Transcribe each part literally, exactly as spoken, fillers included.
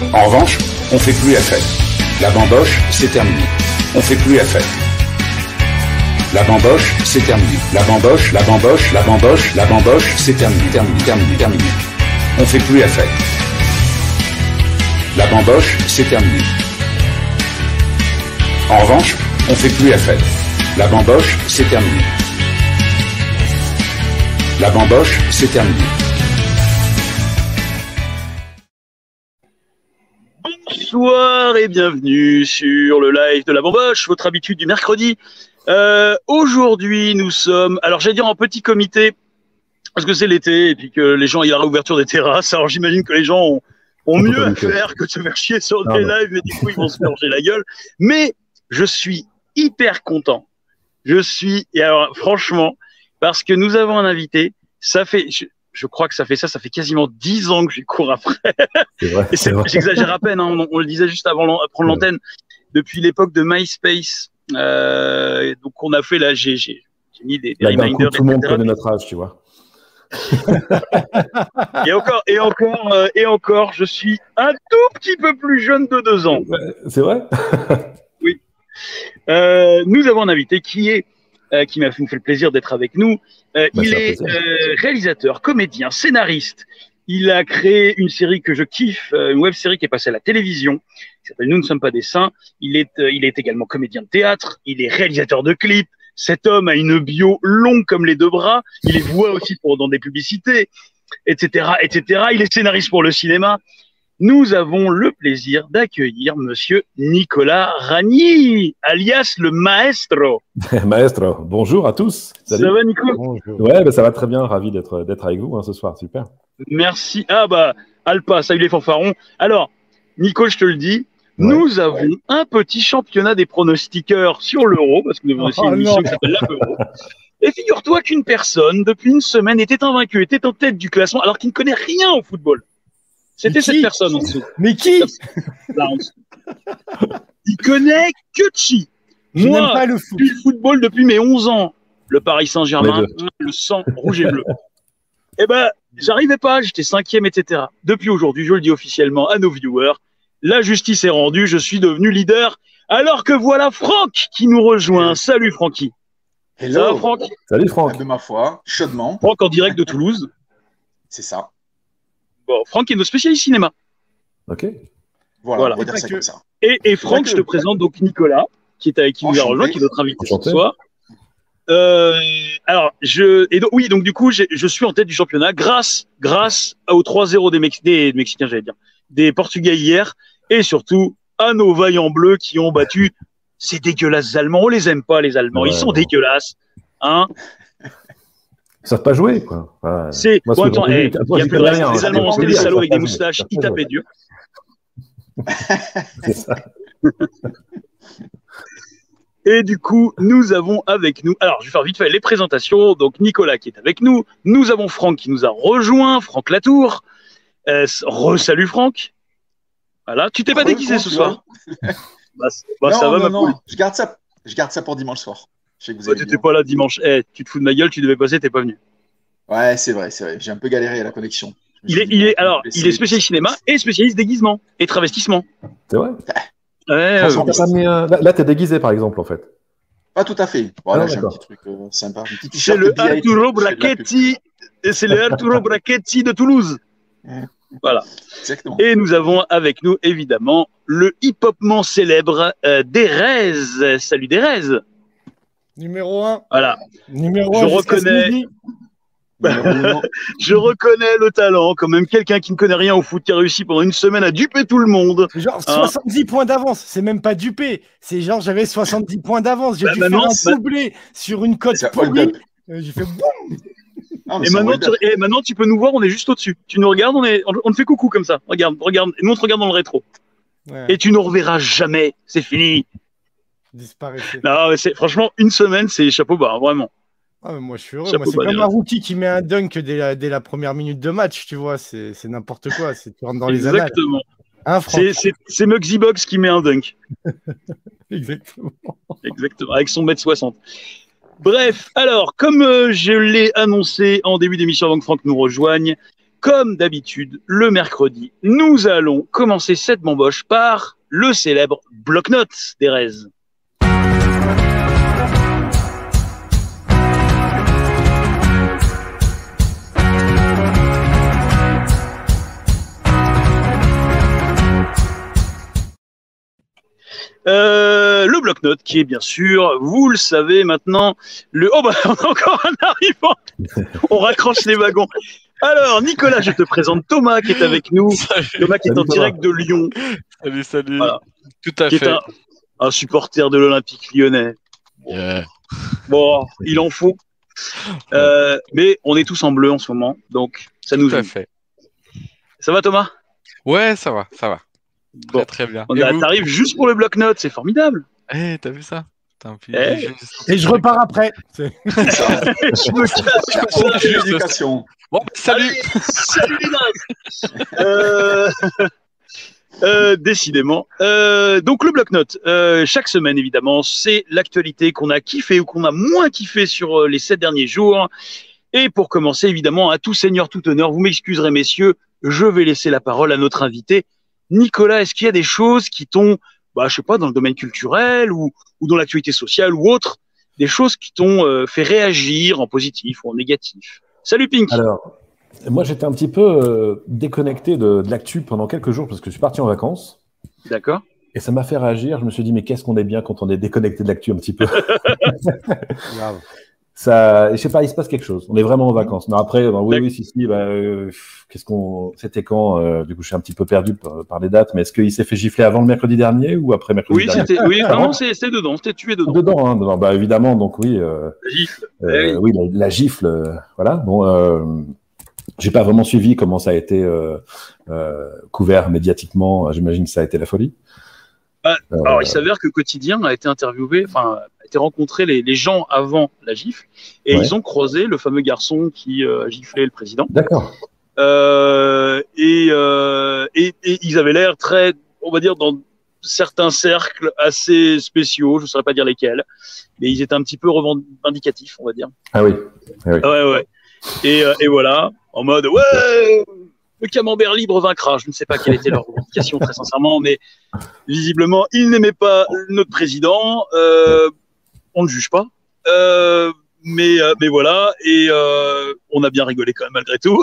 En revanche, on fait plus la fête. La bamboche, c'est terminé. On fait plus la fête. La bamboche, c'est terminé. La bamboche, la bamboche, la bamboche, la bamboche, c'est terminé, terminé, terminé, terminé. On fait plus la fête. La bamboche, c'est terminé. En revanche, on fait plus la fête. La bamboche, c'est terminé. La bamboche, c'est terminé. Bonsoir et bienvenue sur le live de la bamboche, votre habitude du mercredi. Euh, aujourd'hui, nous sommes, alors j'allais dire en petit comité, parce que c'est l'été et puis que les gens, il y a la réouverture des terrasses. Alors j'imagine que les gens ont, ont mieux à faire que de se faire chier sur des lives, mais du coup ils vont se manger la gueule. Mais je suis hyper content. Je suis, et alors franchement, parce que nous avons un invité, ça fait, je, je crois que ça fait ça, ça fait quasiment dix ans que je cours après. C'est vrai, et c'est, c'est j'exagère à peine, hein, on, on le disait juste avant de prendre l'antenne, depuis l'époque de MySpace. Euh, donc on a fait là, j'ai, j'ai, j'ai mis des, des Là, d'un reminders, coup, tout le monde et cetera. connaît notre âge, tu vois. et encore, et encore, euh, et encore, je suis un tout petit peu plus jeune de deux ans. C'est vrai. Oui. Euh, nous avons un invité qui est, euh, qui m'a fait, fait le plaisir d'être avec nous. Euh, Bah, il est euh, réalisateur, comédien, scénariste. Il a créé une série que je kiffe, euh, une web série qui est passée à la télévision, qui s'appelle Nous ne sommes pas des saints. Il est, euh, il est également comédien de théâtre. Il est réalisateur de clips. Cet homme a une bio longue comme les deux bras. Il est voix aussi pour dans des publicités, et cetera, et cetera. Il est scénariste pour le cinéma. Nous avons le plaisir d'accueillir Monsieur Nicolas Ragni, alias le Maestro. Maestro, bonjour à tous. Salut. Ça va, Nico? Bonjour. Ouais, bah, ça va très bien. Ravi d'être d'être avec vous hein, ce soir. Super. Merci. Ah bah, Alpa, salut les fanfarons. Alors, Nico, je te le dis, ouais. nous avons un petit championnat des pronostiqueurs sur l'Euro, parce que nous avons aussi oh, une émission non. qui s'appelle l'Euro. Et figure-toi qu'une personne, depuis une semaine, était invaincue, était en tête du classement, alors qu'il ne connaît rien au football. C'était cette personne en dessous. Mais qui? Là, en dessous. Il connaît que chi. Je Moi, n'aime pas le foot. Depuis le football depuis mes onze ans. Le Paris Saint-Germain, le sang rouge et bleu. Eh ben, j'arrivais pas, j'étais cinquième, et cetera. Depuis aujourd'hui, je le dis officiellement à nos viewers, la justice est rendue, je suis devenu leader, alors que voilà Franck qui nous rejoint. Salut Francky. Hello. Ça va Franck? Salut Franck. De ma foi, chaudement. Franck en direct de Toulouse. C'est ça. Bon, Franck est notre spécialiste cinéma. Ok. Voilà, Voilà. on va dire ça que... comme ça. Et, et Franck, je te présente donc Nicolas, qui est avec qui nous a rejoint, qui est notre invité Enchanté. ce soir. Euh, alors, je, et donc, oui, donc du coup, j'ai, je suis en tête du championnat grâce, grâce aux trois zéro des, Mex, des Mexicains, j'allais dire, des Portugais hier, et surtout à nos vaillants bleus qui ont battu ces dégueulasses Allemands. On les aime pas, les Allemands. Ouais, Ils sont ouais. dégueulasses, hein. Ils savent pas jouer, quoi. Ouais. C'est, Moi, bon, ce attends, que eh, j'ai- il moi, y a j'y plus connais de rien, les hein. Allemands, Je c'était veux des dire, salauds ils avec des savent pas moustaches, jouer. ils tapaient dur. C'est ça. Et du coup, nous avons avec nous, alors je vais faire vite fait les présentations, donc Nicolas qui est avec nous, nous avons Franck qui nous a rejoint, Franck Latour, euh, re-salut Franck, voilà, tu t'es pas Re, déguisé ce François. soir? Bah, bah, non, ça va non, ma non, poule. je garde ça, je garde ça pour dimanche soir. Je sais que vous Bah, avez t'étais bien. pas là dimanche, eh, tu te fous de ma gueule, tu devais passer, t'es pas venu. Ouais, c'est vrai, c'est vrai. J'ai un peu galéré à la connexion. Je me Il suis est, dit, il bon, est, alors, je vais il est essayer. spécialiste cinéma et spécialiste déguisement et travestissement. C'est vrai. Ouais, euh, Franchement, t'as pas mis un- Là, là, t'es déguisé, par exemple, en fait. Pas tout à fait. Voilà, Ah, j'ai un d'accord. petit truc euh, sympa. Un petit c'est t-shirt le B I T, Arturo je fais de la pub. Brachetti, c'est le Arturo Brachetti de Toulouse. Voilà. Exactement. Et nous avons avec nous, évidemment, le hip-hopman célèbre euh, Derez. Salut Derez. Numéro un. Voilà. Numéro Je un. jusqu'à ce reconnais- midi. Numéro uno. Je reconnais le talent, quand même quelqu'un qui ne connaît rien au foot, qui a réussi pendant une semaine à duper tout le monde. C'est genre Hein. soixante-dix points d'avance. C'est même pas dupé. C'est genre j'avais soixante-dix points d'avance. J'ai Bah, dû maintenant, faire un c'est- doublé sur une cote C'est un hold-up. pourrie. Euh, J'ai fait boum. Ah, mais Et c'est un maintenant, hold-up. tu, et maintenant, tu peux nous voir, on est juste au-dessus. Tu nous regardes, on, est, on, on te fait coucou comme ça. Regarde, regarde. Et nous, on te regarde dans le rétro. Ouais, Et tu nous reverras jamais. C'est fini. disparaissait. Non, mais c'est, franchement, une semaine, c'est chapeau bas, hein, vraiment. Ah, mais moi je suis heureux. Chapeau Moi, c'est bas, comme Derez. un rookie qui met un dunk dès la, dès la première minute de match, tu vois. C'est c'est n'importe quoi. C'est tu rentres dans les annales. Exactement. Hein, Franck C'est, c'est, c'est Muggsy Box qui met un dunk. Exactement. Exactement, avec son mètre soixante. Bref, alors, comme euh, je l'ai annoncé en début d'émission avant que Franck nous rejoigne, comme d'habitude, le mercredi, nous allons commencer cette bamboche par le célèbre bloc-notes d'Erez. Euh, le bloc-notes qui est bien sûr, vous le savez maintenant, le... Oh bah on a encore un arrivant. On raccroche les wagons. Alors Nicolas, je te présente Thomas qui est avec nous. Salut. Thomas qui est Salut, en Thomas. direct de Lyon. Salut, salut. Voilà. Tout à Qui est fait. un, un supporter de l'Olympique lyonnais. Yeah. Bon, il en faut. Euh, mais on est tous en bleu en ce moment, donc ça nous Tout à aide. fait. Ça va Thomas? Ouais, ça va, ça va. Très, Bon, très bien. on Et a- vous t'arrives juste pour le bloc-notes, c'est formidable. Eh, t'as vu ça? Putain, puis- Eh. je- Et je repars après. C'est- C'est ça. Je me casse. Aucune éducation. Bon, bah, salut. Allez, salut les nazes. euh... euh, décidément. Euh, donc le bloc-notes, euh, chaque semaine évidemment, c'est l'actualité qu'on a kiffé ou qu'on a moins kiffé sur euh, les sept derniers jours. Et pour commencer, évidemment, à tout seigneur, tout honneur, vous m'excuserez messieurs, je vais laisser la parole à notre invité. Nicolas, est-ce qu'il y a des choses qui t'ont, bah, je sais pas, dans le domaine culturel ou, ou dans l'actualité sociale ou autre, des choses qui t'ont euh, fait réagir en positif ou en négatif? Salut Pink. Alors, moi, j'étais un petit peu euh, déconnecté de, de l'actu pendant quelques jours parce que je suis parti en vacances D'accord. et ça m'a fait réagir. Je me suis dit, mais qu'est-ce qu'on est bien quand on est déconnecté de l'actu un petit peu. Grave. Ça, je sais pas, il se passe quelque chose. On est vraiment en vacances. Mais après, bah, oui, D'accord. oui, si, si. Bah, euh, qu'est-ce qu'on, c'était quand euh, Du coup, je suis un petit peu perdu par, par les dates. Mais est-ce qu'il s'est fait gifler avant le mercredi dernier ou après mercredi Oui, dernier c'était, oui, Ah vraiment, bon c'est, c'était dedans, c'était tué dedans. Dedans, hein, dedans. Bah, évidemment. Donc oui. Euh, La gifle. Euh, Eh oui, la, la gifle, euh, voilà. Bon, euh, j'ai pas vraiment suivi comment ça a été euh, euh, couvert médiatiquement. J'imagine que ça a été la folie. Ah, Euh, Alors, il s'avère que Quotidien a été interviewé, enfin, a été rencontré les, les gens avant la gifle, et Ouais. ils ont croisé le fameux garçon qui euh, a giflé le président. D'accord. Euh, et, euh, et, et ils avaient l'air très, on va dire, dans certains cercles assez spéciaux, je ne saurais pas dire lesquels, mais ils étaient un petit peu revendicatifs, on va dire. Ah oui. Ah oui. Ouais, ouais. Et, euh, et voilà, en mode, ouais, le camembert libre vaincra. Je ne sais pas quelle était leur revendication, très sincèrement, mais visiblement, ils n'aimaient pas notre président. Euh, on ne juge pas. Euh, mais, euh, mais voilà, et euh, on a bien rigolé quand même malgré tout.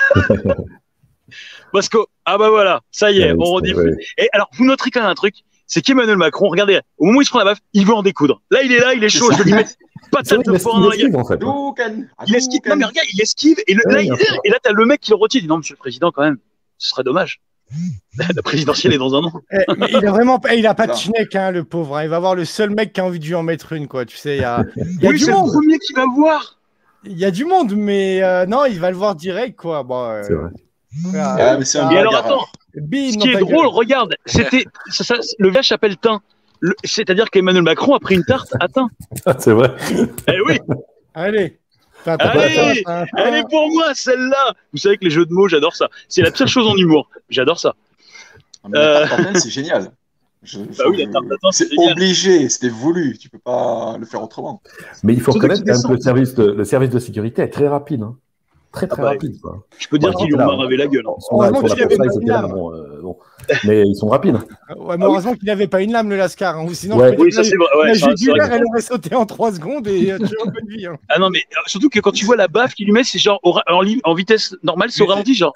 Parce que, ah bah voilà, ça y est, Ouais, on c'est- rediffuse. ouais. Et alors, vous noterez quand même un truc, c'est qu'Emmanuel Macron, regardez, au moment où il se prend la baffe, il veut en découdre. Là, il est là, il est chaud, je vais lui mettre C'est patate vrai, de il forain dans la gueule. esquive, en fait. hein. Doucan. Il esquive, non mais regarde, il esquive, et, le, Ouais, là, il- bien sûr. et là, t'as le mec qui le retire, il dit non, monsieur le président, quand même, ce serait dommage. La présidentielle est dans un an. Eh, mais il a vraiment pas, il a pas de Non. schneck, hein, le pauvre. hein. Il va voir le seul mec qui a envie de lui en mettre une, quoi. Tu sais, il y a, il y a Oui, du c'est le monde. premier qui va voir. Il y a du monde, mais euh, non, il va le voir direct, quoi. Bon, euh, C'est vrai. ah, Ah, mais c'est un Et alors, bagarre. attends, bim, ce dans qui est ta drôle, gueule. regarde, c'était, ça, ça, le village s'appelle Tain. Le- C'est-à-dire qu'Emmanuel Macron a pris une tarte à Tain. C'est vrai. Eh oui, Allez. Ta, ta, Allez, ta, ta, ta. elle est pour moi, celle-là. Vous savez que les jeux de mots, j'adore ça. C'est la pire chose en humour. J'adore ça. Ah, mais la tarte tatin, c'est génial. Je- Bah oui, la tarte tatin, c'est c'est génial. obligé, c'était voulu. Tu peux pas le faire autrement. Mais il faut Surtout reconnaître qu'il quand même que le descend. service de, le service de sécurité est très rapide. Hein. Très, très Ah bah, rapide. Quoi. Je peux dire Ouais, qu'ils lui ont là, maravé la gueule. hein. Ils sont là, ils Heureusement sont là qu'il pour avait ça, pas ils étaient une là, lame. bon, euh, bon. Mais ils sont rapides. Ouais, mais heureusement qu'il n'avait pas une lame, le Lascar. Hein, ou sinon, Ouais. je peux Oui, dire ça que c'est vrai. la, Ouais, la ça, c'est jugulaire, vrai. elle aurait sauté en trois secondes et euh, tu as un peu de vie. Hein. Ah non, mais euh, surtout que quand tu vois la baffe qu'il lui met, c'est genre au ra- en, li- en vitesse normale, c'est au Mais c'est- ralenti, genre.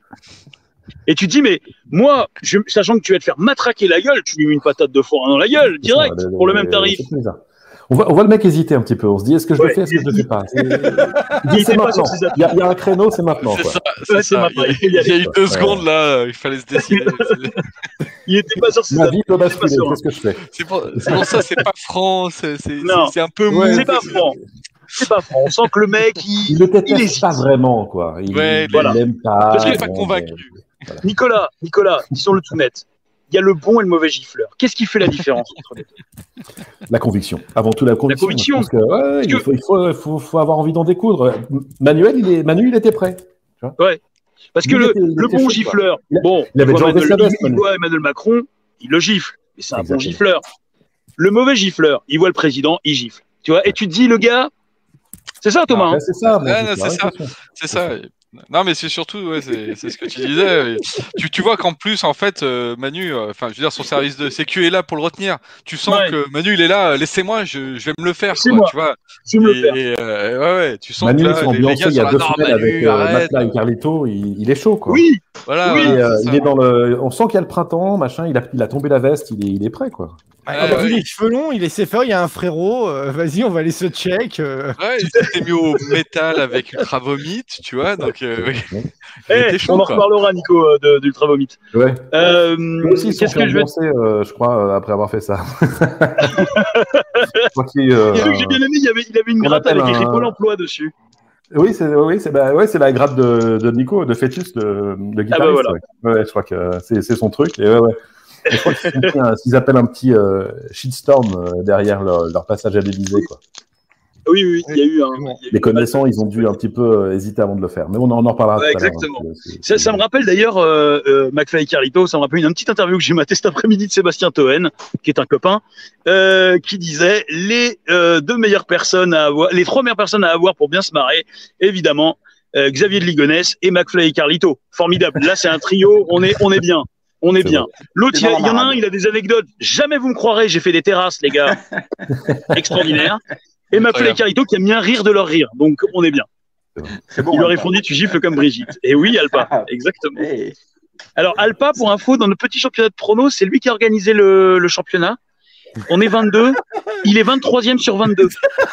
Et tu te dis, mais moi, je, sachant que tu vas te faire matraquer la gueule, tu lui mets une patate de forain dans la gueule, direct, C'est ça, pour le même tarif. c'est bizarre. On voit, on voit le mec hésiter un petit peu. On se dit, est-ce que je Ouais, le fais, est-ce que je le fais pas C'est- Il dit, était c'est pas maintenant. sur ses Il y, a, il y a un créneau, c'est maintenant. C'est Quoi. ça, Ouais, c'est c'est ça. maintenant, Il y a- il faut y il y a aller. eu deux Ouais. secondes là, il fallait se décider. Il était pas sur ses Ma vie peut appuis, il était pas basculer. serein. Qu'est-ce que je fais C'est pour, c'est pour ça, c'est pas franc, c'est c'est- Non. c'est- c'est un peu mou. Ouais, C'est pas franc. C'est pas franc. On sent que le mec, il, Il le il déteste hésite. pas vraiment, quoi. Il Ouais, il voilà. l'aime pas. Parce qu'il est pas bon, convaincu. ben, Nicolas, Nicolas, disons-le tout net. Il y a le bon et le mauvais gifleur. Qu'est-ce qui fait la différence entre les deux? La conviction. Avant tout, la conviction. conviction. Je pense que, ouais, il que- faut, il faut, faut, faut avoir envie d'en découdre. Manuel, il est, Manu, il était prêt. Parce que Il le, était- il le était bon chaud, gifleur, Il a- bon, il avait il voit déjà enlevé Emmanuel, sa veste, il Manu. voit Emmanuel Macron, il le gifle. Et c'est un bon Exactement. gifleur. Le mauvais gifleur, il voit le président, il gifle. Tu vois, et tu te dis, le gars, c'est ça, Thomas. Après, hein c'est ça. mais Ah, j'ai non, la c'est ça. réflexion. C'est ça. Non, mais c'est surtout, ouais, c'est c'est ce que tu disais. Et Tu, tu vois qu'en plus, en fait, euh, Manu, euh, enfin, je veux dire, son service de sécu est là pour le retenir. Tu sens Ouais. que Manu, il est là, euh, laissez-moi, je, je vais me le faire, quoi, Laissez-moi. tu vois. Je vais me le faire. Et, et, euh, ouais, ouais, tu sens Manu, que ils là, sont les, les ambiancés gars il y sont a là, deux non, semaines avec Manu, euh, arrête. Matelas et Carlito, il, il est chaud, quoi. Oui, Voilà, Oui. Et, voilà, euh, c'est il ça. est dans le, on sent qu'il y a le printemps, machin, il a, il a tombé la veste, il est, il est prêt, quoi. Ouais, Ouais, il a ouais. pris les cheveux longs, il laissait faire, il y a un frérot, euh, vas-y, on va aller se check. euh. Ouais, il s'était mis au métal avec Ultra Vomit, tu vois, donc euh, oui, Ouais. il Eh, était on chaud, en quoi. reparlera, Nico, euh, de- d'Ultra Vomit. Ouais. Euh, Eux aussi, ils se sont Qu'est-ce fait que je veux ambiancer, euh, je crois, euh, après avoir fait ça. Je crois qu'il, euh, Il y a un truc que j'ai bien aimé, il y avait, il avait une qu'on gratte appelle avec écrit un- Pôle emploi dessus. Oui, c'est oui, c'est bah, ouais, c'est la gratte de, de Nico, de Fœtus, de, de guitariste. Ah bah voilà. ouais. Ouais, je crois que c'est c'est son truc. Et ouais, ouais. Et je crois qu'ils se sont pris un- ce qu'ils appellent un petit euh, shitstorm euh, derrière leur, leur passage à l'Élysée, quoi. Oui, oui, il y a eu un. Bon. il y a eu Les un- connaissants, ils ont dû un petit peu euh, hésiter avant de le faire. Mais on en, en reparlera Ouais, tout à l'heure. exactement. hein. C'est- Ça, c'est- ça me rappelle d'ailleurs euh, euh, McFly et Carlito, ça me rappelle une, une petite interview que j'ai matée cet après-midi de Sébastien Toen, qui est un copain, euh, qui disait les euh, deux meilleures personnes à avoir, les trois meilleures personnes à avoir pour bien se marrer, évidemment, euh, Xavier de Ligonnès et McFly et Carlito. Formidable. Là, c'est un trio, on est, on est bien. On est C'est bien. vrai. L'autre, C'est il y, a- dans il y en a un, marade. il a des anecdotes. Jamais vous me croirez, j'ai fait des terrasses, les gars. Extraordinaire. Et McFly et Incroyable. Carlito qui aiment bien rire de leur rire. Donc, on est bien. Très bon. Il leur Alpa. répondit, tu gifles comme Brigitte. Et oui, Alpa. Exactement. Eh, Alors, Alpa, pour info, dans notre petit championnat de prono, c'est lui qui a organisé le, le championnat. On est vingt-deux, il est vingt-troisième sur vingt-deux.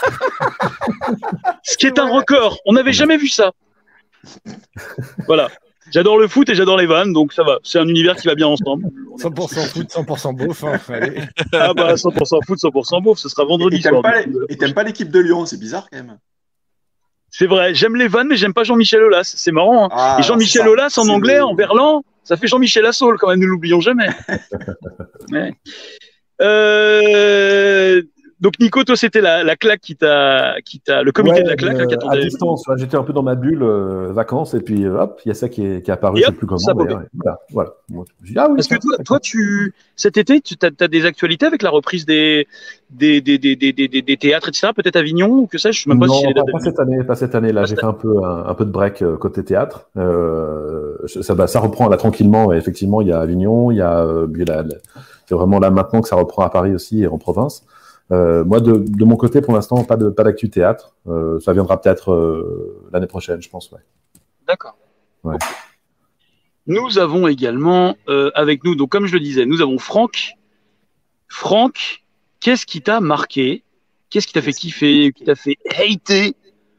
Ce qui est un record. On n'avait jamais vu ça. Voilà. J'adore le foot et j'adore les vannes, donc ça va. C'est un univers qui va bien ensemble. cent pour cent foot, cent pour cent beauf. Hein. Allez. Ah bah cent pour cent foot, cent pour cent beauf, ce sera vendredi Et t'aimes soir. pas, du coup. les- et t'aimes pas l'équipe de Lyon, c'est bizarre quand même. C'est vrai, j'aime les vannes, mais j'aime pas Jean-Michel Aulas. C'est marrant. Hein. Ah, Et Jean-Michel c'est ça. Aulas en C'est anglais, le- en verlan, ça fait Jean-Michel Assault quand même, ne l'oublions jamais. Ouais. Euh, Donc Nico, toi c'était la, la claque qui t'a, qui t'a, le comité Ouais, de la claque hein, qui euh, à attendait. distance, ouais, j'étais un peu dans ma bulle euh, vacances et puis euh, hop, il y a ça qui est, qui est apparu, Et je sais hop, plus comment. ça d'ailleurs, et Voilà, voilà. Moi, je dis, ah oui, Parce que ça, toi, d'accord. toi, tu cet été, tu as, des actualités avec la reprise des des des des des, des, des- des théâtres, et cetera. Peut-être Avignon ou que sais-je. Je sais même pas non, si c'est les pas, dates pas d'Avignon. cette année, pas cette année. Là, Pas j'ai cette fait un peu un, un peu de break euh, côté théâtre. Euh, ça, bah, ça reprend là tranquillement. Et effectivement, il y a Avignon, il y a, euh, puis là, là, c'est vraiment là maintenant que ça reprend à Paris aussi et en province. Euh, moi, de, de mon côté, pour l'instant, pas de pas d'actu théâtre. Euh, ça viendra peut-être euh, l'année prochaine, je pense. Ouais. D'accord. Ouais. Nous avons également euh, avec nous, donc comme je le disais, nous avons Franck. Franck, qu'est-ce qui t'a marqué? Qu'est-ce qui t'a fait kiffer? Qui t'a fait hater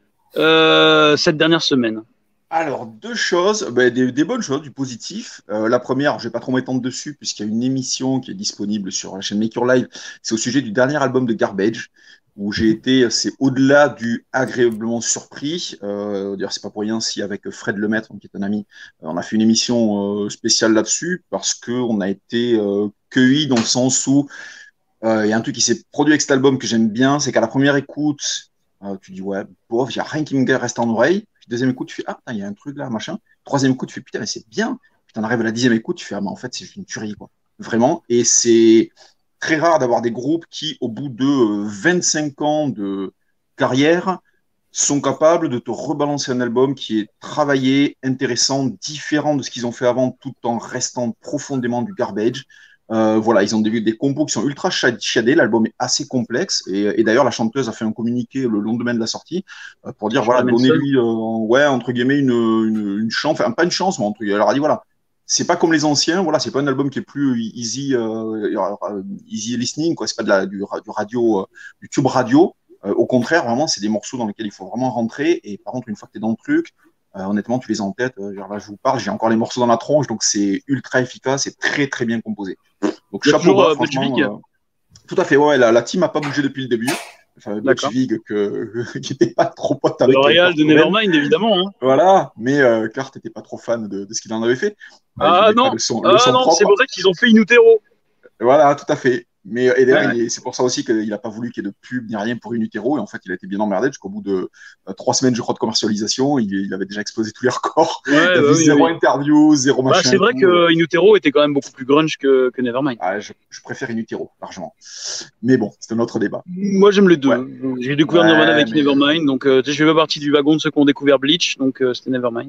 euh, cette dernière semaine? Alors, deux choses, ben, des, des bonnes choses, du positif. Euh, la première, je vais pas trop m'étendre dessus, puisqu'il y a une émission qui est disponible sur la chaîne Make Your Live. C'est au sujet du dernier album de Garbage, où j'ai été, c'est au-delà du agréablement surpris. Euh, d'ailleurs, c'est pas pour rien si avec Fred Lemaître, qui est un ami, euh, on a fait une émission euh, spéciale là-dessus, parce que on a été euh, cueillis dans le sens où euh, il y a un truc qui s'est produit avec cet album que j'aime bien, c'est qu'à la première écoute, euh, tu dis ouais, bof, il y a rien qui me reste en oreille. Puis deuxième écoute, tu fais ah, il y a un truc là, machin. Troisième écoute, tu fais putain, mais c'est bien. Puis t'en arrives à la dixième écoute, tu fais ah, mais en fait, c'est une tuerie, quoi. Vraiment. Et c'est très rare d'avoir des groupes qui, au bout de euh, vingt-cinq ans de carrière, sont capables de te rebalancer un album qui est travaillé, intéressant, différent de ce qu'ils ont fait avant, tout en restant profondément du garbage. Euh, voilà, ils ont des, des compos qui sont ultra chiadés, l'album est assez complexe, et, et d'ailleurs la chanteuse a fait un communiqué le lendemain de la sortie euh, pour dire, Je voilà, ramène donnez-lui, euh, ouais, entre guillemets, une, une, une chance, enfin pas une chance, mais entre guillemets, elle leur a dit, voilà, c'est pas comme les anciens, voilà, c'est pas un album qui est plus easy, euh, easy listening, quoi, c'est pas de la, du, du radio, euh, du tube radio, euh, au contraire, vraiment, c'est des morceaux dans lesquels il faut vraiment rentrer, et par contre, une fois que t'es dans le truc, Euh, honnêtement, tu les as en tête. Euh, genre là, je vous parle, j'ai encore les morceaux dans la tronche, donc c'est ultra efficace et très très bien composé. Donc Il y a chapeau toujours, bas, euh, franchement. Butch Vig. euh, tout à fait, ouais, la, la team a pas bougé depuis le début. Enfin, Butch D'accord. Vig, que, qui n'était pas trop pote avec Le Real Kurt de Cobain. Nevermind, évidemment. Hein. Voilà, mais euh, Kurt n'était pas trop fan de, de ce qu'il en avait fait. Euh, Ah il aimait non, pas le son, le ah son non, propre. c'est pour ça qu'ils ont fait In Utero. Voilà, tout à fait. Mais et d'ailleurs, Ouais. il est- c'est pour ça aussi qu'il n'a pas voulu qu'il y ait de pub ni rien pour In Utero. Et en fait, il a été bien emmerdé jusqu'au bout de euh, trois semaines, je crois, de commercialisation. Il, il avait déjà explosé tous les records. Ouais, Il y avait bah oui, zéro oui. interview, zéro Bah, machin. c'est vrai tout. que In Utero était quand même beaucoup plus grunge que, que Nevermind. Ah, je, je préfère In Utero, largement. Mais bon, c'est un autre débat. Moi, j'aime les deux. Ouais. J'ai découvert Ouais, Nirvana avec mais- Nevermind, donc euh, tu sais, je fais pas partie du wagon de ceux qui ont découvert Bleach, donc euh, c'était Nevermind.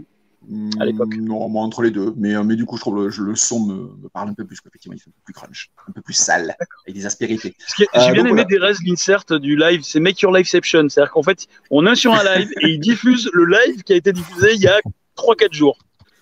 à l'époque. Non, moi entre les deux. Mais, mais du coup, je trouve le, le son me, me parle un peu plus. Effectivement, il fait un peu plus crunch, un peu plus sale, avec des aspérités. J'ai Euh, bien donc, aimé voilà. des restes l'insert du live, c'est Make Your Liveception. C'est-à-dire qu'en fait, on est sur un live et il diffuse le live qui a été diffusé il y a trois quatre jours.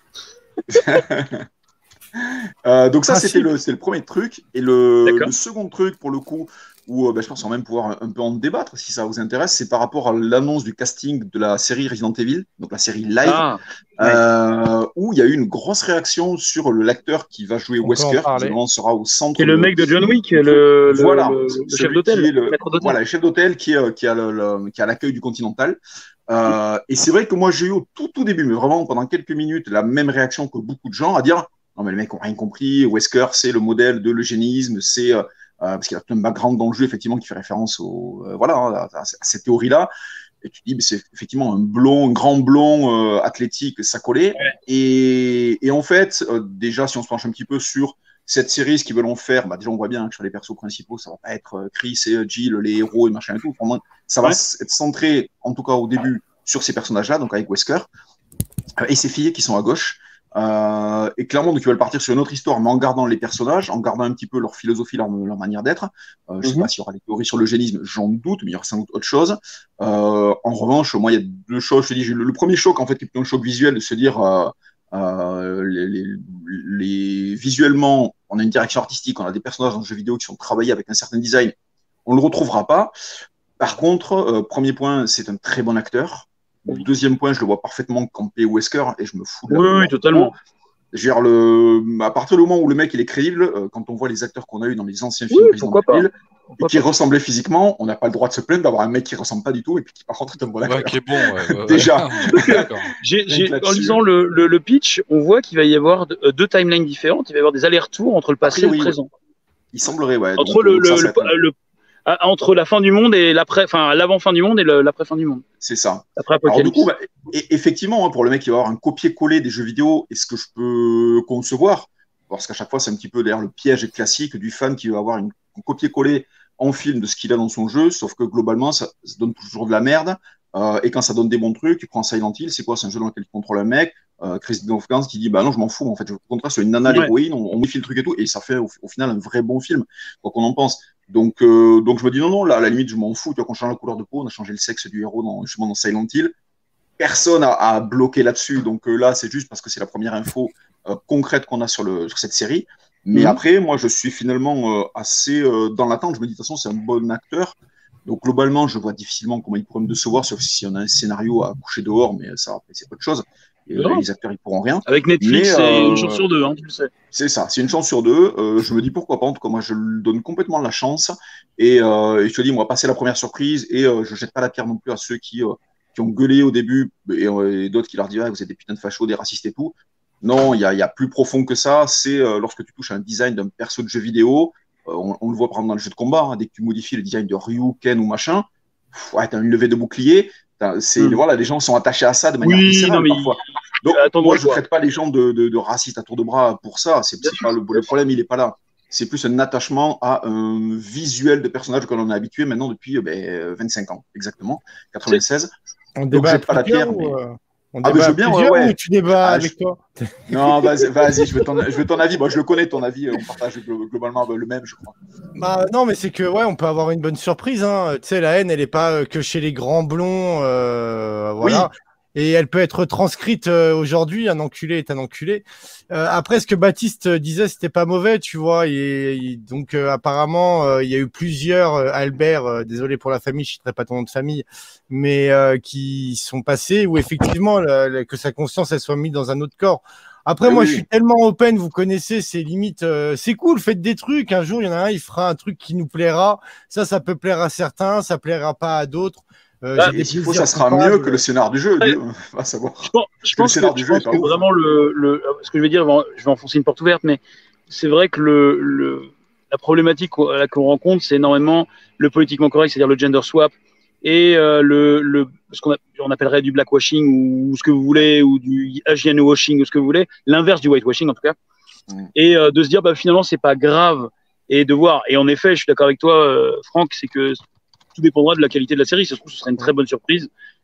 Euh, donc ça, Ah, c'était si. le, c'est le premier truc. Et le, D'accord. le second truc, pour le coup, où euh, bah, je pense qu'on va même pouvoir un, un peu en débattre, si ça vous intéresse, c'est par rapport à l'annonce du casting de la série Resident Evil, donc la série live, Ah, ouais. euh, où il y a eu une grosse réaction sur le- l'acteur qui va jouer On peut en Wesker, qui parler. visiblement sera au centre. C'est le de- mec de John Wick, le, le, Voilà, le, c'est le chef celui d'hôtel, qui est le, le maître d'hôtel. voilà, le chef d'hôtel qui, est, euh, qui a le- le- qui a l'accueil du Continental. Euh, et c'est vrai que moi, j'ai eu au tout, tout début, mais vraiment pendant quelques minutes, la même réaction que beaucoup de gens à dire non, mais les mecs ont rien compris. Wesker, c'est le modèle de l'eugénisme, c'est euh, parce qu'il a tout un background dans le jeu, effectivement, qui fait référence au, euh, voilà, à, à, à cette théorie-là. Et tu dis, mais c'est effectivement un blond, un grand blond euh, athlétique, ça collait. Ouais. Et, et en fait, euh, déjà, si on se penche un petit peu sur cette série, ce qu'ils veulent en faire, bah déjà on voit bien que sur les persos principaux, ça va pas être euh, Chris et euh, Jill, les héros et machin et tout. Vraiment, ça va Ouais. s- être centré, en tout cas au début, sur ces personnages-là, donc avec Wesker euh, et ses filles qui sont à gauche. Euh, et clairement, donc ils veulent partir sur une autre histoire, mais en gardant les personnages, en gardant un petit peu leur philosophie, leur, leur manière d'être. Euh, je sais Mhm. pas s'il y aura des théories sur l'eugénisme, j'en doute, mais il y aura sans doute autre chose. Euh, en revanche, moi, il y a deux choses. Je te dis, j'ai eu le, le premier choc, en fait, qui est plutôt un choc visuel, de se dire, euh, euh, les, les, les- visuellement, on a une direction artistique, on a des personnages dans le jeu vidéo qui sont travaillés avec un certain design. On le retrouvera pas. Par contre, euh, premier point, c'est un très bon acteur. Oui. Deuxième point, je le vois parfaitement camper Wesker et je me fous de la Oui, couleur oui, de totalement. peau. Je veux dire, le... à partir du moment où le mec il est crédible, euh, quand on voit les acteurs qu'on a eu dans les anciens Oui, films Resident pourquoi pas. Evil, et Pourquoi qui pas. ressemblaient physiquement, on n'a pas le droit de se plaindre d'avoir un mec qui ressemble pas du tout et puis qui par contre est un bon acteur. Ouais, qui est bon. Ouais, ouais, ouais. Déjà. D'accord. J'ai, Donc j'ai, en là-dessus- lisant le, le, le pitch, on voit qu'il va y avoir de- euh, deux timelines différentes. Il va y avoir des allers-retours entre le passé priori, et le présent. Il semblerait, ouais. Entre donc, le, donc ça, le, ça le, va être un- le- ah, entre la fin du monde et l'après, enfin l'avant fin du monde et le- l'après fin du monde. C'est ça. Après Alors du apocalypse. coup, bah, et- effectivement, hein, pour le mec qui va avoir un copier-coller des jeux vidéo, est-ce que je peux concevoir? Parce qu'à chaque fois, c'est un petit peu d'ailleurs le piège classique du fan qui va avoir une, un copier-coller en film de ce qu'il a dans son jeu, sauf que globalement, ça, ça donne toujours de la merde. Euh, et quand ça donne des bons trucs, tu prends Silent Hill, c'est quoi? C'est un jeu dans lequel tu contrôles un mec, euh, Chris Gans qui dit bah non, je m'en fous, en fait, je contraire sur une nana Ouais. l'héroïne, on, on modifie le truc et tout, et ça fait au, au final un vrai bon film, quoi qu'on en pense. Donc, euh, donc je me dis non, non, là, à la limite, je m'en fous. Tu vois, qu'on change la couleur de peau, on a changé le sexe du héros dans, justement dans Silent Hill. Personne a, a bloqué là-dessus. Donc euh, là, c'est juste parce que c'est la première info euh, concrète qu'on a sur, le, sur cette série. Mais Mhm. après, moi, je suis finalement euh, assez euh, dans l'attente. Je me dis, de toute façon, c'est un bon acteur. Donc globalement, je vois difficilement comment il pourrait me décevoir, sauf si on a un scénario à coucher dehors, mais ça, après, c'est autre chose. Et, euh, Non. les acteurs, ils pourront rien. Avec Netflix, Mais, c'est euh, une chance sur deux, hein, tu le sais. C'est ça, c'est une chance sur deux. Euh, je me dis pourquoi pas. En tout cas, moi, je lui donne complètement la chance. Et, euh, et je te dis, on va passer la première surprise. Et euh, je jette pas la pierre non plus à ceux qui, euh, qui ont gueulé au début et, euh, et d'autres qui leur disent ah, vous êtes des putains de fachos, des racistes et tout. Non, il y a, y a plus profond que ça. C'est euh, lorsque tu touches à un design d'un perso de jeu vidéo. Euh, on, on le voit par exemple dans le jeu de combat. Hein, dès que tu modifies le design de Ryu, Ken ou machin, pff, ouais, t'as une levée de bouclier. T'as- C'est, Mm. voilà, les gens sont attachés à ça de manière Oui, viscérale non, mais parfois. Donc, Attends, moi, on je ne voit. traite pas les gens de, de, de racistes à tour de bras pour ça. C'est, Bien c'est sûr, pas le, bien le problème, il n'est pas là. C'est plus un attachement à un visuel de personnage que l'on est habitué maintenant depuis euh, ben, vingt-cinq ans, exactement, quatre-vingt-seize. On Donc, débat jette à pas la plusieurs pierre, mais- ou, euh, on Ah, débat mais je à veux bien, ouais, plusieurs ouais. ou tu débats Ah, avec je- toi? Non, vas-y, vas-y, je veux ton, je veux ton avis. Moi, je le connais, ton avis. On partage glo- globalement le même, je crois. Bah non, mais c'est que ouais, on peut avoir une bonne surprise. Hein. Tu sais, la haine, elle est pas euh, que chez les grands blonds, euh, voilà. Et elle peut être transcrite euh, aujourd'hui. Un enculé est un enculé. Euh, après, ce que Baptiste disait, c'était pas mauvais, tu vois. Et, et donc euh, apparemment, euh, il y a eu plusieurs euh, Albert. euh, désolé pour la famille, je citerai pas ton nom de famille, mais euh, qui sont passés où effectivement la- la- que sa conscience elle soit mise dans un autre corps. Après, Oui, moi, oui. je suis tellement open, vous connaissez, c'est limite, euh, c'est cool, faites des trucs. Un jour, il y en a un, il fera un truc qui nous plaira. Ça, ça peut plaire à certains, ça plaira pas à d'autres. Euh, Bah, j'ai Et des s'il faut, plaisirs ça sera coupables. mieux que le scénar du jeu. Ouais. Dieu, on va savoir. Je pense, je que le pense que, scénar du je jeu est pense pas que ouf. vraiment le, le, ce que je vais dire, je vais enfoncer une porte ouverte, mais c'est vrai que le, le, la problématique qu'on là, qu'on rencontre, c'est énormément le politiquement correct, c'est-à-dire le gender swap et euh, le, le, ce qu'on a- on appellerait du blackwashing ou, ou ce que vous voulez, ou du Asian washing ou ce que vous voulez, l'inverse du whitewashing en tout cas, Mm. et euh, de se dire bah, finalement c'est pas grave et de voir. Et en effet, je suis d'accord avec toi, euh, Franck, c'est que tout dépendra de la qualité de la série. Ça se trouve, ce sera une très bonne surprise.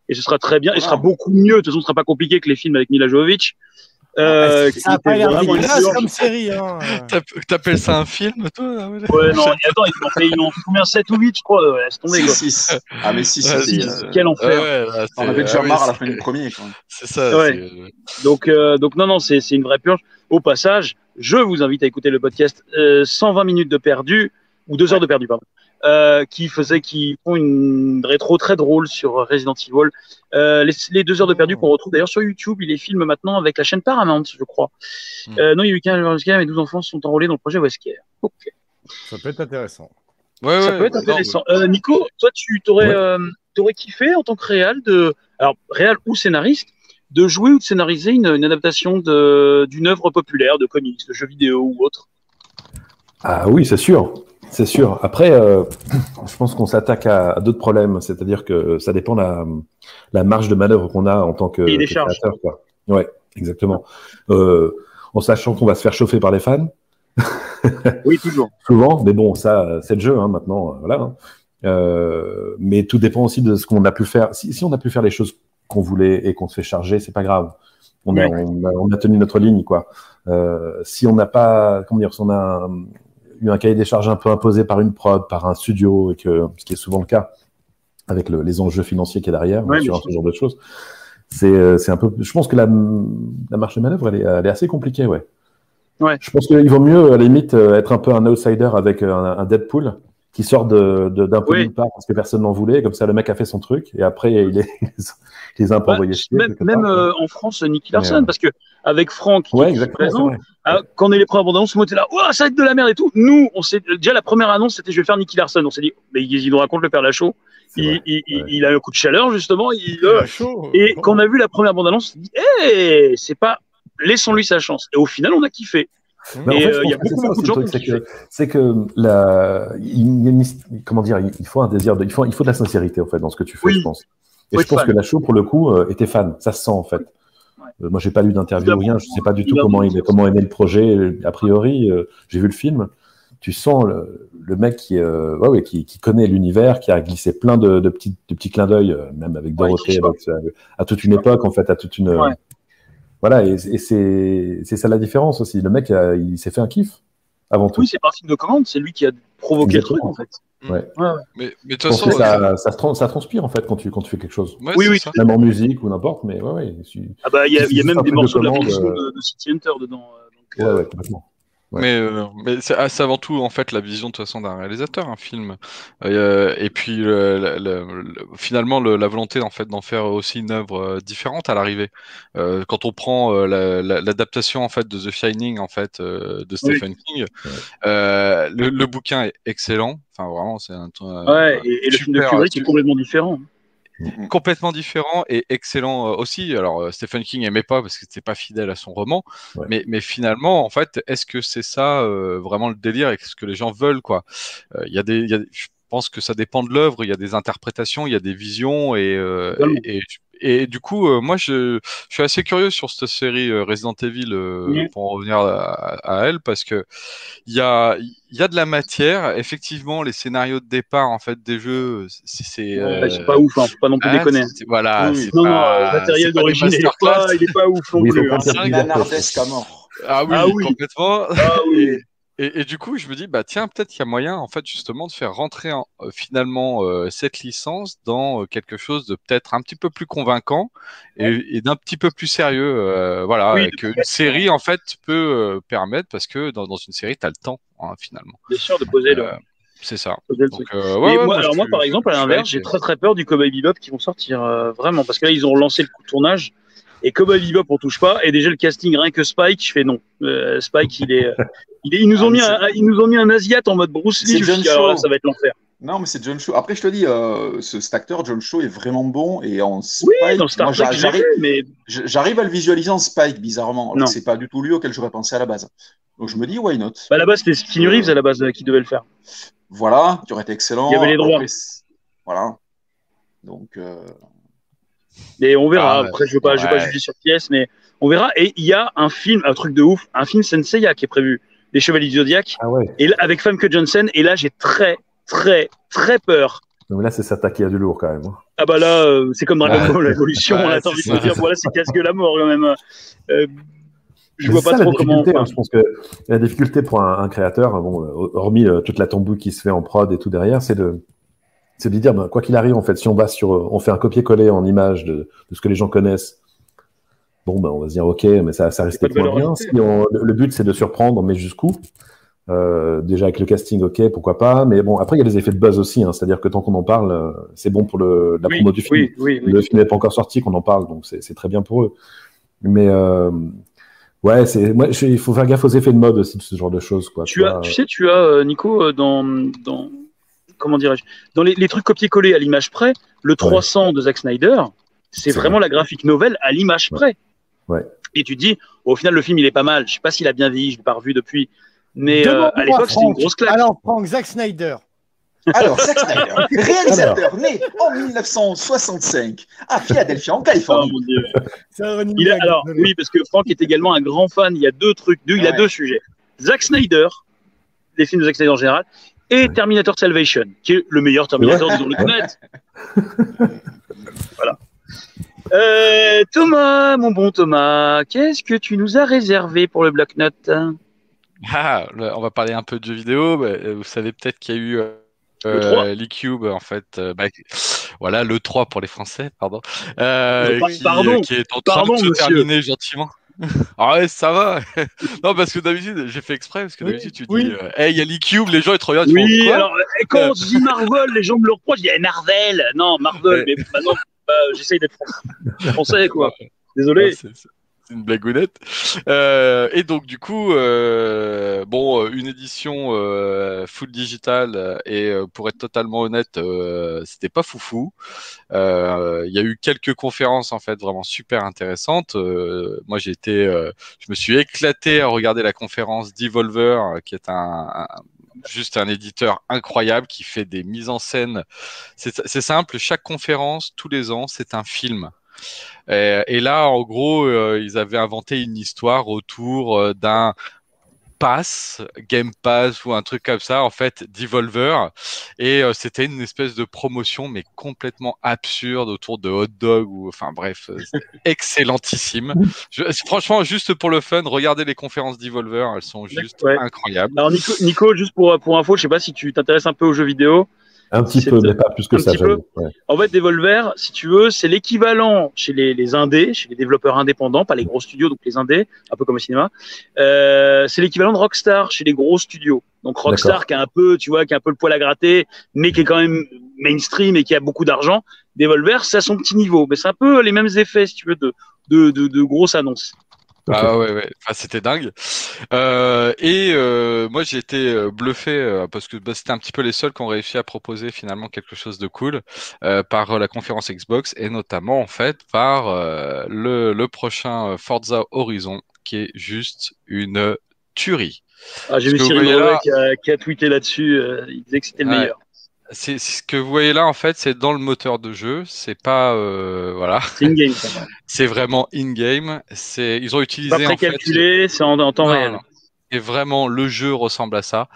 et ce sera très bien, et ce Voilà. sera beaucoup mieux. De toute façon, ce sera pas compliqué que les films avec Mila Jovovich. Euh, Ça n'a qui pas était l'air vraiment dégueulasse excellent. comme série. Hein. T'app- T'appelles ça un film, toi? Ouais, non, et attends, ils en ont fait, ils en ont fait combien, sept ou huit, je crois. Ouais, laisse tomber, quoi. six. Ah, mais si, Ouais, c'était. six. euh, Quel enfer. Ouais, là, On c'est- avait déjà ah ouais, marre à la c'est- fin du premier. Quoi. C'est ça. Ouais. c'est- Donc, euh, donc non, non, c'est c'est une vraie purge. Au passage, je vous invite à écouter le podcast euh, cent vingt minutes de perdu, ou deux heures de perdu, pardon, euh, qui faisait, qui font une rétro très drôle sur Resident Evil. Euh, les, les deux heures de perdu qu'on retrouve d'ailleurs sur YouTube, il les filme maintenant avec la chaîne Paramount, je crois. Mm. Euh, non, il y a eu quinze Wesker, mes douze enfants sont enrôlés dans le projet Wesker. Ok. Ça peut être intéressant. Ouais, Ça ouais, peut être non, intéressant. Euh, Nico, toi, tu t'aurais, Ouais. euh, t'aurais kiffé en tant que réal de, alors réal ou scénariste, de jouer ou de scénariser une, une adaptation de, d'une œuvre populaire, de comics, de jeux vidéo ou autre. Ah oui, c'est sûr. C'est sûr. Après, euh, je pense qu'on s'attaque à, à d'autres problèmes. C'est-à-dire que ça dépend la, la marge de manœuvre qu'on a en tant que, Et des que charges. créateur. Quoi. Ouais, exactement. Euh, en sachant qu'on va se faire chauffer par les fans, Oui, toujours. souvent. Mais bon, ça, c'est le jeu hein, maintenant. euh, Voilà. hein. Euh, mais tout dépend aussi de ce qu'on a pu faire. Si, si on a pu faire les choses qu'on voulait et qu'on se fait charger, c'est pas grave. On a, Oui. on a, on a tenu notre ligne, quoi. Euh, si on n'a pas, comment dire, si on a un- eu un cahier des charges un peu imposé par une prod, par un studio, et que, ce qui est souvent le cas avec le- les enjeux financiers qu'il y a derrière, Ouais, sur bien un ce genre de choses, c'est, euh, c'est un peu. Je pense que la, la marge de manœuvre, elle est, elle est assez compliquée, ouais. Ouais. Je pense qu'il vaut mieux, à la limite, euh, être un peu un outsider avec un, un Deadpool qui sort de, de, d'un peu Oui. nulle part parce que personne n'en voulait. Comme ça, le mec a fait son truc et après, il, est, il les a un peu Bah, envoyés chier. même quelque même part, euh, en France, Nicky Larson, Mais, euh, parce que avec Franck qui Ouais, est exactement. c'est présent, vrai. ah, quand on est les premières bandes annonces, on était là, oh, ça va être de la merde et tout. Nous, on s'est déjà la première annonce, c'était je vais faire Nicky Larson. On s'est dit, mais il il nous raconte le père Lachaud. C'est Il, vrai. il, il- Ouais. il a un coup de chaleur justement. Il, Il euh, a chaud. et quand on a vu la première bande annonce, on s'est dit, hé, c'est pas, laissons-lui sa chance. Et au final, on a kiffé. Mais en Et, fait, euh, je il y a pense que c'est beaucoup, ça beaucoup aussi de le gens truc, qui c'est ont que, c'est que la, il, y a une- comment dire, il faut un désir de, il faut, il faut de la sincérité en fait dans ce que tu fais, Oui. je pense. Et Faut je être pense fan. que Lachaud, pour le coup, euh, était fan. Ça se sent en fait. Ouais. Euh, moi, j'ai pas lu d'interview Il a ou rien. Je sais pas du il tout a comment beaucoup il est, comment est né le projet. A priori, euh, j'ai vu le film. Tu sens le, le mec qui, euh, ouais, ouais, qui, qui connaît l'univers, qui a glissé plein de, de petits, de petits clins d'œil, euh, même avec Ouais, il Dorothée, triche pas. avec, euh, à toute une époque en fait, à toute une. Ouais. Voilà, et, et c'est, c'est ça la différence aussi. Le mec, euh, il s'est fait un kiff avant tout. Oui, c'est pas un film de commande, c'est lui qui a provoqué Exactement. le truc en fait. Ouais. Ouais, ouais. Mais, mais de Je toute pense façon, que ça, ça, se trans- ça transpire en fait quand tu, quand tu fais quelque chose. ouais, Oui, c'est oui. ça. Même en musique ou n'importe, mais ouais, ouais. je- Ah bah il y a, C'est il y a juste même un des truc de morceaux de la commande, bande-son euh, de, de City Hunter dedans. euh, donc, Ouais, euh, ouais, complètement. Ouais. Mais, euh, mais c'est ah, c'est avant tout en fait la vision de toute façon d'un réalisateur, un film. Euh, et puis le, le- le- le- finalement le- la volonté en fait d'en faire aussi une œuvre euh, différente à l'arrivée. Euh, quand on prend euh, la- la- l'adaptation en fait de The Shining en fait euh, de Stephen King, Ouais. euh, le, le bouquin est excellent. Enfin vraiment c'est un euh, Ouais, et, et le film de super, Kubrick su- est complètement différent. complètement différent et excellent euh, aussi. Alors euh, Stephen King aimait pas parce que c'était pas fidèle à son roman, Ouais. mais mais finalement en fait est-ce que c'est ça euh, vraiment le délire et ce que les gens veulent quoi. Euh, Il y a des, il y a, je pense que ça dépend de l'œuvre. Il y a des interprétations, il y a des visions et euh, Totalement. et, et, et du coup euh, moi je, je suis assez curieux sur cette série euh, Resident Evil euh, Mhm. pour en revenir à, à elle parce que il y a il y a de la matière. Effectivement les scénarios de départ en fait des jeux c'est c'est Ouais, euh, ils sont pas ouf, hein, faut pas non plus ah, déconner. c'est- voilà, Oui, oui. c'est Non, non, pas, le matériel c'est pas des d'origine, il est masterclass. pas, il est pas ouf non Oui, ils sont plus. pas hein. très C'est liberté, nanardesque à mort. Ah oui, Ah oui. complètement. Ah oui. Et, et, et du coup, je me dis, bah tiens, peut-être qu'il y a moyen, en fait, justement, de faire rentrer en- euh, finalement euh, cette licence dans euh, quelque chose de peut-être un petit peu plus convaincant et, et d'un petit peu plus sérieux. euh, voilà, Oui, et qu'une série, en fait, peut euh, permettre, parce que dans, dans une série, tu as le temps, hein, finalement. Bien sûr de poser le, Euh, c'est ça. poser le Donc, truc. euh, ouais, Mais ouais, moi, je alors moi, suis- par exemple, à je suis l'inverse, j'ai hypé. très très peur du Cowboy Bebop qui vont sortir euh, vraiment, parce que là, ils ont relancé le coup de tournage. Et Cowboy Bebop, on touche pas. Et déjà le casting, rien que Spike, je fais non. Euh, Spike, il est, euh, il est, ils nous Ah, ont mais mis, un, ils nous ont mis un Asiate en mode Bruce Lee. C'est Je me John suis dit, alors là, Cho. ça va être l'enfer. Non, mais c'est John Cho. Après, je te dis, euh, ce, cet acteur, John Cho, est vraiment bon. Et en Oui, Spike, dans Star moi, Trek, j'a- je l'ai j'arrive, vu, mais j'- j'arrive à le visualiser en Spike, bizarrement. Alors non. que c'est pas du tout lui auquel j'aurais pensé à la base. Donc je me dis, why not? Bah, à la base, c'était Keanu Reeves à la base euh, qui devait le faire. Voilà, qui aurait été excellent. Il y avait les droits. Après, c'est- voilà. Donc, euh, Mais on verra. Ah ouais. Après, je veux pas, je veux pas Ouais. juger sur pièce, mais on verra. Et il y a un film, un truc de ouf, un film Senseiya qui est prévu, Les Chevaliers du Zodiac, Ah ouais. et là, avec Famke Janssen. Et là, j'ai très, très, très peur Donc là, c'est s'attaquer à du lourd quand même. Hein. Ah bah là, euh, c'est comme Dragon Ball, l'évolution. Ouais, on attend c'est envie de ça. dire, voilà, c'est casse-gueule à mort quand même. Euh, je Mais vois c'est pas ça, trop la comment. difficulté, hein. enfin, Je pense que la difficulté pour un, un créateur, bon, euh, hormis euh, toute la tambouille qui se fait en prod et tout derrière, c'est de, c'est de dire, ben, quoi qu'il arrive, en fait, si on va sur, euh, on fait un copier-coller en image de, de ce que les gens connaissent, bon, ben, on va se dire, ok, mais ça, ça risque pas de d'être moins valeur bien. ajoutée. Si on, le, le but, c'est de surprendre, mais jusqu'où? Euh, déjà avec le casting, ok, pourquoi pas. Mais bon, après, il y a des effets de buzz aussi, hein, c'est-à-dire que tant qu'on en parle, euh, c'est bon pour le, la oui, promo du film. oui, oui, oui. Le film n'est pas encore sorti, qu'on en parle, donc c'est c'est très bien pour eux. Mais euh, ouais, c'est, moi, je- il faut faire gaffe aux effets de mode aussi de ce genre de choses, quoi. Tu as, vois. tu sais, tu as euh, Nico euh, dans, dans comment dirais-je, dans les, les trucs copier-coller à l'image près, le trois cents de Zack Snyder, c'est C'est vraiment vrai. la graphique novel à l'image Ouais. près. Ouais. Et tu te dis, au final, le film il est pas mal. Je sais pas s'il a bien vieilli, je l'ai pas revu depuis, mais euh, Demande-moi, à l'époque c'était une Franck. grosse claque. Alors, Franck, Zack Snyder. Alors, Zack Snyder, réalisateur né en mille neuf cent soixante-cinq à Philadelphia, en Oh Californie. mon Dieu. C'est un running Il a, gag, alors désolé. oui, parce que Franck est également un grand fan. Il y a deux trucs, deux, il a Ouais. deux sujets. Zack Snyder, les films de Zack Snyder en général, et Ouais. Terminator Salvation, qui est le meilleur Terminator, disons-le tout net. Voilà. Euh, Thomas, mon bon Thomas, qu'est-ce que tu nous as réservé pour le bloc-notes? Ah, le- on va parler un peu de jeux vidéo. Bah, euh, vous savez peut-être qu'il y a eu euh, Le trois. euh, l'E-Cube, en fait. euh, bah, voilà, le trois pour les Français, pardon. Euh, Par- qui, pardon, qui est en train pardon, de se monsieur. terminer gentiment. Ah ouais, ça va. Non, parce que d'habitude, j'ai fait exprès, parce que Oui, d'habitude, tu dis, oui. euh, hey, il y a l'E-Cube, les gens, ils te regardent, ils font Oui, quoi? alors et quand on se dit Marvel, les gens me le reprochent. Je dis eh, Marvel, non Marvel, Ouais. mais maintenant bah, j'essaye d'être français, français quoi. Ouais, Désolé. c'est c'est- c'est une blagounette. Euh, et donc, du coup, euh, bon, euh, une édition euh, full digital, euh, et euh, pour être totalement honnête, euh, c'était pas foufou. Euh, Il y a eu quelques conférences en fait vraiment super intéressantes. Euh, moi, j'ai été, euh, je me suis éclaté à regarder la conférence d'Evolver, euh, qui est un, un- juste un éditeur incroyable qui fait des mises en scène. C'est c'est simple, chaque conférence tous les ans, c'est un film. Et, et là, en gros, euh, ils avaient inventé une histoire autour euh, d'un Pass, Game Pass ou un truc comme ça, en fait, d'Evolver. Et euh, c'était une espèce de promotion, mais complètement absurde autour de hot dog ou, enfin bref, euh, c'était excellentissime. Je, franchement, juste pour le fun, regardez les conférences d'Evolver, elles sont juste Ouais. incroyables. Alors Nico, Nico, juste pour pour info, je sais pas si tu t'intéresses un peu aux jeux vidéo. Un petit C'est peu, peut- mais pas plus que un ça, petit peu. j'avoue. Ouais. En fait, Devolver, si tu veux, c'est l'équivalent chez les, les indés, chez les développeurs indépendants, pas les gros studios, donc les indés, un peu comme au cinéma. Euh, c'est l'équivalent de Rockstar chez les gros studios. Donc Rockstar D'accord. qui a un peu, tu vois, qui a un peu le poil à gratter, mais qui est quand même mainstream et qui a beaucoup d'argent. Devolver, c'est à son petit niveau, mais c'est un peu les mêmes effets, si tu veux, de de de, de grosses annonces. Ok. Ah ouais, ouais. Enfin, c'était dingue. Euh, et euh, moi, j'ai été euh, bluffé euh, parce que bah, c'était un petit peu les seuls qui ont réussi à proposer finalement quelque chose de cool euh, par euh, la conférence Xbox et notamment en fait par euh, le, le prochain euh, Forza Horizon qui est juste une tuerie. Ah, j'ai Ce vu que vous Cyril voyez Brevet là, qui a, qui a tweeté là-dessus, euh, il disait que c'était le ouais, meilleur. c'est c'est ce que vous voyez là en fait, c'est dans le moteur de jeu, c'est pas euh, voilà, C'est in-game, ça. c'est vraiment in-game. C'est ils ont Pas utilisé en fait. précalculé, c'est en, en temps Non, réel. non. Et vraiment, le jeu ressemble à ça.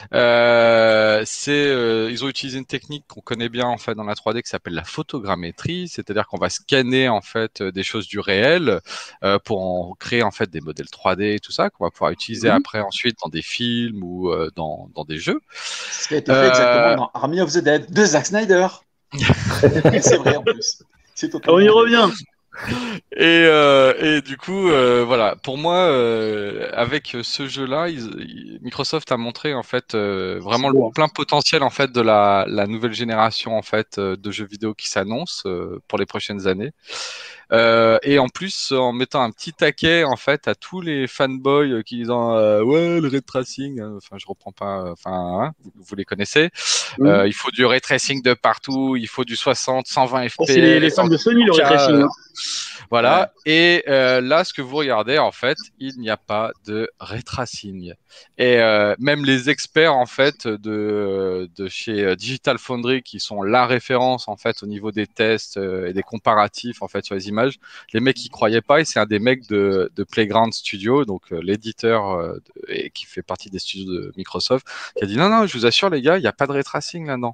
Euh, c'est, euh, ils ont utilisé une technique qu'on connaît bien en fait dans la trois D qui s'appelle la photogrammétrie, c'est-à-dire qu'on va scanner en fait euh, des choses du réel euh, pour en créer en fait des modèles trois D et tout ça qu'on va pouvoir utiliser Mhm. après ensuite dans des films ou euh, dans, dans des jeux. Ce qui a été fait Euh, exactement dans Army of the Dead de Zack Snyder. C'est vrai en plus. C'est totalement On y vrai. revient. Et, euh, et du coup, euh, voilà, pour moi, euh, avec ce jeu-là, ils- ils- Microsoft a montré en fait euh, vraiment C'est le beau, hein. plein potentiel en fait de la, la nouvelle génération en fait euh, de jeux vidéo qui s'annonce euh, pour les prochaines années. Euh, et en plus, en mettant un petit taquet en fait à tous les fanboys euh, qui disent euh, ouais le ray tracing, hein, enfin je reprends pas, euh, enfin hein, vous, vous les connaissez. Mhm. Euh, il faut du ray tracing de partout, il faut du soixante, cent vingt Ça, c'est les, les F P S. fans de Sony, le ray tracing. hein. Voilà. Et euh, là, ce que vous regardez, en fait, il n'y a pas de ray tracing. Et euh, même les experts, en fait, de, de chez euh, Digital Foundry, qui sont la référence, en fait, au niveau des tests euh, et des comparatifs, en fait, sur les images, les mecs qui croyaient pas, et c'est un des mecs de, de Playground Studio, donc euh, l'éditeur euh, de- et qui fait partie des studios de Microsoft, qui a dit non, non, je vous assure, les gars, il n'y a pas de ray tracing là-dedans.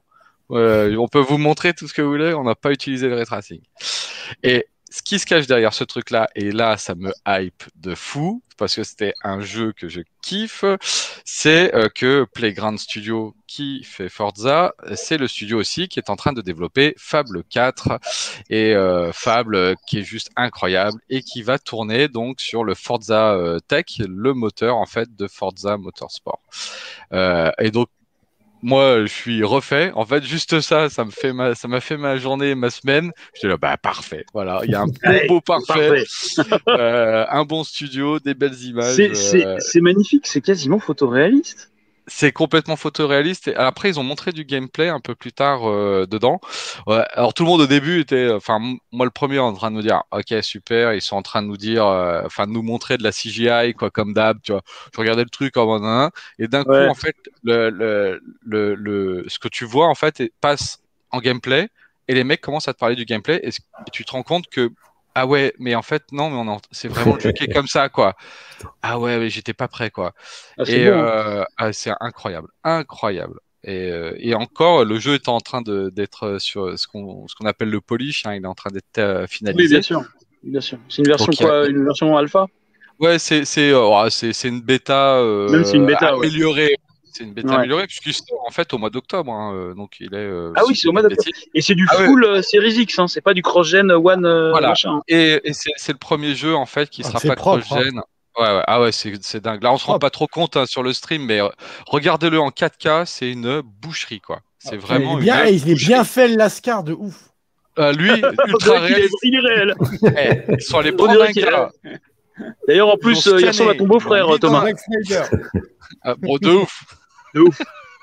Ouais, on peut vous montrer tout ce que vous voulez, on n'a pas utilisé le ray tracing. Et ce qui se cache derrière ce truc-là, et là, ça me hype de fou, parce que c'était un jeu que je kiffe, c'est euh, que Playground Studio, qui fait Forza, c'est le studio aussi qui est en train de développer Fable quatre, et euh, Fable qui est juste incroyable, et qui va tourner donc sur le Forza euh, Tech, le moteur en fait de Forza Motorsport. Euh, et donc, moi, je suis refait. En fait, juste ça, ça me fait ma, ça m'a fait ma journée, ma semaine. J'étais là, bah parfait. Voilà, il y a un Ouais, beau parfait, parfait. euh, un bon studio, des belles images. C'est, euh, c'est, c'est magnifique, c'est quasiment photoréaliste. C'est complètement photoréaliste. Et après, ils ont montré du gameplay un peu plus tard euh, dedans. Ouais, alors tout le monde au début était, enfin m- moi le premier en train de me dire, ok super, ils sont en train de nous dire, euh, enfin de nous montrer de la C G I quoi, comme d'hab, tu vois. Je regardais le truc en mode, hein, et d'un coup Ouais. en fait, le, le, le, le, ce que tu vois en fait est- passe en gameplay, et les mecs commencent à te parler du gameplay, et, ce- et tu te rends compte que ah ouais, mais en fait non, mais on en- c'est vraiment le jeu qui est comme ça quoi. Ah ouais, mais j'étais pas prêt quoi. Ah, c'est Et beau, hein. euh, ah, c'est incroyable, incroyable. Et, euh, et encore, le jeu est en train de d'être sur ce qu'on ce qu'on appelle le polish, hein, il est en train d'être euh, Oui, finalisé. bien sûr. Bien sûr. C'est une version Donc il y a- quoi? Une version alpha? ouais, c'est c'est euh, ouais, c'est c'est une bêta Même si c'est une euh, bêta, ouais. améliorée. C'est une bêta Ouais. améliorée puisqu'il sort en fait au mois d'octobre, hein, euh, donc il est. euh, Ah si oui, je c'est dis au pas mois de d'octobre. bêtises. Et c'est du Ah ouais. full euh, Series X, hein. C'est pas du cross-gen One euh, Voilà. machin. Et, et c'est c'est le premier jeu en fait qui Ah, sera c'est pas propre, cross-gen. Ouais, ouais. Ah ouais, c'est c'est dingue. Là, on se rend Propre. pas trop compte hein, sur le stream, mais euh, regardez-le en quatre K, c'est une boucherie quoi. C'est Il est vraiment une bien, il est boucherie. bien fait le Lascar de ouf. Euh, lui, On ultra dirait qu'il est, réaliste. il est réel. Eh, ils sont allés On prendre dirait un qu'il est gars. D'ailleurs, en Ils plus, ont euh, il ressemble à scanné, ton ils beau-frère, l'ont mis Thomas. dans- Zack Snyder. Ah, bon, de ouf. De ouf.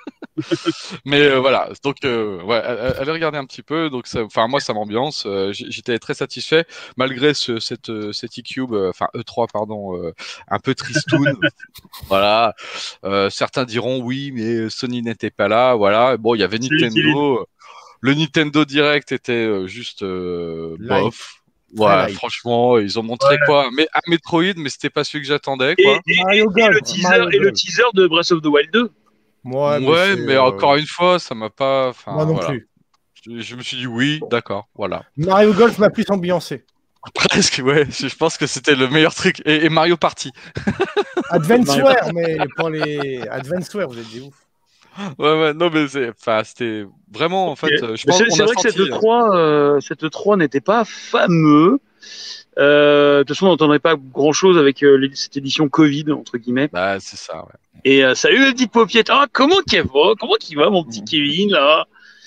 Mais euh, voilà, donc euh, ouais, allez allez regarder un petit peu. Donc, ça- enfin moi, ça m'ambiance. Euh, j- J'étais très satisfait malgré ce, cette euh, cette E-Cube, euh, enfin E trois pardon, euh, un peu tristoun. Voilà. Euh, certains diront oui, mais Sony n'était pas là. Voilà. Bon, il y avait C'est utile. Nintendo. Le Nintendo Direct était euh, juste euh, Light. bof. Très Ouais, light. franchement, ils ont montré quoi? Mais un Metroid, mais c'était pas celui que j'attendais, Et, quoi. et- Mario et le Golf. teaser, Mario et le Golf. teaser de Breath of the Wild deux. Ouais, mais, Ouais, c'est, mais euh, encore une fois, ça m'a pas. Enfin, moi non voilà. plus. Je, je me suis dit oui, d'accord, voilà. Mario Golf m'a plus ambiancé. Presque, ouais. Je, je pense que c'était le meilleur truc. Et, et Mario Party. Advanceware, mais pour les Advanceware, vous êtes des ouf. Ouais, ouais, non, mais c'est, enfin, c'était vraiment, en fait, Ok. euh, je Mais pense C'est qu'on c'est a vrai que senti. cette E trois, euh, cette E trois n'était pas fameux. Euh, de toute façon, on n'entendrait pas grand-chose avec euh, les- cette édition Covid, entre guillemets. Bah, c'est ça, ouais. Et euh, salut les petites paupiètes. Ah, comment qu'il va? Comment qu'il va, mon petit Kevin, là?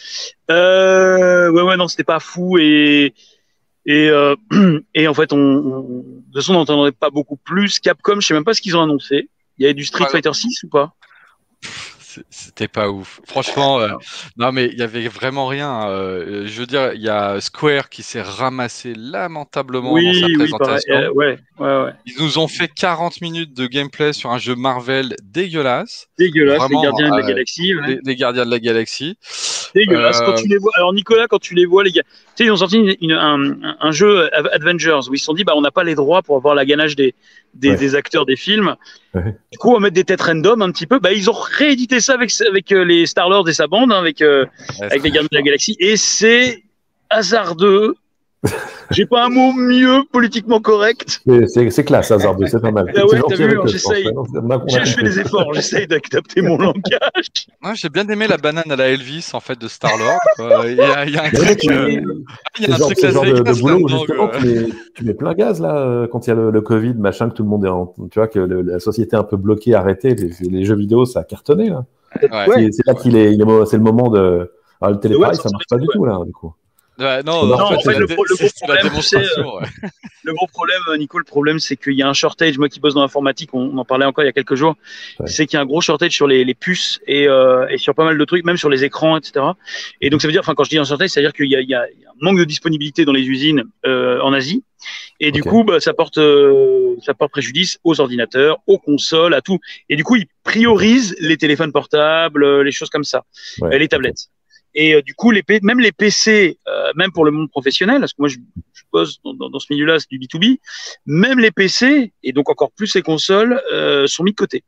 Euh, ouais, ouais, non, c'était pas fou. Et, et, euh, et en fait, on, on- de toute façon, on n'entendrait pas beaucoup plus. Capcom, je sais même pas ce qu'ils ont annoncé. Il y avait du Street Ouais. Fighter six ou pas? C'est- C'était pas ouf. Franchement, euh, non, mais il y avait vraiment rien. euh, je veux dire, il y a Square qui s'est ramassé lamentablement dans sa Oui, oui, pareil. présentation. Euh, ouais, ouais, ouais. Ils nous ont fait quarante minutes de gameplay sur un jeu Marvel dégueulasse. Dégueulasse, Vraiment, les gardiens de la euh, galaxie. Ouais. Les, les Gardiens de la Galaxie. Dégueulasse. Euh, Quand tu les vois, alors Nicolas, quand tu les vois, les gars, tu sais, ils ont sorti une- une- un, un jeu Av- Avengers où ils se sont dit, bah, on n'a pas les droits pour avoir la ganache des, des, Ouais. des acteurs des films. Ouais. Du coup, on va mettre des têtes random un petit peu. Bah, ils ont réédité ça avec, avec euh, les Star-Lord et sa bande, hein, avec, euh, ouais, avec les Gardiens de la Galaxie. Et c'est hasardeux. J'ai pas un mot mieux politiquement correct. C'est- C'est c'est classe, Hazardeux, c'est pas mal. Ah ouais, C'est t'as gentil vu, avec alors eux, j'essaye. franchement. On a- on a Je, je fais compris. des efforts, j'essaye d'adapter mon langage. Ouais, j'ai bien aimé la banane à la Elvis en fait de Star Lord. Il y, a- il y a un Mais ouais, truc, tu- euh, il y C'est a un genre, truc c'est Las le genre de, de Vegas boulot où là-dedans, justement quoi. tu mets, tu mets plein gaz là euh, quand il y a le, le Covid, machin, que tout le monde est en, tu vois que le- la société est un peu bloquée, arrêtée, les, les jeux vidéo ça a cartonné là. Ouais. C'est- C'est là qu'il est, il est mo- c'est le moment de. Alors, le télétravail Ouais, ça marche pas du ouais. tout là du coup. Ouais, non, Non, en en fait, fait, c'est la, le dé- pro- le c'est- gros c'est la problème, c'est, démonstration. ouais. Le gros problème, Nico, le problème, c'est qu'il y a un shortage. Moi qui bosse dans l'informatique, on, on en parlait encore il y a quelques jours. Ouais. C'est qu'il y a un gros shortage sur les, les puces et, euh, et sur pas mal de trucs, même sur les écrans, et cetera. Et donc ça veut dire, enfin, quand je dis un shortage, c'est-à-dire qu'il y a, il y a, il y a un manque de disponibilité dans les usines euh, en Asie. Et du Ok. coup, bah, ça porte, euh, ça porte préjudice aux ordinateurs, aux consoles, à tout. Et du coup, ils priorisent les téléphones portables, euh, les choses comme ça, Ouais, euh, les tablettes. Et euh, du coup, les P- même les P C, euh, même pour le monde professionnel, parce que moi je, je bosse dans, dans, dans ce milieu-là, c'est du B deux B, même les P C, et donc encore plus les consoles, euh, sont mis de côté.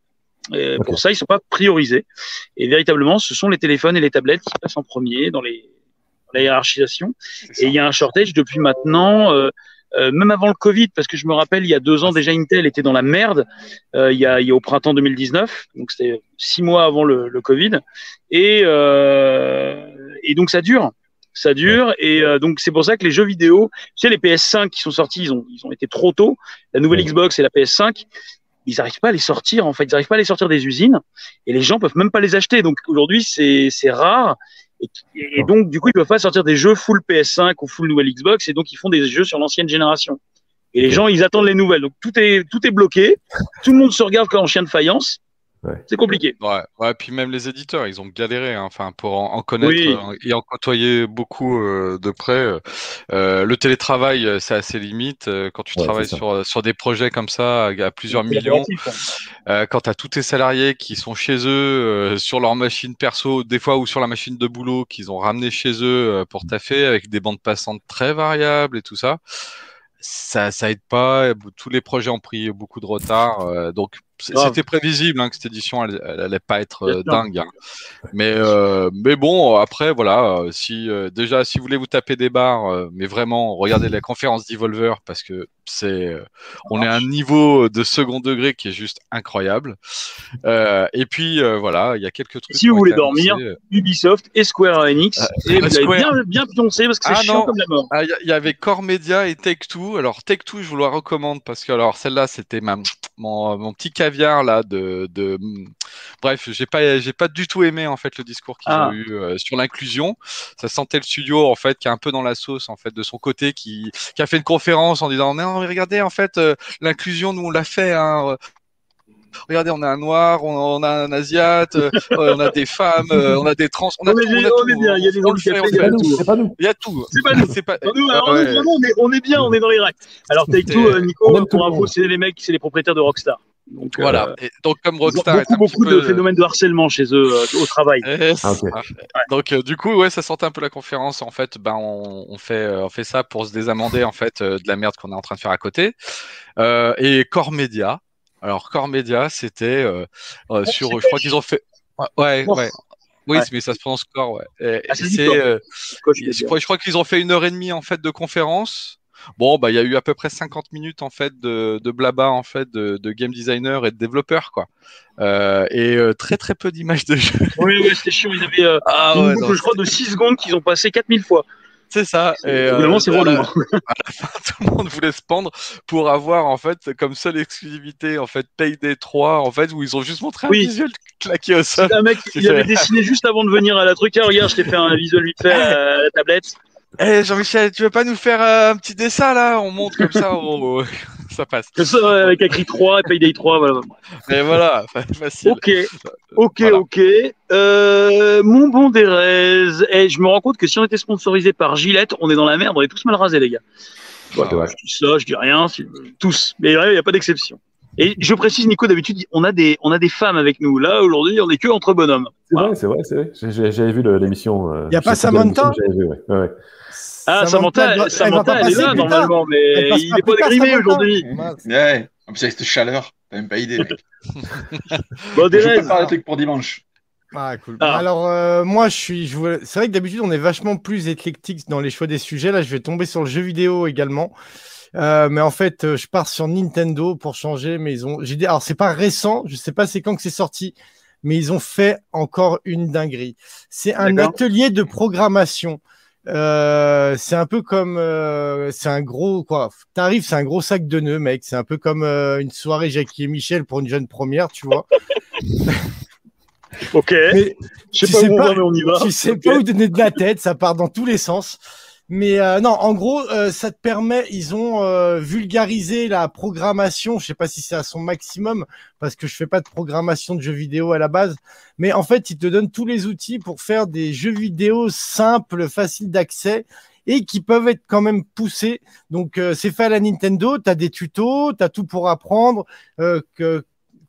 Et Ok. pour ça, ils sont pas priorisés. Et véritablement, ce sont les téléphones et les tablettes qui passent en premier dans les dans la hiérarchisation. C'est Et il y a un shortage depuis maintenant, euh, euh, même avant le Covid, parce que je me rappelle, il y a deux ans déjà, Intel était dans la merde. Euh, il y a, il y a au printemps deux mille dix-neuf, donc c'était six mois avant le, le Covid. Et euh, et donc ça dure. Ça dure et euh, donc c'est pour ça que les jeux vidéo, tu sais les P S cinq qui sont sortis, ils ont ils ont été trop tôt. La nouvelle Ouais. Xbox et la P S cinq, ils n'arrivent pas à les sortir en fait, ils n'arrivent pas à les sortir des usines et les gens peuvent même pas les acheter. Donc aujourd'hui c'est c'est rare et, et donc du coup ils peuvent pas sortir des jeux full P S cinq ou full nouvelle Xbox et donc ils font des jeux sur l'ancienne génération. Et les Ok. gens ils attendent les nouvelles. Donc tout est tout est bloqué, tout le monde se regarde comme en chien de faïence. Ouais. C'est compliqué. Ouais, ouais, puis même les éditeurs, ils ont galéré, hein, enfin, pour en, en connaître Oui. euh, et en côtoyer beaucoup euh, de près. euh, euh, le télétravail, euh, c'est assez limite. euh, quand tu Ouais, travailles c'est ça. sur, sur des projets comme ça, à plusieurs millions, Collaboratif, hein. euh, quand tu as tous tes salariés qui sont chez eux, euh, sur leur machine perso, des fois, ou sur la machine de boulot qu'ils ont ramené chez eux euh, pour taffer, avec des bandes passantes très variables et tout ça, ça, ça aide pas. Tous les projets ont pris beaucoup de retard. euh, donc, c- Grave. c'était prévisible hein, que cette édition, elle, elle allait pas être Bien euh, sûr. dingue. hein. Mais, euh, mais bon, après, voilà, euh, si euh, déjà, si vous voulez vous taper des barres, euh, mais vraiment, regardez la conférence d'Evolver parce que c'est, euh, on est à un niveau de second degré qui est juste incroyable. Euh, et puis, euh, voilà, il y a quelques Et trucs si qui vous ont voulez été annoncés. dormir, Ubisoft et Square Enix, Euh, et vous avez Square. bien, bien pioncé parce que c'est Ah chiant non, comme la mort. Ah, Il y, a- il y avait Core Media et Take-Two. Alors Take-Two, je vous la recommande parce que alors celle-là, c'était ma, mon, mon petit caviar là de, de... Bref, j'ai pas j'ai pas du tout aimé en fait le discours qu'ils ont Ah, eu euh, sur l'inclusion. Ça sentait le studio en fait qui est un peu dans la sauce en fait de son côté, qui, qui a fait une conférence en disant non mais regardez en fait euh, l'inclusion nous on l'a fait. Hein. Regardez, on a un noir, on, on a un asiate, euh, on a des femmes, euh, on a des trans, on a on, est, tout, on a bien- on tout. est bien, il y a des on le fait, handicapés, on il y C'est a pas fait. nous, tout. c'est pas nous. Il y a tout. C'est pas nous. C'est pas. Non, nous, Ouais, alors, nous, ouais. vraiment, on est, on est bien, on est dans les racks. Alors, Take Two, euh, On Nico, aime tout pour le info, monde. c'est les mecs, c'est les propriétaires de Rockstar. Donc, Voilà. euh, Et donc comme ils ont Rockstar est beaucoup, un petit beaucoup de peu. phénomènes de harcèlement chez eux euh, au travail. Yes. Ah, ok. Donc euh, du coup ouais ça sentait un peu la conférence en fait ben on, on fait euh, on fait ça pour se désamender en fait euh, de la merde qu'on est en train de faire à côté euh, et Core Media alors Core Media c'était euh, euh, sur je crois qu'ils ont fait ouais ouais, Corse. ouais. Oui, Ouais. mais ça se prononce Core ouais. Et, Ah, ça et se dit c'est Corse. euh, Coach, je veux je dire. crois je crois qu'ils ont fait une heure et demie en fait de conférence. Bon bah il y a eu à peu près cinquante minutes en fait de, de blabla en fait de, de game designer et de développeurs quoi. Euh, et euh, très très peu d'images de jeu. Oui, oui, c'était chiant. Ils avaient euh, Ah une ouais, boucle, non, je crois, de six secondes qu'ils ont passé quatre mille fois. c'est ça. Et Au bout d'un moment, euh, c'est à relou. la, hein. à la fin, tout le monde voulait se pendre pour avoir en fait comme seule exclusivité en fait Payday trois en fait où ils ont juste montré un Oui. visuel claqué au sol. Un mec, J'ai il avait fait, dessiné juste avant de venir à la truc. Ah, regarde, je t'ai fait un visuel vite fait à la tablette. Eh Jean-Michel, tu veux pas nous faire euh, un petit dessin là? On monte comme ça, on- ça passe. Comme ça, ouais, avec écrit trois, Payday trois, voilà. Mais voilà, fa- facile. Ok, ok, Voilà. ok. Euh, mon bon Derez, eh, je me rends compte que si on était sponsorisé par Gillette, on est dans la merde, on est tous mal rasés, les gars. Ah, C'est vrai. Je dis ça, je dis rien, si- tous. Mais il n'y a pas d'exception. Et je précise, Nico, d'habitude, on a des, on a des femmes avec nous. Là, aujourd'hui, on est que entre bonhommes. C'est Voilà. vrai, c'est vrai, c'est vrai. J'ai- j'ai- J'avais vu le- l'émission. euh, Y a je pas sais plus quelle Samantha émission, J'avais vu, ouais. Ouais, ouais. Ah, Samantha, elle doit- Samantha, va elle, pas est passer là plus tard. normalement, mais Elle passe il pas n'est pas plus tard, dégrimé Samantha. aujourd'hui. Mince. Ouais, en plus avec cette chaleur, t'as même pas idée, mec. Bon, Je Derez, prépare des trucs pour dimanche. Ah, cool. Ah. Alors, euh, moi, je suis. Je voulais- C'est vrai que d'habitude, on est vachement plus éclectique dans les choix des sujets. Là, je vais tomber sur le jeu vidéo également. Euh, mais en fait, euh, je pars sur Nintendo pour changer. Mais ils ont. J'ai dit. Alors, c'est pas récent. Je sais pas c'est quand que c'est sorti. Mais ils ont fait encore une dinguerie. C'est un D'accord. atelier de programmation. Euh, c'est un peu comme. euh, c'est un gros. Quoi. T'arrives, c'est un gros sac de nœuds, mec. C'est un peu comme euh, une soirée Jackie et Michel pour une jeune première, tu vois. ok. Mais Je sais tu pas sais où on pas- va, mais on y va. tu sais Ok. pas où donner de la tête, ça part dans tous les sens. Mais euh, non, en gros, euh, ça te permet, ils ont euh, vulgarisé la programmation, je sais pas si c'est à son maximum, parce que je fais pas de programmation de jeux vidéo à la base, mais en fait, ils te donnent tous les outils pour faire des jeux vidéo simples, faciles d'accès, et qui peuvent être quand même poussés. Donc, euh, c'est fait à la Nintendo, tu as des tutos, tu as tout pour apprendre, euh, que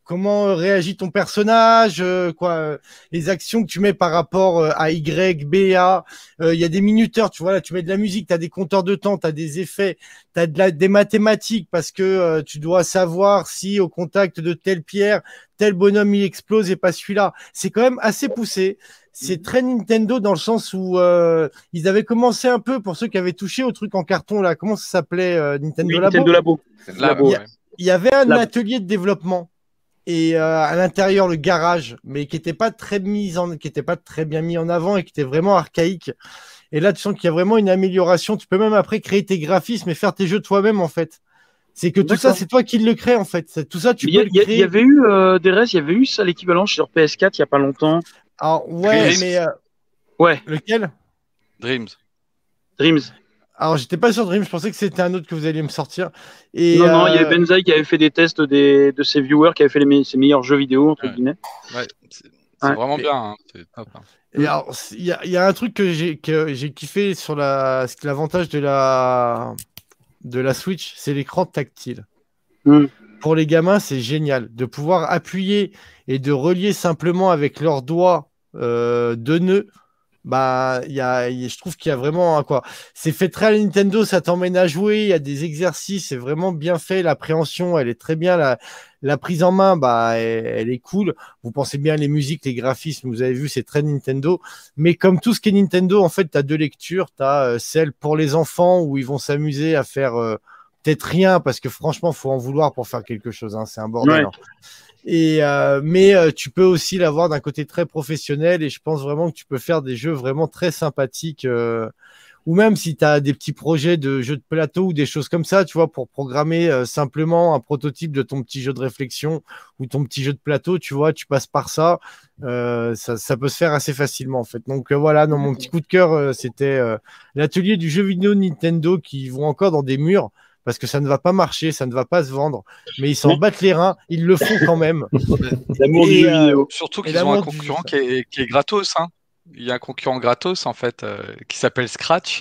comment réagit ton personnage, euh, quoi, euh, les actions que tu mets par rapport euh, à Y, B, A. Il euh, y a des minuteurs, tu vois, là, tu mets de la musique, tu as des compteurs de temps, tu as des effets, tu as de la, des mathématiques parce que euh, tu dois savoir si au contact de telle pierre, tel bonhomme il explose et pas celui-là. C'est quand même assez poussé. C'est très Nintendo dans le sens où euh, ils avaient commencé un peu, pour ceux qui avaient touché au truc en carton, là, comment ça s'appelait euh, Nintendo Oui, Labo. Nintendo Labo. Labo, Il y, a- ouais. il y avait un Labo. atelier de développement et euh, à l'intérieur le garage, mais qui était pas très mis en, qui était pas très bien mis en avant et qui était vraiment archaïque. Et là, tu sens qu'il y a vraiment une amélioration. Tu peux même après créer tes graphismes et faire tes jeux toi-même en fait. C'est que tout ça, D'accord. c'est toi qui le crée en fait. C'est- Tout ça, tu Il y, peux a- le il y a- il créer. y avait eu euh, des restes, il y avait eu ça l'équivalent sur P S quatre il y a pas longtemps. Alors ouais, Dreams. mais euh, Ouais, lequel? Dreams. Dreams. Alors j'étais pas sur Dream, je pensais que c'était un autre que vous alliez me sortir. Et non, non, il y euh, avait Benzaï qui avait fait des tests des, de ses viewers, qui avait fait les me- ses meilleurs jeux vidéo, entre Ouais. guillemets. Ouais, c'est c'est Ouais. vraiment Mais- bien. Hein. C'est top. Hein. Et alors, il y a, il y a un truc que j'ai que j'ai kiffé sur la, c'est que l'avantage de la de la Switch, c'est l'écran tactile. Mm. Pour les gamins, c'est génial de pouvoir appuyer et de relier simplement avec leurs doigts euh, deux nœuds. Bah, il y a, il y a- je trouve qu'il y a vraiment un quoi. C'est fait très à la Nintendo, ça t'emmène à jouer. Il y a des exercices, c'est vraiment bien fait. L'appréhension, elle est très bien. La, la prise en main, bah, elle, elle est cool. Vous pensez bien les musiques, les graphismes, vous avez vu, c'est très Nintendo. Mais comme tout ce qui est Nintendo, en fait, tu as deux lectures. Tu as celle pour les enfants où ils vont s'amuser à faire euh, peut-être rien parce que franchement, faut en vouloir pour faire quelque chose. Hein, c'est un bordel. Ouais. Hein. Et euh, mais euh, tu peux aussi l'avoir d'un côté très professionnel et je pense vraiment que tu peux faire des jeux vraiment très sympathiques euh, ou même si tu as des petits projets de jeux de plateau ou des choses comme ça, tu vois, pour programmer euh, simplement un prototype de ton petit jeu de réflexion ou ton petit jeu de plateau, tu vois, tu passes par ça, euh, ça, ça peut se faire assez facilement en fait. Donc euh, voilà, non, mon petit coup de cœur, euh, c'était euh, l'atelier du jeu vidéo Nintendo qui vont encore dans des murs parce que ça ne va pas marcher, ça ne va pas se vendre, mais ils s'en Mais- battent les reins, ils le font quand même. L'amour du Et, jeu euh, vidéo. Surtout Et qu'ils ont l'amour un du- concurrent qui est, qui est gratos. Hein. Il y a un concurrent gratos en fait euh, qui s'appelle Scratch.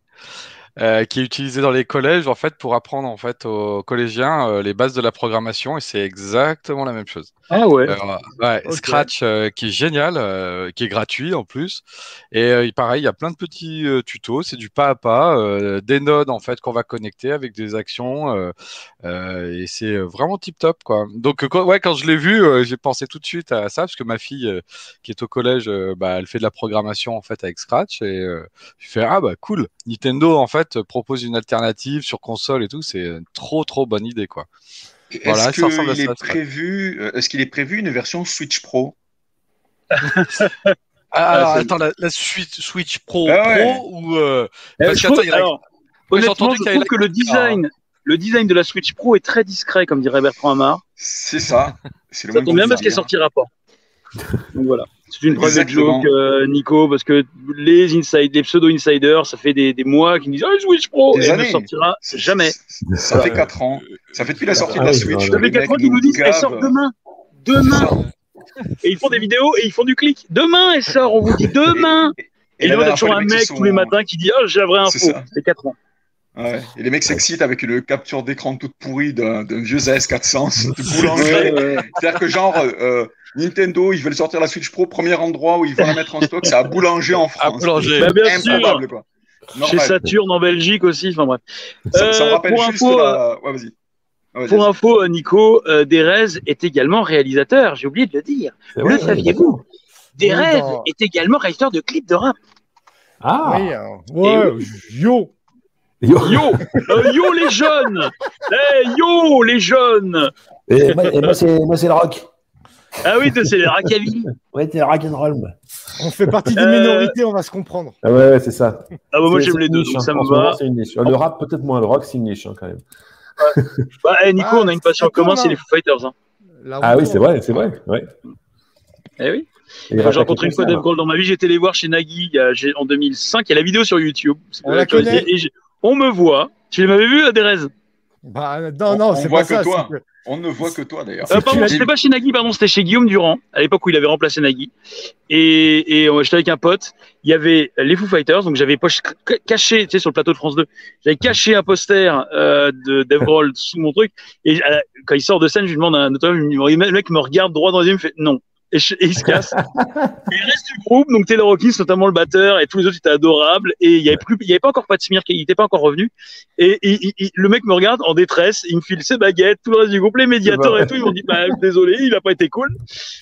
Euh, qui est utilisé dans les collèges en fait pour apprendre en fait aux collégiens euh, les bases de la programmation et c'est exactement la même chose. Ah ouais. Euh, ouais, Ok. Scratch euh, qui est génial, euh, qui est gratuit en plus. Et euh, pareil, il y a plein de petits euh, tutos, c'est du pas à pas, euh, des nodes en fait qu'on va connecter avec des actions euh, euh, et c'est vraiment tip top quoi. Donc euh, quand, ouais, quand je l'ai vu, euh, j'ai pensé tout de suite à ça parce que ma fille euh, qui est au collège, euh, bah, elle fait de la programmation en fait avec Scratch et euh, je fais ah bah cool. Nintendo en fait propose une alternative sur console et tout, c'est une trop trop bonne idée quoi. Voilà, Est-ce ça ressemble à qu'il ça, est ça. prévu, euh, est-ce qu'il est prévu une version Switch Pro? Ah, alors c'est- attends, la, la Switch, Switch Pro, Ah ouais. Pro ou euh, Euh, parce je qu'attends, trouve- il y a la- alors, Ouais, j'ai honnêtement, entendu je qu'il y avait trouve que la le caméra, design, le design de la Switch Pro est très discret, comme dirait Bertrand Amar. C'est ça. C'est le Ça moins tombe qu'on bien puisse parce qu'elle dire. sortira pas. Donc voilà. C'est une private Exactement. joke, euh, Nico, parce que les inside, les pseudo-insiders, ça fait des, des mois qu'ils me disent « Ah, Switch Pro !» Des et elle ne années. sortira C'est- jamais. c'est- Ça fait quatre ans. Ça fait depuis la sortie Ah de la oui, Switch. non, que Ça non. fait les quatre mecs ans qu'ils nous disent « Elle gavent. sort demain !» Demain. Et ils font des vidéos et ils font du clic. Demain, elle sort, on vous dit demain. Et, Et là, la on a dernière toujours fois, un les mecs mec se tous les sont- matins qui dit « Ah, j'ai la vraie C'est info. ça. » C'est quatre ans. Ouais. Et les mecs s'excitent avec une capture d'écran toute pourrie d'un d'un vieux A S quatre cents de boulanger. Ouais, ouais. C'est-à-dire que genre, euh, Nintendo, ils veulent sortir la Switch Pro, premier endroit où ils vont la mettre en stock, c'est à Boulanger en France. Boulanger. Bah, bien sûr. Improbable, quoi. Chez Normal. Saturn en Belgique aussi. Enfin bref. Ça, ça me Euh, rappelle pour juste info, la... Ouais, vas-y. Ah, vas-y, Pour vas-y. info, euh, Nico, euh, Derez est également réalisateur. J'ai oublié de le dire. C'est Le vrai, saviez-vous? Derez dans- est également réalisateur de clips de rap. Ah Oui, alors, ouais, yo. Yo. Yo, euh, yo les jeunes. Hey, yo les jeunes. Et moi, et moi, c'est moi, c'est le rock. Ah oui, c'est les rockabilly. Ouais, c'est le rock and roll. moi. On fait partie des Euh, minorités, on va se comprendre. Ah ouais, ouais, c'est ça. Ah bah moi C'est- j'aime c'est les une deux, niche, donc hein. ça En me ce moment, va. c'est une niche. Le rap, peut-être moins. Le rock, c'est une niche, hein, quand même. Bah, eh, Nico, Ah, on a une passion en ça tourne, commun, c'est hein. les Foo Fighters. Hein. La Ah roue oui, tourne. c'est vrai, c'est vrai. Ouais. Eh oui. Et J'ai rattaquer rencontré une tout fois ça, Dave là. Grohl dans ma vie, j'étais les voir chez Nagui il y a- j'ai- en deux mille cinq. Il y a la vidéo sur YouTube. C'est On de la curiosité. connaît. Et j'ai- on me voit. Tu m'avais vu, Derez? Bah, non, On- non, on c'est voit pas que ça. toi. c'est que On ne voit que toi d'ailleurs. Euh, pardon, c'était pas chez Nagui, pardon, c'était chez Guillaume Durand, à l'époque où il avait remplacé Nagui. Et, et euh, j'étais avec un pote, il y avait les Foo Fighters, donc j'avais poche, caché, tu sais, sur le plateau de France deux, j'avais caché un poster euh, de Dave Grohl sous mon truc. Et euh, quand il sort de scène, je lui demande un autographe, le mec me regarde droit dans les yeux, il me fait non. Et, je, et il se casse. Et il reste du groupe, donc Taylor Hawkins, notamment le batteur, et tous les autres étaient adorables. Et il y avait plus, il y avait pas encore Pat Smear, il était pas encore revenu. Et, et, et, et le mec me regarde en détresse, il me file ses baguettes, tout le reste du groupe, les médiateurs et tout, ils m'ont dit, bah, désolé, il a pas été cool.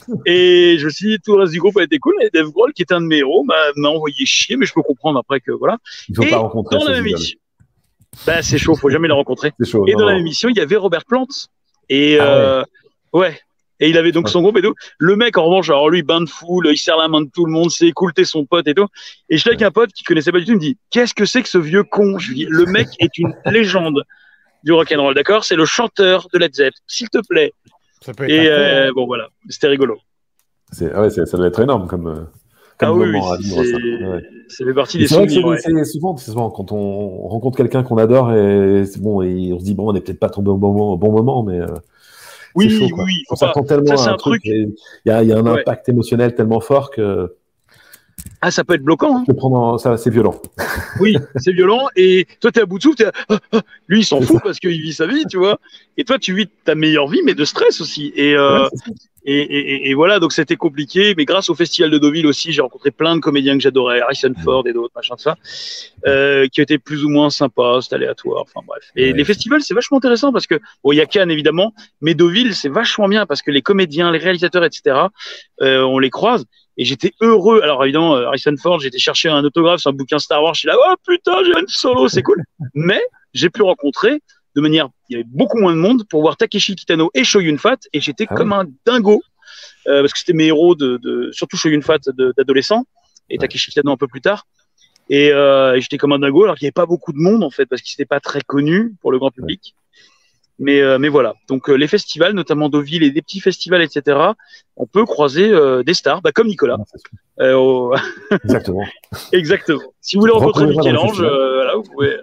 Et je me suis dit, tout le reste du groupe a été cool. Et Dave Grohl, qui était un de mes héros, m'a, m'a envoyé chier, mais je peux comprendre après que, voilà. Il faut et pas rencontrer dans la même émission, bah, c'est chaud, faut jamais le rencontrer. C'est chaud. Et non, dans la non. même émission, il y avait Robert Plant. Et, Ah euh, ouais. Et il avait donc son groupe et tout. Le mec, en revanche, alors lui, bain de foule, il serre la main de tout le monde, c'est cool, t'es son pote et tout. Et je suis avec un pote qui connaissait pas du tout, il me dit, qu'est-ce que c'est que ce vieux con? Je lui dis, le mec est une légende du rock'n'roll, d'accord? C'est le chanteur de Led Zeppelin, s'il te plaît. Ça peut être Et un peu, euh, hein. bon, voilà, c'était rigolo. C'est, ah ouais, c'est, ça doit être énorme comme, euh, comme Ah oui, moment oui, à vivre, c'est, ça. Ouais. ça fait partie Mais des c'est vrai que souvenirs. c'est, Ouais. c'est souvent, c'est souvent quand on rencontre quelqu'un qu'on adore et c'est bon, et on se dit bon, on n'est peut-être pas tombé au bon moment, au bon moment, mais euh, Oui, c'est chaud, oui, quoi. oui, faut On s'attend pas. tellement Ça, c'est à un un truc. truc, il y a, il y a un Ouais. impact émotionnel tellement fort que Ah, ça peut être bloquant, hein. je prendre en- ça, c'est violent. Oui, c'est violent. Et toi, t'es à bout de souffle, t'es à... ah, ah. Lui, il s'en C'est fout ça. parce qu'il vit sa vie, tu vois. Et toi, tu vis ta meilleure vie, mais de stress aussi. Et, euh, Ouais, c'est ça. et, et, et voilà, donc c'était compliqué. Mais grâce au Festival de Deauville aussi, j'ai rencontré plein de comédiens que j'adorais, Harrison Ford et d'autres, machin de ça, euh, qui étaient plus ou moins sympas, c'est aléatoire. Enfin bref. Et Ouais. les festivals, c'est vachement intéressant parce que, bon, il y a Cannes évidemment, mais Deauville, c'est vachement bien parce que les comédiens, les réalisateurs, et cetera, euh, on les croise. Et j'étais heureux. Alors évidemment, euh, Harrison Ford, j'étais chercher un autographe sur un bouquin Star Wars. Je suis là, oh putain, j'ai un solo, c'est cool. Mais j'ai pu rencontrer de manière, il y avait beaucoup moins de monde pour voir Takeshi Kitano et Chow Yun-fat, et j'étais Ah comme un dingo euh, parce que c'était mes héros de, de surtout Chow Yun-fat de- d'adolescent et Takeshi Kitano un peu plus tard. Et, euh, et j'étais comme un dingo alors qu'il n'y avait pas beaucoup de monde en fait parce qu'il n'était pas très connu pour le grand public. Mais, euh, mais voilà. Donc euh, les festivals, notamment Deauville et des petits festivals, et cetera. On peut croiser euh, des stars, bah, comme Nicolas. Non, c'est sûr. Euh, au- Exactement. Exactement. Si vous voulez rencontrer Retrouvez-moi dans le Michel-Ange, festival. euh, voilà, vous pouvez.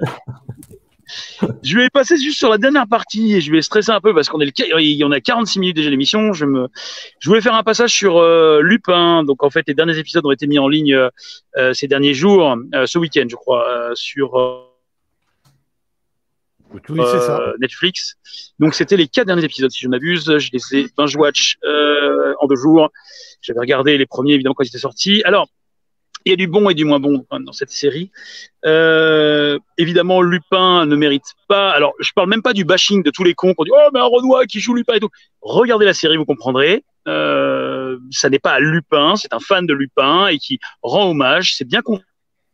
Je vais passer juste sur la dernière partie et je vais stresser un peu parce qu'on est le, il y en a quarante-six minutes déjà l'émission. Je me, je voulais faire un passage sur euh, Lupin. Donc en fait, les derniers épisodes ont été mis en ligne euh, euh, ces derniers jours, euh, ce week-end, je crois, euh, sur euh, Oui, c'est ça. euh, Netflix. Donc c'était les quatre derniers épisodes, si je ne m'abuse. Je les ai binge watch euh, en deux jours. J'avais regardé les premiers évidemment quand ils étaient sortis. Alors il y a du bon et du moins bon dans cette série. Euh, évidemment, Lupin ne mérite pas. Alors, je parle même pas du bashing de tous les cons qui ont dit oh mais un Renoir qui joue Lupin et tout. Regardez la série, vous comprendrez. Euh, ça n'est pas à Lupin, c'est un fan de Lupin et qui rend hommage. C'est bien construit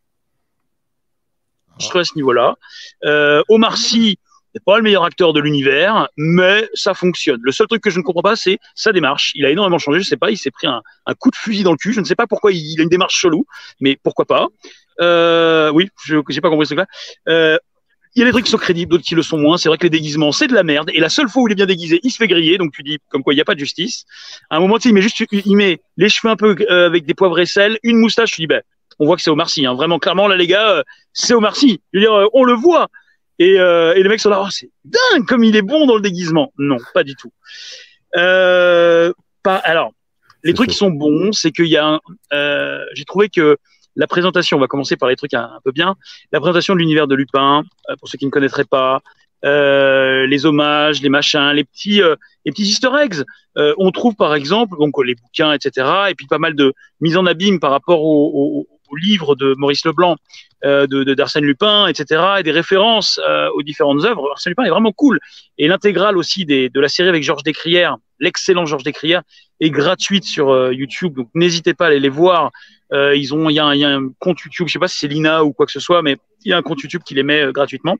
à ce niveau-là. Euh, Omar Sy n'est pas le meilleur acteur de l'univers, mais ça fonctionne. Le seul truc que je ne comprends pas, c'est sa démarche. Il a énormément changé, je sais pas, il s'est pris un, un coup de fusil dans le cul. Je ne sais pas pourquoi il, il a une démarche chelou, mais pourquoi pas. Euh, oui, je j'ai pas compris ce truc-là. Euh, il y a des trucs qui sont crédibles, d'autres qui le sont moins. C'est vrai que les déguisements, c'est de la merde. Et la seule fois où il est bien déguisé, il se fait griller. Donc tu dis, comme quoi il n'y a pas de justice. À un moment, tu sais, il met juste, il met les cheveux un peu euh, avec des poivres et sel, une moustache. Tu dis, ben, on voit que c'est Omar Sy. Hein. Vraiment, clairement, là, les gars, euh, c'est Omar Sy. Je veux dire, euh, on le voit. Et, euh, et les mecs sont là, oh, c'est dingue comme il est bon dans le déguisement. Non, pas du tout. Euh, pas, alors, les C'est trucs chaud. qui sont bons, c'est qu'il y a un, euh, j'ai trouvé que la présentation, on va commencer par les trucs un, un peu bien, la présentation de l'univers de Lupin, euh, pour ceux qui ne connaîtraient pas, euh, les hommages, les machins, les petits, euh, les petits easter eggs. Euh, on trouve par exemple donc les bouquins, et cetera. Et puis pas mal de mise en abîme par rapport au, au, au livre de Maurice Leblanc, euh, de, de d'Arsène Lupin, et cetera. Et des références euh, aux différentes œuvres. Arsène Lupin est vraiment cool. Et l'intégrale aussi des, de la série avec Georges Descrières, l'excellent Georges Descrières, est gratuite sur euh, YouTube. Donc n'hésitez pas à aller les voir. Euh, ils ont, il y, a un- il y a un compte YouTube, je sais pas si c'est Lina ou quoi que ce soit, mais il y a un compte YouTube qui les met euh, gratuitement.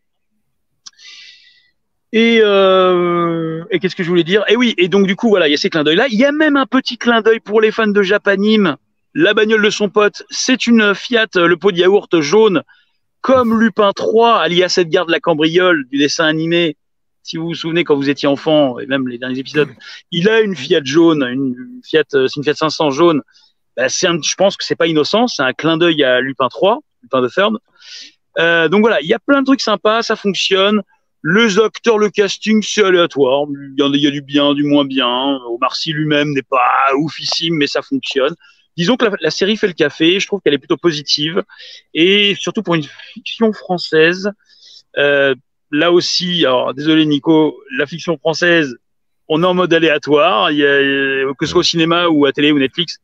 Et, euh, et qu'est-ce que je voulais dire? Et oui, et donc du coup, voilà, il y a ces clins d'œil-là. Il y a même un petit clin d'œil pour les fans de Japanime. La bagnole de son pote, c'est une Fiat, le pot de yaourt jaune, comme Lupin trois, alias Edgar de la Cambriole du dessin animé. Si vous vous souvenez, quand vous étiez enfant, et même les derniers épisodes, il a une Fiat jaune, une Fiat, c'est une Fiat cinq cents jaune. Ben, c'est un, je pense que c'est pas innocent, c'est un clin d'œil à Lupin trois, Lupin the Third. Euh, donc voilà, il y a plein de trucs sympas, ça fonctionne. Les acteurs, le casting, c'est aléatoire. Il y, a, il y a du bien, du moins bien. Omar Sy lui-même n'est pas oufissime, mais ça fonctionne. Disons que la, la série fait le café. Je trouve qu'elle est plutôt positive. Et surtout pour une fiction française, euh, là aussi, alors désolé Nico, la fiction française, on est en mode aléatoire. Il y a, que ce soit au cinéma ou à télé ou Netflix,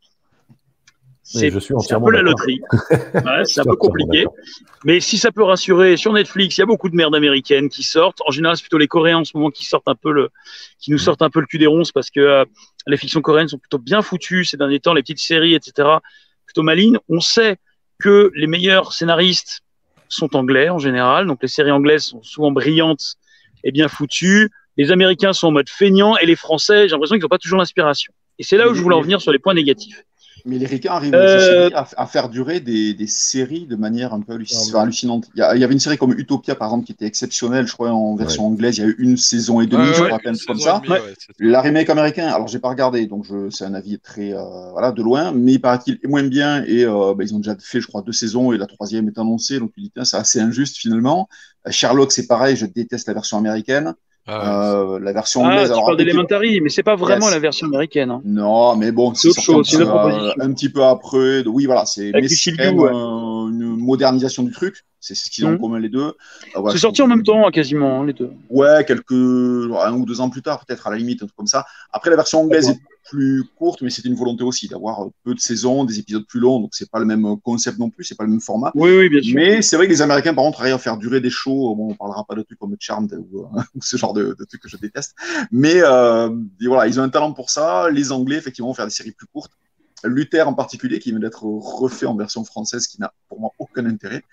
c'est, je suis c'est un peu la loterie. Ouais, c'est un peu compliqué. Mais si ça peut rassurer, sur Netflix, il y a beaucoup de merdes américaines qui sortent. En général, c'est plutôt les Coréens en ce moment qui sortent un peu le, qui nous sortent un peu le cul des ronces parce que euh, les fictions coréennes sont plutôt bien foutues ces derniers temps, les petites séries, et cetera, plutôt malines. On sait que les meilleurs scénaristes sont anglais en général, donc les séries anglaises sont souvent brillantes et bien foutues. Les Américains sont en mode feignant et les Français, j'ai l'impression qu'ils n'ont pas toujours l'inspiration. Et c'est là où je voulais en venir sur les points négatifs. Mais les Ricains arrivent Euh, aussi à, à faire durer des, des séries de manière un peu halluc- enfin, hallucinante. Il y, a, il y avait une série comme Utopia, par exemple, qui était exceptionnelle, je crois, en version anglaise. Il y a eu une saison et demie, Ouais, je ouais, crois, à peine une comme saison ça. et demie, ouais, c'est ça. La remake américain, alors j'ai pas regardé, donc je, c'est un avis très euh, voilà de loin, mais il paraît-il est moins bien et euh, bah, ils ont déjà fait, je crois, deux saisons et la troisième est annoncée, donc tu dis tiens, c'est assez injuste finalement. Euh, Sherlock, c'est pareil, je déteste la version américaine. Ah, Euh, la version Ah, anglaise, tu alors parles après, d'Elementary, mais c'est pas vraiment Yes. la version américaine. Hein. non, mais bon, C'est c'est autre sorti un chose, petit, c'est une peu, autre euh, proposition. un petit peu après. de- Oui, voilà, c'est Avec mais Lucille c'est quand Liu, même ouais. euh, une modernisation du truc. C'est c'est ce qu'ils ont en Mhm. commun les deux. Euh, voilà, C'est je sorti en trouve- même temps, hein, quasiment, hein, les deux. Ouais, quelques un ou deux ans plus tard, peut-être à la limite, un truc comme ça. Après, la version anglaise D'accord. est plus courte, mais c'était une volonté aussi d'avoir peu de saisons, des épisodes plus longs, donc c'est pas le même concept non plus, c'est pas le même format. Oui, oui, bien sûr. Mais c'est vrai que les Américains, par contre, arrivent à faire durer des shows. Bon, on parlera pas de trucs comme Charmed ou, euh, ou ce genre de, de trucs que je déteste. Mais euh, et voilà, ils ont un talent pour ça. Les Anglais, effectivement, vont faire des séries plus courtes. Luther en particulier, qui vient d'être refait en version française, qui n'a pour moi aucun intérêt.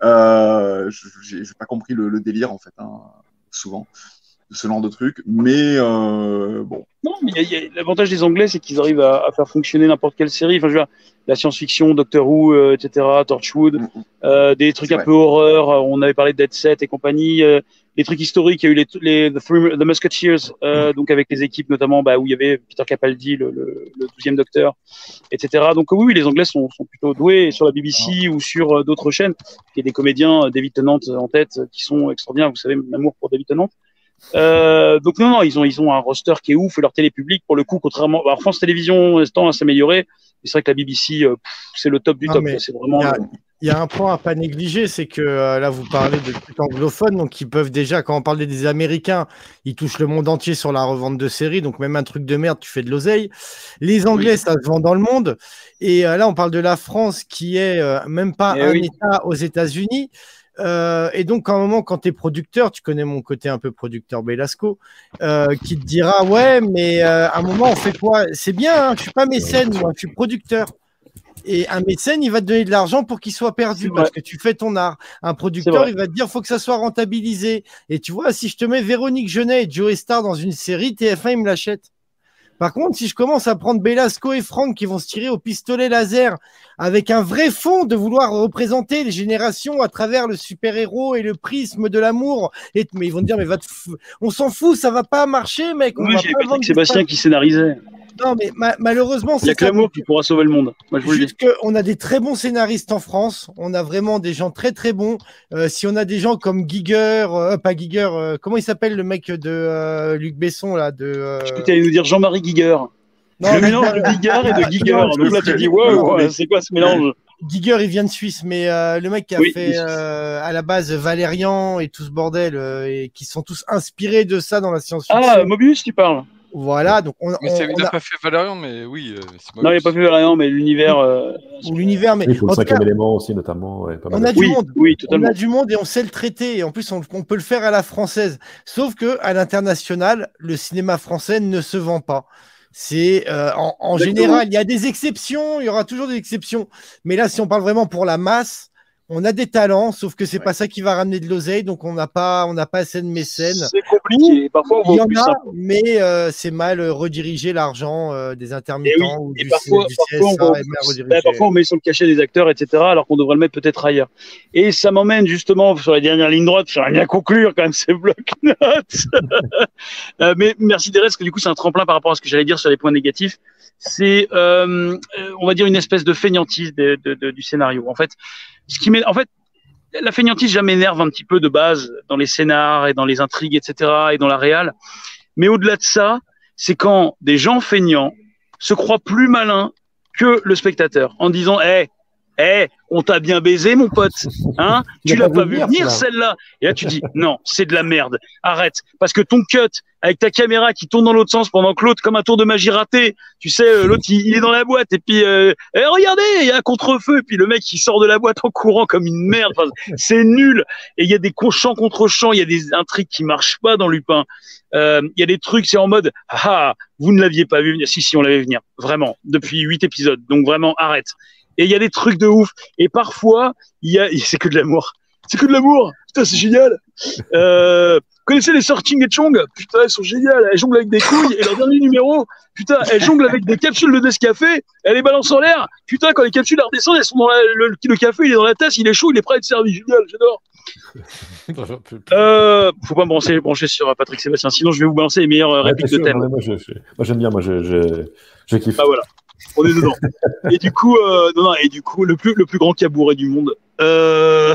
Euh, je n'ai pas compris le, le délire, en fait, hein, souvent, de ce genre de truc. Mais euh, bon. Non, mais il y a- il y a- l'avantage des Anglais, c'est qu'ils arrivent à, à faire fonctionner n'importe quelle série. Enfin, je veux dire, la science-fiction, Doctor Who, euh, et cetera, Torchwood, Mm, mm. euh, des trucs C'est un vrai. peu horreur. euh, On avait parlé de Dead Set et compagnie. euh, les trucs historiques, il y a eu les, les The, Three, The Musketeers, euh, donc avec les équipes notamment bah, où il y avait Peter Capaldi, le, le, le douzième Docteur, et cetera. Donc oui, oui, les Anglais sont, sont plutôt doués et sur la B B C ou sur euh, d'autres chaînes. Il y a des comédiens, euh, David Tennant euh, en tête, euh, qui sont extraordinaires. Vous savez, mon amour pour David Tennant. Euh, donc non, non, ils ont ils ont un roster qui est ouf et leur télé publique pour le coup, contrairement, alors France Télévisions tend à s'améliorer. C'est vrai que la B B C, euh, pff, c'est le top du Non, top. mais quoi. C'est vraiment. il y a- le- Il y a un point à pas négliger, c'est que euh, là, vous parlez de trucs anglophones, donc ils peuvent déjà, quand on parle des Américains, ils touchent le monde entier sur la revente de séries, donc même un truc de merde, tu fais de l'oseille. Les Anglais, ça se vend dans le monde. Et euh, là, on parle de la France qui est euh, même pas Eh un oui. État aux États-Unis. Euh, et donc, à un moment, quand tu es producteur, tu connais mon côté un peu producteur Belasco, euh, qui te dira ouais, mais euh, à un moment, on fait quoi? C'est bien, hein, je suis pas mécène, moi, je suis producteur. Et un mécène, il va te donner de l'argent pour qu'il soit perdu C'est parce vrai. que tu fais ton art. Un C'est producteur, vrai. il va te dire faut que ça soit rentabilisé. Et tu vois, si je te mets Véronique Jeunet et Joey Star dans une série, T F un, il me l'achète. Par contre, si je commence à prendre Belasco et Franck qui vont se tirer au pistolet laser avec un vrai fond de vouloir représenter les générations à travers le super-héros et le prisme de l'amour, et mais ils vont te dire mais va te fou- on s'en fout, ça va pas marcher, mec. On Oui, va j'ai pas vendre Patrick des Sébastien fans. qui scénarisait. Non, mais ma- malheureusement, Il y a c'est que ça. l'amour qui pourra sauver le monde. Moi, je vous le dis. Juste qu'on a des très bons scénaristes en France. On a vraiment des gens très très bons. Euh, si on a des gens comme Giger, euh, pas Giger, euh, comment il s'appelle le mec de euh, Luc Besson là de. euh, Je peux aller nous dire Jean-Marie Giger. Non, le mais- mélange de Giger et de Giger. Non, Donc là, tu te dis, non, wow, mais- c'est quoi ce mélange? Giger, il vient de Suisse, mais euh, le mec qui a Oui, fait il- euh, à la base Valérian et tout ce bordel, euh, et qui sont tous inspirés de ça dans la science-fiction. Ah, Mobius, tu parles? Voilà, donc on, Mais on- c'est- on il n'a a pas fait Valérian, mais oui. euh, c'est Non, il n'a pas fait rien, mais l'univers. euh, ou l'univers, mais Oui, pour en le tout cinquième cas, élément aussi, notamment. Ouais, pas mal on de a choses. du Oui, monde. oui, On totalement. a du monde et on sait le traiter. Et en plus, on, on peut le faire à la française. Sauf que à l'international, le cinéma français ne se vend pas. C'est euh, en, en Exactement. général, il y a des exceptions, il y aura toujours des exceptions. Mais là, si on parle vraiment pour la masse, on a des talents, sauf que c'est Ouais. pas ça qui va ramener de l'oseille, donc on n'a pas, on n'a pas assez de mécènes. C'est compliqué. Parfois, on Il y va en au plus a, simple. mais euh, c'est mal euh, redirigé l'argent euh, des Et intermittents oui, ou et du, parfois, du parfois, on C S A va au est mal plus- redirigé. ben, parfois, on met sur le cachet des acteurs, et cetera, alors qu'on devrait le mettre peut-être ailleurs. Et ça m'emmène justement sur les dernières lignes droites. J'aimerais bien conclure quand même ces blocs-notes. Euh, mais merci Derez, parce que du coup, c'est un tremplin par rapport à ce que j'allais dire sur les points négatifs. C'est, euh, euh, on va dire, une espèce de fainéantise de, de, de, du scénario. En fait, ce qui met, en fait, la fainéantise, ça m'énerve un petit peu de base dans les scénars et dans les intrigues, et cetera, et dans la réal. Mais au-delà de ça, c'est quand des gens feignants se croient plus malins que le spectateur en disant, hé, hey, hé, hey, on t'a bien baisé, mon pote, hein? Tu l'as pas vu venir, venir celle-là. Et là, tu dis, non, c'est de la merde. Arrête. Parce que ton cut, avec ta caméra qui tourne dans l'autre sens pendant que l'autre, comme un tour de magie raté, tu sais, l'autre, il, il est dans la boîte, et puis, euh, eh, regardez, il y a un contre-feu, et puis le mec, il sort de la boîte en courant comme une merde. Enfin, c'est nul. Et il y a des champs contre champs, il y a des intrigues qui marchent pas dans Lupin. Euh, il y a des trucs, c'est en mode, ah, vous ne l'aviez pas vu venir. Si, si, on l'avait venir. Vraiment. Depuis huit épisodes. Donc vraiment, arrête. Et il y a des trucs de ouf. Et parfois, il y a, c'est que de l'amour. C'est que de l'amour. Putain, c'est génial. Euh, vous connaissez les sœurs Ching et Chong? Putain, elles sont géniales. Elles jonglent avec des couilles. Et leur dernier numéro, putain, elles jonglent avec des capsules de Nescafé. Elles les balancent en l'air. Putain, quand les capsules redescendent, elles sont dans la, le, le café, il est dans la tasse, il est chaud, il est prêt à être servi. Génial, j'adore. euh, faut pas me brancher, brancher sur Patrick Sébastien, sinon je vais vous balancer les meilleures ouais, répliques de thème. Moi, je, je, moi j'aime bien, moi je, je, je kiffe. Bah voilà, on est dedans. Et du coup, euh, non, non, et du coup, le plus, le plus grand cabouré du monde. Euh,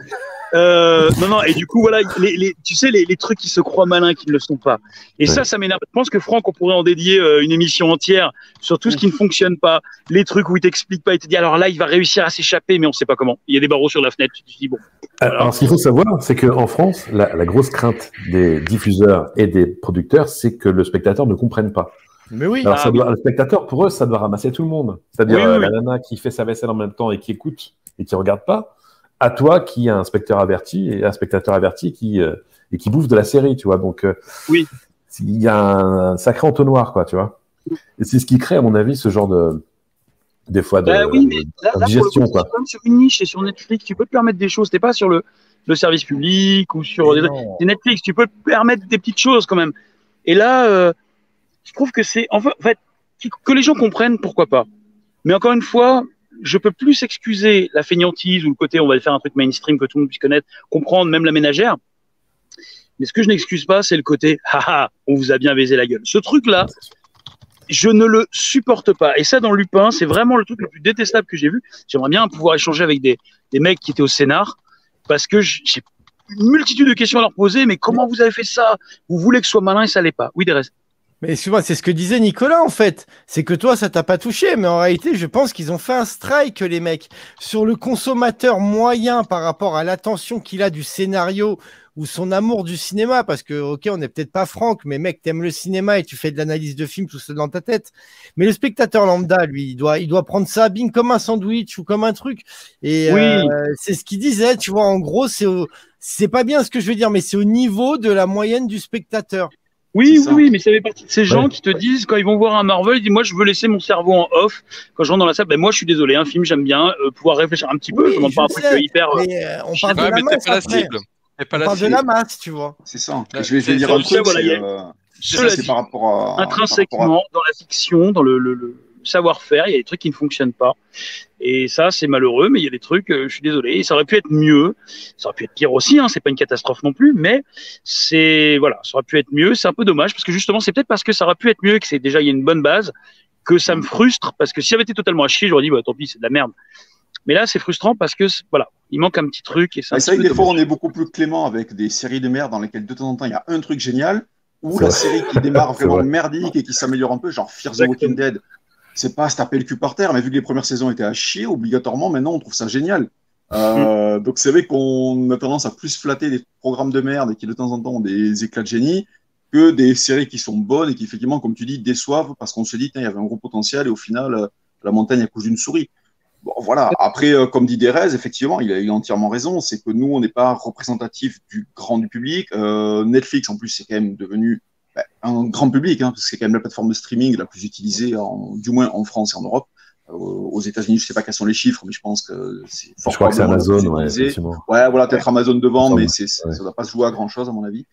euh, non, non, et du coup, voilà, les, les, tu sais, les, les trucs qui se croient malins, qui ne le sont pas. Et ouais. ça, ça m'énerve. Je pense que Franck, on pourrait en dédier euh, une émission entière sur tout ce qui ne fonctionne pas, les trucs où il t'explique pas, il te dit alors là, il va réussir à s'échapper, mais on sait pas comment. Il y a des barreaux sur la fenêtre, tu te dis bon. Voilà. Alors, ce qu'il faut savoir, c'est qu'en France, la, la grosse crainte des diffuseurs et des producteurs, c'est que le spectateur ne comprenne pas. Mais oui. Alors, ah, ça oui. doit, le spectateur, pour eux, ça doit ramasser tout le monde. C'est-à-dire oui, oui, euh, oui. la nana qui fait sa vaisselle en même temps et qui écoute et qui regarde pas, à toi qui a un spectateur averti et un spectateur averti qui euh, et qui bouffe de la série, tu vois. Donc, euh, oui. il y a un, un sacré entonnoir, quoi, tu vois. Et c'est ce qui crée, à mon avis, ce genre de des fois de, bah oui, mais là, là, digestion, pour le coup, quoi. c'est comme sur une niche, c'est sur Netflix, tu peux te permettre des choses. T'es pas sur le, le service public ou sur des, des Netflix, tu peux te permettre des petites choses quand même. Et là, euh, je trouve que c'est en fait que les gens comprennent, pourquoi pas. Mais encore une fois, je peux plus excuser la fainéantise ou le côté on va faire un truc mainstream que tout le monde puisse connaître, comprendre, même la ménagère. Mais ce que je n'excuse pas, c'est le côté haha, on vous a bien baisé la gueule. Ce truc-là, je ne le supporte pas. Et ça, dans Lupin, c'est vraiment le truc le plus détestable que j'ai vu. J'aimerais bien pouvoir échanger avec des, des mecs qui étaient au scénar, parce que j'ai une multitude de questions à leur poser. Mais comment vous avez fait ça? Vous voulez que ce soit malin et ça l'est pas. Oui, Derez. Mais excuse-moi, c'est ce que disait Nicolas en fait. C'est que toi, ça t'a pas touché, mais en réalité, je pense qu'ils ont fait un strike, les mecs, sur le consommateur moyen par rapport à l'attention qu'il a du scénario ou son amour du cinéma. Parce que, ok, on n'est peut-être pas Franck, mais mec, t'aimes le cinéma et tu fais de l'analyse de film tout ça dans ta tête. Mais le spectateur lambda, lui, il doit, il doit prendre ça, bing, comme un sandwich ou comme un truc. Et oui. euh, c'est ce qu'il disait, tu vois. En gros, c'est, au... c'est pas bien ce que je veux dire, mais c'est au niveau de la moyenne du spectateur. Oui, oui, oui, mais ça fait partie de ces gens ouais. qui te disent, quand ils vont voir un Marvel, ils disent, moi, je veux laisser mon cerveau en off. Quand je rentre dans la salle, ben, moi, je suis désolé, un film, j'aime bien, euh, pouvoir réfléchir un petit peu. Oui, je demande pas un truc sais, hyper. Mais, euh, on parle de ouais, la mais masse. T'es pas la après. cible. T'es pas on la parle cible. de la masse, tu vois. C'est ça. Là, je vais, je vais c'est, dire c'est un truc, voilà, c'est, a... euh, ça, c'est par rapport à. Intrinsèquement, par rapport à... dans la fiction, dans le, le, le savoir-faire, il y a des trucs qui ne fonctionnent pas. Et ça, c'est malheureux, mais il y a des trucs, euh, je suis désolé, et ça aurait pu être mieux. Ça aurait pu être pire aussi, hein, c'est pas une catastrophe non plus, mais c'est, voilà, ça aurait pu être mieux. C'est un peu dommage, parce que justement, c'est peut-être parce que ça aurait pu être mieux, que c'est déjà, il y a une bonne base, que ça me frustre, parce que si j'avais été totalement à chier, j'aurais dit, bah, tant pis, c'est de la merde. Mais là, c'est frustrant parce que, voilà, il manque un petit truc. Et c'est vrai que des fois, on est beaucoup plus clément avec des séries de merde dans lesquelles de temps en temps, il y a un truc génial, ou la série qui démarre vraiment merdique et qui s'améliore un peu, genre Fear the Walking Dead. C'est pas se taper le cul par terre, mais vu que les premières saisons étaient à chier, obligatoirement, maintenant, on trouve ça génial. Euh, mm. Donc, c'est vrai qu'on a tendance à plus flatter des programmes de merde et qui, de temps en temps, ont des éclats de génie que des séries qui sont bonnes et qui, effectivement, comme tu dis, déçoivent parce qu'on se dit, il y avait un gros potentiel et au final, euh, la montagne accouche d'une souris. Bon, voilà. Après, euh, comme dit Derez, effectivement, il a, il a entièrement raison. C'est que nous, on n'est pas représentatif du grand du public. Euh, Netflix, en plus, c'est quand même devenu bah, un grand public, hein, parce que c'est quand même la plateforme de streaming la plus utilisée, en, du moins en France et en Europe. Euh, aux États-Unis, je sais pas quels sont les chiffres, mais je pense que c'est fort. Je crois que c'est Amazon, ouais, effectivement. Ouais, voilà, peut-être Amazon devant, ça, mais ouais. c'est, c'est, ouais. ça doit pas se jouer à grand chose, à mon avis.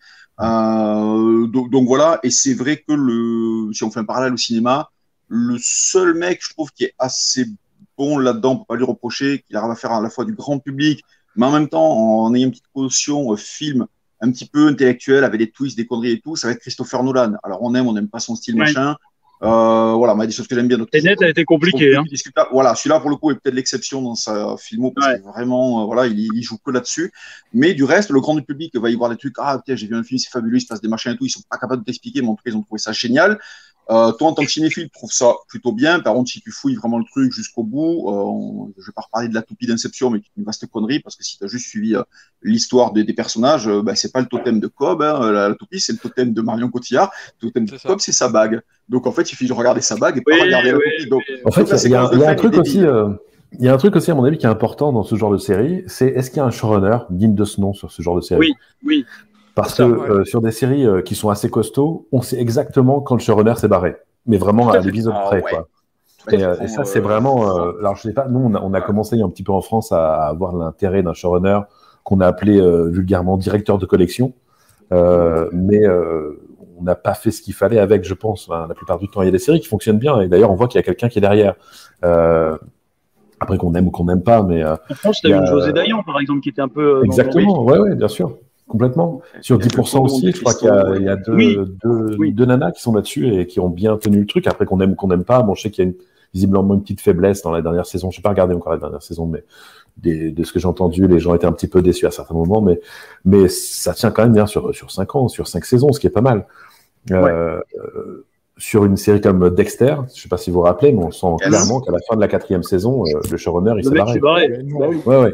Euh, donc, donc voilà. Et c'est vrai que le, si on fait un parallèle au cinéma, le seul mec, je trouve, qui est assez bon là-dedans, on peut pas lui reprocher, qu'il arrive à faire à la fois du grand public, mais en même temps, en ayant une petite caution euh, film un petit peu intellectuel, avec des twists, des conneries et tout, ça va être Christopher Nolan. Alors, on aime, on n'aime pas son style, ouais. machin, Euh, voilà, moi, il y a des choses que j'aime bien. Tenet a été compliqué. Hein. Voilà, celui-là, pour le coup, est peut-être l'exception dans sa filmo, parce ouais. que vraiment, euh, voilà, il, il joue que là-dessus. Mais du reste, le grand public va y voir des trucs. Ah, tiens, j'ai vu un film, c'est fabuleux, il se passe des machins et tout. Ils sont pas capables de t'expliquer, mais en tout cas, ils ont trouvé ça génial. Euh, toi, en tant que cinéphile, tu trouves ça plutôt bien. Par contre, si tu fouilles vraiment le truc jusqu'au bout, euh, on, je vais pas reparler de la toupie d'Inception, mais une vaste connerie, parce que si tu as juste suivi euh, l'histoire des, des personnages, euh, bah, c'est pas le totem de Cobb, hein, la, la toupie, c'est le totem de Marion Cotillard. Le totem de Cobb, c'est sa bague. Donc, en fait, il suffit de regarder sa bague et pas oui, regarder oui, la toupie. Donc, en fait, il y, y, y a un truc aussi, euh, il y a un truc aussi, à mon avis, qui est important dans ce genre de série, c'est est-ce qu'il y a un showrunner digne de ce nom sur ce genre de série? Oui, oui. Parce que ouais. euh, sur des séries euh, qui sont assez costauds, on sait exactement quand le showrunner s'est barré. Mais vraiment à l'épisode ah, près, ouais. quoi. Et, euh, et ça, c'est vraiment. Euh, alors, je sais pas, nous, on a, on a commencé un petit peu en France à, à avoir l'intérêt d'un showrunner qu'on a appelé euh, vulgairement directeur de collection. Euh, mais euh, on n'a pas fait ce qu'il fallait avec, je pense. Enfin, la plupart du temps, il y a des séries qui fonctionnent bien. Et d'ailleurs, on voit qu'il y a quelqu'un qui est derrière. Euh, après, qu'on aime ou qu'on n'aime pas. Mais, euh, en France, tu as eu José Dayan, par exemple, qui était un peu. Euh, Exactement, oui, ouais, bien sûr. Complètement. Sur dix pour cent aussi, je crois qu'il y a, il y a deux, oui. deux, oui. deux nanas qui sont là-dessus et qui ont bien tenu le truc. Après, qu'on aime ou qu'on n'aime pas, bon, je sais qu'il y a une, visiblement une petite faiblesse dans la dernière saison. Je n'ai pas regardé encore la dernière saison, mais des, de ce que j'ai entendu, les gens étaient un petit peu déçus à certains moments. Mais, mais ça tient quand même bien sur, sur cinq ans, sur cinq saisons, ce qui est pas mal. Ouais. Euh, euh, sur une série comme Dexter, je ne sais pas si vous vous rappelez, mais on sent yes. clairement qu'à la fin de la quatrième saison, euh, le showrunner, il s'est barré. barré. Ouais, ouais.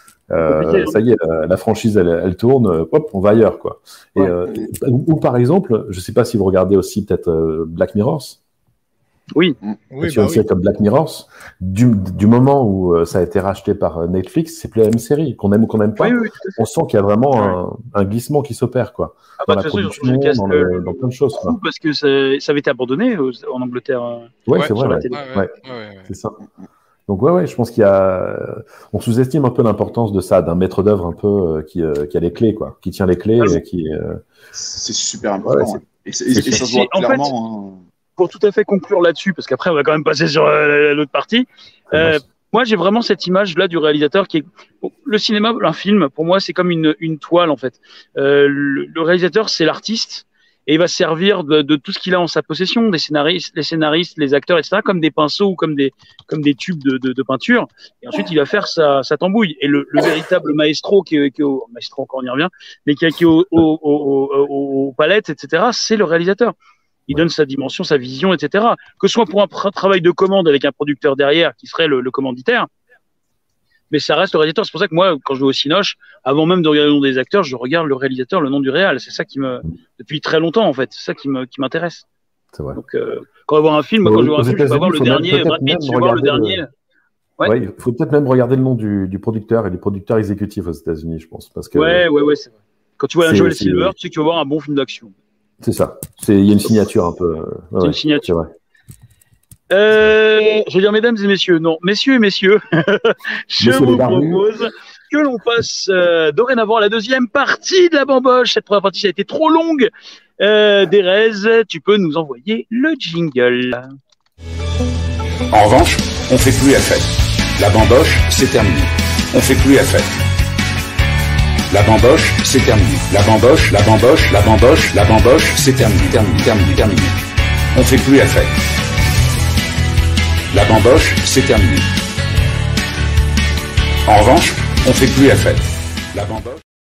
Euh, ça y est, la, la franchise, elle, elle tourne, hop, on va ailleurs, quoi. Et, ouais. euh, ou, ou par exemple, je sais pas si vous regardez aussi peut-être euh, Black Mirror. Oui. oui sur bah une série oui. comme Black Mirror, du, du moment où euh, ça a été racheté par Netflix, c'est plus la même série, qu'on aime ou qu'on n'aime pas. Oui, oui, on sent qu'il y a vraiment ouais. un, un glissement qui s'opère, quoi. Ah bah, dans la production, dans, le, dans plein de choses. Quoi. Parce que ça, ça avait été abandonné en Angleterre. Ouais, ouais c'est vrai. Ouais. Ouais. Ouais. Ouais. C'est ça. Donc ouais, ouais, je pense qu'il y a, on sous-estime un peu l'importance de ça, d'un maître d'œuvre un peu euh, qui, euh, qui a les clés, quoi, qui tient les clés ah, et qui. Euh... C'est super important. Ouais, c'est... Et, c'est, et, et ça se voit clairement. En fait, hein. Pour tout à fait conclure là-dessus, parce qu'après on va quand même passer sur euh, l'autre partie. Euh, moi, j'ai vraiment cette image-là du réalisateur qui est le cinéma, un film. Pour moi, c'est comme une une toile en fait. Euh, le, le réalisateur, c'est l'artiste. Et il va se servir de, de tout ce qu'il a en sa possession, des scénaristes, les scénaristes, les acteurs, et cetera, comme des pinceaux ou comme des, comme des tubes de, de, de peinture. Et ensuite, il va faire sa, sa tambouille. Et le, le véritable maestro qui est, qui est au, maestro encore on y revient, mais qui est, qui est au, au, au, au, aux palettes, et cetera, c'est le réalisateur. Il donne sa dimension, sa vision, et cetera. Que ce soit pour un travail de commande avec un producteur derrière qui serait le, le commanditaire, mais ça reste le réalisateur. C'est pour ça que moi, quand je vais au Cinoche, avant même de regarder le nom des acteurs, je regarde le réalisateur, le nom du réal. C'est ça qui me, depuis très longtemps en fait, c'est ça qui me, qui m'intéresse. C'est vrai. Donc, euh, quand on va voir un film, moi, quand je vois un film, je vais voir le dernier, Brad Pitt, je vais voir le dernier. Le... Ouais. Ouais, il faut peut-être même regarder le nom du, du producteur et du producteur exécutif aux États-Unis, je pense, parce que. Ouais, ouais, ouais, c'est vrai. Quand tu vois un Joel Silver, tu sais que tu vas voir un bon film d'action. C'est ça. C'est, il y a une signature un peu. Ouais, c'est une signature. C'est vrai. Euh, je veux dire, mesdames et messieurs, non, messieurs et messieurs, je Monsieur vous propose que l'on passe euh, dorénavant à la deuxième partie de la bamboche. Cette première partie, ça a été trop longue. Euh, Derez, tu peux nous envoyer le jingle. En revanche, on fait plus F F. La bamboche, c'est terminé. On fait plus F F. La bamboche, c'est terminé. La bamboche, la bamboche, la bamboche, la bamboche, c'est terminé, terminé, terminé, terminé. On fait plus F F. La bamboche, c'est terminé. En revanche, on fait plus F F. La bamboche.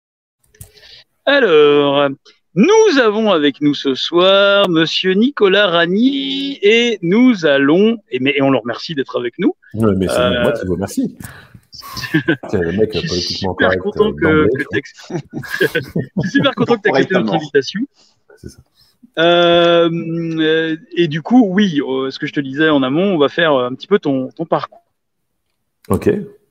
Alors, nous avons avec nous ce soir Monsieur Nicolas Ragny et nous allons, et, mais, et on le remercie d'être avec nous. Oui, mais c'est euh... moi qui vous remercie. C'est le mec politiquement correct. Content que, que je suis super content que tu aies accepté notre invitation. C'est ça. Euh, et du coup, oui, euh, ce que je te disais en amont, on va faire un petit peu ton, ton parcours. Ok.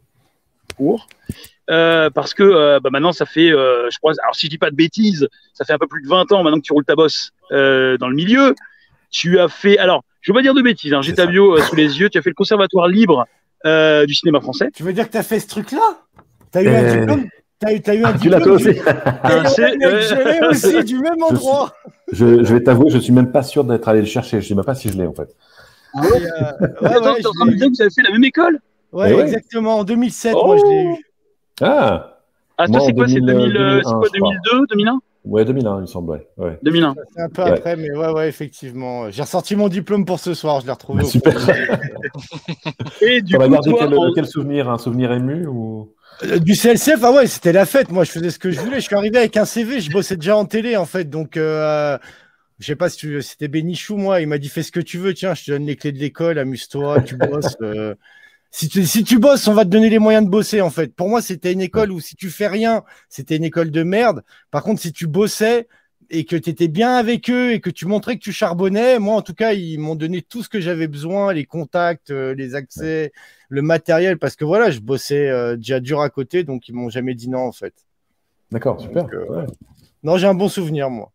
Euh, parce que euh, bah maintenant, ça fait, euh, je crois, alors si je dis pas de bêtises, ça fait un peu plus de vingt ans maintenant que tu roules ta bosse euh, dans le milieu. Tu as fait, alors, je veux pas dire de bêtises, hein, j'ai ta bio euh, sous les yeux, tu as fait le conservatoire libre euh, du cinéma français. Tu veux dire que tu as fait ce truc-là? Tu as eu un diplôme? T'as eu, t'as eu un ah, tu l'as toi aussi. Je l'ai aussi du même endroit. Je, je, je vais t'avouer, je suis même pas sûr d'être allé le chercher. Je sais même pas si je l'ai en fait. Ah ouais, euh, ouais, attends, ouais, t'es en train de me dire que vous avez fait la même école? Ouais, ouais, exactement. En deux mille sept, oh. moi je l'ai eu. Ah. Ah, toi, c'est quoi? C'est deux mille, deux mille un, c'est quoi, deux mille deux, deux mille un? Ouais, deux mille un, il me semble, ouais. ouais. deux mille un. C'est un peu Ouais. après, mais ouais, ouais, effectivement. J'ai ressorti mon diplôme pour ce soir, je l'ai retrouvé. Bah, au super. cours. Et du On va coup, garder toi, quel, en- quel souvenir? Un souvenir ému ou... Euh, Du C L C F, ah ouais, c'était la fête. Moi, je faisais ce que je voulais. Je suis arrivé avec un C V, je bossais déjà en télé, en fait. Donc, euh, je sais pas si tu... c'était Bénichou, moi. Il m'a dit, fais ce que tu veux. Tiens, je te donne les clés de l'école, amuse-toi, tu bosses. euh. Si tu, si tu bosses, on va te donner les moyens de bosser, en fait. Pour moi, c'était une école où si tu fais rien, c'était une école de merde. Par contre, si tu bossais et que tu étais bien avec eux et que tu montrais que tu charbonnais, moi, en tout cas, ils m'ont donné tout ce que j'avais besoin, les contacts, euh, les accès, le matériel, parce que voilà, je bossais euh, déjà dur à côté, donc ils m'ont jamais dit non, en fait. D'accord, super. Donc, euh, Ouais. Non, j'ai un bon souvenir, moi.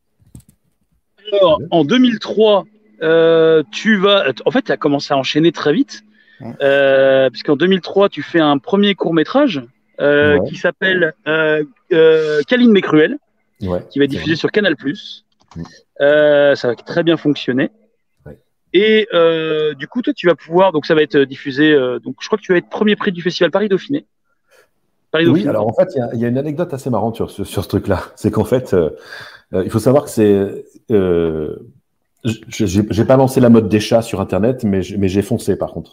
alors, en deux mille trois, euh, tu vas. En fait, tu as commencé à enchaîner très vite. Ouais. Euh, puisqu'en deux mille trois, tu fais un premier court-métrage euh, Ouais. qui s'appelle euh, euh, Câline mais cruel, Ouais, qui va c'est diffuser vrai. sur Canal plus. Mm. Euh, ça va très bien fonctionner. Ouais. Et euh, du coup, toi, tu vas pouvoir. Donc, ça va être diffusé. Euh, donc, je crois que tu vas être premier prix du festival Paris-Dauphine. Paris Oui, Dauphine. alors en fait, il y a- il y, a une anecdote assez marrante sur, ce- sur ce truc-là. C'est qu'en fait, euh, euh, il faut savoir que c'est. Euh, j- j'ai j'ai pas lancé la mode des chats sur Internet, mais j'ai mais j'ai foncé par contre.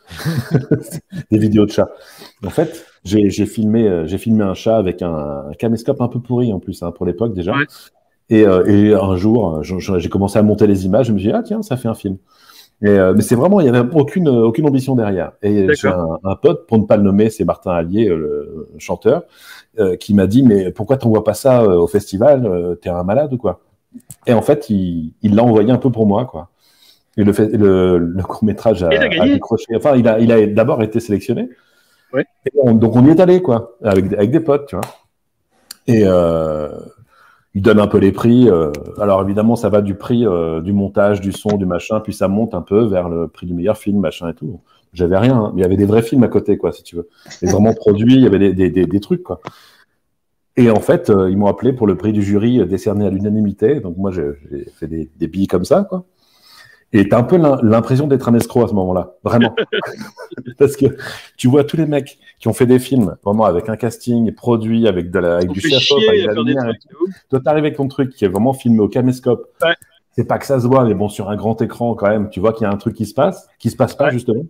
Des vidéos de chats. En fait, j'ai j'ai filmé, euh, j'ai filmé un chat avec un, un caméscope un peu pourri en plus, hein, pour l'époque déjà. Ouais. Et, euh, et un jour, je- je- j'ai commencé à monter les images. Je me suis dit, ah tiens, ça fait un film. Et, euh, mais c'est vraiment, il n'y avait aucune, aucune ambition derrière. Et j'ai un, un pote, pour ne pas le nommer, c'est Martin Allier, euh, le chanteur, euh, qui m'a dit, mais pourquoi t'envoies pas ça euh, au festival? Euh, T'es un malade ou quoi? Et en fait, il il l'a envoyé un peu pour moi, quoi. Et le, fait, le, le court-métrage a, Et t'as a gagné. décroché. Enfin, il a, il a d'abord été sélectionné. Ouais. Et on- donc, on y est allé, quoi, avec, avec des potes, tu vois. Et euh, il donne un peu les prix. euh, alors, évidemment, ça va du prix euh, du montage, du son, du machin, puis ça monte un peu vers le prix du meilleur film, machin et tout. J'avais rien, hein, mais il y avait des vrais films à côté, quoi, si tu veux. Et vraiment produits, il y avait des, des, des, des trucs, quoi. Et en fait, euh, ils m'ont appelé pour le prix du jury euh, décerné à l'unanimité. Donc, moi, j'ai j'ai fait des, des billes comme ça, quoi. Et t'as un peu l'im- l'impression d'être un escroc à ce moment-là, vraiment. Parce que tu vois tous les mecs qui ont fait des films, vraiment avec un casting produit, avec, de la, avec On du fait chef-op, chier avec à de la faire des lumière et trucs. de ouf. toi, t'arrives avec ton truc qui est vraiment filmé au caméscope. Ouais. C'est pas que ça se voit, mais bon, sur un grand écran, quand même, tu vois qu'il y a un truc qui se passe, qui se passe pas, Ouais. justement.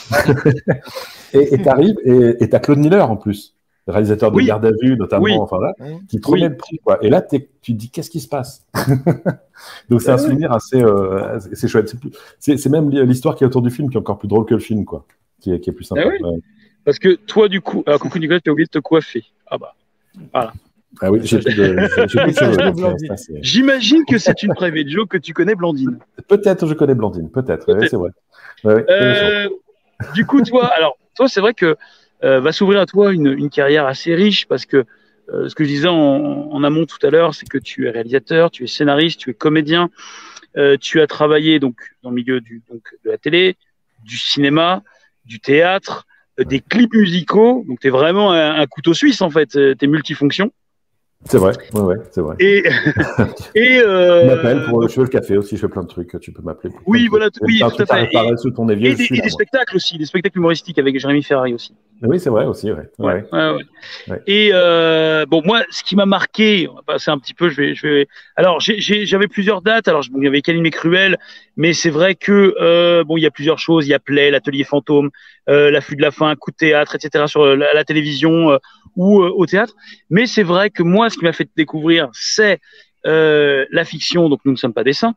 et et t'arrives, et et t'as Claude Miller, en plus, le réalisateur de Oui. Garde à vue, notamment, Oui. enfin là, Mmh. qui te remet Oui. le prix, quoi. Et là, t'es- tu te dis, qu'est-ce qui se passe? Donc, c'est un souvenir assez, euh, c'est chouette. C'est plus- C'est c'est même l'histoire qui est autour du film qui est encore plus drôle que le film, quoi. Qui est, qui est plus sympa. Ah oui. Ouais. Parce que toi, du coup, alors, coucou Nicolas, tu as oublié de te coiffer. Ah bah. Ah oui, j'ai plus de, j'ai- j'ai plus de cheveux, donc, Blandine. ça, c'est- J'imagine que c'est une private joke que tu connais, Blandine. Peut-être je connais Blandine, peut-être, ouais, Peut-être. c'est vrai. Ouais, ouais, Euh, du coup, toi, alors, toi, c'est vrai que euh, va s'ouvrir à toi une, une carrière assez riche parce que euh, ce que je disais en, en amont tout à l'heure, c'est que tu es réalisateur, tu es scénariste, tu es comédien, euh, tu as travaillé donc dans le milieu du, donc, de la télé, du cinéma, du théâtre, euh, des clips musicaux. Donc, tu es vraiment un, un couteau suisse en fait. Tu es multifonction. c'est vrai, ouais, ouais, c'est vrai. Et, et Tu euh, m'appelles pour je fais le café aussi, je fais plein de trucs, tu peux m'appeler. pour Oui, plein de voilà, trucs. oui, Plein de tout à trucs fait. apparaissent sous ton évier, et je des, suis et là, des moi. spectacles aussi, des spectacles humoristiques avec Jérémy Ferrari aussi. Oui, c'est vrai aussi, ouais. ouais. Ouais, ouais, ouais. Ouais. Et euh, bon, moi, ce qui m'a marqué, on va passer un petit peu. Je vais, je vais. Alors, j'ai- j'ai- j'avais plusieurs dates. Alors, bon, il y avait Câline mais cruel, mais c'est vrai que euh, bon, il y a plusieurs choses. Il y a Play, l'Atelier Fantôme, euh, L'affût de la fin, Coup de théâtre, et cetera sur la, la télévision euh, ou euh, au théâtre. Mais c'est vrai que moi, ce qui m'a fait découvrir, c'est euh, la fiction. Donc, nous ne sommes pas des saints.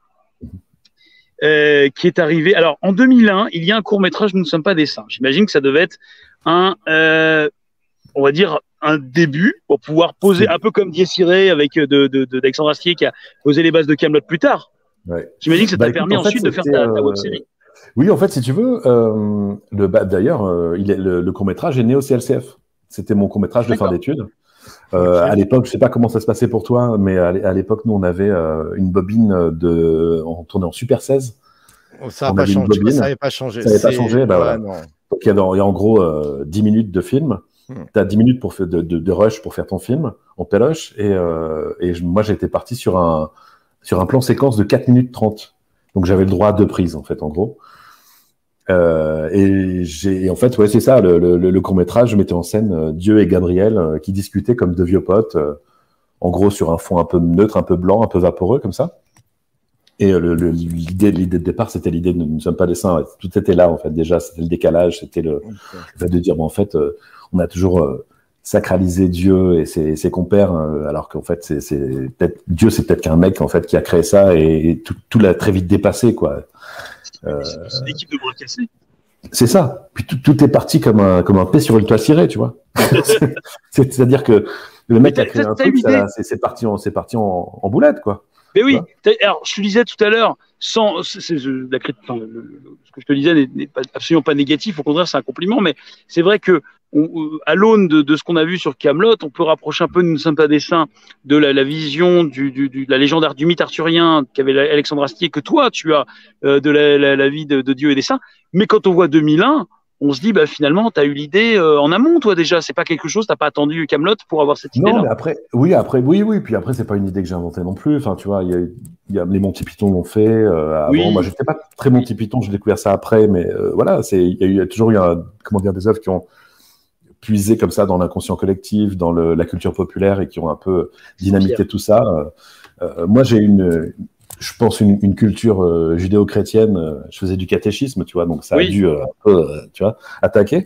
Euh, qui est arrivé. Alors, en deux mille un, il y a un court métrage Nous ne sommes pas des saints. J'imagine que ça devait être un, euh, on va dire, un début pour pouvoir poser, un peu comme Dieu Ciré avec de, de, de, d'Alexandre Astier qui a posé les bases de Kaamelott plus tard. Ouais. J'imagine que ça t'a Bah, écoute, permis en fait, ensuite de faire c'était, ta, ta euh, web série. Oui, en fait, si tu veux, euh, le, bah, d'ailleurs, euh, il est, le, le court-métrage est né au C L C F. C'était mon court-métrage de fin D'accord. d'études. Euh, Ok. À l'époque, je sais pas comment ça se passait pour toi, mais à l'é- à l'époque, nous, on avait euh, une bobine de, on tournait en Super seize. Oh, ça n'a On pas avait une changé. bobine. Ça n'avait pas changé. Ça n'avait pas C'est- changé, bah ouais, voilà. non. Donc, il y a, dans- il y a en gros euh, dix minutes de film. Hmm. Tu as dix minutes pour faire de, de, de rush pour faire ton film en péloche. Et, euh, et je- moi, j'étais parti sur un, sur un plan séquence de quatre minutes trente. Donc, j'avais le droit à deux prises, en fait, en gros. Euh, et, j'ai, et en fait, ouais, c'est ça, le, le, le court-métrage, je mettais en scène euh, Dieu et Gabriel euh, qui discutaient comme deux vieux potes. euh, en gros sur un fond un peu neutre, un peu blanc, un peu vaporeux comme ça. Et euh, le, le, l'idée, l'idée de départ, c'était l'idée de nous ne sommes pas des saints. Ouais. Tout était là en fait déjà. C'était le décalage, c'était le, okay. le fait de dire bon en fait, euh, on a toujours euh, sacralisé Dieu et ses, ses compères, euh, alors qu'en fait c'est, c'est peut-être Dieu, c'est peut-être qu'un mec en fait qui a créé ça et, et tout, tout l'a très vite dépassé quoi. Euh, c'est une équipe de bras cassés. C'est ça. Puis tout, tout est parti comme un comme un P sur une toile cirée, tu vois. c'est, c'est-à-dire que le mec a créé un truc, ça, c'est, c'est parti en c'est parti en, en boulette quoi. Mais oui, alors je te disais tout à l'heure, sans c'est, c'est, la, enfin, le, le, ce que je te disais n'est, n'est pas, absolument pas négatif, au contraire c'est un compliment, mais c'est vrai que on, à l'aune de, de ce qu'on a vu sur Kaamelott, on peut rapprocher un peu, nous ne sommes pas des saints, de la, la vision du, du, du, de la légendaire du mythe arthurien qu'avait Alexandre Astier, que toi tu as euh, de la, la, la vie de, de Dieu et des saints, mais quand on voit deux mille un, on se dit, bah, finalement, tu as eu l'idée euh, en amont, toi, déjà. C'est pas quelque chose, tu n'as pas attendu Kaamelott pour avoir cette idée-là. Non, mais après, oui, après, oui, oui. Puis après, c'est pas une idée que j'ai inventée non plus. Enfin, tu vois, il y a, y a les Monty Python l'ont fait euh, avant. Oui. Moi, j'étais pas très Monty Python, j'ai découvert ça après, mais euh, voilà, c'est, il y a eu, y a toujours eu un, comment dire, des œuvres qui ont puisé comme ça dans l'inconscient collectif, dans le, la culture populaire et qui ont un peu dynamité tout ça. Euh, moi, j'ai une, je pense une, une culture euh, judéo-chrétienne. Euh, je faisais du catéchisme, tu vois, donc ça oui. a dû euh, un peu, euh, tu vois, attaquer.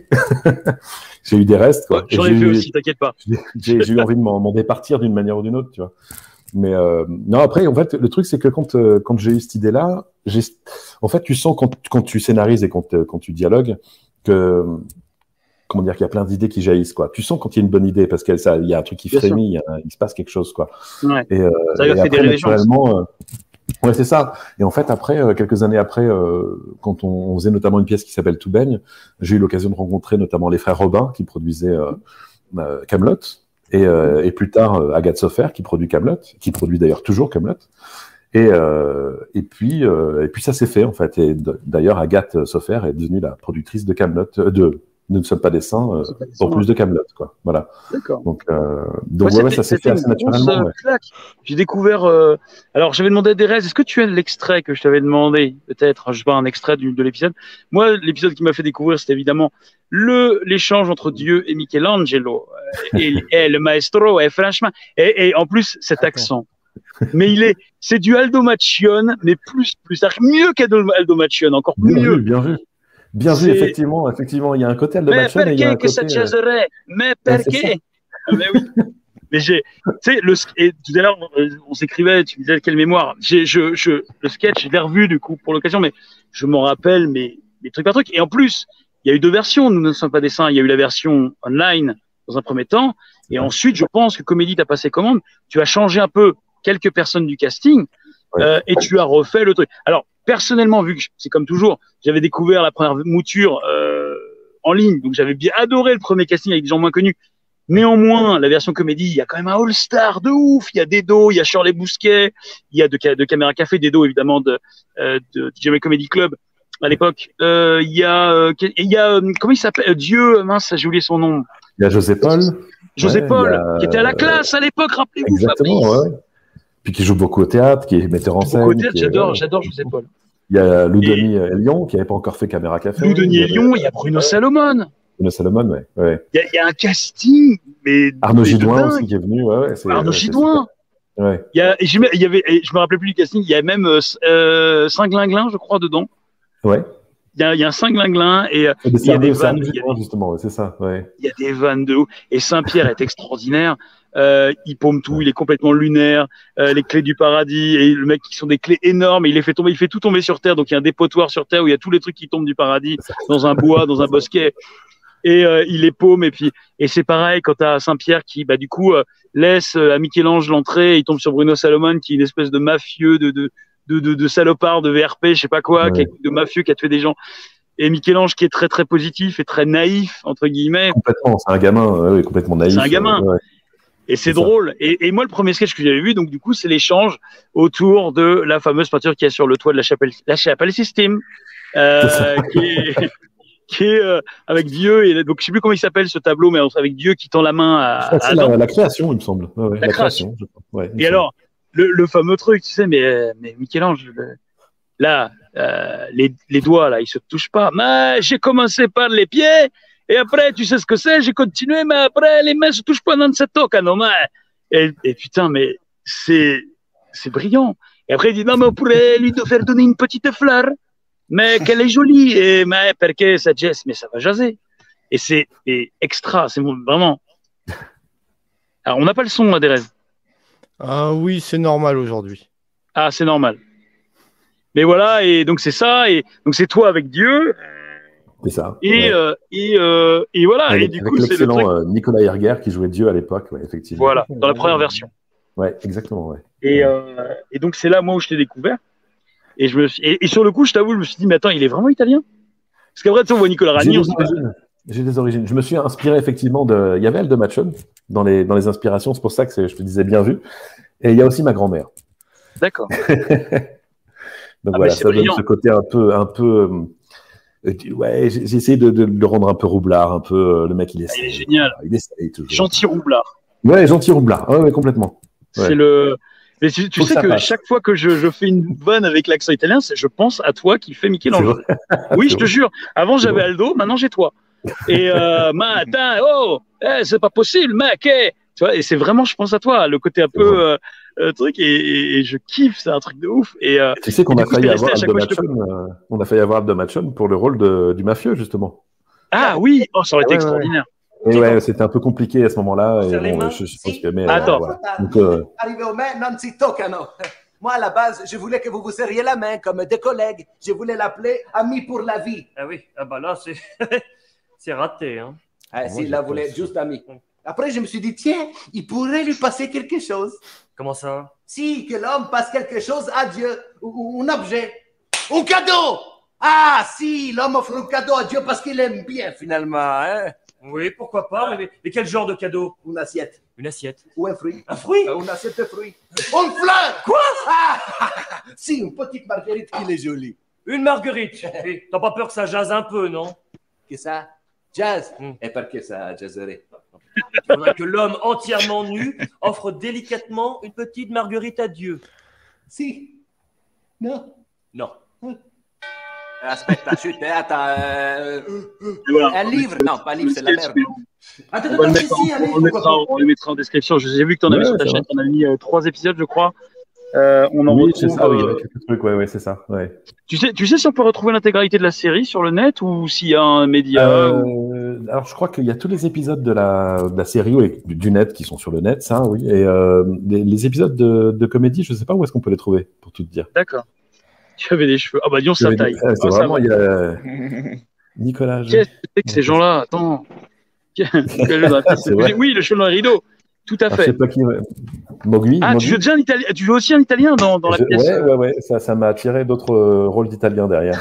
J'ai eu des restes, quoi. Ouais, j'en ai fait eu, aussi, t'inquiète pas. J'ai, j'ai eu envie de m'en, m'en départir d'une manière ou d'une autre, tu vois. Mais euh, non, après, en fait, le truc, c'est que quand euh, quand j'ai eu cette idée-là, j'ai, en fait, tu sens quand quand tu scénarises et quand quand tu dialogues que comment dire qu'il y a plein d'idées qui jaillissent, quoi. Tu sens quand il y a une bonne idée parce qu'il y a un truc qui Bien frémit, il, y a, il se passe quelque chose, quoi. Ouais. Et, euh, ça et fait après, des naturellement. Euh, Ouais, c'est ça. Et en fait, après, euh, quelques années après, euh, quand on, on faisait notamment une pièce qui s'appelle Tout baigne, j'ai eu l'occasion de rencontrer notamment les frères Robin qui produisaient euh, euh, Kaamelott, et, euh, et plus tard euh, Agathe Sofer qui produit Kaamelott, qui produit d'ailleurs toujours Kaamelott. Et, euh, et puis, euh, et puis ça s'est fait en fait. Et d'ailleurs, Agathe Sofer est devenue la productrice de Kaamelott, euh, de Nous ne sommes pas des saints, euh, pas des pour plus de Kaamelott, quoi. Voilà. D'accord. Donc, euh, donc ouais, ouais, ça s'est fait assez naturellement. Ouais. J'ai découvert. Euh... Alors, j'avais demandé à Derez, est-ce que tu as l'extrait que je t'avais demandé, peut-être, je sais pas, un extrait du, de l'épisode. Moi, l'épisode qui m'a fait découvrir, c'était évidemment le l'échange entre Dieu et Michelangelo et, et le maestro. Et franchement, et, et en plus cet accent. Mais il est, c'est du Aldo Macione, mais plus, plus, mieux qu'Aldo Macione, encore plus bien mieux. Vu, bien vu. Bien vu, effectivement, effectivement, il y a un côté Aldo Macione. Mais perché que ça chasserait? Mais perché? Mais oui. Mais j'ai, tu sais, le, et tout à l'heure, on, on s'écrivait, tu me disais quelle mémoire. J'ai, je, je, le sketch, je l'ai revu, du coup, pour l'occasion, mais je m'en rappelle, mais, mais truc par truc. Et en plus, il y a eu deux versions, Nous ne sommes pas des saints. Il y a eu la version online, dans un premier temps. Et ensuite, je pense que Comédie t'a passé commande. Tu as changé un peu quelques personnes du casting, ouais. euh, et tu as refait le truc. Alors, personnellement, vu que c'est comme toujours, j'avais découvert la première mouture euh, en ligne, donc j'avais bien adoré le premier casting avec des gens moins connus. Néanmoins, la version comédie, il y a quand même un all-star de ouf. Il y a Dedo, il y a Shirley Bousquet, il y a de, de Caméra Café, Dedo évidemment de, euh, de D J Comedy Club à l'époque. Euh, il y a, euh, il y a euh, comment il s'appelle, Dieu, mince, j'ai oublié son nom. Il y a José Paul. José ouais, Paul, a... qui était à la classe à l'époque, rappelez-vous. Exactement, Fabrice. ouais. Puis qui joue beaucoup au théâtre, qui est metteur en scène. Beaucoup au théâtre, j'adore, est... j'adore José Paul. Il y a Lou Denis et Lyon, qui n'avait pas encore fait Caméra Café. Lou Denis et Lyon, il y a Bruno Salomon. Bruno Salomon, ouais. ouais. Il, y a, il y a un casting, mais. Arnaud Gidouin aussi qui est venu, ouais, ouais. C'est, Arnaud c'est Gidouin. Ouais. Il y a, il y avait, je me rappelais plus du casting, il y a même euh, Saint-Glinglin, je crois, dedans. Ouais. Il y a, il y a un Saint-Glinglin et, et il y a des vannes. Il y a des, justement, ouais, c'est ça, ouais. Il y a des vannes de ouf. Et Saint-Pierre est extraordinaire. Euh, il paume tout, il est complètement lunaire. Euh, les clés du paradis et le mec qui sont des clés énormes. Et il les fait tomber, il fait tout tomber sur terre. Donc il y a un dépotoir sur terre où il y a tous les trucs qui tombent du paradis dans un bois, dans un bosquet. Et euh, il les paume. Et puis et c'est pareil quand t'as Saint-Pierre qui, bah du coup, euh, laisse euh, à Michel-Ange l'entrée. Et il tombe sur Bruno Salomon qui est une espèce de mafieux, de de de de, de salopard, de V R P, je sais pas quoi, ouais. qui est, de mafieux qui a tué des gens. Et Michel-Ange qui est très très positif et très naïf entre guillemets. Complètement, c'est un gamin, ouais, complètement naïf. C'est un gamin. Ouais. Et c'est, c'est drôle. Et, et moi, le premier sketch que j'avais vu, donc du coup, c'est l'échange autour de la fameuse peinture qui est sur le toit de la chapelle, la chapelle Système, euh, qui est, qui est euh, avec Dieu. Et donc, je sais plus comment il s'appelle ce tableau, mais avec Dieu qui tend la main à. C'est à la, la création, il me semble. Ouais, ouais, la, la création. création. Ouais, et alors, le, le fameux truc, tu sais, mais, mais Michel-Ange, le, là, euh, les, les doigts là, ils se touchent pas. Mais j'ai commencé par les pieds. Et après, tu sais ce que c'est, j'ai continué, mais après, les mains se touchent pas dans cette toque, non, mais Et, et putain, mais c'est, c'est brillant. Et après, il dit, non, mais on pourrait lui faire donner une petite fleur, mais qu'elle est jolie. Et, mais, parce que ça jazz, mais ça va jaser. Et c'est et extra, c'est vraiment. Alors, on n'a pas le son, Derez. Ah oui, c'est normal aujourd'hui. Ah, c'est normal. Mais voilà, et donc c'est ça, et donc c'est toi avec Dieu. C'est ça. Et, ouais. euh, et, euh, et voilà, avec, et du avec coup, c'est le truc. l'excellent euh, Nicolas Herger qui jouait Dieu à l'époque, ouais, effectivement. Voilà, dans la première version. Ouais, exactement, ouais. Et, ouais. euh, et donc c'est là, moi, où je t'ai découvert. Et, je me suis... et, et sur le coup, je t'avoue, je me suis dit, mais attends, il est vraiment italien? Parce qu'après, tu sais, on voit Nicolas J'ai Ragni, des on se dit, origines. J'ai des origines. Je me suis inspiré effectivement de. Il y avait Aldo Machon dans les, dans les inspirations, c'est pour ça que c'est- je te disais bien vu. Et il y a aussi ma grand-mère. d'accord. Donc Ah, voilà, mais c'est ça donne brillant. ce côté un peu. Un peu euh, tu- ouais, j'ai j'ai essayé de, de le rendre un peu roublard, un peu. euh, le mec, il Ah, essaye. il est génial. quoi. Il essaye toujours. Gentil roublard. Ouais, gentil roublard. Ouais, ouais, complètement. Ouais. C'est le. Mais tu, tu Faut que sais ça que passe. chaque fois que je, je fais une vanne avec l'accent italien, c'est- je pense à toi qui fais C'est Michel-Ange. vrai. Oui, C'est je te vrai. jure. Avant, C'est j'avais vrai. Aldo, maintenant j'ai toi. Et euh, mais attends, oh, eh, c'est pas possible, mec. Eh. Tu vois, et c'est vraiment, je pense à toi, le côté un C'est peu vrai. euh, euh, truc, et, et, et je kiffe, c'est un truc de ouf. Et, euh, Et tu sais et qu'on du a coup, failli t'es resté avoir à chaque Aldo fois que je te. Machon, euh, on a failli avoir Aldo Machon pour le rôle de, du mafieux, justement. Ah oui, oh, ça aurait Ah été ouais, ouais, ouais. extraordinaire. Et Dis ouais, donc. c'était un peu compliqué à ce moment-là. Et Sur les bon, mains, je suppose si. que. Mais, Attends. euh, voilà. Donc, euh, Arrivé aux mains, non si toccano. Moi, à la base, je voulais que vous vous serriez la main comme des collègues. Je voulais l'appeler ami pour la vie. Ah oui, ah bah là, c'est c'est raté. Hein. Ah, Moi, si, je là, pense- voulait juste ami. Après, je me suis dit, tiens, il pourrait lui passer quelque chose. Comment ça? Si, que l'homme passe quelque chose à Dieu, ou, ou un objet, un cadeau. Ah, si, l'homme offre un cadeau à Dieu parce qu'il aime bien, finalement. Hein? Oui, pourquoi pas, mais, mais quel genre de cadeau? Une assiette, Une assiette. ou un fruit. Un fruit? Euh, Une assiette de fruits. Une fleur. Quoi? Ah, si, une petite marguerite qui est jolie. Une marguerite. Et T'as pas peur que ça jase un peu, non? Que ça? Jazz. Hmm. Et par que ça jazzerait? Il faudrait que l'homme entièrement nu offre délicatement une petite marguerite à Dieu. Si. Non. Non. Aspetta, chut, attends. euh, Et voilà. Un livre? Non, pas un livre, c'est la merde. Attends, On va le attends, si, mettre si, un en, on livre, le pourquoi mettra, pas? on le mettra en description. J'ai vu que tu en avais Ouais, sur ta c'est chaîne. vrai. On a mis euh, trois épisodes, je crois. Euh, on en oui, c'est retrouve. ça, oui, il y euh, a quelques trucs, ouais, ouais, c'est ça. Ouais. tu sais, tu sais si on peut retrouver l'intégralité de la série sur le net ou s'il y a un média ou- Euh, alors, je crois qu'il y a tous les épisodes de la, de la série ouais, du, du net qui sont sur le net, ça, oui. Et euh, les, les épisodes de, de comédie, je sais pas où est-ce qu'on peut les trouver, pour tout te dire. D'accord. Tu avais des cheveux. Ah bah disons sa taille. Ah, c'est Ah, ça vraiment, va. il y a Nicolas. je- Qu'est-ce que c'est que ces gens-là? Attends. C'est vrai. Oui, le cheveu dans les rideaux. Tout à Ah, je sais fait. pas qui. ouais. Mogui. Ah, Mogui tu joues déjà un italien. Tu joues aussi un italien dans, dans la Je- pièce. Ouais, ouais, ouais, ça, ça m'a attiré d'autres euh, rôles d'Italien derrière.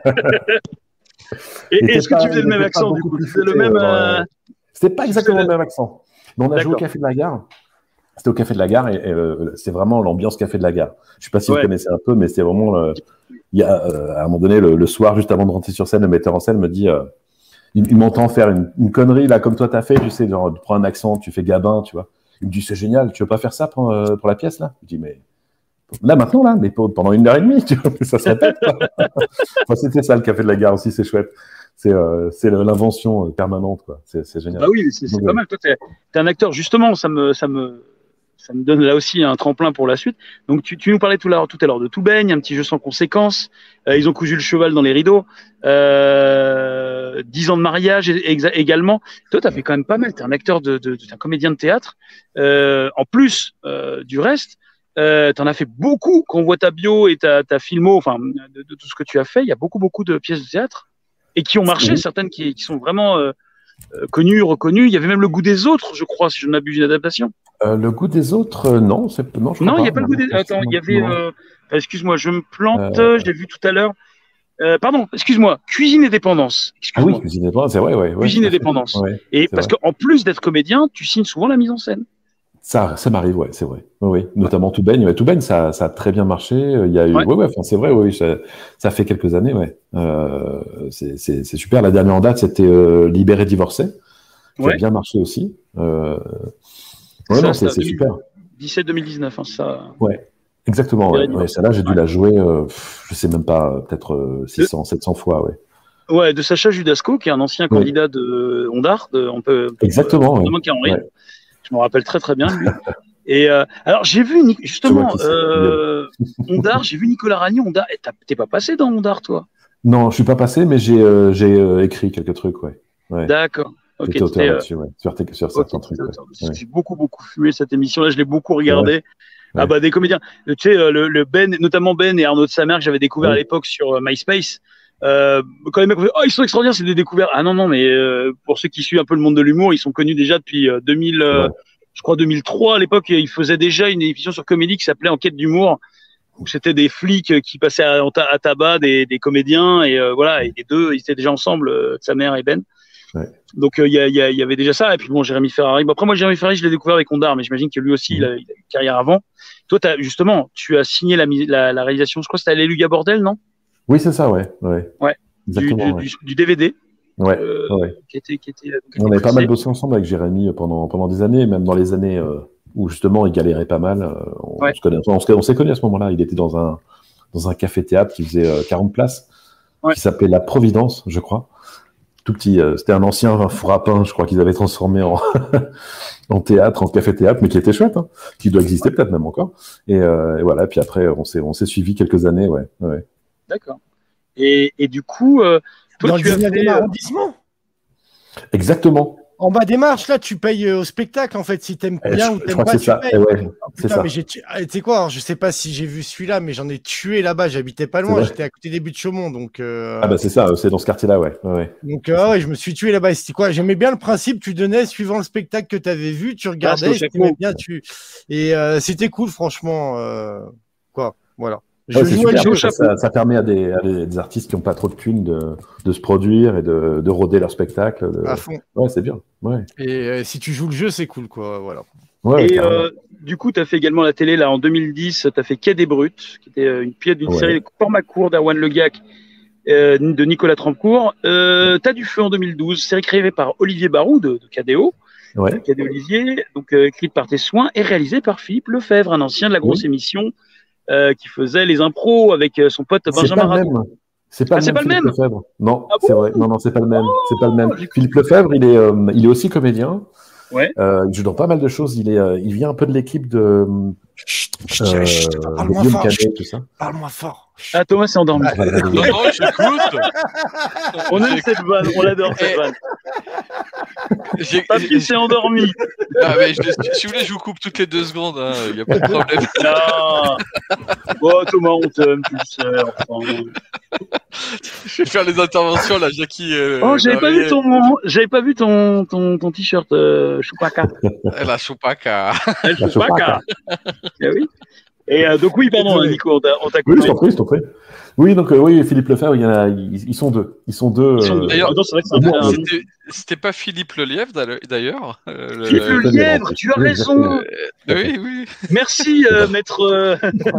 Et Il était est-ce que pas- tu faisais il le même était pas accent du beaucoup coup? plus Tu faisais le futé, même. euh, dans, euh, euh, C'était pas tu exactement faisais le même accent. Mais on a joué au D'accord. Café de la Gare. C'était au Café de la Gare et, et, euh, c'est vraiment l'ambiance Café de la Gare. Je sais pas si Ouais. vous connaissez un peu, mais c'est vraiment. euh, il y a, euh, à un moment donné, le, le soir, juste avant de rentrer sur scène, le metteur en scène me dit euh, il, il m'entend faire une, une connerie là, comme toi t'as fait, tu sais, genre, tu prends un accent, tu fais Gabin, tu vois. Il me dit c'est génial, tu veux pas faire ça pour, euh, pour la pièce là? Je dis mais. Là, maintenant, là, mais pour- pendant une heure et demie, tu vois, ça se répète. Enfin, c'était ça, le Café de la Gare aussi, c'est chouette. C'est euh, c'est l'invention euh, permanente, quoi. C'est c'est génial. Bah oui, c'est c'est Donc, pas ouais. mal. Toi, t'es es un acteur, justement, ça me, ça me, ça me donne là aussi un tremplin pour la suite. Donc, tu, tu nous parlais tout à l'heure, tout à l'heure de Tout baigne, un petit jeu sans conséquences. Euh, ils ont cousu le cheval dans les rideaux. Euh, Dix ans de mariage exa- également. Toi, t'as fait quand même pas mal. T'es un acteur de, de, t'es un comédien de théâtre. Euh, en plus euh, du reste, euh, t'en as fait beaucoup. Quand on voit ta bio et ta, ta filmo, enfin, de, de tout ce que tu as fait, il y a beaucoup, beaucoup de pièces de théâtre et qui ont marché. Oui. Certaines qui, qui sont vraiment euh, euh, connues, reconnues. Il y avait même Le Goût des autres, je crois, si je ne m'abuse, une adaptation. Euh, le goût des autres, euh, non, c'est non, je crois Non, il n'y a pas. pas Le Goût des. Attends, il y avait. Non. Euh... Excuse-moi, je me plante. Euh. J'ai vu tout à l'heure. Euh, pardon, excuse-moi. Cuisine et dépendance. Ah Excuse-moi. oui, cuisine et dépendance, c'est vrai, ouais. ouais. Cuisine et dépendance. Ouais, Et c'est parce vrai. qu'en plus d'être comédien, tu signes souvent la mise en scène. Ça, ça m'arrive, ouais, c'est vrai. Oui, oui. Notamment Tout baigne. Ouais, Tout baigne, ça, ça a très bien marché. Il y a eu, Ouais. ouais, ouais, enfin, c'est vrai, oui, ça, ça fait quelques années, ouais. Euh, c'est, c'est, c'est super. La dernière en date, c'était euh, Libéré, divorcé, qui Ouais. a bien marché aussi. Euh... Ouais, Ça, non, c'est, ça, c'est super. dix-sept deux mille dix-neuf, hein, ça. Exactement, ouais. Libéré, ouais. Celle-là, j'ai dû Ouais. la jouer, euh, pff, je sais même pas, euh, peut-être euh, six cents, sept cents fois, ouais. Ouais, de Sacha Judasco, qui est un ancien Oui. candidat de Ondar, de, on peut. Exactement, ouais. Notamment qui est en rire. Ouais. Je me rappelle très très bien de lui. Et euh, alors j'ai vu Nic- justement qui c'est. euh, Ondar, j'ai vu Nicolas Ragny. Ondar, eh, t'as- t'es pas passé dans Ondar, toi? Non, je suis pas passé, mais j'ai euh, j'ai euh, écrit quelques trucs, ouais. ouais. D'accord. Ok. J'étais auteur t'es, euh, là-dessus, ouais. Sur, tes- sur ok, certains t'es trucs, ouais. auteur. Ouais. J'ai beaucoup beaucoup fumé cette émission-là. Je l'ai beaucoup regardé. Ah Ouais. bah des comédiens. Tu sais euh, le, le Ben, notamment Ben et Arnaud de Samer que j'avais découvert Ouais. à l'époque sur euh, MySpace. Euh, quand les mecs ont fait, oh ils sont extraordinaires, c'est des découvertes. Ah non non, mais euh, pour ceux qui suivent un peu le monde de l'humour, ils sont connus déjà depuis euh, deux mille. euh, Ouais. je crois deux mille trois à l'époque, ils faisaient déjà une émission sur Comédie qui s'appelait Enquête d'humour, où c'était des flics qui passaient à, à tabac des, des comédiens et euh, voilà, et les deux, ils étaient déjà ensemble, euh, sa mère et Ben. Ouais. Donc il euh, y, a, y, a, y avait déjà ça. Et puis bon, Jérémy Ferrari. Bon, après moi, Jérémy Ferrari, je l'ai découvert avec Ondar, mais j'imagine que lui aussi, il a, il a une carrière avant. Toi, t'as, justement, tu as signé la, la, la réalisation. Je crois que c'était à l'Eluga Bordel, non? Oui, c'est ça, ouais. Ouais. Ouais. Exactement, du, ouais. du, du D V D. Ouais, euh, ouais. Qui était, qui était, donc, On avait pas précisé. mal bossé ensemble avec Jérémy pendant, pendant des années, même dans les années euh, où justement il galérait pas mal. euh, on, Ouais. se connaît, on, se- on s'est connus à ce moment-là. Il était dans un, dans un café-théâtre qui faisait euh, quarante places, Ouais. qui s'appelait La Providence, je crois. Tout petit, euh, c'était un ancien un four à pain, je crois qu'ils avaient transformé en, en théâtre, en café-théâtre, mais qui était chouette, hein, qui doit exister peut-être même encore. Et, euh, et voilà, puis après on s'est, on s'est suivi quelques années, ouais. ouais. D'accord. Et, et du coup, euh, toi, Dans le tu as dix-neuvième fait. euh, arrondissement. Exactement. En bas des marches, là, tu payes euh, au spectacle, en fait, si t'aimes Eh, bien je, ou je t'aimes crois pas, que tu c'est ça. payes. Eh ouais, Oh, c'est putain, ça. mais j'ai tu ah, tu sais quoi, alors, je sais pas si j'ai vu celui-là, mais j'en ai tué là-bas, j'habitais pas C'est loin, vrai. j'étais à côté des buts de Chaumont, donc euh, Ah bah c'est ça, c'est dans ce quartier-là, ouais. ouais, ouais. donc euh, ouais, je me suis tué là-bas. Et c'était quoi? J'aimais bien le principe, tu donnais suivant le spectacle que tu avais vu, tu Ah, regardais, c'est au si chapeau. t'aimais bien, tu et euh, c'était cool, franchement. euh, Quoi, voilà. Je Ouais, c'est jouais super, chaud, le ça, jeu. chapeau. ça, ça permet à des, à des, des artistes qui n'ont pas trop de thunes de, de se produire et de, de rôder leur spectacle. de- à fond. Ouais, c'est bien. Ouais, Et euh, si tu joues le jeu, c'est cool, quoi. Voilà. ouais, Et carrément. euh, du coup, tu as fait également la télé là en deux mille dix. Tu as fait Quai des Brutes, qui était euh, une pièce d'une Ouais. série de format court d'Erwan Le Gac euh, de Nicolas Tremcourt. Euh, T'as du feu en deux mille douze, série créée par Olivier Barou de, de K D O, Ouais. K D O Olivier, donc euh, écrite par tes soins et réalisée par Philippe Lefebvre, un ancien de la grosse Oui. émission euh, qui faisait les impros avec euh, son pote C'est Benjamin pas le Radon. même. C'est pas Ah, le c'est même pas le Philippe même. Lefebvre. Non, Ah c'est bon vrai. Non, non, c'est pas le même. C'est pas le même. Oh, j'ai- Philippe Lefebvre, il est, euh, il est aussi comédien. Ouais. Euh, il joue dans pas mal de choses. Il est, euh, il vient un peu de l'équipe de Chut, chut, euh, chut, de parle-moi Guillaume fort. Canet, chut, tout ça. Parle-moi fort. Chut. Ah, Thomas s'est endormi. Ah, voilà, Non, non, j'écoute. On aime J'ai- cette vanne, on l'adore cette Eh, vanne. j'ai- Papy s'est endormi. Ah, mais je- si vous voulez, je vous coupe toutes les deux secondes. Il n'y a pas de problème. Non. Bon, Thomas, on t'aime, tu le sais. Enfin. Je vais faire les interventions là, Jackie. Euh, Oh, j'avais pas vu Marielle. ton, j'avais pas vu ton, ton, ton t-shirt euh, Chewbacca. Eh, La Chewbacca. Elle La Chewbacca. Eh oui. Et euh, donc oui, pardon, Désolé. Nico, on t'a, on t'a Oui, coupé. je t'en prie, je t'en prie. Oui, donc euh, oui, Philippe Lefebvre, il y en a, ils, ils sont deux. Ils sont deux. Ils sont deux. euh, D'ailleurs, Attends, c'est vrai que c'est au un peu moins, un- C'était c'était pas Philippe Lelièvre d'ailleurs. euh, le- Philippe Le le- Lièvre, tu as Oui, raison. Euh, oui, oui. Merci, euh, maître. euh,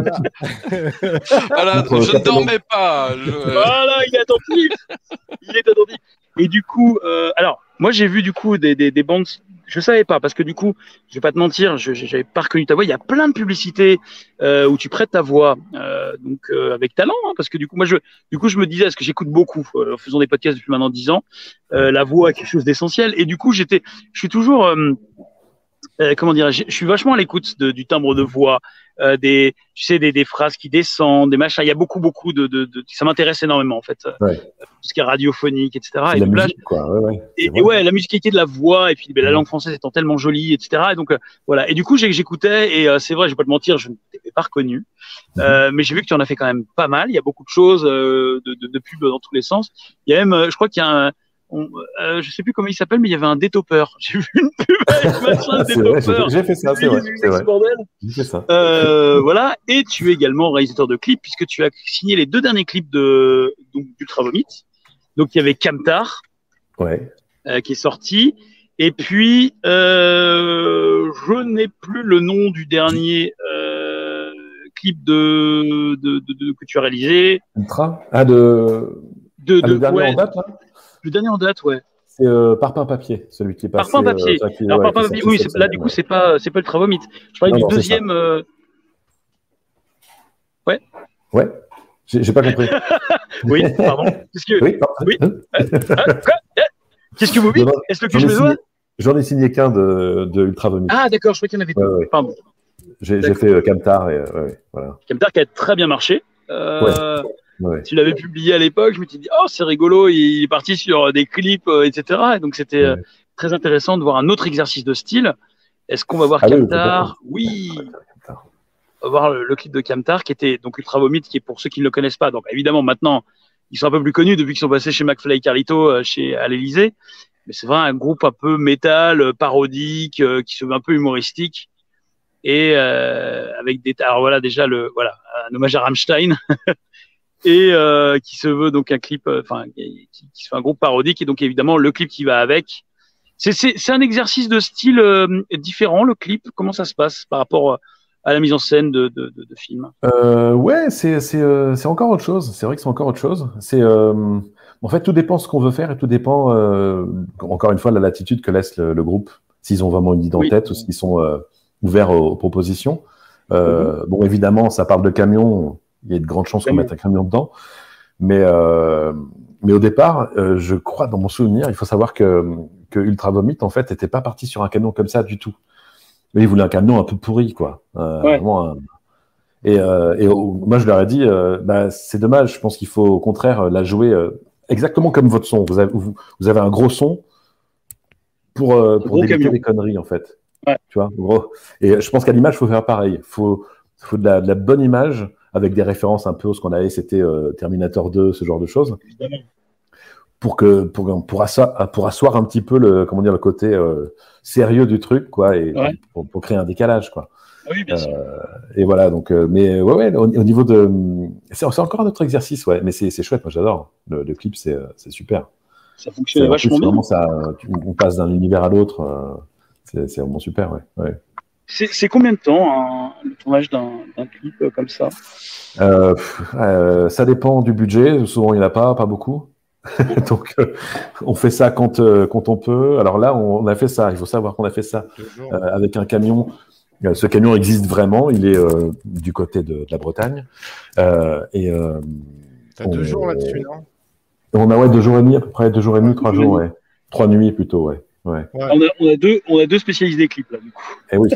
Voilà, Notre je ne capitaine. dormais pas. je- Voilà, il est attentif. Il est attentif. Et du coup, euh, alors, moi, j'ai vu du coup des, des, des bandes. Je savais pas parce que du coup, je vais pas te mentir, je je- j'avais pas reconnu ta voix. Il y a plein de publicités euh, où tu prêtes ta voix, euh, donc euh, avec talent, hein, parce que du coup, moi, je, du coup, je me disais, parce que j'écoute beaucoup, euh, en faisant des podcasts depuis maintenant dix ans, euh, la voix est quelque chose d'essentiel. Et du coup, j'étais, je suis toujours, euh, euh, comment dire, je suis vachement à l'écoute de- du timbre de voix, euh, des, tu sais, des, des phrases qui descendent, des machins. Il y a beaucoup, beaucoup de, de, de ça m'intéresse énormément en fait, euh, Ouais. tout ce qui est radiophonique, et cetera. C'est Et de la doublage. musique, quoi. Ouais, ouais. Et, C'est vrai. et ouais, la musicalité de la voix, et puis ben, la Mhm. langue française étant tellement jolie, et cetera. Et donc euh, voilà. Et du coup, j'ai- j'écoutais, et euh, c'est vrai, je vais pas te mentir, je ne t'avais pas reconnu, euh, mais j'ai vu que tu en as fait quand même pas mal. Il y a beaucoup de choses, euh, de, de, de pubs dans tous les sens. Il y a même, euh, je crois qu'il y a un, on, euh, je sais plus comment il s'appelle, mais il y avait un détopeur. J'ai vu une pub avec machin de C'est vrai, j'ai détopeur. fait- j'ai fait ça, c'est vrai. C'est vrai. Bordel. J'ai fait ça. Euh, voilà. Et tu es également réalisateur de clips, puisque tu as signé les deux derniers clips de donc d'Ultra Vomit. Donc il y avait Camtar, Ouais. euh, qui est sorti. Et puis, euh, je n'ai plus le nom du dernier euh, clip de, de, de, de- que tu as réalisé. Ultra. Ah, de. De, Ah, de, le dernier ouais, en date, là le dernier en date, ouais. C'est euh, Parpaing Papier, celui qui est passé. Parpaing Papier. euh, enfin, qui- Alors, ouais, Parpaing qui est Papier, sorti oui, cette c'est- là, semaine, du coup, ouais. c'est pas, c'est pas Ultra Vomit. Je parlais Non, du non, c'est deuxième. Euh... Ouais. Ouais. J'ai j'ai pas compris. Oui, pardon. Qu'est-ce que, Oui, pardon. Oui. ah, quoi Eh Qu'est-ce que vous dites? Non, non, Est-ce que J'en je ai me signé, dois? j'en ai signé qu'un de, de Ultra Vomit. Ah, d'accord, je crois qu'il y en avait deux. Ouais, ouais. Pardon. J'ai, j'ai fait euh, Camtar et euh, ouais, voilà. Camtar qui a très bien marché. Euh, ouais. Ouais. Tu l'avais publié à l'époque, je me suis dit, oh, c'est rigolo, il est parti sur des clips, euh, et cetera. Et donc, c'était euh, Ouais. très intéressant de voir un autre exercice de style. Est-ce qu'on va voir Ah oui, Camtar? Oui, Camtar. on va voir le, le clip de Camtar, qui était donc Ultra Vomit, qui est pour ceux qui ne le connaissent pas. Donc, évidemment, maintenant, ils sont un peu plus connus depuis qu'ils sont passés chez McFly et Carlito, euh, chez, à l'Élysée. Mais c'est vraiment un groupe un peu métal, euh, parodique, euh, qui se veut un peu humoristique. Et euh, avec des... Alors voilà, déjà, le, voilà, un hommage à Rammstein. et euh, qui se veut donc un clip, enfin, euh, qui, qui se fait un groupe parodique. Et donc, évidemment, le clip qui va avec. C'est, c'est, c'est un exercice de style euh, différent, le clip. Comment ça se passe par rapport à la mise en scène de, de, de, de films? Euh, ouais, c'est, c'est, euh, c'est encore autre chose. C'est vrai que c'est encore autre chose. C'est, euh, en fait, tout dépend ce qu'on veut faire et tout dépend, euh, encore une fois, de la latitude que laisse le, le groupe, s'ils ont vraiment une idée en Oui. tête ou s'ils sont euh, ouverts aux, aux propositions. Euh, Mhm. Bon, évidemment, ça parle de camion. Il y a de grandes chances qu'on Camion. mette un camion dedans. Mais, euh, mais au départ, euh, je crois, dans mon souvenir, il faut savoir que, que Ultra Vomit, en fait, n'était pas parti sur un camion comme ça du tout. Mais il voulait un camion un peu pourri, quoi. Euh, Ouais. Vraiment un- Et, euh, et au- moi, je leur ai dit, euh, bah, c'est dommage, je pense qu'il faut au contraire la jouer euh, exactement comme votre son. Vous avez, vous, vous avez un gros son pour, euh, pour Gros débiter camion. des conneries, en fait. Ouais. Tu vois, gros. Et je pense qu'à l'image, il faut faire pareil. Il faut, faut de la, de la bonne image avec des références un peu à ce qu'on avait, c'était euh, Terminator deux, ce genre de choses, Évidemment. pour que pour, pour, asseoir, pour asseoir un petit peu le, comment dire, le côté euh, sérieux du truc, quoi, et Ouais. pour, pour créer un décalage, quoi. Ah oui, bien sûr. Euh, et voilà, donc, euh, mais ouais, ouais, au, au niveau de. C'est, c'est encore un autre exercice, ouais, mais c'est, c'est chouette, moi j'adore. Le, le clip, c'est, euh, c'est super. Ça C'est, fonctionnait en plus, vachement bien. vraiment, ça, tu- on passe d'un univers à l'autre, euh, c'est, c'est vraiment super, ouais. ouais. C'est, c'est combien de temps un, le tournage d'un, d'un clip euh, comme ça? Euh, pff, euh, ça dépend du budget, souvent il n'y en a pas, pas beaucoup. Donc, euh, on fait ça quand, euh, quand on peut. Alors là, on, on a fait ça, il faut savoir qu'on a fait ça Toujours. euh, avec un camion. Euh, Ce camion existe vraiment, il est euh, du côté de, de la Bretagne. Euh, et euh, T'as on- deux jours là-dessus, non? On a ouais, deux jours et demi à peu près, deux jours et demi, Ouais, trois deux jours jours, et ouais. Trois nuits plutôt, ouais. ouais. Ouais. On a, on a deux, on a deux spécialistes des clips là, du coup. Et oui,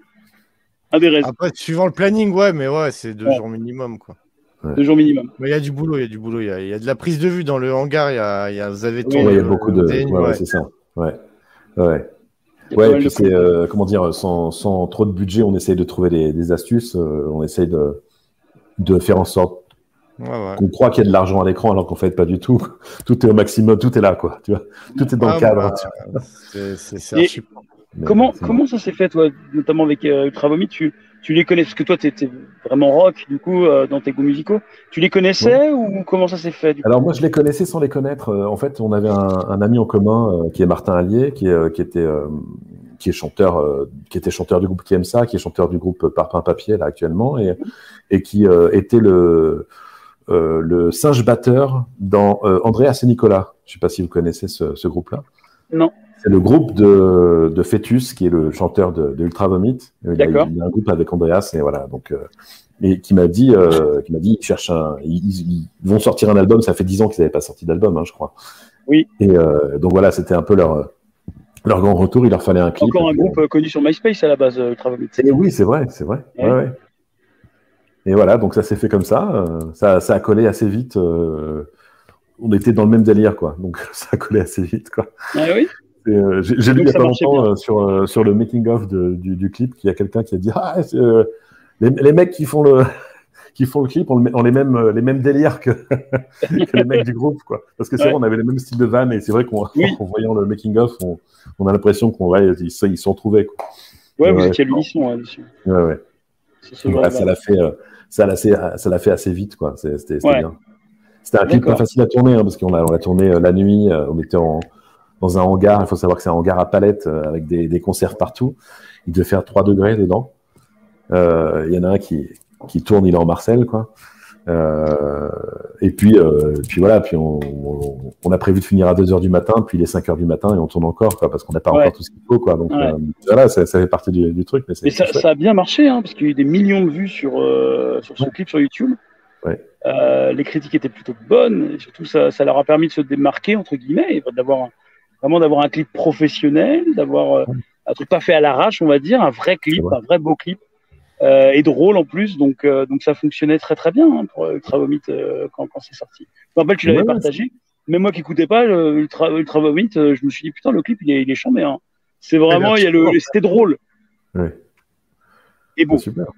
Un des restes, Après, suivant le planning, ouais, mais ouais, c'est deux Ouais. jours minimum, quoi. deux jours minimum. Mais il y a du boulot, il y a du boulot. Il y a, il y a de la prise de vue dans le hangar. Il y a, il y a vous avez Oui, tourné ouais, il y a le- beaucoup le de. D N, Ouais, ouais, ouais. c'est ça. Ouais. Ouais. Il y a pas Ouais, et mal puis de c'est, clips. euh, comment dire, sans, sans trop de budget, on essaye de trouver des, des astuces, euh, on essaye de, de faire en sorte Ouais, ouais. qu'on croit qu'il y a de l'argent à l'écran alors qu'en fait pas du tout. Tout est au maximum, tout est là, quoi. Tu vois, tout est dans Ah, le cadre. bah, tu vois. c'est c'est- c'est Et archi. Mais, Comment, c'est- comment ça s'est fait, toi, notamment avec euh, Ultra Vomit, tu, tu les connais, parce que toi, tu étais vraiment rock, du coup, euh, dans tes goûts musicaux. Tu les connaissais ou comment ça s'est fait, du coup? Alors moi, je les connaissais sans les connaître. Euh, En fait, on avait un, un ami en commun euh, qui est Martin Allier, qui, est, euh, qui était euh, qui est chanteur, euh, qui était chanteur du groupe Qui aime ça, qui est chanteur du groupe Parpaing Papier là actuellement, et et qui euh, était le euh, le singe batteur dans euh, Andreas et Nicolas. Je sais pas si vous connaissez ce, ce groupe-là. Non. C'est le groupe de, de Fetus, qui est le chanteur de, de Ultra Vomit. Il a, D'accord. il a un groupe avec Andreas, et voilà. Donc, euh, et qui m'a dit, euh, qui m'a dit, ils cherchent un, ils, ils- ils vont sortir un album. Ça fait dix ans qu'ils n'avaient pas sorti d'album, hein, je crois. Oui. Et euh, donc voilà, c'était un peu leur leur grand retour. Il leur fallait un clip. Encore un et puis, groupe euh, connu sur MySpace à la base, euh, Ultra Vomit. et oui, c'est vrai, c'est vrai. Ouais. Ouais, ouais. Et voilà, donc ça s'est fait comme ça. euh, ça, ça a collé assez vite. euh, on était dans le même délire, quoi. Donc ça a collé assez vite, quoi. Ah oui? Et, euh, j'ai j'ai lu Donc il y a ça pas marchait longtemps bien. euh, sur, euh, sur le making-of de- du, du clip qu'il y a quelqu'un qui a dit ah, c'est, euh, les, les mecs qui font le, qui font le clip ont, le- ont les, mêmes, euh, les mêmes délires que, que les mecs du groupe, quoi. Parce que c'est Ouais. vrai, on avait les mêmes styles de vannes et c'est vrai qu'en Oui. en voyant le making-of, on, on a l'impression qu'on ouais, ils se ils se sont trouvés, quoi. Ouais, vous Ouais, étiez à l'unisson, hein, dessus. Ouais, ouais. C'est ce genre Ouais, de ça vibe. l'a fait, euh, ça l'a assez, ça l'a fait assez vite, quoi. C'est- C'était c'était Ouais. bien. C'était un clip pas D'accord. facile à tourner, hein, parce qu'on l'a on l'a tourné euh, la nuit, euh, on était en, dans un hangar. Il faut savoir que c'est un hangar à palettes euh, avec des, des conserves partout. Il devait faire trois degrés dedans. Euh, Il y en a un qui, qui tourne, il est en Marcel, quoi. Euh, et puis, euh, puis voilà, puis on, on, on a prévu de finir à deux heures du matin, puis il est cinq heures du matin et on tourne encore, quoi, parce qu'on n'a pas Ouais. encore tout ce qu'il faut, quoi. Donc Ouais. euh, voilà, ça, ça fait partie du, du truc. Mais c'est Mais ça, c'est chouette. ça a bien marché, hein, parce qu'il y a eu des millions de vues sur, euh, sur ce Ouais. clip sur YouTube. Ouais. Euh, les critiques étaient plutôt bonnes, et surtout ça, ça leur a permis de se démarquer, entre guillemets, et d'avoir un- vraiment d'avoir un clip professionnel, d'avoir euh, un truc pas fait à l'arrache, on va dire, un vrai C'est clip, vrai. un vrai beau clip. euh, et drôle en plus, donc euh, donc ça fonctionnait très très bien hein, pour Ultra Vomit euh, quand quand c'est sorti. Je me rappelle, tu l'avais Ouais, partagé. Même moi qui écoutais pas le Ultra Ultra Vomit, euh, je me suis dit putain le clip il est il est chambé. Hein. C'est vraiment il y a le c'était drôle. Ouais. Et bon. Ah, super.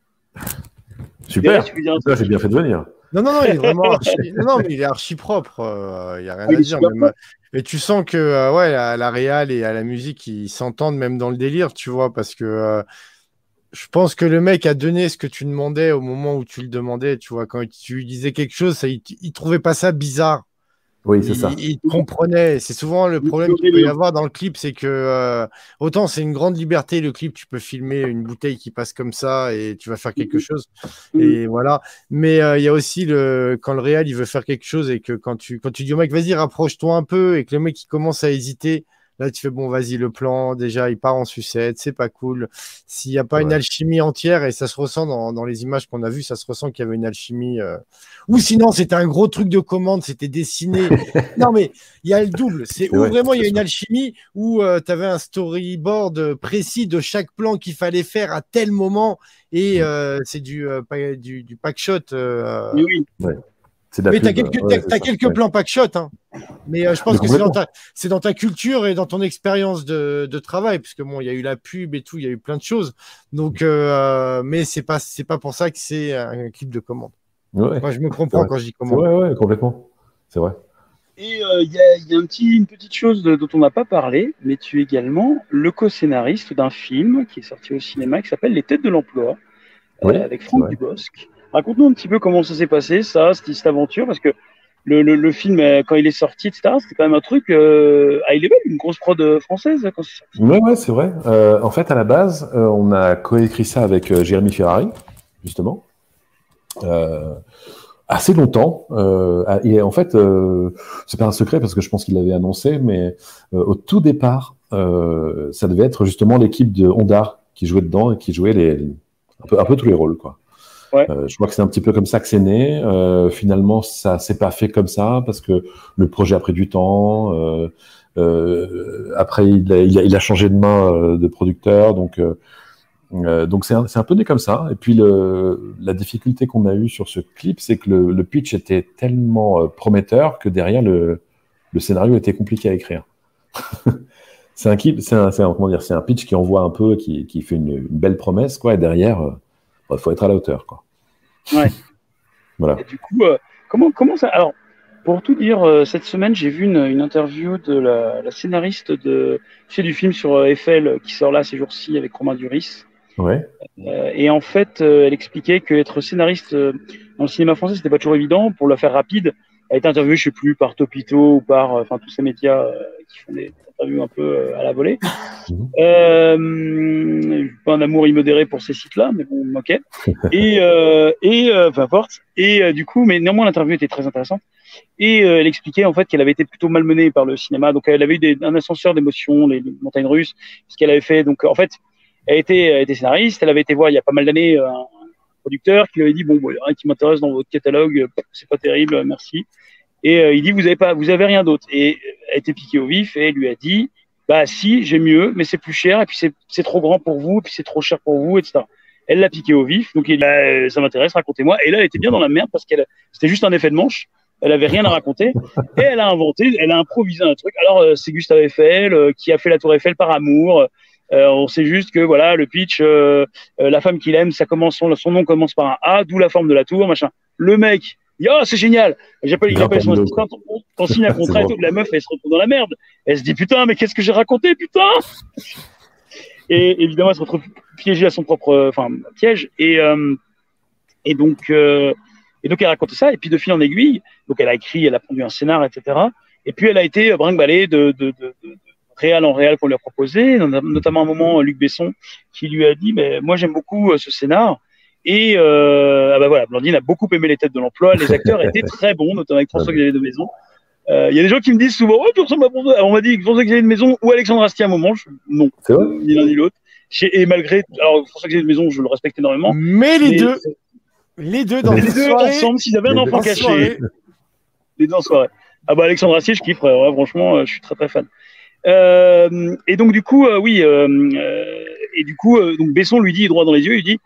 Super. Ça, j'ai bien fait de venir. Non, non, non, il est vraiment archi... non, non, mais il est archi propre. Il euh, n'y a rien oui, à dire. Même... Et tu sens que euh, ouais, à la réal et à la musique, ils s'entendent même dans le délire, tu vois, parce que euh, je pense que le mec a donné ce que tu demandais au moment où tu le demandais, tu vois. Quand tu lui disais quelque chose, ça, il, il trouvait pas ça bizarre. Oui, c'est il, ça. Il comprenait. C'est souvent le problème qu'il peut y avoir dans le clip, c'est que euh, autant c'est une grande liberté, le clip, tu peux filmer une bouteille qui passe comme ça et tu vas faire quelque chose. Et voilà. Mais il euh, y a aussi le quand le réal il veut faire quelque chose et que quand tu quand tu dis au mec vas-y rapproche-toi un peu et que le mec il commence à hésiter. Là, tu fais bon, vas-y, le plan, déjà, il part en sucette, c'est pas cool. S'il n'y a pas ouais. une alchimie entière, et ça se ressent dans, dans les images qu'on a vues, ça se ressent qu'il y avait une alchimie. Euh... Ou sinon, c'était un gros truc de commande, c'était dessiné. Non, mais il y a le double. C'est où ouais, vraiment il y a une alchimie, où euh, tu avais un storyboard précis de chaque plan qu'il fallait faire à tel moment, et euh, c'est du, euh, du, du pack shot. Euh... Oui, oui. Ouais. Mais tu as quelques, ouais, t'as, quelques ouais. plans pack shot, hein. Mais euh, je pense mais que c'est dans, ta, c'est dans ta culture et dans ton expérience de, de travail, puisque bon, il y a eu la pub et tout, il y a eu plein de choses. Donc, euh, mais c'est pas, c'est pas pour ça que c'est un clip de commande. Ouais. Moi, je me comprends quand je dis commande. Ouais, ouais, complètement. C'est vrai. Et il euh, y, a, y a un petit, une petite chose de, dont on n'a pas parlé, mais tu es également le co-scénariste d'un film qui est sorti au cinéma qui s'appelle Les Têtes de l'Emploi, oui, euh, avec Franck Dubosc. Raconte-nous un petit peu comment ça s'est passé, ça, cette, cette aventure, parce que le, le, le film, quand il est sorti, et cetera, c'était quand même un truc euh, high level, une grosse prod française quand c'est sorti. Ouais, ouais, c'est vrai. Euh, en fait, à la base, euh, on a coécrit ça avec euh, Jérémy Ferrari, justement, euh, assez longtemps. Euh, et en fait, euh, c'est pas un secret parce que je pense qu'il l'avait annoncé, mais euh, au tout départ, euh, ça devait être justement l'équipe de Ondar qui jouait dedans et qui jouait les, les un peu, un peu tous les rôles, quoi. Ouais. Euh, je crois que c'est un petit peu comme ça que c'est né. Euh, finalement, ça s'est pas fait comme ça parce que le projet a pris du temps. Euh, euh, après, il a, il, a, il a changé de main euh, de producteur, donc euh, euh, donc c'est un, c'est un peu né comme ça. Et puis le, la difficulté qu'on a eue sur ce clip, c'est que le, le pitch était tellement euh, prometteur que derrière le, le scénario était compliqué à écrire. c'est un clip, c'est un, c'est un comment dire, c'est un pitch qui envoie un peu, qui, qui fait une, une belle promesse, quoi. Et derrière. Euh, il faut être à la hauteur, quoi. Ouais. Voilà. Et du coup, euh, comment, comment ça. Alors, pour tout dire, euh, cette semaine, j'ai vu une, une interview de la, la scénariste de, tu sais, du film sur euh, Eiffel qui sort là ces jours-ci avec Romain Duris. Ouais. Euh, et en fait, euh, elle expliquait qu'être scénariste euh, dans le cinéma français, c'était pas toujours évident. Pour la faire rapide, elle a été interviewée, je sais plus, par Topito ou par, enfin, tous ces médias euh, qui font des interviews un peu euh, à la volée. Mmh. Euh, pas un amour immodéré pour ces sites-là, mais bon, ok. Et, euh, et euh, peu importe. Et euh, du coup, mais néanmoins, l'interview était très intéressante. Et euh, elle expliquait en fait qu'elle avait été plutôt malmenée par le cinéma. Donc, elle avait eu des, un ascenseur d'émotions, les, les montagnes russes, ce qu'elle avait fait. Donc, en fait, elle était, elle était scénariste. Elle avait été voir il y a pas mal d'années un, un producteur qui lui avait dit bon, bon, il y a rien qui m'intéresse dans votre catalogue, c'est pas terrible, merci. Et euh, il dit vous avez pas, vous avez rien d'autre. Et elle a été piquée au vif et elle lui a dit bah si, j'ai mieux, mais c'est plus cher et puis c'est, c'est trop grand pour vous, et puis c'est trop cher pour vous, et cetera. Elle l'a piqué au vif, donc il dit bah, ça m'intéresse, racontez-moi. Et là, elle était bien dans la merde parce qu'elle, c'était juste un effet de manche. Elle avait rien à raconter et elle a inventé, elle a improvisé un truc. Alors euh, c'est Gustave Eiffel euh, qui a fait la Tour Eiffel par amour. Euh, on sait juste que voilà le pitch, euh, euh, la femme qu'il aime, ça commence son, son nom commence par un A, d'où la forme de la tour, machin. Le mec. Il dit, oh, c'est génial. J'appelle, il appelle son assistant, on, on signe un contrat et tout. La meuf, elle se retrouve dans la merde. Elle se dit, putain, mais qu'est-ce que j'ai raconté, putain? Et évidemment, elle se retrouve piégée à son propre, enfin, piège. Et, euh, et donc, euh, et donc, elle racontait ça. Et puis, de fil en aiguille, donc, elle a écrit, elle a pondu un scénar, et cetera. Et puis, elle a été brinque-ballée de, de, de, de, de réal en réal qu'on lui a proposé. Notamment, à un moment, Luc Besson, qui lui a dit, mais moi, j'aime beaucoup ce scénar. Et euh, ah bah voilà, Blandine a beaucoup aimé Les Têtes de l'Emploi. Les acteurs étaient très bons, notamment avec François-Xavier de Maison. Il euh, y a des gens qui me disent souvent, oh, tu ressembles à François. On m'a dit François-Xavier de Maison ou Alexandre Astier à un moment. Je... Non, c'est vrai ni l'un ni l'autre. J'ai... Et malgré, alors François-Xavier de Maison, je le respecte énormément. Mais les mais... deux, les deux dans les les deux soirées, ensemble, s'ils avaient un enfant caché, soirée. Les deux en soirée. Ah bah Alexandre Astier, je kiffe. Ouais, franchement, je suis très très fan. Euh, et donc du coup, euh, oui, euh, euh, et du coup, euh, donc Besson lui dit droit dans les yeux, il dit.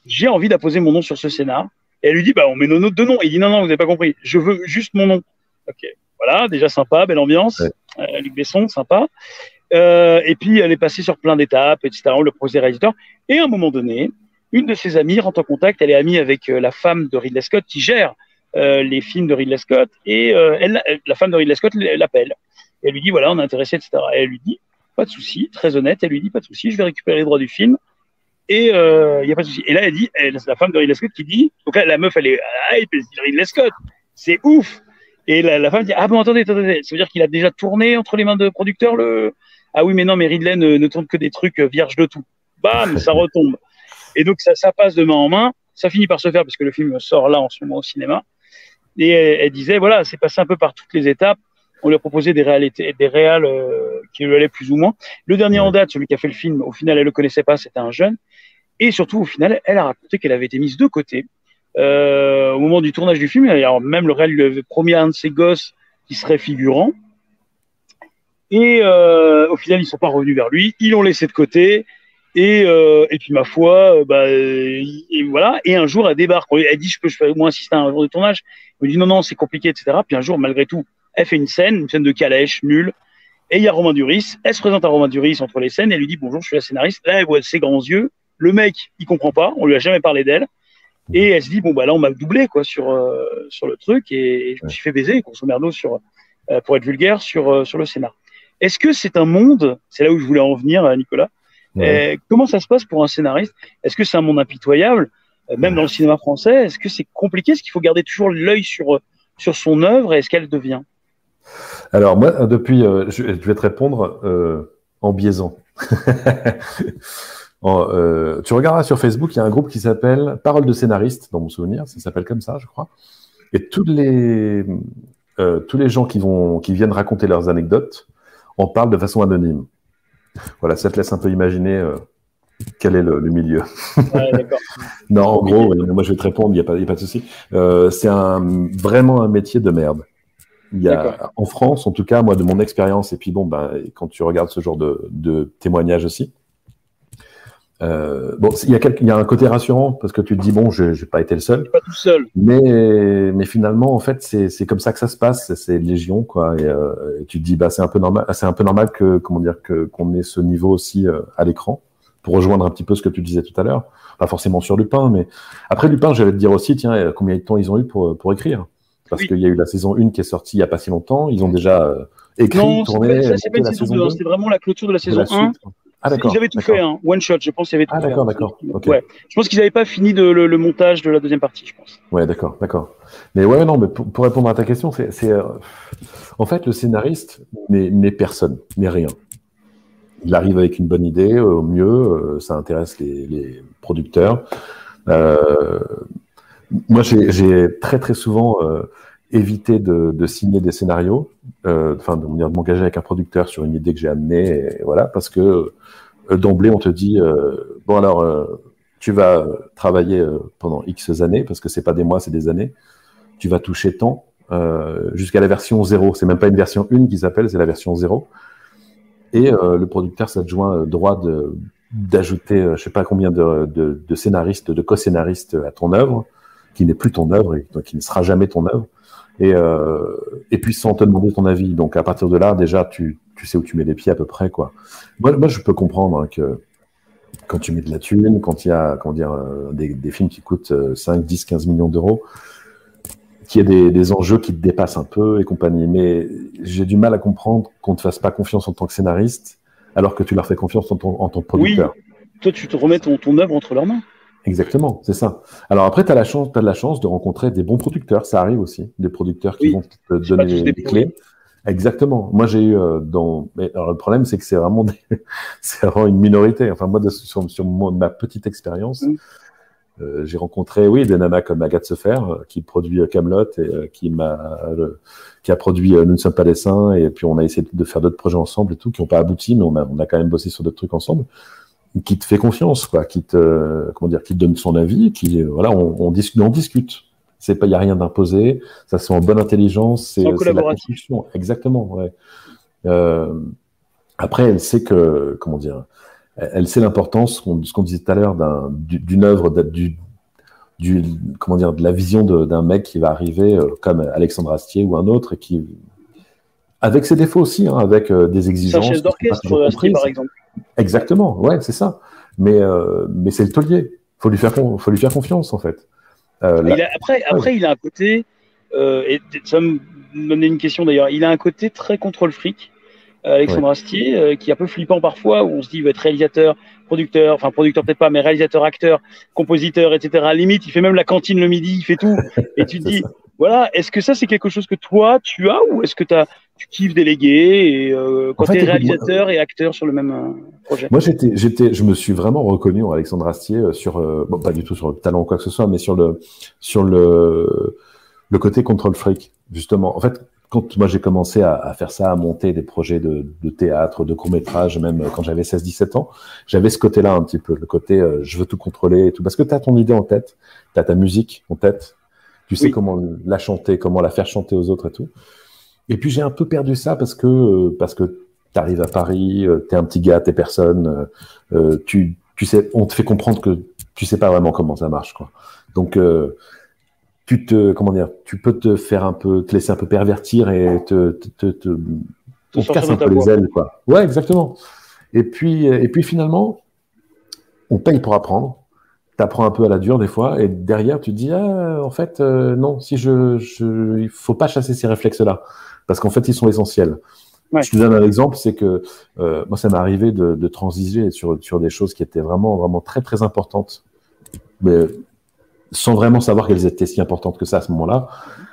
j'ai envie d'apposer mon nom sur ce scénar. Et elle lui dit, bah, on met nos deux noms. Et il dit, non, non, vous n'avez pas compris. Je veux juste mon nom. Ok. Voilà, déjà sympa, belle ambiance. Ouais. Euh, Luc Besson, sympa. Euh, et puis, elle est passée sur plein d'étapes, et cetera. On le proposait réalisateur. Et à un moment donné, une de ses amies rentre en contact. Elle est amie avec euh, la femme de Ridley Scott qui gère euh, les films de Ridley Scott. Et euh, elle, la femme de Ridley Scott l'appelle. Et elle lui dit, voilà, on est intéressé, et cetera. Et elle lui dit, pas de souci, très honnête. Elle lui dit, pas de souci, je vais récupérer les droits du film. Et il euh, n'y a pas de souci. Et là, elle dit, elle, la femme de Ridley Scott qui dit, donc là, la meuf, elle est, ah, Ridley Scott, c'est ouf. Et la, la femme dit, ah bon, attendez, attendez, ça veut dire qu'il a déjà tourné entre les mains de producteurs le. Ah oui, mais non, mais Ridley ne, ne tourne que des trucs vierges de tout. Bam, ça retombe. Et donc, ça, ça passe de main en main. Ça finit par se faire parce que le film sort là en ce moment au cinéma. Et elle, elle disait, voilà, c'est passé un peu par toutes les étapes. On lui a proposé des réalités, des réals euh, qui lui allaient plus ou moins. Le dernier en date, celui qui a fait le film, au final, elle le connaissait pas, c'était un jeune. Et surtout, au final, elle a raconté qu'elle avait été mise de côté euh, au moment du tournage du film. Alors, même le réal lui avait promis à un de ses gosses qui serait figurant. Et euh, au final, ils sont pas revenus vers lui. Ils l'ont laissé de côté. Et, euh, et puis, ma foi, euh, bah, et, et voilà. Et un jour, elle débarque. Elle dit, je peux, je peux au moins assister à un jour de tournage. Elle me dit, non, non, c'est compliqué, et cetera. Puis un jour, malgré tout, elle fait une scène, une scène de calèche, nulle. Et il y a Romain Duris. Elle se présente à Romain Duris entre les scènes. Elle lui dit, bonjour, je suis la scénariste. Là, elle voit ses grands yeux. Le mec, il comprend pas. On lui a jamais parlé d'elle. Et elle se dit, bon, bah là, on m'a doublé, quoi, sur, euh, sur le truc. Et, et je me suis fait baiser, grosso merdo, sur, euh, pour être vulgaire, sur, euh, sur le scénar. Est-ce que c'est un monde, c'est là où je voulais en venir, Nicolas, ouais. euh, comment ça se passe pour un scénariste? Est-ce que c'est un monde impitoyable, euh, même dans le cinéma français? Est-ce que c'est compliqué? Est-ce qu'il faut garder toujours l'œil sur, sur son œuvre et est-ce qu'elle devient? Alors, moi, depuis, euh, je, je vais te répondre euh, en biaisant. en, euh, tu regarderas sur Facebook, il y a un groupe qui s'appelle Parole de scénariste, dans mon souvenir, ça s'appelle comme ça, je crois. Et tous les, euh, tous les gens qui, vont, qui viennent raconter leurs anecdotes, on parle de façon anonyme. Voilà, ça te laisse un peu imaginer euh, quel est le, le milieu. Ouais, d'accord. Non, en gros, oui, moi je vais te répondre, il n'y a, a pas de souci. Euh, c'est un, vraiment un métier de merde. Il y a, en France, en tout cas, moi de mon expérience, et puis bon, ben, quand tu regardes ce genre de, de témoignages aussi, euh, bon, il y, a quelques, il y a un côté rassurant parce que tu te dis bon, je n'ai pas été le seul. Pas tout seul. Mais, mais finalement, en fait, c'est, c'est comme ça que ça se passe. C'est légion, quoi. Et, euh, et tu te dis bah c'est un peu normal, c'est un peu normal que comment dire que qu'on ait ce niveau aussi euh, à l'écran pour rejoindre un petit peu ce que tu disais tout à l'heure. Pas forcément sur Lupin, mais après Lupin, j'allais te dire aussi, tiens, combien de temps ils ont eu pour pour écrire. Parce oui. qu'il y a eu la saison un qui est sortie il n'y a pas si longtemps. Ils ont déjà euh, écrit, non, tourné. Non, c'est pas une saison deux. C'est vraiment la clôture de la saison un. Ah, d'accord. Ils avaient tout d'accord. fait, hein. One shot, je pense qu'il y avait tout ah, fait. Ah, d'accord, d'accord. Okay. Ouais. Je pense qu'ils n'avaient pas fini de, le, le montage de la deuxième partie, je pense. Ouais, d'accord, d'accord. Mais ouais, non, mais pour, pour répondre à ta question, c'est, c'est euh, en fait, le scénariste n'est, n'est personne, n'est rien. Il arrive avec une bonne idée, euh, au mieux, euh, ça intéresse les, les producteurs. Euh, moi, j'ai, j'ai très, très souvent euh, éviter de, de signer des scénarios, enfin euh, de, de m'engager avec un producteur sur une idée que j'ai amenée, et voilà, parce que euh, d'emblée on te dit euh, bon alors euh, tu vas travailler euh, pendant X années, parce que c'est pas des mois, c'est des années, tu vas toucher tant euh, jusqu'à la version zéro, c'est même pas une version un qui s'appelle, c'est la version zéro, et euh, le producteur s'adjoint euh, droit de d'ajouter euh, je sais pas combien de, de, de scénaristes, de co-scénaristes à ton œuvre, qui n'est plus ton œuvre et donc qui ne sera jamais ton œuvre. Et, euh, et puis sans te demander ton avis. Donc à partir de là, déjà, tu, tu sais où tu mets les pieds à peu près, quoi. Moi, moi je peux comprendre hein, que quand tu mets de la thune, quand il y a comment dire, euh, des, des films qui coûtent euh, cinq, dix, quinze millions d'euros, qu'il y ait des, des enjeux qui te dépassent un peu et compagnie. Mais j'ai du mal à comprendre qu'on ne te fasse pas confiance en tant que scénariste, alors que tu leur fais confiance en ton, en ton producteur. Oui, toi, tu te remets ton, ton œuvre entre leurs mains. Exactement, c'est ça. Alors après, tu as la chance, t'as de la chance de rencontrer des bons producteurs, ça arrive aussi, des producteurs qui oui, vont te donner les, les clés. Exactement. Moi, j'ai eu euh, dans. Mais, alors le problème, c'est que c'est vraiment, des... c'est vraiment une minorité. Enfin, moi, de, sur, sur mon, ma petite expérience, mm. euh, j'ai rencontré, oui, des nanas comme Agathe Sefer, euh, qui produit Kaamelott et euh, qui m'a, euh, qui a produit euh, Nous ne sommes pas des saints, et puis on a essayé de faire d'autres projets ensemble et tout, qui n'ont pas abouti, mais on a, on a quand même bossé sur d'autres trucs ensemble. Qui te fait confiance, quoi, qui te, comment dire, qui te donne son avis, qui, voilà, on, on discute, on discute. C'est pas, il y a rien d'imposé, ça c'est en bonne intelligence, c'est, c'est la construction. Exactement, ouais. Euh, après, elle sait que, comment dire, elle, elle sait l'importance, qu'on- ce qu'on disait tout à l'heure, d'un, du- d'une œuvre, d'un- du, du, comment dire, de la vision de- d'un mec qui va arriver euh, comme Alexandre Astier ou un autre, et qui, avec ses défauts aussi, hein, avec euh, des C'est un exigences chef qui sont pas d'orchestre, toujours Astier, comprises. par exemple. Exactement, ouais, c'est ça. Mais, euh, mais c'est le taulier. Faut lui faire, con- faut lui faire confiance, en fait. Euh, Il là- a- après, après, il a un côté, euh, et ça me donnait une question d'ailleurs, il a un côté très contrôle fric, euh, Alexandre Astier, euh, qui est un peu flippant parfois, où on se dit il va être réalisateur, producteur, enfin producteur peut-être pas, mais réalisateur, acteur, compositeur, et cetera. À la limite, il fait même la cantine le midi, il fait tout. Et tu te C'est dis, ça. voilà, est-ce que ça c'est quelque chose que toi tu as, ou est-ce que t'as, tu kiffes déléguer et euh, quand En fait, tu es écoute, moi- réalisateur et acteur sur le même euh, projet? Moi, j'étais, j'étais, je me suis vraiment reconnu en Alexandre Astier euh, sur, euh, bon, pas du tout sur le talent ou quoi que ce soit, mais sur le, sur le, le côté contrôle fric, justement. En fait, quand moi j'ai commencé à, à faire ça, à monter des projets de, de théâtre, de court-métrage, même quand j'avais seize dix-sept ans, j'avais ce côté-là un petit peu, le côté euh, je veux tout contrôler et tout, parce que tu as ton idée en tête, tu as ta musique en tête, tu sais Oui. comment la chanter, comment la faire chanter aux autres et tout. Et puis j'ai un peu perdu ça parce que, euh, parce que tu arrives à Paris, euh, tu es un petit gars, t'es personne, euh, euh, tu, tu sais, on te fait comprendre que tu sais pas vraiment comment ça marche, quoi. Donc, euh, tu te, comment dire, tu peux te faire un peu, te laisser un peu pervertir et te, te, te, te- on te sortir casse de un ta peu les voie. ailes, quoi. Ouais, exactement. Et puis, et puis finalement, on paye pour apprendre. T'apprends un peu à la dure des fois, et derrière tu te dis ah en fait euh, non, si je, je, il faut pas chasser ces réflexes-là parce qu'en fait ils sont essentiels. Ouais. Je te donne un exemple, c'est que euh, moi ça m'est arrivé de, de transiger sur sur des choses qui étaient vraiment vraiment très très importantes, mais sans vraiment savoir qu'elles étaient si importantes que ça à ce moment-là.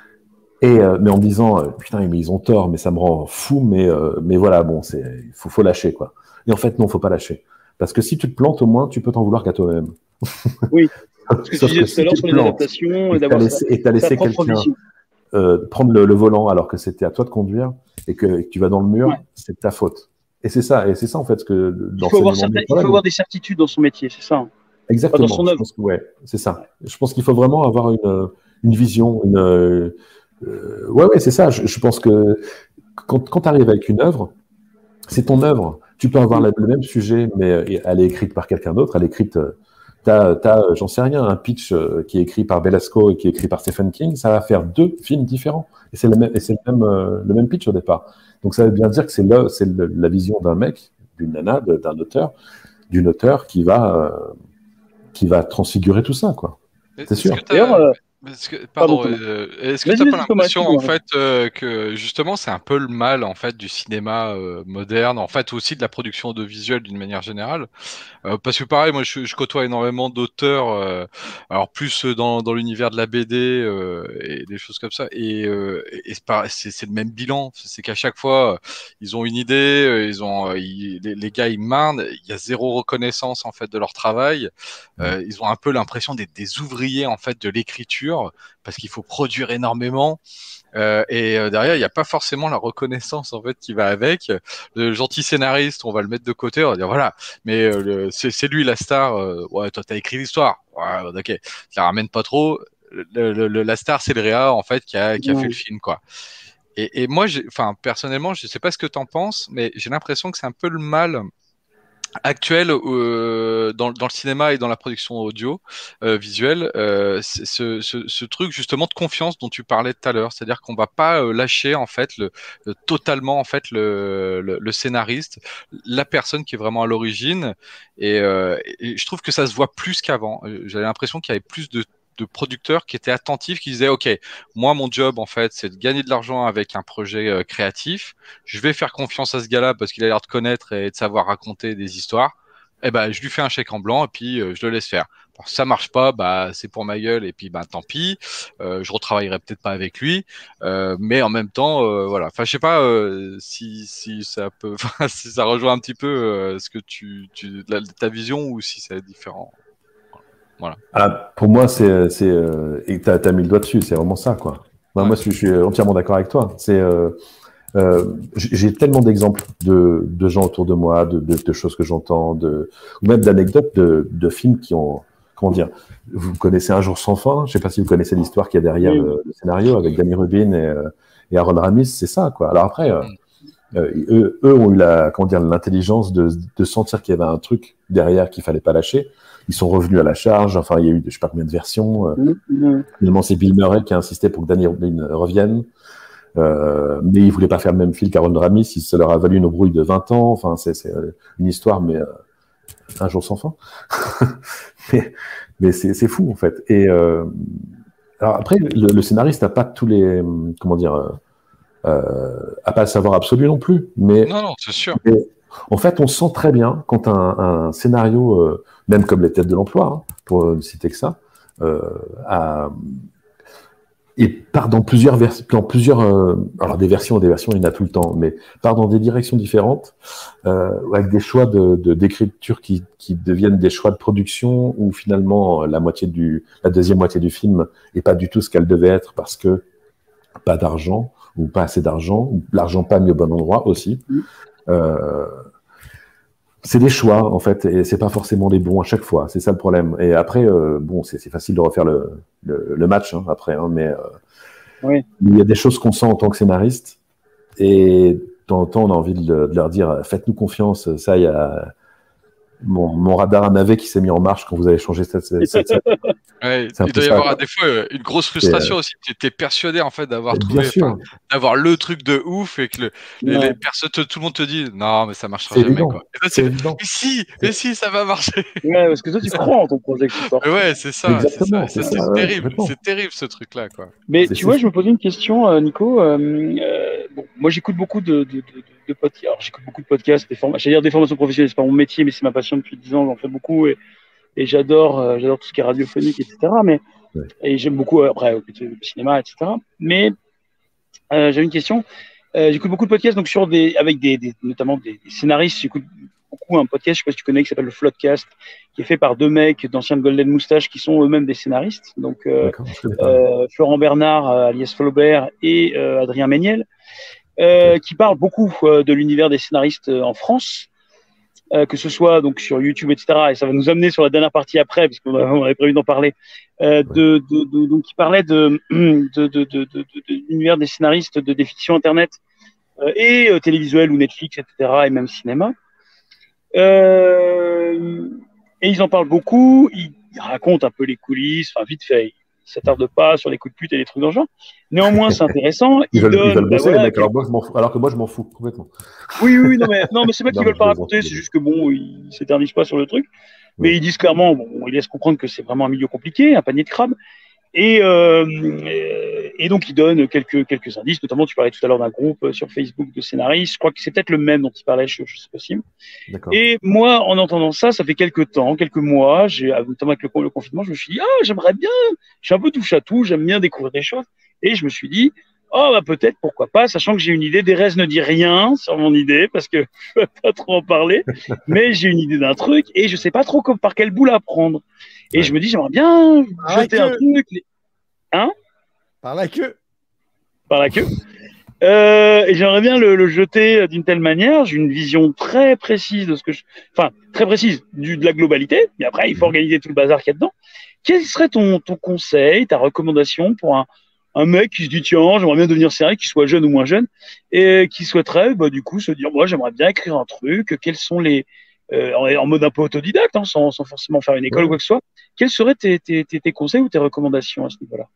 Et euh, mais en me disant euh, putain mais ils ont tort, mais ça me rend fou, mais euh, mais voilà bon c'est il faut faut lâcher quoi. Et en fait non, faut pas lâcher parce que si tu te plantes au moins tu peux t'en vouloir qu'à toi-même. Oui. Ce que tu Sauf disais que tout si à l'heure tu sur te les plantes adaptations, et et que t'as d'avoir laissé, sa, et t'as sa laissé propre quelqu'un vision. euh, prendre le, le volant alors que c'était à toi de conduire et que, et que tu vas dans le mur, Ouais. c'est de ta faute. Et c'est ça, et c'est ça en fait ce que Il faut avoir l'enseignement certaines, du il faut travail. avoir des certitudes dans son métier, c'est ça. Hein. Pas dans Exactement. son Je œuvre. pense que ouais, c'est ça. Je pense qu'il faut vraiment avoir une, une vision, une euh, euh, ouais ouais c'est ça. Je, je pense que quand, quand tu arrives avec une œuvre, c'est ton œuvre. Tu peux avoir la- le même sujet, mais euh, elle est écrite par quelqu'un d'autre. Elle est écrite. Euh, t'as, t'as, euh, j'en sais rien, un pitch euh, qui est écrit par Belasco et qui est écrit par Stephen King, ça va faire deux films différents. Et c'est le même, et c'est le même, euh, le même pitch au départ. Donc ça veut bien dire que c'est le, c'est le- la vision d'un mec, d'une nana, de- d'un auteur, d'une auteur qui va, euh, qui va transfigurer tout ça, quoi. C'est Est-ce sûr. que t'as- D'ailleurs, euh, est-ce que- pardon, pardon, Thomas. euh, est-ce que Vas-y, t'as pas vas-y, Thomas, l'impression en excuse-moi. fait euh, que justement c'est un peu le mal en fait du cinéma euh, moderne, en fait aussi de la production audiovisuelle d'une manière générale. Euh, parce que pareil, moi je, je côtoie énormément d'auteurs, euh, alors plus euh, dans, dans l'univers de la B D euh, et des choses comme ça, et, euh, et c'est pas- c'est c'est le même bilan, c'est qu'à chaque fois euh, ils ont une idée, euh, ils ont, euh, ils- les, les gars ils marnent, il y a zéro reconnaissance en fait de leur travail, euh, ils ont un peu l'impression d'être des ouvriers en fait de l'écriture parce qu'il faut produire énormément. Euh, et euh, derrière, il n'y a pas forcément la reconnaissance en fait qui va avec. Le gentil scénariste, on va le mettre de côté, on va dire voilà, mais euh, le- c'est c'est lui la star. Euh, ouais, toi t'as écrit l'histoire. Ouais, ok, tu la ramènes pas trop. Le, le- le- la star, c'est le réa en fait qui a, qui a fait Ouais. le film quoi. Et, et moi, j'ai- enfin personnellement, je sais pas ce que t'en penses, mais j'ai l'impression que c'est un peu le mal actuel euh, dans, dans le cinéma et dans la production audio euh, visuelle, euh, c'est ce, ce, ce truc justement de confiance dont tu parlais tout à l'heure, c'est-à-dire qu'on va pas euh, lâcher en fait le, le- totalement en fait le, le, le scénariste, la personne qui est vraiment à l'origine, et, euh, et je trouve que ça se voit plus qu'avant. Euh, J'avais l'impression qu'il y avait plus de de producteurs qui étaient attentifs, qui disaient ok, moi mon job en fait c'est de gagner de l'argent avec un projet euh, créatif, je vais faire confiance à ce gars-là parce qu'il a l'air de connaître et de savoir raconter des histoires. Eh ben, je lui fais un chèque en blanc et puis euh, je le laisse faire. Alors, si ça marche pas, bah c'est pour ma gueule et puis bah tant pis. Euh, je retravaillerai peut-être pas avec lui, euh, mais en même temps, euh, voilà. Enfin, je sais pas euh, si si ça peut, enfin, si ça rejoint un petit peu euh, ce que tu, tu la- ta vision ou si c'est différent. Voilà. Ah, pour moi, c'est, c'est, euh, et t'as, t'as mis le doigt dessus, c'est vraiment ça, quoi. Moi, Ouais. moi, je, je suis entièrement d'accord avec toi. C'est, euh, euh, j'ai j'ai tellement d'exemples de, de gens autour de moi, de, de, de choses que j'entends, de, ou même d'anecdotes de, de films qui ont, comment dire, vous connaissez Un jour sans fin, je sais pas si vous connaissez l'histoire qu'il y a derrière Oui. le, le scénario avec Danny Rubin et, euh, et Harold Ramis, c'est ça, quoi. Alors après, euh, euh, eux, eux ont eu la, comment dire, l'intelligence de, de sentir qu'il y avait un truc derrière qu'il fallait pas lâcher. Ils sont revenus à la charge. Enfin, il y a eu, je sais pas combien de versions. Mmh. Finalement, c'est Bill Murray qui a insisté pour que Danny Robin revienne. Euh, mais ils voulaient pas faire le même fil qu'Aaron Ramis. Ça leur a valu une embrouille de vingt ans. Enfin, c'est, c'est une histoire, mais euh, un jour sans fin. mais mais c'est, c'est fou, en fait. Et euh, alors après, le, le scénariste n'a pas tous les, comment dire, euh, euh, a pas le savoir absolu non plus. Mais Non, non, c'est sûr. mais, en fait, on sent très bien quand un, un scénario, euh, même comme les têtes de l'emploi, hein, pour ne citer que ça, euh, a, et part dans plusieurs versions, dans plusieurs, euh, alors des versions, des versions, il y en a tout le temps, mais part dans des directions différentes, euh, avec des choix de, de d'écriture qui, qui deviennent des choix de production, où finalement la moitié du, la deuxième moitié du film est pas du tout ce qu'elle devait être parce que pas d'argent ou pas assez d'argent, ou l'argent pas mis au bon endroit aussi. Euh, c'est des choix en fait, et c'est pas forcément les bons à chaque fois. C'est ça le problème. Et après, euh, bon, c'est, c'est facile de refaire le, le, le match hein, après, hein, mais euh, Oui. il y a des choses qu'on sent en tant que scénariste, et de temps en temps, on a envie de, de leur dire faites-nous confiance. Ça, il y a mon, mon radar à navet qui s'est mis en marche quand vous avez changé cette. cette, cette, cette... Ouais, C'est un il peu doit y ça, avoir quoi. des fois euh, une grosse frustration aussi. Tu étais persuadé en fait d'avoir Bien trouvé, sûr. enfin, d'avoir le truc de ouf et que le, les, Ouais. les personnes, tout le monde te dit non mais ça marchera C'est jamais évident. quoi. Et toi, C'est tu- évident. mais si, mais si ça va marcher. Ouais, parce que toi, tu crois en ton projet que tu portes. Mais ouais, c'est ça, c'est ça. Exactement, Et ça, c'est c'est ça, ouais, terrible, complètement. c'est terrible ce truc là quoi. Mais C'est- tu c'est vois, fou. je me posais une question, euh, Nico. Euh, euh, bon, moi, j'écoute beaucoup de, de, de, de, de podcasts. Alors, j'écoute beaucoup de podcasts, des formations. J'allais dire des formations professionnelles, c'est pas mon métier, mais c'est ma passion depuis dix ans. J'en fais beaucoup et, et j'adore, euh, j'adore tout ce qui est radiophonique, et cetera. Mais Ouais. et j'aime beaucoup euh, après le cinéma, et cetera. Mais euh, j'avais une question. Euh, j'écoute beaucoup de podcasts, donc sur des, avec des, des notamment des, des scénaristes. J'écoute beaucoup un podcast, je sais pas si tu connais, qui s'appelle le Floodcast, qui est fait par deux mecs d'anciens de Golden Moustache qui sont eux-mêmes des scénaristes. Donc euh, D'accord, je connais pas. euh, Florent Bernard, euh, alias Flaubert, et euh, Adrien Méniel, euh, qui parlent beaucoup euh, de l'univers des scénaristes euh, en France, euh, que ce soit donc sur YouTube, et cetera. Et ça va nous amener sur la dernière partie après, puisqu'on a- on avait prévu d'en parler. Euh, de, de, de, donc, qui parlait de, de, de, de, de, de, de l'univers des scénaristes de des fictions internet euh, et euh, télévisuel ou Netflix, et cetera. Et même cinéma. Euh, et ils en parlent beaucoup. Ils, ils racontent un peu les coulisses, enfin vite fait. Ils s'attardent pas sur les coups de pute et les trucs dans le genre. Néanmoins, c'est intéressant. Ils Ils veulent, ils donnent, veulent bah, bosser, voilà, les mecs, alors, moi, je m'en fous, alors que moi, je m'en fous complètement. oui, oui, oui, non, mais, non, mais c'est pas qu'ils Non, veulent mais pas je raconter, plaisante, c'est je juste que bon, ils s'éternisent pas sur le truc. Mais Ouais. ils disent clairement, bon, ils laissent comprendre que c'est vraiment un milieu compliqué, un panier de crabes. Et, euh, et donc, ils donnent quelques, quelques indices. Notamment, tu parlais tout à l'heure d'un groupe sur Facebook de scénaristes. Je crois que c'est peut-être le même dont il parlait, je, je sais pas si. D'accord. Et moi, en entendant ça, ça fait quelques temps, quelques mois, j'ai, notamment avec le, le confinement, je me suis dit, ah, j'aimerais bien, je suis un peu touche à tout, j'aime bien découvrir des choses. Et je me suis dit, oh, bah, peut-être, pourquoi pas, sachant que j'ai une idée. Derez ne dit rien sur mon idée, parce que je ne peux pas trop en parler, mais j'ai une idée d'un truc, et je sais pas trop comme, par quel bout la prendre. Et Ouais. je me dis, j'aimerais bien Par jeter la un queue. truc. Hein? Par la queue. Par la queue. Euh, et j'aimerais bien le, le jeter d'une telle manière. J'ai une vision très précise de ce que je, enfin, très précise du, de la globalité. Mais après, il faut organiser tout le bazar qu'il y a dedans. Quel serait ton, ton conseil, ta recommandation pour un, un mec qui se dit, tiens, j'aimerais bien devenir scénariste, qui soit jeune ou moins jeune, et qui souhaiterait, bah, du coup, se dire, moi, j'aimerais bien écrire un truc. Quels sont les, euh, en, en mode un peu autodidacte, hein, sans, sans forcément faire une école Ouais. ou quoi que ce soit. Quels seraient tes, tes, tes, tes conseils ou tes recommandations à ce niveau-là?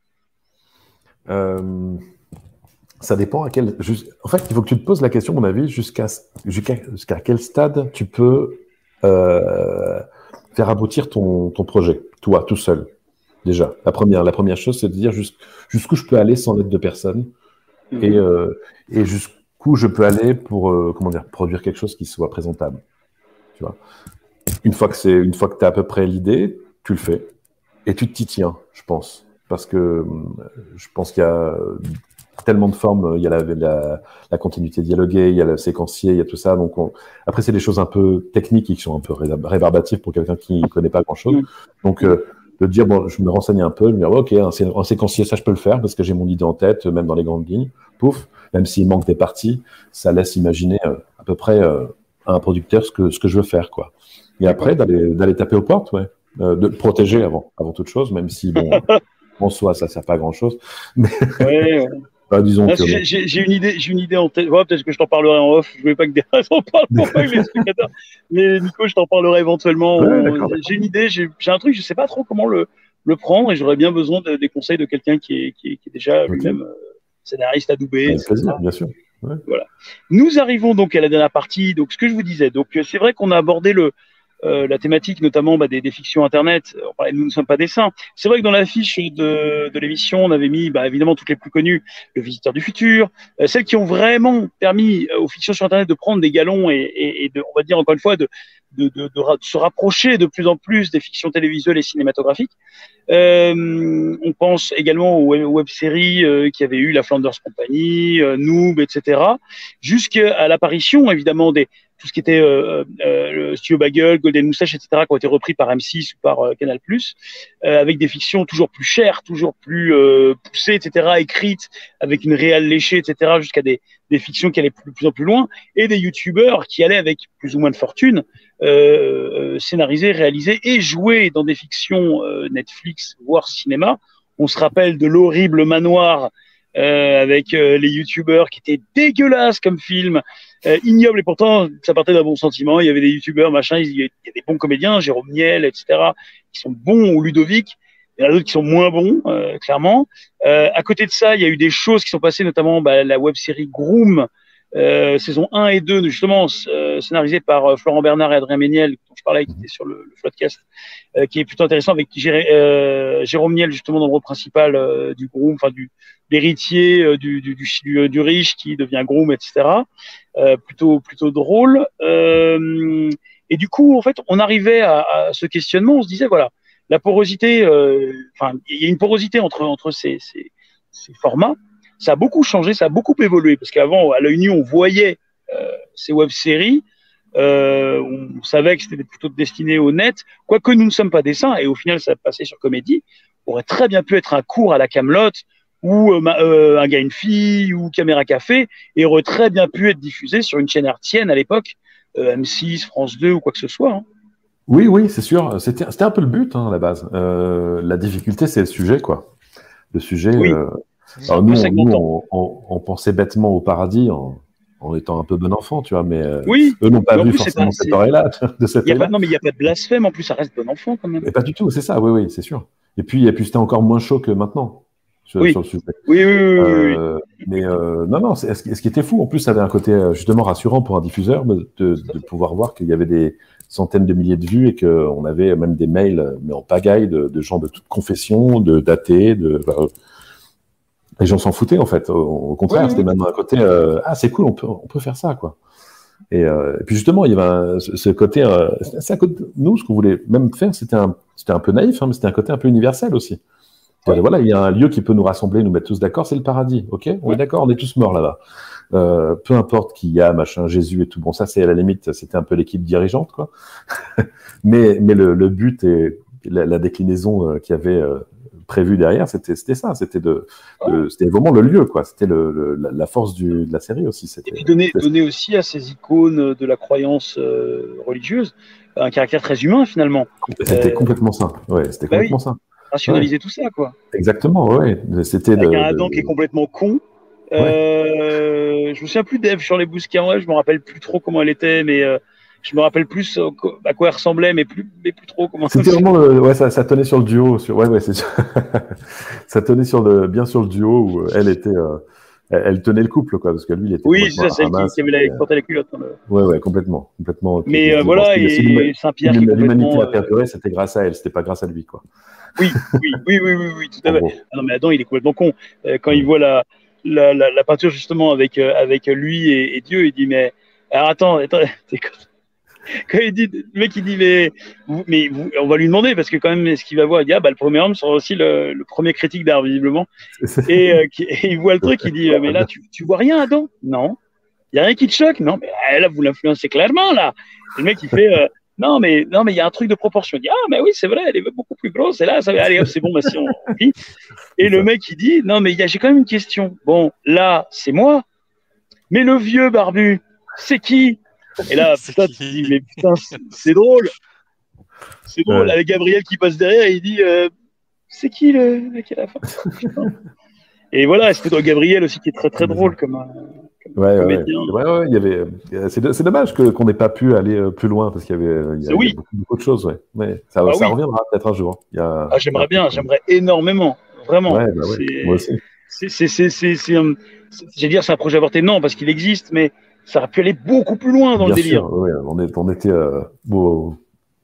Euh, ça dépend à quel. Juste, en fait, il faut que tu te poses la question, à mon avis, jusqu'à jusqu'à jusqu'à quel stade tu peux euh, faire aboutir ton, ton projet, toi, tout seul. Déjà, la première, la première chose, c'est de dire jusqu'- jusqu'où je peux aller sans l'aide de personne Mhm. et, euh, et jusqu'où je peux aller pour euh, comment dire, produire quelque chose qui soit présentable. Tu vois. Une fois que c'est, une fois que tu as à peu près l'idée, tu le fais et tu t'y tiens, je pense, parce que euh, je pense qu'il y a tellement de formes. Il y a la, la, la continuité dialoguée, il y a le séquencier, il y a tout ça. Donc on... après, c'est des choses un peu techniques et qui sont un peu ré- rébarbatives pour quelqu'un qui ne connaît pas grand-chose. Mhm. Donc euh, de dire, bon, je me renseigne un peu, je me dis, ouais, ok, un, sé- un séquencier, ça je peux le faire parce que j'ai mon idée en tête, même dans les grandes lignes. Pouf, même s'il manque des parties, ça laisse imaginer euh, à peu près euh, à un producteur ce que, ce que je veux faire, quoi. Et après, d'aller, d'aller taper aux portes, ouais. Euh, de le protéger avant, avant toute chose, même si, bon, en soi, ça sert pas à grand chose. Mais, Ouais, ouais. Bah, disons Parce que que bon. j'ai- j'ai j'ai une idée, j'ai une idée en tête. Ouais, peut-être que je t'en parlerai en off. Je voulais pas que des raisons parlent pour pas que les spectateurs. Mais Nico, je t'en parlerai éventuellement. Ouais, On- d'accord, d'accord. J'ai une idée, j'ai j'ai un truc, je sais pas trop comment le, le prendre et j'aurais bien besoin de- des conseils de quelqu'un qui est, qui, est, qui est déjà Ok. lui-même euh, scénariste adoubé, Avec et cetera. plaisir, bien sûr. Ouais. Voilà. Nous arrivons donc à la dernière partie. Donc, ce que je vous disais. Donc, euh, c'est vrai qu'on a abordé le, euh, la thématique, notamment bah, des, des fictions Internet. On parlait de Nous ne sommes pas des saints. C'est vrai que dans la fiche de, de l'émission, on avait mis bah, évidemment toutes les plus connues, Le Visiteur du Futur, euh, celles qui ont vraiment permis euh, aux fictions sur Internet de prendre des galons et, et, et de, on va dire encore une fois, de, de, de, de, ra- de se rapprocher de plus en plus des fictions télévisuelles et cinématographiques. Euh, on pense également aux web- web-séries euh, qui avaient eu la Flanders Company, euh, Noob, et cetera. Jusqu'à l'apparition, évidemment, des tout ce qui était euh, euh, le Studio Bagel, Golden Moustache, et cetera, qui ont été repris par M six ou par euh, Canal+, euh, avec des fictions toujours plus chères, toujours plus euh, poussées, et cetera, écrites avec une réelle léchée, et cetera, jusqu'à des, des fictions qui allaient de plus en plus loin, et des youtubeurs qui allaient avec plus ou moins de fortune euh, scénariser, réaliser et jouer dans des fictions euh, Netflix, voire cinéma. On se rappelle de l'horrible Manoir euh, avec euh, les youtubeurs qui étaient dégueulasses comme film, euh, ignoble, et pourtant ça partait d'un bon sentiment. Il y avait des youtubeurs, machin, il y a des bons comédiens, Jérôme Niel, et cetera, qui sont bons, ou Ludovic. Il y en a d'autres qui sont moins bons, euh, clairement. Euh, à côté de ça, il y a eu des choses qui sont passées, notamment bah, la web-série Groom, euh, saison un et deux, justement, euh, scénarisée par euh, Florent Bernard et Adrien Méniel, dont je parlais, qui était sur le, le podcast, euh, qui est plutôt intéressant, avec Géré, euh, Jérôme Niel, justement, dans le rôle principal euh, du Groom, enfin du l'héritier euh, du, du, du, du riche qui devient Groom, et cetera. Euh, plutôt, plutôt drôle. Euh, et du coup, en fait, on arrivait à, à ce questionnement, on se disait, voilà, la porosité, enfin, euh, il y a une porosité entre, entre ces, ces, ces formats. Ça a beaucoup changé, ça a beaucoup évolué, parce qu'avant, à l'œil nu, on voyait euh, ces web-séries, euh, on savait que c'était plutôt destiné au net, quoique nous ne sommes pas des saints, et au final, ça passait sur comédie, aurait très bien pu être un cours à la Camelote, ou euh, euh, un gars, une fille, ou Caméra Café, et aurait très bien pu être diffusé sur une chaîne hertzienne à l'époque, euh, M six, France deux, ou quoi que ce soit. Hein. Oui, oui, c'est sûr. C'était, c'était un peu le but hein, à la base. Euh, la difficulté, c'est le sujet, quoi. Le sujet. Oui. Euh... Alors nous, on, nous on, on, on pensait bêtement au paradis en, en étant un peu bon enfant, tu vois, mais euh, oui. eux n'ont pas mais vu plus, forcément pas, cette oreille-là, de cette oreille-là. Non, mais il n'y a pas de blasphème, en plus, ça reste bon enfant quand même. Mais pas du tout, c'est ça, oui, oui, c'est sûr. Et puis, et puis c'était encore moins chaud que maintenant sur, oui. sur le sujet. Oui, oui, oui. Euh, oui. Mais euh, non, non, c'est, ce qui était fou, en plus, ça avait un côté justement rassurant pour un diffuseur de, de, de pouvoir voir qu'il y avait des centaines de milliers de vues et qu'on avait même des mails, mais en pagaille, de, de gens de toute confession, de d'athées, de. Bah, les gens s'en foutaient en fait. Au, au contraire, oui, c'était oui. même un côté euh, ah c'est cool, on peut on peut faire ça quoi. Et, euh, et puis justement, il y avait un, ce, ce côté, euh, c'est un côté, nous ce qu'on voulait même faire, c'était un c'était un peu naïf, hein, mais c'était un côté un peu universel aussi. Ouais. Voilà, il y a un lieu qui peut nous rassembler, nous mettre tous d'accord, c'est le paradis, ok. On ouais. est d'accord, on est tous morts là-bas. Euh, peu importe qui y a, machin, Jésus et tout. Bon, ça c'est à la limite, c'était un peu l'équipe dirigeante quoi. mais mais le, le but et la, la déclinaison euh, qu'il y avait euh, prévu derrière, c'était c'était ça, c'était de, de c'était vraiment le lieu quoi, c'était le, le la force du, de la série aussi. C'était, et puis donner donner aussi à ces icônes de la croyance euh, religieuse un caractère très humain finalement. C'était euh... complètement ça, ouais, c'était bah complètement oui. ça. Rationaliser ouais. tout ça quoi. Exactement, ouais, c'était. Avec de, un Adam de... qui est complètement con. Ouais. Euh, je me souviens plus d'Ève sur les Bousquins, ouais, je me rappelle plus trop comment elle était, mais euh, je me rappelle plus à quoi elle ressemblait, mais plus, mais plus trop comment. C'était vraiment le, ouais, ça, ça tenait sur le duo, sur, ouais, ouais, c'est sûr. Ça tenait sur le, bien sur le duo où elle était, euh, elle, elle tenait le couple, quoi, parce que lui, il était. Oui, c'est ça, celle qui, qui avait la, portait la culotte. Hein, ouais, ouais, complètement, complètement. Mais euh, voilà, et, et Saint-Pierre qui l'humanité a perduré, c'était grâce à elle, c'était pas grâce à lui, quoi. Oui, oui, oui, oui, oui, oui, tout à fait. Ah non, mais Adam, il est complètement con. Euh, quand mmh. il voit la, la, la, la peinture justement avec, euh, avec lui et, et Dieu, il dit mais alors attends, attends quand il dit, le mec il dit mais, vous, mais vous, on va lui demander parce que quand même ce qu'il va voir, il dit ah bah le premier homme sera aussi le, le premier critique d'art visiblement et, euh, qui, et il voit le truc, il dit mais là tu, tu vois rien Adam? Non, il y a rien qui te choque? Non, mais là vous l'influencez clairement là. Et le mec il fait euh, non mais non mais il y a un truc de proportion. Il dit ah mais oui c'est vrai, elle est beaucoup plus grosse et là ça va aller hop c'est bon bah si on oublie. Et le mec il dit non mais j'ai quand même une question. Bon là c'est moi, mais le vieux barbu c'est qui? Et là putain tu dis mais putain c'est, c'est drôle, c'est drôle ouais. Avec Gabriel qui passe derrière et il dit euh, c'est qui le mec à la fin? Et voilà, c'était dans Gabriel aussi qui est très très drôle comme un comme Ouais, ouais, comédien. ouais, ouais, ouais, il y avait. euh, C'est do- c'est dommage que qu'on n'ait pas pu aller euh, plus loin parce qu'il y avait, euh, il y a, C'est il y a oui. beaucoup, beaucoup de choses, ouais. Mais ça, Ah ça oui. reviendra peut-être un jour. Il y a, Ah, j'aimerais bien, j'aimerais énormément, vraiment. Ouais, bah ouais, moi C'est, aussi. c'est, c'est, c'est, c'est, c'est un- c'est- j'allais dire c'est un projet avorté, non, parce qu'il existe, mais ça aurait pu aller beaucoup plus loin dans Bien le délire. sûr, ouais, on est, on était euh, au-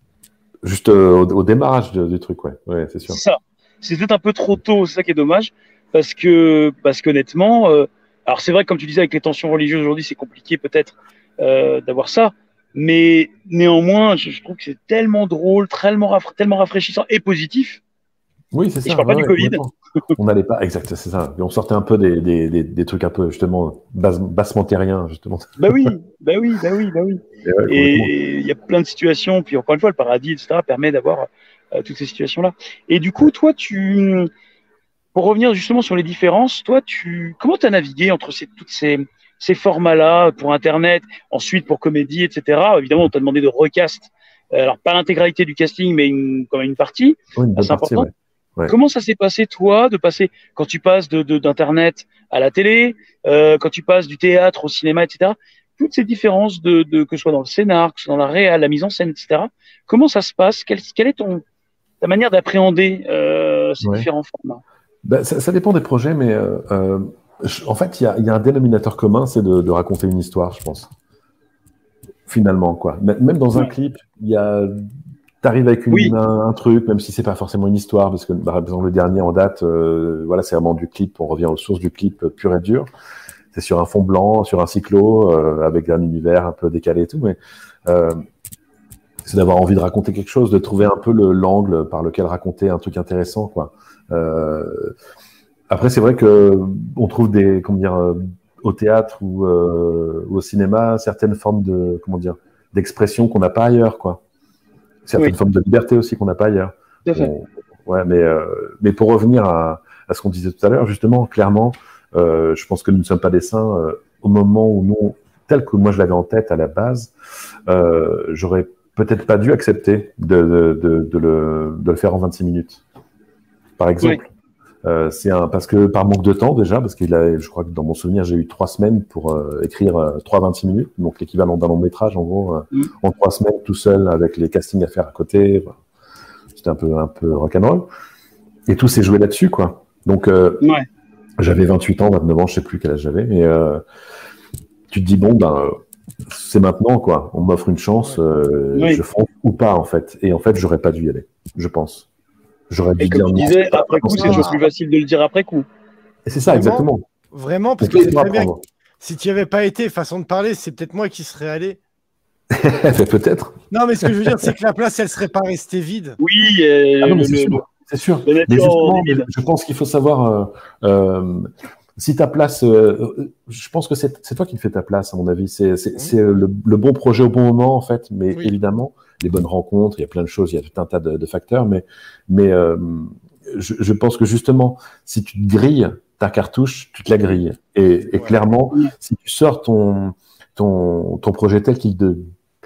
juste euh, au, au démarrage de- du truc, ouais, ouais, c'est sûr. C'est ça. C'est peut-être un peu trop tôt, c'est ça qui est dommage, parce que, parce qu'honnêtement, euh, alors c'est vrai que comme tu disais avec les tensions religieuses aujourd'hui, c'est compliqué peut-être euh, d'avoir ça, mais néanmoins, je, je trouve que c'est tellement drôle, tellement, raffra- tellement rafraîchissant et positif. Oui, c'est Et je ça. parle Ouais, pas du ouais, Covid. complètement. On n'allait pas, exact, c'est ça. Et on sortait un peu des, des, des, des trucs un peu justement basse, bassement terriens, justement. Bah oui, bah oui, bah oui, bah oui. Et ouais, complètement. Et il y a plein de situations, puis encore une fois, le paradis, et cetera, permet d'avoir euh, toutes ces situations-là. Et du coup, toi, tu, pour revenir justement sur les différences, toi, tu, comment tu as navigué entre ces, toutes ces, ces formats-là pour Internet, ensuite pour comédie, et cetera. Évidemment, on t'a demandé de recast, euh, alors pas l'intégralité du casting, mais une, quand même une partie, Oui, une bonne assez partie, importante. ouais. Ouais. Comment ça s'est passé, toi, de passer, quand tu passes de, de, d'Internet à la télé, euh, quand tu passes du théâtre au cinéma, et cetera. Toutes ces différences, de, de, que ce soit dans le scénar, que ce soit dans la réal, la mise en scène, et cetera. Comment ça se passe? Quelle, quelle est ton, ta manière d'appréhender euh, ces Ouais. différents formats? Ben, ça, ça dépend des projets, mais euh, euh, je- en fait, il y a, il y a un dénominateur commun, c'est de, de raconter une histoire, je pense. Finalement, quoi. M- Même dans un Ouais. clip, il y a, t'arrives avec une, Oui. un, un truc, même si c'est pas forcément une histoire, parce que par exemple le dernier en date, euh, voilà, c'est vraiment du clip. On revient aux sources du clip euh, pur et dur. C'est sur un fond blanc, sur un cyclo, euh, avec un univers un peu décalé et tout, mais euh, c'est d'avoir envie de raconter quelque chose, de trouver un peu le l'angle par lequel raconter un truc intéressant, quoi. Euh, après, c'est vrai que on trouve des, comment dire, euh, au théâtre ou, euh, ou au cinéma, certaines formes de, comment dire, d'expression qu'on n'a pas ailleurs, quoi. Certaines Oui. formes de liberté aussi qu'on n'a pas ailleurs. Tout à fait. On- ouais, mais euh, mais pour revenir à, à ce qu'on disait tout à l'heure, justement, clairement, euh, je pense que nous ne sommes pas des saints. Euh, au moment où nous, tel que moi je l'avais en tête à la base, euh, j'aurais peut-être pas dû accepter de, de, de, de le, de le faire en vingt-six minutes, par exemple. Euh, c'est un parce que par manque de temps déjà, parce qu'il a, je crois que dans mon souvenir, j'ai eu trois semaines pour euh, écrire euh, trois vingt-six minutes, donc l'équivalent d'un long métrage en gros, euh, Mm. en trois semaines tout seul avec les castings à faire à côté. Voilà. C'était un peu un peu rock'n'roll. Et tout s'est joué là-dessus, quoi. Donc euh, Ouais. j'avais vingt-huit ans, vingt-neuf ans, je sais plus quel âge j'avais, mais euh, tu te dis bon ben euh, c'est maintenant, quoi. On m'offre une chance, euh, Oui. je fonce ou pas en fait. Et en fait, j'aurais pas dû y aller, je pense. J'aurais dû Et comme dire tu non. disais, c'est pas après coup, c'est possible. toujours plus facile de le dire après coup. Et c'est ça, Vraiment exactement. Vraiment, parce Donc que là, c'est il faut très bien. apprendre. Si tu n'y avais pas été, façon de parler, c'est peut-être moi qui serais allé. Peut-être. Non, mais ce que je veux dire, c'est que la place, elle serait pas restée vide. Oui, euh, Ah non, mais le, c'est le, sûr. C'est sûr. la Mais nature en justement, est vide. je pense qu'il faut savoir euh, euh, si ta place. Euh, je pense que c'est c'est toi qui fais ta place, à mon avis. C'est c'est Oui. c'est le, le bon projet au bon moment, en fait. Mais Oui. évidemment, les bonnes rencontres, il y a plein de choses, il y a tout un tas de, de facteurs. Mais mais euh, je, je pense que justement, si tu te grilles ta cartouche, tu te la grilles. Et, et Ouais. clairement, Oui. si tu sors ton ton ton projet tel qu'il de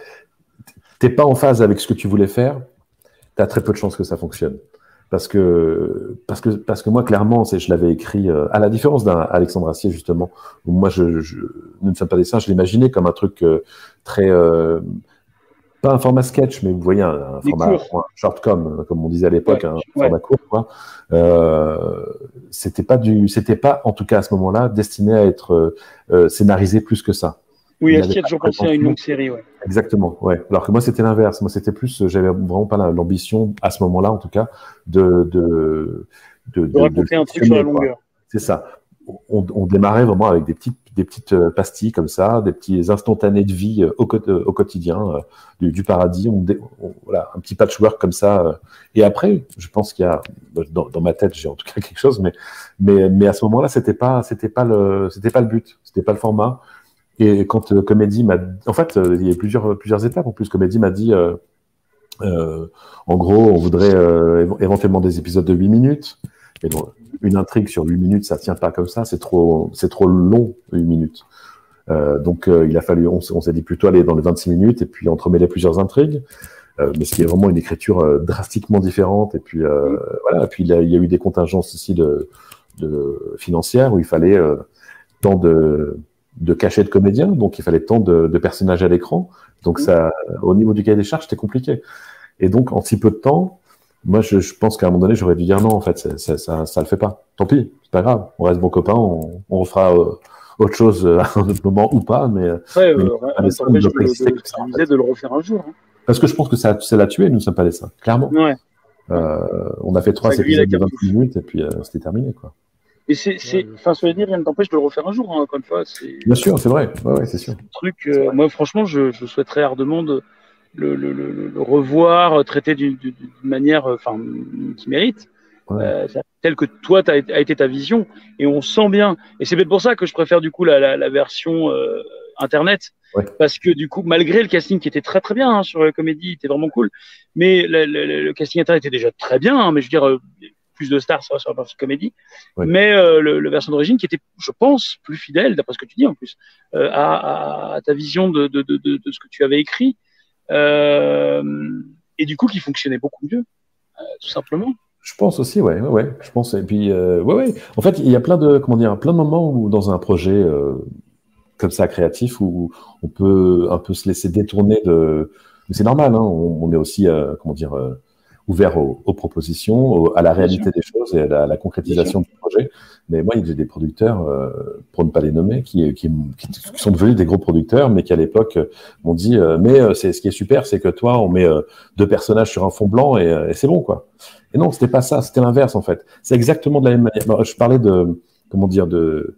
t'es pas en phase avec ce que tu voulais faire, tu as très peu de chances que ça fonctionne. Parce que, parce que, parce que moi, clairement, c'est, je l'avais écrit, euh, à la différence d'un Alexandre Astier, justement, où moi, je, je, nous ne sommes pas des saints, je l'imaginais comme un truc euh, très, euh, pas un format sketch, mais vous voyez, un, un Des format cours. un short-com, comme on disait à l'époque, Ouais, un ouais. format court, quoi. Euh, c'était pas du, c'était pas, en tout cas à ce moment-là, destiné à être euh, scénarisé plus que ça. Oui, Il Astier avait a pas toujours de pensé à une prétention. longue série, ouais. Exactement, ouais. Alors que moi, c'était l'inverse. Moi, c'était plus, j'avais vraiment pas la- l'ambition, à ce moment-là, en tout cas, de, de, de, De de, de raconter un truc sur la fictionner, quoi. longueur. C'est ça. On, on démarrait vraiment avec des petites, des petites euh, pastilles comme ça, des petits instantanés de vie euh, au, quo- euh, au quotidien, euh, du, du paradis. On, dé- on- voilà, un petit patchwork comme ça. euh. Et après, je pense qu'il y a, dans, dans ma tête, j'ai en tout cas quelque chose, mais, mais, mais à ce moment-là, c'était pas, c'était pas le, c'était pas le but, c'était pas le format. Et quand euh, Comédie m'a, en fait, euh, il y a plusieurs plusieurs étapes. En plus, Comédie m'a dit, euh, euh, en gros, on voudrait euh, éve- éventuellement des épisodes de huit minutes. Et donc, une intrigue sur huit minutes, ça tient pas comme ça. C'est trop, c'est trop long, huit minutes. Euh, donc, euh, il a fallu, on, s- on s'est dit plutôt aller dans les vingt-six minutes et puis entremêler plusieurs intrigues. Euh, mais ce qui est vraiment une écriture euh, drastiquement différente. Et puis, euh, voilà. Et puis, il, a- il y a eu des contingences ici de de financière où il fallait euh, tant de, de cachets de comédiens, donc il fallait tant de, de personnages à l'écran. Donc ça, au niveau du cahier des charges, c'était compliqué. Et donc, en si peu de temps, moi, je, je pense qu'à un moment donné, j'aurais dû dire non, en fait, ça, ça, ça, ça le fait pas. Tant pis, c'est pas grave. On reste bons copains, on, on refera euh, autre chose à un autre moment ou pas, mais. Ouais, mais euh, ça ouais, ça empêche de, de, existait de, comme ça, en de, fait. de le refaire un jour. Hein. Parce que je pense que ça, ça l'a tué, nous ne sommes pas dessins, clairement. Ouais. Euh, on a fait trois Ça grille la épisodes de cartouche. vingt minutes et puis euh, c'était terminé, quoi. Et c'est, c'est, enfin, ça veut dire rien ne t'empêche de le refaire un jour. Hein, encore une fois, c'est. Bien sûr, c'est vrai. Ouais, ouais, c'est sûr. Un truc. Euh, moi, franchement, je, je souhaiterais ardemment de le, le, le, le revoir, traiter d'une, d'une manière, enfin, qui mérite. Ouais. Euh, tel que toi t'as, a été ta vision, et on sent bien, et c'est peut-être pour ça que je préfère du coup la, la, la version euh, internet, ouais. Parce que du coup, malgré le casting qui était très très bien hein, sur la comédie, il était vraiment cool, mais le, le, le casting internet était déjà très bien, hein, mais je veux dire euh, plus de stars sur, sur la partie comédie, ouais. mais euh, le, le version d'origine qui était, je pense, plus fidèle d'après ce que tu dis en plus euh, à, à ta vision de, de, de, de, de ce que tu avais écrit, euh, et du coup qui fonctionnait beaucoup mieux, euh, tout simplement. Je pense aussi, ouais, ouais, ouais, je pense. Et puis, euh, ouais, ouais. En fait, il y a plein de, comment dire, plein de moments où dans un projet euh, comme ça créatif où on peut un peu se laisser détourner de. Mais c'est normal, hein. On, on est aussi, euh, comment dire, euh, ouvert aux, aux propositions, au, à la réalité des choses et à la, à la concrétisation du projet. Mais moi, il y a des producteurs, euh, pour ne pas les nommer, qui, qui, qui, qui sont devenus des gros producteurs, mais qui à l'époque m'ont dit, euh, mais euh, c'est ce qui est super, c'est que toi, on met euh, deux personnages sur un fond blanc et, et c'est bon, quoi. Et non, c'était pas ça, c'était l'inverse en fait. C'est exactement de la même manière. Bon, je parlais de, comment dire, de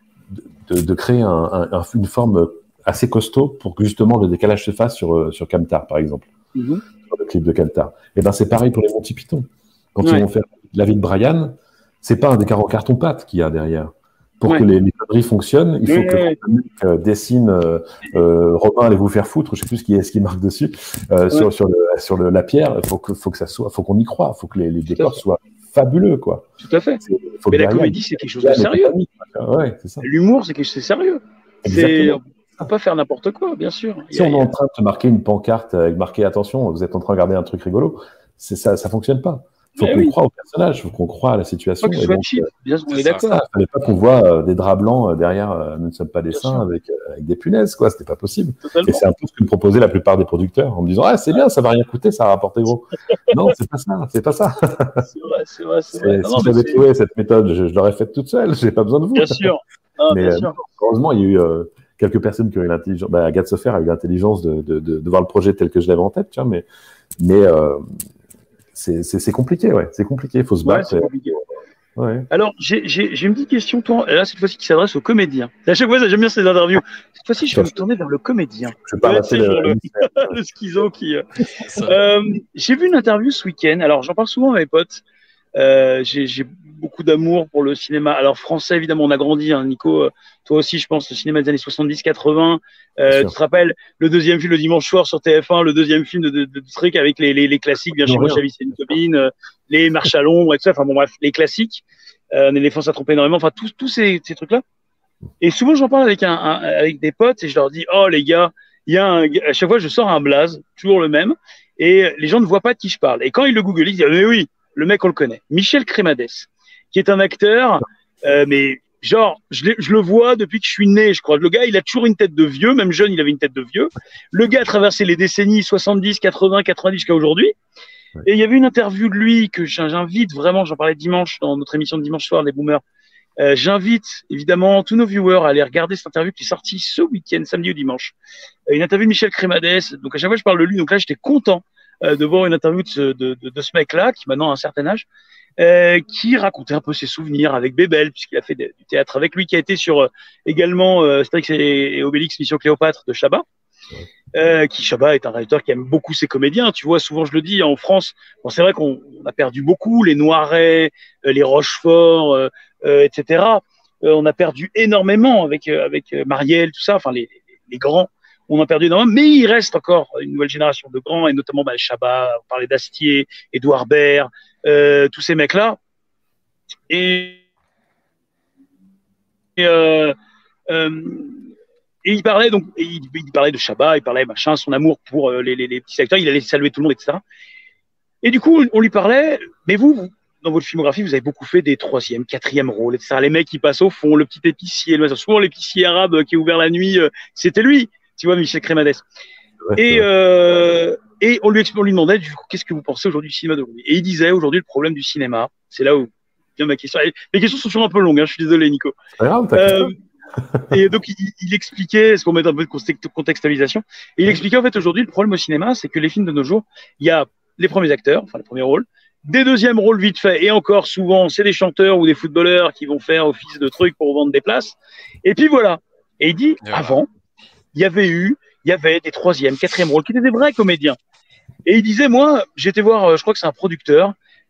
de, de créer un, un, une forme assez costaud pour que justement le décalage se fasse sur sur Camtar par exemple, mm-hmm. sur le clip de Camtar. Et ben c'est pareil pour les Monty Python. Quand ouais. ils vont faire la vie de Brian, c'est pas un décor en carton pâte qu'il y a derrière. Pour ouais. que les, les conneries fonctionnent, il faut ouais, que ouais. le mec euh, dessine euh, euh, Robin allez vous faire foutre, je sais plus ce qui est ce qui marque dessus euh, ouais. sur sur le sur le, la pierre. Il faut que faut que ça soit, faut qu'on y croie, faut que les, les décors soient fabuleux, quoi. Tout à fait. Faut mais la comédie c'est quelque chose de sérieux. Ouais, c'est ça. L'humour c'est quelque chose c'est sérieux. C'est on peut pas faire n'importe quoi, bien sûr. Si on est en train de te marquer une pancarte avec marqué attention, vous êtes en train de regarder un truc rigolo, c'est ça, ça fonctionne pas. Il faut qu'on oui. croie au personnage, il faut qu'on croie à la situation. Il faut que ce soit cheap, bien sûr, on est d'accord. Il ne fallait pas qu'on voit euh, des draps blancs euh, derrière euh, Nous ne sommes pas des saints avec, euh, avec des punaises, quoi. C'était pas possible. Totalement. Et c'est un peu ce que me proposaient la plupart des producteurs en me disant ah c'est bien, ça va rien coûter, ça va rapporter gros. Non, c'est pas ça, c'est pas ça. C'est vrai, c'est vrai, c'est vrai. Non, si j'avais trouvé cette méthode, je, je l'aurais faite toute seule. J'ai pas besoin de vous. Bien sûr. Ah, mais bien sûr. Heureusement, il y a eu euh, quelques personnes qui ont eu l'intelligence. Bah, Agathe Sofer a eu l'intelligence de, de, de, de voir le projet tel que je l'avais en tête, tu vois, mais mais euh, C'est, c'est, c'est compliqué, ouais. C'est compliqué, il faut se battre. Ouais, ouais. Alors, j'ai, j'ai, j'ai une petite question, toi, là, cette fois-ci, qui s'adresse aux comédiens. À chaque fois, j'aime bien ces interviews. Cette fois-ci, je vais me tourner vers le comédien. Je parle ouais, le, le, le schizo qui. Euh, j'ai vu une interview ce week-end. Alors, j'en parle souvent à mes potes. Euh, j'ai, j'ai beaucoup d'amour pour le cinéma. Alors, français, évidemment, on a grandi, hein, Nico. Toi aussi, je pense, le cinéma des années soixante-dix quatre-vingts. Euh, tu te rappelles le deuxième film le dimanche soir sur T F un, le deuxième film de, de, de truc avec les, les, les classiques, bien chez moi, j'avais une copine, euh, les marches à l'ombre et tout ça. Enfin bon, bref, les classiques. Euh, un éléphant s'attrope énormément. Enfin, tous, tous ces, ces trucs-là. Et souvent, j'en parle avec un, un, avec des potes et je leur dis, oh, les gars, il y a un, à chaque fois, je sors un blaze, toujours le même. Et les gens ne voient pas de qui je parle. Et quand ils le googlent, ils disent, mais oui, le mec, on le connaît. Michel Crémades, qui est un acteur, euh, mais genre, je, je le vois depuis que je suis né, je crois. Le gars, il a toujours une tête de vieux, même jeune, il avait une tête de vieux. Le gars a traversé les décennies soixante-dix, quatre-vingts, quatre-vingt-dix jusqu'à aujourd'hui. Ouais. Et il y avait une interview de lui que j'invite vraiment, j'en parlais dimanche dans notre émission de dimanche soir, les Boomers. Euh, j'invite évidemment tous nos viewers à aller regarder cette interview qui est sortie ce week-end, samedi ou dimanche. Euh, une interview de Michel Crémades. Donc à chaque fois, je parle de lui. Donc là, j'étais content euh, de voir une interview de ce, de, de, de ce mec-là, qui maintenant a un certain âge. Euh, qui racontait un peu ses souvenirs avec Bébel, puisqu'il a fait de, du théâtre avec lui, qui a été sur euh, également euh, Astérix et, et Obélix Mission Cléopâtre de Chabat, euh, qui Chabat est un réalisateur qui aime beaucoup ses comédiens. Tu vois, souvent je le dis, en France, bon, c'est vrai qu'on a perdu beaucoup, les Noiret, euh, les Rochefort, euh, euh, et cetera. Euh, on a perdu énormément avec euh, avec Marielle, tout ça, enfin les, les grands. On a perdu énormément, mais il reste encore une nouvelle génération de grands, et notamment bah, Chabat, on parlait d'Astier, Édouard Baird, euh, tous ces mecs-là. Et, et, euh, euh, et il parlait donc, et il, il parlait de Chabat, il parlait machin, son amour pour euh, les, les, les petits acteurs, il allait saluer tout le monde, et cetera. Et du coup, on lui parlait, mais vous, vous dans votre filmographie, vous avez beaucoup fait des troisième, quatrième rôles, et cetera. Les mecs qui passent au fond, le petit épicier, le... souvent l'épicier arabe qui est ouvert la nuit, euh, c'était lui, tu vois, Michel Crémades. Ouais, Et, euh, et on lui, on lui demandait, du coup, qu'est-ce que vous pensez aujourd'hui du cinéma d'aujourd'hui? Et il disait, aujourd'hui, le problème du cinéma, c'est là où vient ma question. Les questions sont toujours un peu longues, hein, je suis désolé, Nico. C'est pas grave, euh, et donc, il, il expliquait, est-ce qu'on met un peu de contextualisation? Et il expliquait, en fait, aujourd'hui, le problème au cinéma, c'est que les films de nos jours, il y a les premiers acteurs, enfin, les premiers rôles, des deuxièmes rôles vite fait, et encore, souvent, c'est des chanteurs ou des footballeurs qui vont faire office de trucs pour vendre des places. Et puis voilà. Et il dit, Et voilà. avant, il y avait eu, il y avait des troisième, quatrième rôles qui étaient des vrais comédiens. Et il disait, moi, j'étais voir, je crois que c'est un producteur,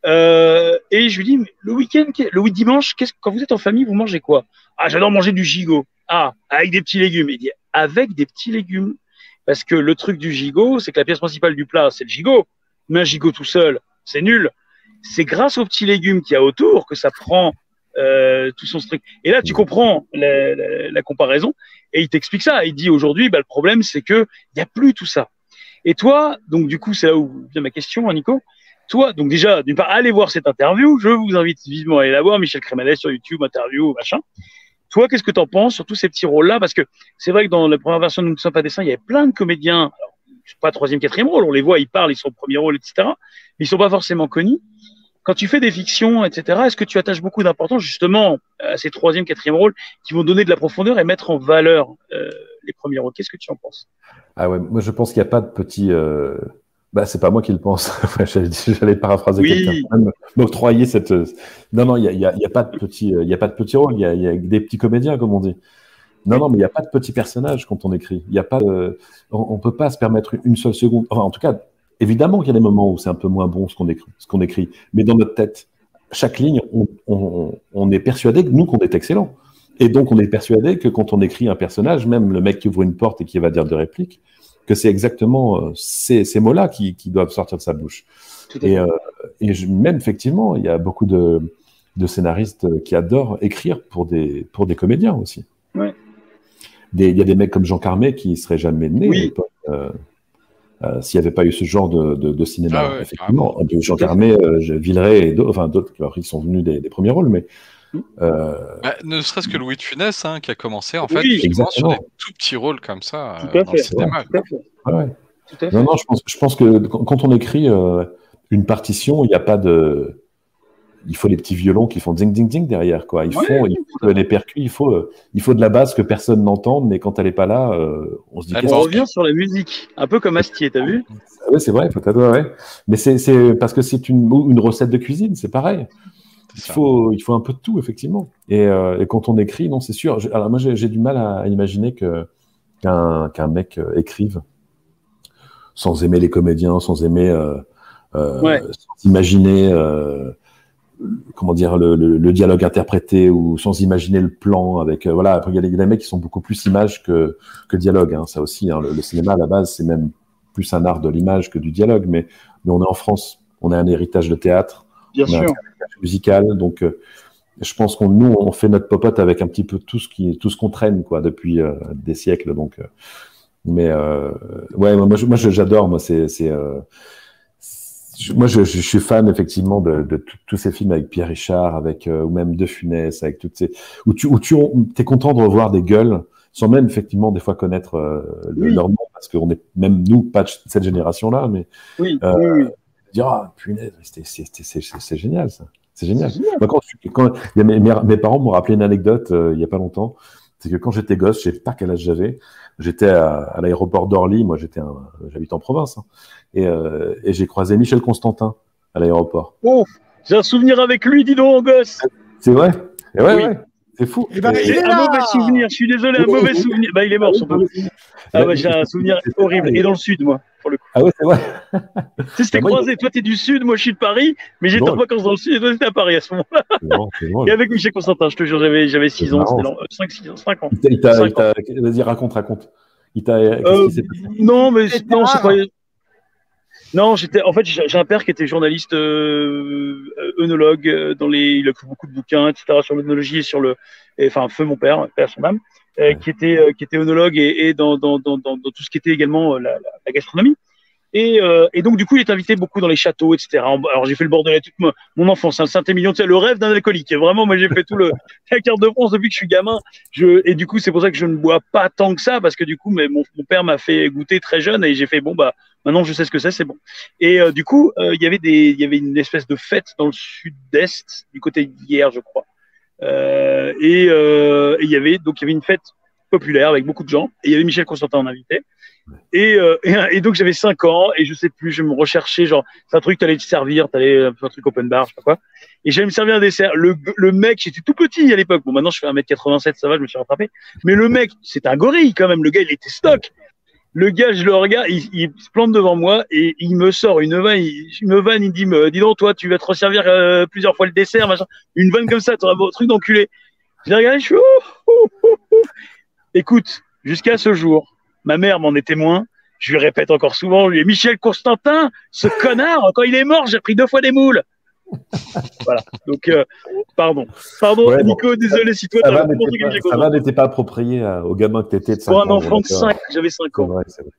euh, et je lui dis, le week-end, le dimanche, qu'est-ce, quand vous êtes en famille, vous mangez quoi? Ah, j'adore manger du gigot. Ah, avec des petits légumes. Il dit, avec des petits légumes. Parce que le truc du gigot, c'est que la pièce principale du plat, c'est le gigot. Mais un gigot tout seul, c'est nul. C'est grâce aux petits légumes qu'il y a autour que ça prend euh, tout son truc. Et là, tu comprends la, la, la comparaison. Et il t'explique ça. Il dit aujourd'hui, bah, le problème, c'est que il y a plus tout ça. Et toi, donc du coup, c'est là où vient ma question, hein, Nico. Toi, donc déjà, d'une part, allez voir cette interview. Je vous invite vivement à aller la voir. Michel Crémades sur YouTube, interview, machin. Toi, qu'est-ce que tu en penses sur tous ces petits rôles-là? Parce que c'est vrai que dans la première version de Nous ne sommes pas dessins, il y avait plein de comédiens. Alors, pas troisième, quatrième rôle. On les voit, ils parlent, ils sont au premier rôle, et cetera. Mais ils sont pas forcément connus. Quand tu fais des fictions, et cetera, est-ce que tu attaches beaucoup d'importance justement à ces troisième, quatrième rôles qui vont donner de la profondeur et mettre en valeur euh, les premiers rôles? Qu'est-ce que tu en penses? Ah ouais, moi je pense qu'il n'y a pas de petit. Euh... Bah, c'est pas moi qui le pense. j'allais, j'allais paraphraser oui. quelqu'un. Même m'octroyer cette. Non, non, il y a, il y a, il y a pas de petit, il y a pas de petit rôle. Il y a, il y a des petits comédiens, comme on dit. Non, non, mais il n'y a pas de petits personnages quand on écrit. Il y a pas de. On, on peut pas se permettre une seule seconde. Enfin, en tout cas. Évidemment qu'il y a des moments où c'est un peu moins bon ce qu'on écrit, ce qu'on écrit, mais dans notre tête, chaque ligne, on, on, on est persuadé que nous qu'on est excellent, et donc on est persuadé que quand on écrit un personnage, même le mec qui ouvre une porte et qui va dire deux répliques, que c'est exactement ces, ces mots-là qui, qui doivent sortir de sa bouche. Et, euh, et je, même effectivement, il y a beaucoup de, de scénaristes qui adorent écrire pour des pour des comédiens aussi. Ouais. Des, il y a des mecs comme Jean Carmet qui seraient jamais nés. Oui. Euh, Euh, s'il n'y avait pas eu ce genre de, de, de cinéma, ah ouais, effectivement. Ah, Jean Carmet, euh, Villeray et d'autres, enfin d'autres, alors ils sont venus des, des premiers rôles, mais euh... bah, ne serait-ce que Louis de Funès, hein, qui a commencé en oui, fait justement sur des exactement. tout petits rôles comme ça tout à euh, dans fait. le cinéma. Tout à fait. Ah ouais. Tout à fait. Non, non, je pense, je pense que quand on écrit euh, une partition, il n'y a pas de, il faut les petits violons qui font ding ding ding derrière, quoi. Il Ouais. faut, il faut les percus, il faut, euh, il faut de la basse que personne n'entend, mais quand elle est pas là, euh, on se dit. Elle qu'est-ce On que- revient sur la musique, un peu comme Astier, t'as vu? Oui, c'est vrai, peut-être, ouais, ouais. Mais c'est, c'est parce que c'est une, une recette de cuisine, c'est pareil. Il C'est ça. faut, il faut un peu de tout, effectivement. Et, euh, et quand on écrit, non, c'est sûr. J'ai- Alors moi, j'ai, j'ai du mal à, à imaginer que qu'un, qu'un mec euh, écrive sans aimer les comédiens, sans aimer, euh, euh, Ouais. sans imaginer, euh, comment dire, le, le, le dialogue interprété ou sans imaginer le plan. Avec, euh, voilà, après, il y a des, il y a des mecs qui sont beaucoup plus images que que dialogue. Hein, ça aussi, hein, le, le cinéma à la base, c'est même plus un art de l'image que du dialogue. Mais mais on est en France, on a un héritage de théâtre. Bien On a un sûr. héritage musical, donc euh, je pense qu'on nous on fait notre popote avec un petit peu tout ce qui tout ce qu'on traîne quoi depuis euh, des siècles. Donc, euh, mais euh, ouais, moi, je- moi je- j'adore. Moi c'est c'est euh, je- moi je, je suis fan effectivement de, de tout- tous ces films avec Pierre Richard, avec euh, ou même De Funès, avec toutes ces où tu où tu t'es content de revoir des gueules sans même effectivement des fois connaître euh, le- Oui. leur nom parce qu'on est même nous pas de cette génération-là, mais Oui, Euh, oui, oui. dire ah punaise c'était- c'est c'est- c'est- c'est- c'est génial ça, c'est génial. C'est génial. Moi, quand, je- quand il y a mes, mes, mes parents m'ont rappelé une anecdote euh, il y a pas longtemps, c'est que quand j'étais gosse, je sais pas quel âge j'avais, j'étais à, à l'aéroport d'Orly, moi j'étais un- j'habite en province, hein, et, euh, et j'ai croisé Michel Constantin à l'aéroport. Oh, j'ai un souvenir avec lui, dis donc, gosse. C'est vrai. Et ouais, Oui. ouais, c'est fou. Eh ben, Et- il est Un là. mauvais souvenir, je suis désolé, un Oui, mauvais oui. souvenir. Bah, il est mort, surtout. Ah ouais, j'ai un souvenir horrible. Et dans le sud, moi, pour le coup. Ah ouais, c'est vrai. Tu sais, c'était Bah, moi, croisé. Toi, t'es du sud, moi, je suis de Paris, mais j'étais en Drôle. vacances dans le sud et toi, t'étais à Paris à ce moment-là. C'est drôle, c'est drôle. Et avec Michel Constantin, je te jure, j'avais, j'avais six C'est ans, marrant. c'était dans cinq, six ans, cinq ans. Il t'a- il t'a, il Cinq t'a, vas-y, raconte, raconte. Il t'a, qu'est-ce Euh, qui s'est passé? non, mais C'est non, c'est tard. pas. Non, j'étais. En fait, j'ai j'ai un père qui était journaliste euh, euh, œnologue euh, dans les. Il a écrit beaucoup de bouquins, et cetera sur l'œnologie et sur le. Et, enfin, feu mon père, père son âme, euh, Ouais. qui était euh, qui était œnologue et, et dans, dans, dans, dans, dans tout ce qui était également euh, la, la, la gastronomie. Et, euh, et donc, du coup, il est invité beaucoup dans les châteaux, et cetera. Alors, j'ai fait le Bordelais toute mon, mon enfance, hein, le Saint-Émilion, tu sais, le rêve d'un alcoolique. Et vraiment, moi, j'ai fait tout le, la carte de France depuis que je suis gamin. Je, et du coup, c'est pour ça que je ne bois pas tant que ça, parce que du coup, mais mon, mon père m'a fait goûter très jeune et j'ai fait, bon, bah, maintenant, je sais ce que c'est, c'est bon. Et euh, du coup, euh, il y avait des, il y avait une espèce de fête dans le sud-est, du côté d'hier, je crois. Euh, et euh, il y avait, donc, il y avait une fête populaire avec beaucoup de gens. Et il y avait Michel Constantin en invité. Et, euh, et, et donc j'avais cinq ans et je sais plus, je me recherchais, genre c'est un truc, t'allais te servir, t'allais un truc open bar, je sais pas quoi. Et j'allais me servir un dessert. Le, le mec, j'étais tout petit à l'époque. Bon, maintenant je fais un mètre quatre-vingt-sept, ça va, je me suis rattrapé. Mais le mec, c'était un gorille quand même. Le gars, il était stock. Le gars, je le regarde, il, il se plante devant moi et il me sort une vanne. Il, il me vanne, il me dit, me, dis donc, toi, tu vas te resservir euh, plusieurs fois le dessert, machin. Une vanne comme ça, t'auras un truc d'enculé. Je l'ai regardé, je suis, oh, oh, oh, oh. Écoute, jusqu'à ce jour, ma mère m'en est témoin. Je lui répète encore souvent, lui, Michel Constantin, ce connard, quand il est mort, j'ai pris deux fois des moules. Voilà. Donc, euh, pardon. Pardon, ouais, Nico, bon. Désolé si toi, ça t'as va, un truc pas, que j'ai Ça va, n'était pas approprié à, au gamin que t'étais de cinq ans. Pour un enfant de cinq, j'avais cinq ans. C'est vrai, c'est vrai.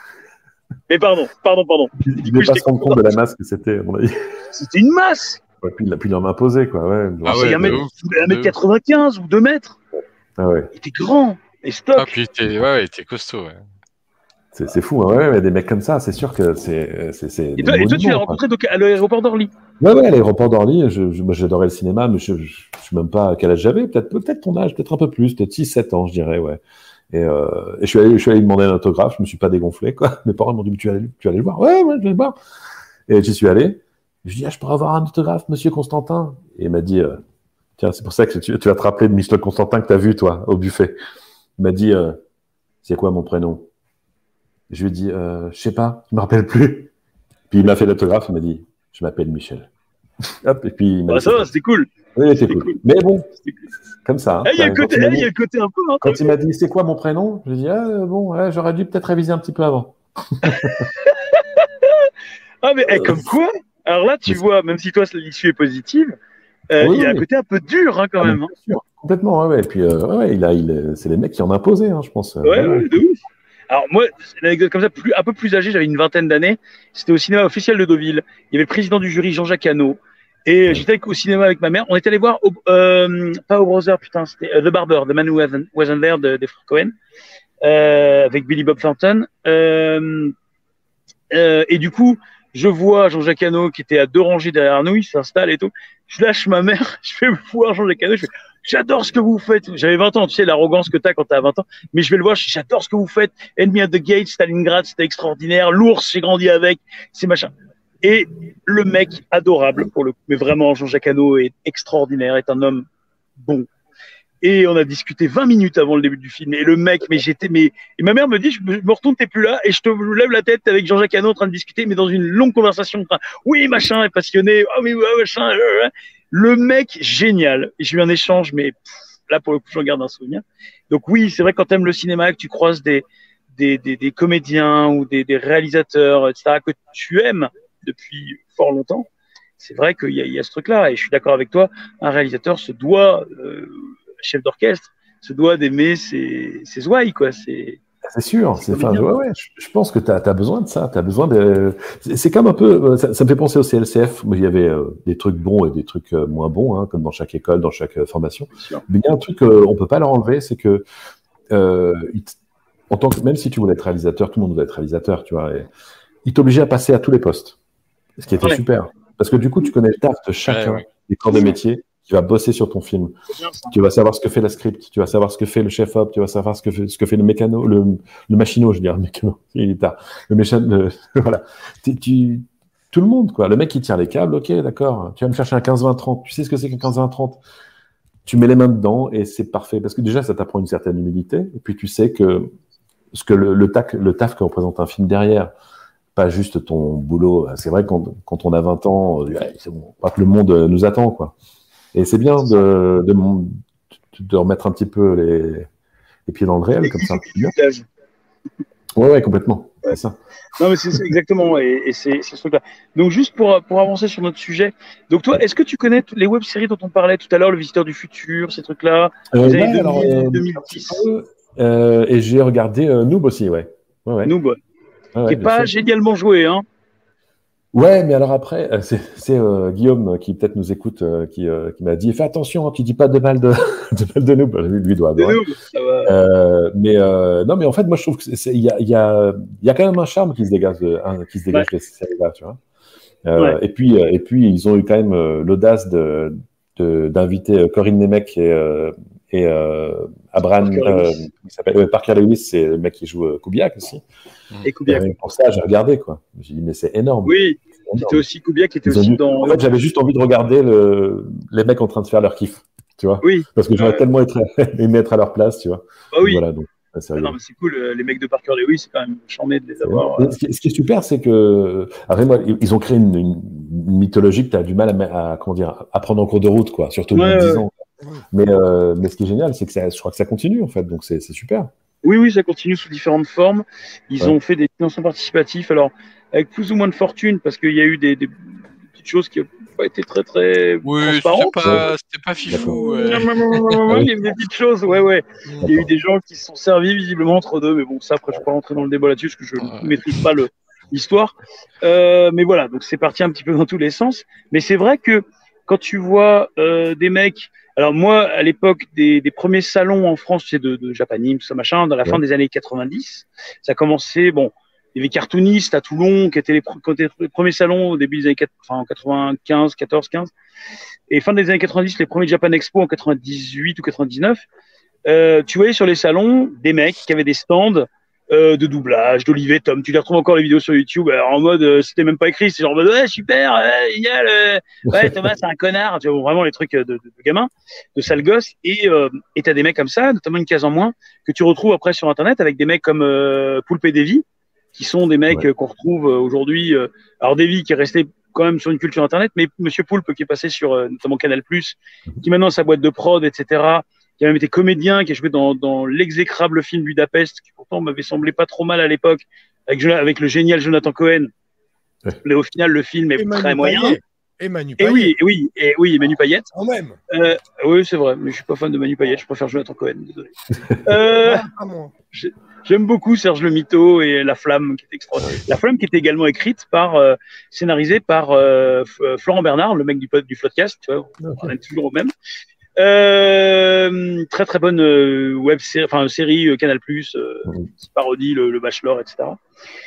Mais pardon, pardon, pardon. Il ne pas se rendre compte de la masse que c'était, à mon avis. C'était une masse. Ouais, puis, puis il en a imposé, quoi. Ouais, ah ouais, un mètre quatre-vingt-quinze ou deux mètres. Ah ouais. Il était grand et stock. Ah, puis il était, ouais, il était costaud, ouais. C'est, c'est fou, hein, ouais, mais des mecs comme ça, c'est sûr que c'est. c'est, c'est et, toi, et toi, tu l'as rencontré donc, à l'aéroport d'Orly? Ouais, ouais, à l'aéroport d'Orly, je, je, moi j'adorais le cinéma, mais je ne sais même pas à quel âge j'avais, peut-être, peut-être ton âge, peut-être un peu plus, peut-être six sept ans, je dirais, ouais. Et, euh, et je, suis allé, je suis allé lui demander un autographe, je me suis pas dégonflé, quoi. Mes parents m'ont dit, tu vas aller, tu vas aller le voir? Ouais, ouais, je vais le voir. Et j'y suis allé. Je lui ai dit, ah, je pourrais avoir un autographe, monsieur Constantin? Et il m'a dit, euh, tiens, c'est pour ça que tu, tu vas te rappeler de Michel Constantin que tu as vu, toi, au buffet. Il m'a dit, euh, c'est quoi mon prénom? Je lui ai dit, euh, je sais pas, je me rappelle plus. Puis il m'a fait l'autographe, il m'a dit, je m'appelle Michel. Hop, et puis il m'a bah, dit, ça va, c'était cool. Oui, c'était cool. cool. Mais bon, cool. Comme ça. Il hein, hey, y, hey, y a le côté un peu. Hein, quand il m'a dit, c'est quoi mon prénom? Je lui ai dit, ah, bon, ouais, j'aurais dû peut-être réviser un petit peu avant. ah, mais hey, comme quoi? Alors là, tu mais vois, même si toi, l'issue est positive, euh, oui, il y a oui. un côté un peu dur hein, quand ah, même. Hein. Sûr. Complètement, ouais, ouais. Et puis, euh, ouais, il a, il, c'est les mecs qui en ont imposé, hein, je pense. Ouais, ouais, ouais, de ouf. Alors moi, une anecdote comme ça, plus, un peu plus âgé, j'avais une vingtaine d'années. C'était au cinéma officiel de Deauville. Il y avait le président du jury, Jean-Jacques Hano. Et ouais. j'étais au cinéma avec ma mère. On est allé voir, au, euh, pas au Brother, putain, c'était uh, The Barber, The Man Who Wasn't, wasn't There, de, des frères Cohen, euh, avec Billy Bob Thornton. Euh, euh, et du coup, je vois Jean-Jacques Hano qui était à deux rangées derrière nous, il s'installe et tout. Je lâche ma mère, je vais voir Jean-Jacques Hano, je fais j'adore ce que vous faites. J'avais vingt ans, tu sais, l'arrogance que t'as quand t'as vingt ans. Mais je vais le voir, je dis, j'adore ce que vous faites. Enemy at the Gate, Stalingrad, c'était extraordinaire. L'ours, j'ai grandi avec. C'est machin. Et le mec, adorable, pour le coup. Mais vraiment, Jean-Jacques Hano est extraordinaire, est un homme bon. Et on a discuté vingt minutes avant le début du film. Et le mec, mais j'étais, mais, et ma mère me dit, je me, je me retourne, t'es plus là. Et je te lève la tête avec Jean-Jacques Hano en train de discuter, mais dans une longue conversation. Enfin, oui, machin, est passionné. Ah oui, ouais, machin. Euh, Le mec, génial. J'ai eu un échange, mais pff, là, pour le coup, j'en garde un souvenir. Donc oui, c'est vrai, quand tu aimes le cinéma, que tu croises des, des, des, des comédiens ou des, des réalisateurs, et cetera, que tu aimes depuis fort longtemps, c'est vrai qu'il y a, il y a ce truc-là. Et je suis d'accord avec toi, un réalisateur se doit, euh, chef d'orchestre, se doit d'aimer ses, ses ouailles, quoi. C'est... C'est sûr, c'est, enfin, ouais, ouais, je, je pense que tu as besoin de ça, tu as besoin de... C'est, c'est comme un peu, ça, ça me fait penser au C L C F, où il y avait euh, des trucs bons et des trucs euh, moins bons, hein, comme dans chaque école, dans chaque euh, formation. Mais il y a un truc qu'on euh, peut pas leur enlever, c'est que, euh, il, en tant que, même si tu voulais être réalisateur, tout le monde voulait être réalisateur, tu vois, et, il t'obligeait à passer à tous les postes, ce qui était ouais. super. Parce que du coup, tu connais le taf de chacun ouais, ouais. des corps de métier. Tu vas bosser sur ton film. Tu vas savoir ce que fait la script, tu vas savoir ce que fait le chef-op, tu vas savoir ce que fait, ce que fait le mécano, le, le machino, je veux dire, le mécano, il est tard. Le méchano, le, voilà. Tu, tu, tout le monde, quoi. Le mec qui tire les câbles, ok, d'accord. Tu vas me chercher un quinze vingt trente. Tu sais ce que c'est qu'un quinze vingt trente? Tu mets les mains dedans et c'est parfait. Parce que déjà, ça t'apprend une certaine humilité. Et puis, tu sais que ce que le, le, tac, le taf que représente un film derrière, pas juste ton boulot. C'est vrai que quand, quand on a vingt ans, ouais, c'est bon, pas que le monde nous attend, quoi. Et c'est bien de, de, de remettre un petit peu les, les pieds dans le réel, comme ça. Ouais, ouais, complètement. Ouais. C'est ça. Non, mais c'est, c'est exactement, et, et c'est, c'est ce truc-là. Donc, juste pour, pour avancer sur notre sujet, donc toi, est-ce que tu connais les web-séries dont on parlait tout à l'heure, Le Visiteur du Futur, ces trucs-là, euh, les années ouais, deux mille, alors, deux mille dix euh, Et j'ai regardé euh, Noob aussi, ouais. ouais, ouais. Noob, ouais. Ouais, qui est bien pas sûr. génialement joué, hein. Ouais, mais alors après, euh, c'est c'est, euh, Guillaume qui peut-être nous écoute, euh, qui, euh, qui m'a dit fais attention, tu dis pas de mal de, de mal de nous. Bah, lui, lui doit De adorer. nous, ça va. Euh, mais euh, non, mais en fait, moi je trouve que c'est- c'est- il y a, il y a, il y a quand même un charme qui se dégage, de, hein, qui se dégage Ouais. de ces séries-là, tu vois. Euh, Ouais. et puis, euh, et puis, ils ont eu quand même euh, l'audace de de- d'inviter euh, Corinne Nemec et, euh, et euh, Abraham, Parker euh, Lewis. il s'appelle ouais, Parker Lewis, c'est le mec qui joue euh, Kubiak aussi. Et Et Kubiak. rien que pour ça, j'ai regardé quoi. J'ai dit mais c'est énorme. Oui, C'est qui était énorme. aussi Kubiak, qui était Ils ont aussi dû- dans. En fait, j'avais juste envie de regarder le... les mecs en train de faire leur kiff, tu vois. Oui. Parce que j'aurais Euh, tellement être... aimé être à leur place, tu vois. Bah Donc oui. voilà, donc ça, c'est Ah non, rigolo. mais c'est cool. euh, Les mecs de Parker Lewis, c'est quand même charmé de les C'est avoir. énorme. euh, Et Ce qui, ce qui est super, c'est que après moi, ils ils ont créé une, une- une mythologie que tu as du mal à, me- à, comment dire, à prendre en cours de route, quoi, surtout au bout Ouais, de dix ouais. ans. Mais, euh, mais ce qui est génial, c'est que ça, je crois que ça continue en fait, donc c'est c'est super. Oui, oui, ça continue sous différentes formes. Ils Ouais. ont fait des financements participatifs, alors avec plus ou moins de fortune, parce qu'il y a eu des, des petites choses qui n'ont pas été très très Oui, c'était transparentes. pas, c'était pas fifou. ouais. Il y a eu des petites choses, ouais, ouais. Il y a eu des gens qui se sont servis visiblement entre deux, mais bon, ça, après, je ne vais pas rentrer dans le débat là-dessus, parce que je ne Ouais. maîtrise pas le- l'histoire. Euh, mais voilà, donc c'est parti un petit peu dans tous les sens. Mais c'est vrai que quand tu vois euh, des mecs. Alors, moi, à l'époque des, des premiers salons en France, c'est de, de Japanime, tout ça, machin, dans la fin Ouais. des années quatre-vingt-dix, ça a commencé, bon. Il y avait Cartoonistes à Toulon, qui étaient les, pr- qui étaient les premiers salons au début des années quatre- enfin, en quatre-vingt-quinze, quatorze, quinze. Et fin des années quatre-vingt-dix, les premiers Japan Expo en quatre-vingt-dix-huit ou quatre-vingt-dix-neuf, euh, tu voyais sur les salons des mecs qui avaient des stands euh, de doublage, d'Olivier Tom. Tu les retrouves encore les vidéos sur YouTube alors, en mode, euh, c'était même pas écrit, c'est genre en mode, ouais, super, ouais, génial, euh, ouais, Thomas, c'est un connard. Tu vois, vraiment les trucs de, de, de gamins, de sales gosses. Et euh, et t'as des mecs comme ça, notamment une case en moins, que tu retrouves après sur Internet avec des mecs comme euh, Poulpe et Davy, qui sont des mecs Ouais. euh, qu'on retrouve euh, aujourd'hui. euh, alors Davy qui est resté quand même sur une culture Internet, mais Monsieur Poulpe qui est passé sur euh, notamment Canal+, qui maintenant a sa boîte de prod, et cetera, qui a même été comédien, qui a joué dans, dans l'exécrable film Budapest, qui pourtant m'avait semblé pas trop mal à l'époque, avec, Jo- avec le génial Jonathan Cohen. Ouais. Mais au final, le film est Et très Manu moyen. Payet. Et Manu Et Payet. oui, et oui, et oui, et Manu Payet. Quand même. Euh, oui, c'est vrai, mais je suis pas fan de Manu Payet, je préfère Jonathan Cohen, désolé. Euh, Ah, pas moi. J'aime beaucoup Serge Le Mito et La Flamme, qui était extraordinaire. La Flamme qui était également écrite par, euh, scénarisée par euh, F- Florent Bernard, le mec du, pod- du Floodcast, tu vois, on en est toujours au même. Euh, très très bonne euh, web série, enfin série euh, Canal+, euh, Mhm. qui parodie le, le Bachelor, et cetera.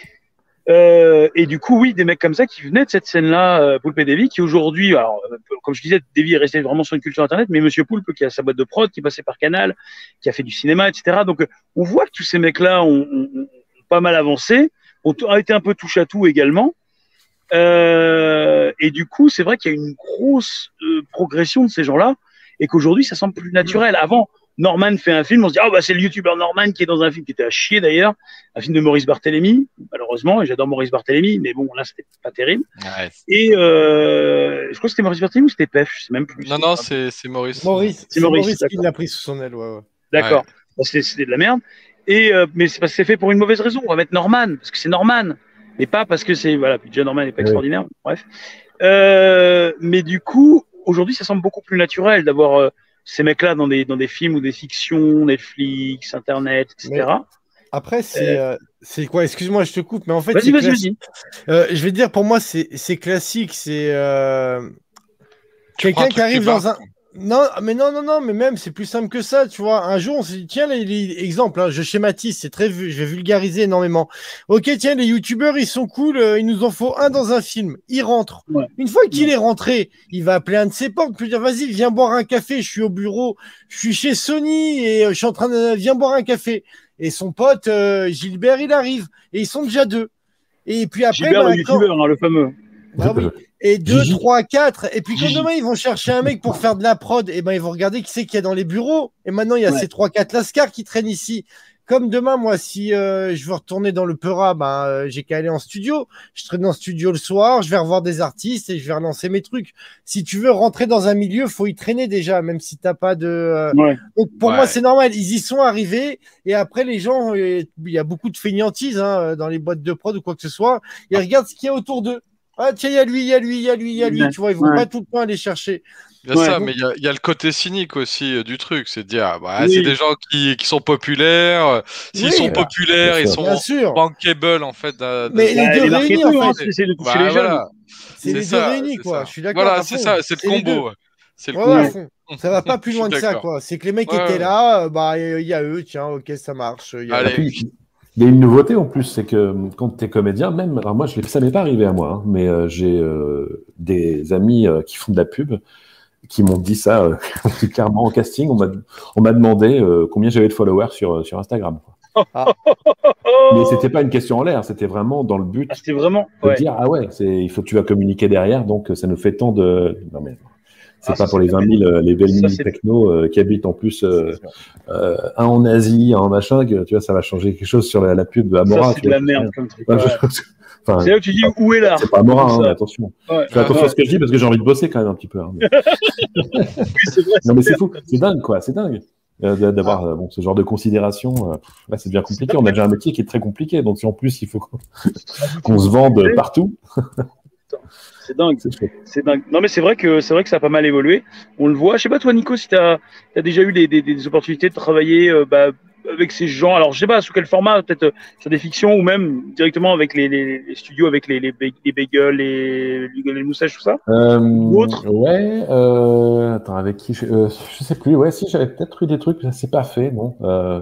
Euh, et du coup, oui, des mecs comme ça qui venaient de cette scène-là, euh, Poulpe et Davy, qui aujourd'hui, alors, euh, comme je disais, Davy est resté vraiment sur une culture Internet, mais Monsieur Poulpe, qui a sa boîte de prod, qui passait par Canal, qui a fait du cinéma, et cetera. Donc, euh, on voit que tous ces mecs-là ont, ont- ont pas mal avancé, ont t- ont été un peu touche à tout également. Euh, et du coup, c'est vrai qu'il y a une grosse euh, progression de ces gens-là, et qu'aujourd'hui, ça semble plus naturel. Avant, Norman fait un film, on se dit, ah, bah, c'est le youtubeur Norman qui est dans un film qui était à chier d'ailleurs, un film de Maurice Barthélémy, malheureusement, et j'adore Maurice Barthélémy, mais bon, là, c'était pas terrible. Ouais. Et euh, je crois que c'était Maurice Barthélémy ou c'était P E F, je sais même plus. Non, non, c'est c'est Maurice. Maurice, C'est c'est Maurice, Maurice, qui d'accord. l'a pris sous son aile. Ouais, ouais. D'accord. Bah, c'était c'était de la merde. Et, euh, mais c'est parce que c'est fait pour une mauvaise raison. On va mettre Norman, parce que c'est Norman. Mais pas parce que c'est. Voilà, puis déjà Norman n'est pas Oui. extraordinaire. Bref. Euh, mais du coup, aujourd'hui, ça semble beaucoup plus naturel d'avoir euh, ces mecs-là dans des, dans des films ou des fictions, Netflix, Internet, et cetera. Après, c'est euh, c'est quoi? Excuse-moi, je te coupe, mais en fait, Vas-y, c'est vas-y, classique. vas-y. Euh, je vais te dire, pour moi, c'est c'est classique. C'est euh, Tu prends quelqu'un un qui truc arrive qui dans va. un. Non, mais non, non, non, mais même, c'est plus simple que ça, tu vois. Un jour, on s'est dit, tiens, les, les- exemple, hein, je schématise, c'est très, vu- je vais vulgariser énormément. Ok, tiens, les youtubeurs, ils sont cool, euh, il nous en faut un dans un film. Il rentre. Ouais. Une fois qu'il est rentré, il va appeler un de ses potes, puis dire, vas-y, viens boire un café, je suis au bureau, je suis chez Sony et euh, je suis en train de, viens boire un café. Et son pote, euh, Gilbert, il arrive. Et ils sont déjà deux. Et puis après, Gilbert, bah, le quand- youtubeur, hein, le fameux. bah oui. Et deux, Gigi. trois, quatre. Et puis quand Gigi. demain ils vont chercher un mec pour faire de la prod, et ben ils vont regarder qui c'est qu'il y a dans les bureaux. Et maintenant il y a Ouais. ces trois, quatre lascars qui traînent ici. Comme demain, moi, si euh, je veux retourner dans le Peura, ben euh, j'ai qu'à aller en studio. Je traîne en studio le soir, je vais revoir des artistes et je vais relancer mes trucs. Si tu veux rentrer dans un milieu, faut y traîner déjà, même si t'as pas de. euh, Ouais. Donc pour Ouais. moi, c'est normal. Ils y sont arrivés et après les gens, euh, il y a beaucoup de fainéantises hein, dans les boîtes de prod ou quoi que ce soit. Ils regardent ce qu'il y a autour d'eux. Ah, tiens, il y a lui, il y a lui, il y a lui, il y a lui. Ouais. Tu vois, ils vont Ouais. pas tout le temps aller chercher. Il y a Ouais. ça, mais il y a, il y a le côté cynique aussi euh, du truc, c'est de dire, ah, bah, Oui. c'est des gens qui, qui sont populaires. euh, S'ils Oui, sont voilà, populaires, bien ils sûr. sont Bien sûr. bankable en fait. de- de- Mais les Bah, deux les réunis, marketeurs, en hein, fait. c'est c'est de toucher Bah, les jeunes. voilà, C'est c'est les deux ça, réunis, c'est quoi. ça. Je suis d'accord. Voilà, à c'est fond. ça, c'est le C'est les deux. combo. ouais. C'est le Ouais, ouais, à combo. fond. Ça va pas plus Je loin suis que ça, d'accord. quoi. C'est que les mecs Ouais, étaient ouais. là, euh, bah, il y a eux, tiens, ok, ça marche. il y a- Allez. Et puis, il y a une nouveauté en plus, c'est que quand tu es comédien, même, alors moi, je l'ai- ça m'est pas arrivé à moi, hein, mais euh, j'ai euh, des amis euh, qui font de la pub qui m'ont dit ça euh, clairement en casting. On m'a on m'a demandé euh, combien j'avais de followers sur, sur Instagram. quoi. Ah. Mais c'était pas une question en l'air, c'était vraiment dans le but Ah, c'était vraiment. de Ouais. dire ah ouais, c'est, il faut que tu vas communiquer derrière, donc ça nous fait tant de. Non mais c'est Ah, pas ça, pour c'est les vingt mille, euh, les vingt Ça, mille c'est- techno euh, qui habitent en plus euh, euh, un en Asie, un en machin, que tu vois, ça va changer quelque chose sur la, la pub de Amora. Ça, c'est tu de vois, la merde comme truc. Enfin, ouais. je- enfin, C'est là où tu dis où est l'art. c'est pas Amora, Tout hein, ça. mais attention. Ouais. Je fais attention Ouais. à ce que je dis parce que j'ai envie de bosser quand même un petit peu. hein, mais- Oui, c'est vrai, Non mais c'est clair. fou, c'est dingue quoi, c'est dingue euh, d'a- d'avoir euh, bon, ce genre de considération. euh, Là, c'est bien compliqué. On a déjà un métier qui est très compliqué, donc si en plus il faut qu'on qu'on se vende partout, C'est dingue. c'est chouette. C'est dingue. Non, mais c'est vrai que c'est vrai que ça a pas mal évolué. On le voit. Je sais pas toi, Nico, si tu as déjà eu des, des, des opportunités de travailler euh, bah, avec ces gens. Alors, je sais pas sous quel format, peut-être euh, sur des fictions ou même directement avec les, les, les studios, avec les, les, ba- les bagels, les, les moustaches, tout ça. Euh, Ou autre. ouais, euh, attends, avec qui je, euh, je sais plus. Ouais, si j'avais peut-être eu des trucs, mais ça s'est pas fait, non. Euh,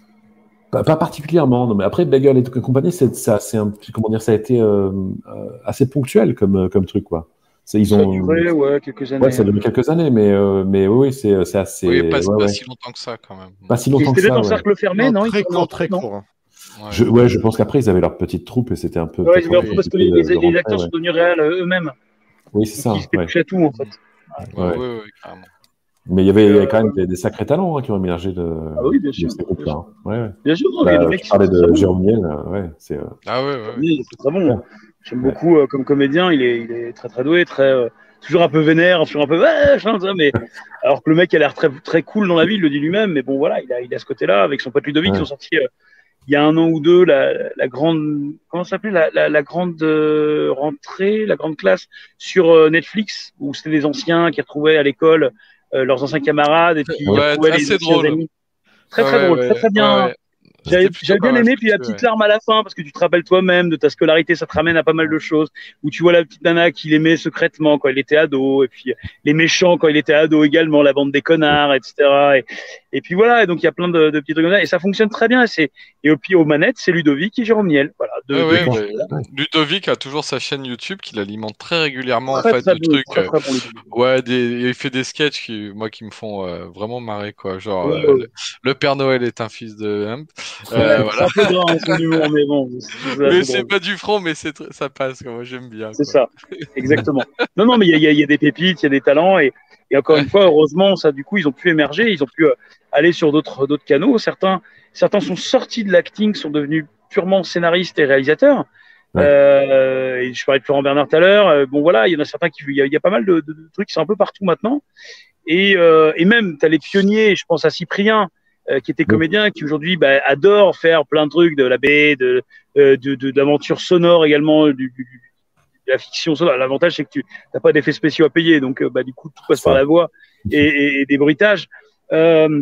pas, pas particulièrement, non. Mais après, Bagel et compagnie, c'est ça, c'est un petit, comment dire, ça a été euh, euh, assez ponctuel comme comme truc, quoi. C'est, ils Ça a ont, duré, ouais, quelques années. ouais, ça a duré quelques années, mais euh, mais oui, c'est c'est assez, Oui, pas, ouais, pas ouais. si longtemps que ça quand même. Pas si Ils longtemps que étaient peut-être ça. en Ouais. cercle fermé, non, Non, ils très tournaient court, en- très non court. hein. Ouais. Je, ouais, je pense qu'après ils avaient leur petite troupe et c'était un peu. Ouais, peut-être ils avaient un un peu peu parce que compliqué les, de- les, de les rentrer, acteurs ouais. sont devenus réels euh, eux-mêmes. Oui, c'est ça. Donc, ils étaient Ouais. touchés à tout, en fait. Ouais, Ouais. ouais, ouais, carrément. Mais il y avait, il y avait Euh, quand même des, des sacrés talents hein, qui ont émergé de, Ah oui, bien de sûr. ces groupes-là. hein. Ouais, ouais. Bien sûr, non, mais Bah, les mecs, tu ils sont parlais très de bons. Jérôme Niel, euh, ouais, c'est. euh, Ah ouais, ouais. Oui, c'est très bon. Ouais. J'aime Ouais. beaucoup euh, comme comédien, il est, il est très très doué, très euh, toujours un peu vénère, toujours un peu ouais, ça, mais alors que le mec a l'air très très cool dans la vie, il le dit lui-même, mais bon voilà, il a il a ce côté-là avec son pote Ludovic, Ouais. ils ont sorti euh, il y a un an ou deux la, la grande comment ça s'appelait la, la, la grande euh, rentrée, la grande classe sur euh, Netflix où c'était des anciens qui retrouvaient à l'école euh, leurs anciens camarades et puis ils Ouais, retrouvaient les assez anciens drôle. amis. Très Ah très ouais, drôle, ouais, très très bien. ouais, ouais. J'avais C'était plutôt j'avais pas bien mal aimé, puis la foutu, petite ouais. larme à la fin, parce que tu te rappelles toi-même de ta scolarité, ça te ramène à pas mal de choses, où tu vois la petite nana qu'il aimait secrètement quand il était ado, et puis les méchants quand il était ado également, la bande des connards, et cetera. Et, et puis voilà, et donc il y a plein de, de petits trucs comme ça, et ça fonctionne très bien. Et, c'est, et au pied aux manettes, c'est Ludovic et Jérôme Niel. Voilà, de, Ouais, de ouais, YouTube. ouais. Ludovic a toujours sa chaîne YouTube qu'il alimente très régulièrement en Très fait très de bon, trucs. très euh, très bon Ludovic. Ouais, des, il fait des sketchs qui, moi, qui me font euh, vraiment marrer, quoi. Genre, Ouais, euh, ouais. le, le Père Noël est un fils de Hump. Ouais, Euh, c'est voilà. un peu gras hein, son humour, mais bon, c'est, c'est Mais assez c'est drôle. pas du front, mais c'est tr- ça passe, quoi. Moi, j'aime bien, C'est quoi. ça, exactement. Non, non, mais il y a, il y a- il y a des pépites, il y a des talents, et, et encore une fois, heureusement, ça, du coup, ils ont pu émerger, ils ont pu euh, aller sur d'autres, d'autres canaux. Certains, certains sont sortis de l'acting, sont devenus purement scénaristes et réalisateurs. Ouais. Euh, et je parlais de Florent Bernard tout à l'heure. Euh, bon, voilà, il y en a certains qui, il y a, il y a pas mal de, de, de trucs qui sont un peu partout maintenant. Et, euh, et même, tu as les pionniers, je pense à Cyprien, euh, qui était comédien, qui aujourd'hui bah, adore faire plein de trucs, de la B D, de, euh, de, de, d'aventures sonores également, du, du, de la fiction sonore. L'avantage, c'est que tu n'as pas d'effets spéciaux à payer, donc euh, bah, du coup, tout passe par la voix et, et, et des bruitages. Euh,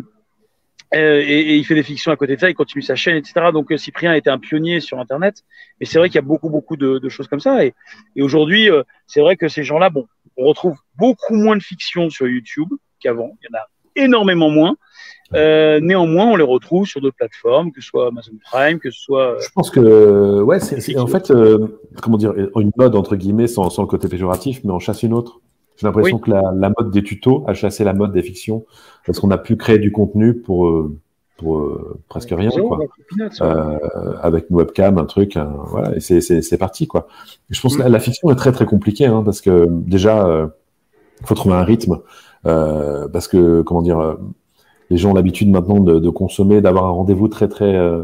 euh, et, et il fait des fictions à côté de ça, il continue sa chaîne, et cetera. Donc euh, Cyprien a été un pionnier sur Internet, mais c'est vrai qu'il y a beaucoup, beaucoup de, de choses comme ça. Et, et aujourd'hui, euh, c'est vrai que ces gens-là, bon, on retrouve beaucoup moins de fiction sur YouTube qu'avant. Il y en a énormément moins. Euh, néanmoins, on les retrouve sur d'autres plateformes, que ce soit Amazon Prime, que ce soit. Euh, Je pense que, ouais, c'est, c'est en fait, euh, comment dire, une mode entre guillemets, sans, sans le côté péjoratif, mais on chasse une autre. J'ai l'impression Oui. que la, la mode des tutos a chassé la mode des fictions, parce qu'on a pu créer du contenu pour, euh, pour euh, presque rien, zéro, quoi. ouais, peanuts, ouais. Euh, avec une webcam, un truc, un- voilà, et c'est, c'est, c'est parti, quoi. Et je pense Mm. que la, la fiction est très très compliquée, hein, parce que déjà, euh, faut trouver un rythme, euh, parce que comment dire, euh, les gens ont l'habitude maintenant de, de consommer, d'avoir un rendez-vous très très, euh,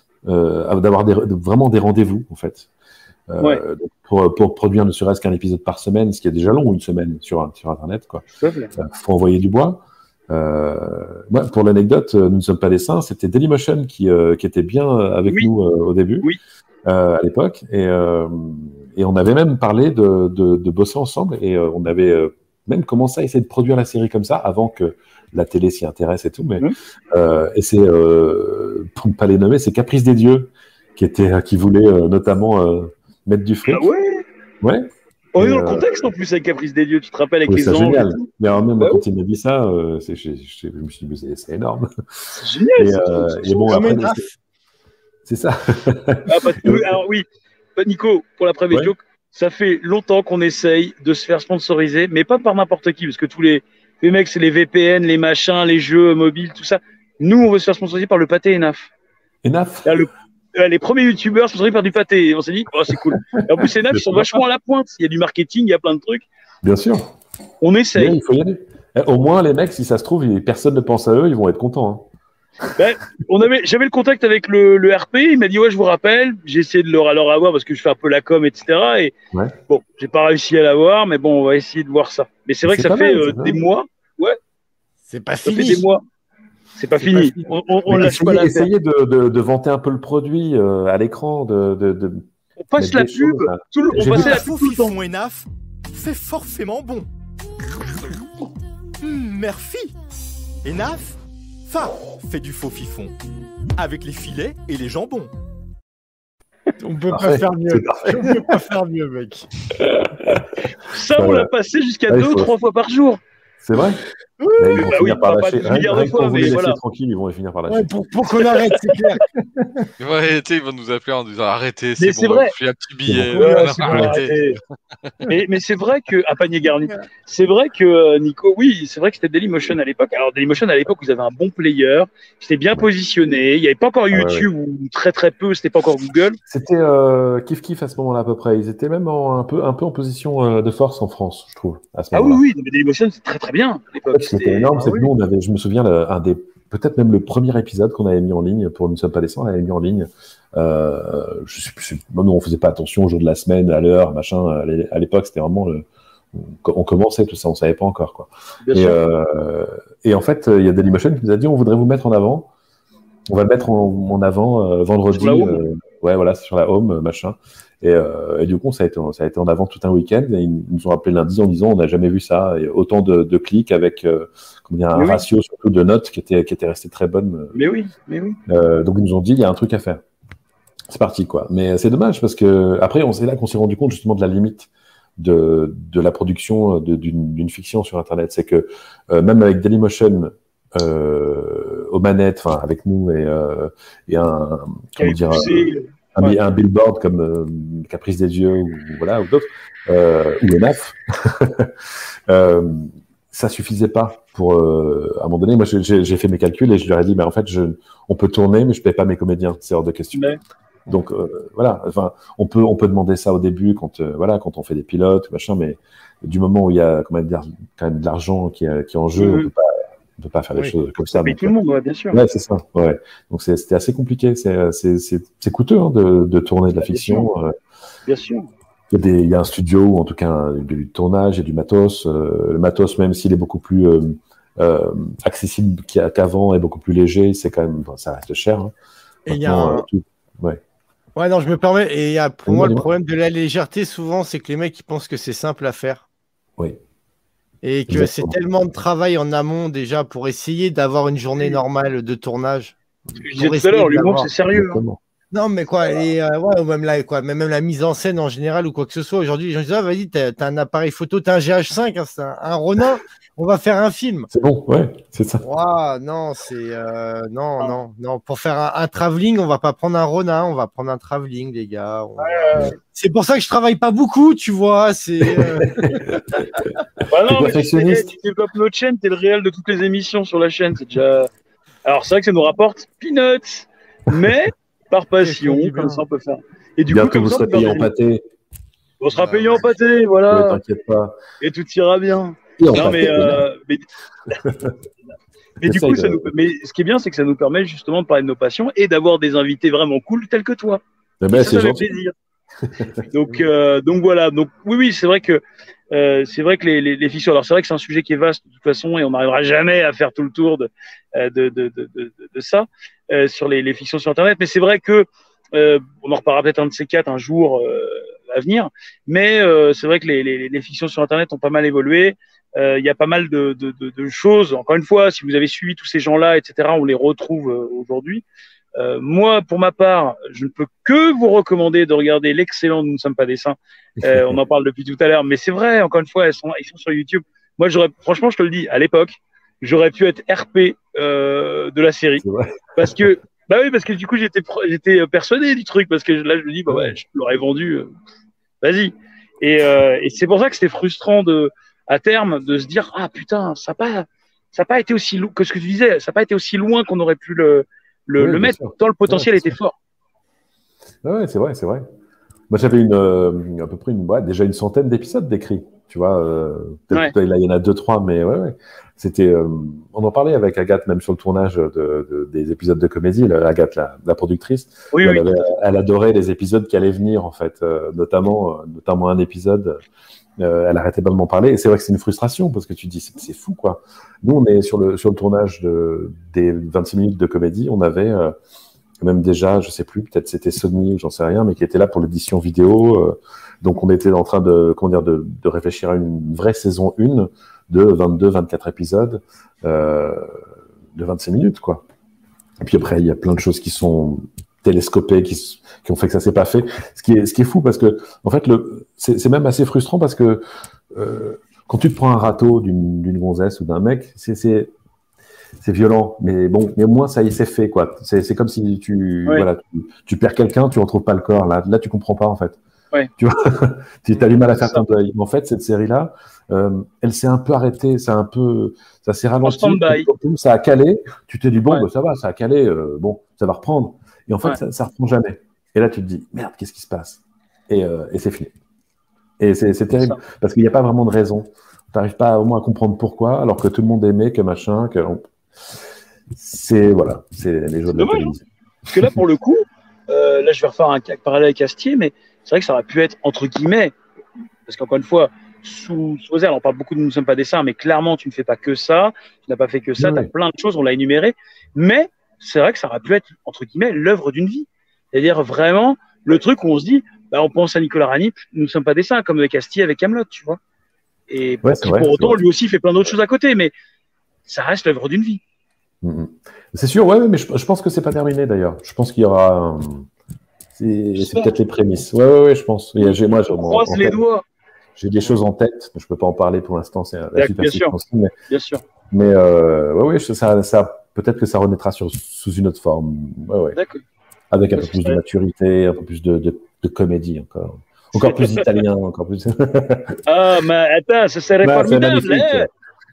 euh, d'avoir des, de- vraiment des rendez-vous en fait. Euh, Ouais. donc pour, pour produire ne serait-ce qu'un épisode par semaine, ce qui est déjà long, une semaine sur sur internet, quoi. Tout à fait. Euh, faut envoyer du bois. Euh, moi, pour l'anecdote, euh, nous ne sommes pas des saints. C'était Dailymotion qui, euh, qui était bien avec Oui. nous euh, au début, Oui. euh, à l'époque. Et, euh, et on avait même parlé de, de, de bosser ensemble, et euh, on avait euh, même commencé à essayer de produire la série comme ça, avant que la télé s'y intéresse et tout. Mais, mmh. euh, et c'est, euh, pour ne pas les nommer, c'est Caprice des Dieux, qui, était, qui voulait euh, notamment euh, mettre du fric. Ah ouais Ouais. On est dans le contexte en plus avec Caprice des Dieux, tu te rappelles avec oui, les c'est anges. Génial. Mais alors même ouais. quand il m'a dit ça, euh, c'est, je, je, je me suis dit, c'est, c'est énorme. C'est génial. Et, c'est euh, trop, et bon, après, c'est, c'est ça. Ah, bah, alors oui, Nico, pour la private ouais. joke, ça fait longtemps qu'on essaye de se faire sponsoriser, mais pas par n'importe qui, parce que tous les, les mecs, c'est les V P N, les machins, les jeux mobiles, tout ça. Nous, on veut se faire sponsoriser par le pâté Enaf. Enaf Là, le, les premiers youtubeurs sponsorisés par du pâté. Et on s'est dit, oh, c'est cool. Et en plus, Enaf, ils sont vachement à la pointe. Il y a du marketing, il y a plein de trucs. Bien sûr. On essaye. Mais il faut y aller. Au moins, les mecs, si ça se trouve, personne ne pense à eux, ils vont être contents. Hein. Ben, on avait, j'avais le contact avec le, le R P, il m'a dit ouais je vous rappelle, j'ai essayé de leur, leur avoir parce que je fais un peu la com, et cetera. Et ouais. bon, j'ai pas réussi à l'avoir, mais bon, on va essayer de voir ça. Mais c'est vrai c'est que ça fait mal, euh, des mois, ouais. C'est pas ça fini. fait des mois. C'est pas, fini. pas fini. On, on, on lâche essayez, pas la essayez de, de, de vanter un peu le produit euh, à l'écran, de, de, de. On passe la pub. Choses, tout le, on passe la pub tout le temps. Enaf, c'est forcément bon. Mmh, merci. Enaf. Ça, fait du faux fifon. Avec les filets et les jambons. On peut parfait, pas faire mieux. On peut pas faire mieux, mec. Ça, on l'a passé jusqu'à ouais, deux ou trois fois par jour. C'est vrai. Oui, là, ils vont bah finir oui, par pas lâcher. de milliards de fois, mais mais voilà. Tranquille, ils vont finir par lâcher. Ouais, pour, pour qu'on arrête, c'est clair. Ils vont arrêter, ils vont nous appeler en disant arrêtez, c'est mais bon, c'est vrai. je fais un petit billet. Bon. Ouais, c'est arrêtez. mais, mais c'est vrai que à panier garni, c'est vrai que Nico, oui, c'est vrai que c'était Dailymotion à l'époque. Alors Dailymotion à l'époque, vous avez un bon player, c'était bien positionné. Il n'y avait pas encore YouTube ah, ouais, ouais. ou très très peu, c'était pas encore Google. C'était euh, kiff kiff à ce moment-là à peu près. Ils étaient même en, un peu un peu en position euh, de force en France, je trouve. À ce ah oui oui, mais Dailymotion c'est très très bien à l'époque. C'était énorme. Ah, c'est oui. que nous on avait, je me souviens, le, un des peut-être même le premier épisode qu'on avait mis en ligne pour Nous ne sommes pas décents, on l'avait mis en ligne. Euh, je sais plus, bon, nous on faisait pas attention au jour de la semaine, à l'heure, machin. À l'époque, c'était vraiment le, on commençait tout ça, on savait pas encore quoi. Bien et, sûr. Euh, et en fait, il y a Dailymotion qui nous a dit on voudrait vous mettre en avant. On va le mettre en, en avant euh, vendredi. Euh, ouais, voilà, c'est sur la home, machin. Et, euh, et du coup, ça a été, ça a été en avant tout un week-end. Et ils nous ont appelé lundi en disant on n'a jamais vu ça. Et autant de, de clics avec euh, comment dire, un mais ratio oui. surtout de notes qui était, qui était resté très bonne. Mais oui, mais oui. Euh, donc ils nous ont dit il y a un truc à faire. C'est parti quoi. Mais c'est dommage parce que après, on, c'est là qu'on s'est rendu compte justement de la limite de, de la production de, d'une, d'une fiction sur Internet. C'est que euh, même avec Dailymotion euh, aux manettes, enfin avec nous et, euh, et un comment dire. Un, ouais. un billboard comme euh, Caprice des Dieux ou voilà ou d'autres euh, ou Enaf, euh, ça suffisait pas pour euh, à un moment donné. Moi, j'ai, j'ai fait mes calculs et je leur ai dit, mais en fait, je, on peut tourner, mais je paie pas mes comédiens, c'est hors de question. Mais... Donc euh, voilà, enfin, on peut on peut demander ça au début quand euh, voilà quand on fait des pilotes machin, mais du moment où il y a comment dire quand même de l'argent qui est, qui est en jeu, mmh. on peut pas on peut pas faire des oui. choses comme ça. Mais tout le monde, ouais, bien sûr. Ouais, c'est ça. Ouais. Donc c'est, c'était assez compliqué. C'est, c'est, c'est, c'est coûteux hein, de, de tourner de la bien fiction. Sûr. Bien sûr. Il y a des, il y a un studio ou en tout cas un, du tournage et du matos. Euh, le matos, même s'il est beaucoup plus euh, euh, accessible qu'avant et beaucoup plus léger, c'est quand même, enfin, ça reste cher. Hein. Et il y a un... euh, tout... ouais. Ouais, non, je me permets. Et il y a pour et moi, le problème de la légèreté, souvent, c'est que les mecs ils pensent que c'est simple à faire. Oui. Et que Exactement. C'est tellement de travail en amont déjà pour essayer d'avoir une journée normale de tournage. Je disais tout à l'heure, l'humour c'est sérieux. Hein. Non, mais quoi, et, euh, ouais, ou même, la, quoi même, même la mise en scène en général ou quoi que ce soit. Aujourd'hui, les gens disent ah, vas-y, t'as, t'as un appareil photo, t'as un G H cinq, hein, c'est un, un Ronin, on va faire un film. C'est bon, ouais, c'est ça. Wow, non, c'est. Euh, non, ah. non, non. Pour faire un, un travelling, on va pas prendre un Ronin, on va prendre un travelling, les gars. On... Ouais. C'est pour ça que je travaille pas beaucoup, tu vois. C'est. Euh... bah non, mais tu, sais, tu développes notre chaîne, t'es le réel de toutes les émissions sur la chaîne, c'est déjà. Alors c'est vrai que ça nous rapporte peanuts, mais par passion, comme ça on peut faire. Et du Bien coup, que comme vous ça, serez payé en pâté. On sera payé en pâté, voilà. Ouais, t'inquiète pas. Et tout ira bien. Et non, mais, euh, mais... mais du coup, ça nous... mais ce qui est bien, c'est que ça nous permet justement de parler de nos passions et d'avoir des invités vraiment cool tels que toi. Eh ben, ça, ça fait plaisir. donc, euh, donc voilà. Donc oui, oui, c'est vrai que euh, c'est vrai que les, les, les fictions. Alors c'est vrai que c'est un sujet qui est vaste de toute façon et on n'arrivera jamais à faire tout le tour de de de de, de, de, de ça euh, sur les, les fictions sur Internet. Mais c'est vrai que euh, on en reparlera peut-être un de ces quatre un jour. Euh, à venir. Mais euh, c'est vrai que les, les, les fictions sur Internet ont pas mal évolué. Il euh, y a pas mal de, de, de, de choses. Encore une fois, si vous avez suivi tous ces gens-là, et cetera, on les retrouve euh, aujourd'hui. Euh, moi, pour ma part, je ne peux que vous recommander de regarder l'excellent Nous ne sommes pas des saints. Euh, on en parle depuis tout à l'heure, mais c'est vrai. Encore une fois, elles sont, ils sont sur YouTube. Moi, j'aurais, franchement, je te le dis, à l'époque, j'aurais pu être R P euh, de la série, parce que, bah oui, parce que du coup, j'étais, j'étais persuadé du truc, parce que là, je me dis, bah ouais, je l'aurais vendu. Euh, vas-y. Et, euh, et c'est pour ça que c'était frustrant de à terme de se dire ah putain ça n'a pas ça a pas été aussi loin que ce que tu disais, ça n'a pas été aussi loin qu'on aurait pu le le, oui, le mettre sûr. tant le potentiel ouais, était fort. Ouais, c'est vrai, c'est vrai. Moi j'avais une euh, à peu près une ouais, déjà une centaine d'épisodes d'écrits, tu vois. Euh, ouais. Là il y en a deux trois, mais ouais, ouais. C'était euh, on en parlait avec Agathe même sur le tournage de, de, des épisodes de comédie, là, Agathe la, la productrice. Oui, oui. Elle, avait, elle adorait les épisodes qui allaient venir en fait, euh, notamment euh, notamment un épisode. Euh, elle arrêtait pas de m'en parler et c'est vrai que c'est une frustration parce que tu te dis c'est, c'est fou quoi. Nous on est sur le sur le tournage de, des vingt-six minutes de comédie, on avait euh, même déjà je sais plus peut-être c'était Sony j'en sais rien mais qui était là pour l'édition vidéo euh, donc on était en train de comment dire de, de réfléchir à une vraie saison un de vingt-deux vingt-quatre épisodes euh, de vingt-cinq minutes quoi. Et puis après il y a plein de choses qui sont télescopés qui, qui ont fait que ça s'est pas fait. Ce qui est, ce qui est fou parce que, en fait, le, c'est, c'est même assez frustrant parce que euh, quand tu te prends un râteau d'une, d'une gonzesse ou d'un mec, c'est, c'est, c'est violent. Mais bon, mais au moins ça y est, c'est fait quoi. C'est, c'est comme si tu, ouais. voilà, tu, tu perds quelqu'un, tu retrouves pas le corps. Là, là, tu comprends pas en fait. Ouais. Tu vois, tu as du mal à faire ton deuil. En fait, cette série-là, euh, elle s'est un peu arrêtée, c'est un peu, ça s'est ralenti, ça a calé. Tu t'es dit bon, ouais. bah, ça va, ça a calé. Euh, bon, ça va reprendre. Et en fait, ouais. ça, ça reprend jamais. Et là, tu te dis, merde, qu'est-ce qui se passe ? Et, euh, et c'est fini. Et c'est, c'est terrible, c'est parce qu'il n'y a pas vraiment de raison. Tu n'arrives pas au moins à comprendre pourquoi, alors que tout le monde aimait, que machin, que... C'est, voilà, c'est les jeux de la télévision. Parce que là, pour le coup, euh, là, je vais refaire un parallèle avec Astier, mais c'est vrai que ça aurait pu être, entre guillemets, parce qu'encore une fois, sous, sous réserve, on parle beaucoup de Nous ne sommes pas des saints, mais clairement, tu ne fais pas que ça, tu n'as pas fait que ça, oui. Tu as plein de choses, on l'a énuméré, mais c'est vrai que ça aurait pu être, entre guillemets, l'œuvre d'une vie. C'est-à-dire vraiment le truc où on se dit, bah, on pense à Nicolas Ranipp, nous ne sommes pas des saints, comme avec Astier, avec Kaamelott, tu vois. Et ouais, pour, vrai, pour autant, lui aussi fait plein d'autres choses à côté, mais ça reste l'œuvre d'une vie. Mmh. C'est sûr, ouais, mais je, je pense que c'est pas terminé d'ailleurs. Je pense qu'il y aura. Un... C'est, c'est peut-être les prémices. Ouais, ouais, ouais, je pense. Et j'ai, moi, on croise les tête, doigts. J'ai des choses en tête, mais je peux pas en parler pour l'instant. C'est la super sûr. Mais, bien sûr. Mais euh, ouais, ouais, ça, ça, peut-être que ça renaîtra sur, sous une autre forme. Ouais, ouais. D'accord. Avec un peu plus de maturité, un peu plus de, de, de comédie encore. Encore plus italien, encore plus. Ah, mais attends, ça serait bah, formidable. Hein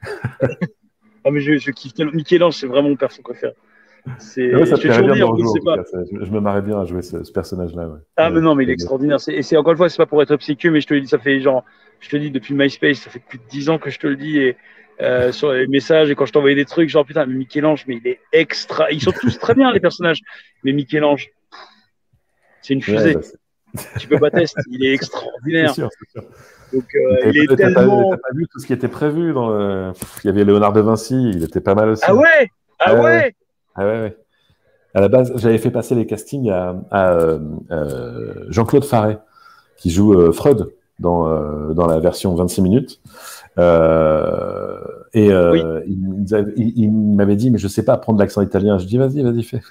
ah, mais je, je kiffe tellement. Michel-Ange, c'est vraiment mon perso préféré. C'est... Ouais, ça je te plairait bien dire, dans le jeu, pas. Cas, je, je me marrais bien à jouer ce, ce personnage-là. Ouais. Ah, ouais, mais non, mais il est ouais. extraordinaire. C'est, et c'est encore une fois, c'est pas pour être obséquieux, mais je te le dis, ça fait genre, je te le dis depuis MySpace, ça fait plus de dix ans que je te le dis, et euh, sur les messages, et quand je t'envoyais des trucs, genre putain, mais Michel-Ange, mais il est extra. Ils sont tous très bien, les personnages, mais Michel-Ange, c'est une fusée. Ouais, bah, tu peux pas tester, il est extraordinaire. C'est sûr, c'est sûr. Donc, euh, il est t'as tellement. Pas, t'as pas vu tout ce qui était prévu dans le... Il y avait Léonard de Vinci, il était pas mal aussi. Ah ouais, ah ouais. ouais. Ah ouais, ouais. À la base, j'avais fait passer les castings à, à euh, euh, Jean-Claude Farret, qui joue euh, Freud dans, euh, dans la version vingt-six minutes. Euh, et euh, oui. il, il, il m'avait dit, mais je sais pas prendre l'accent italien. Je dis, vas-y, vas-y, fais.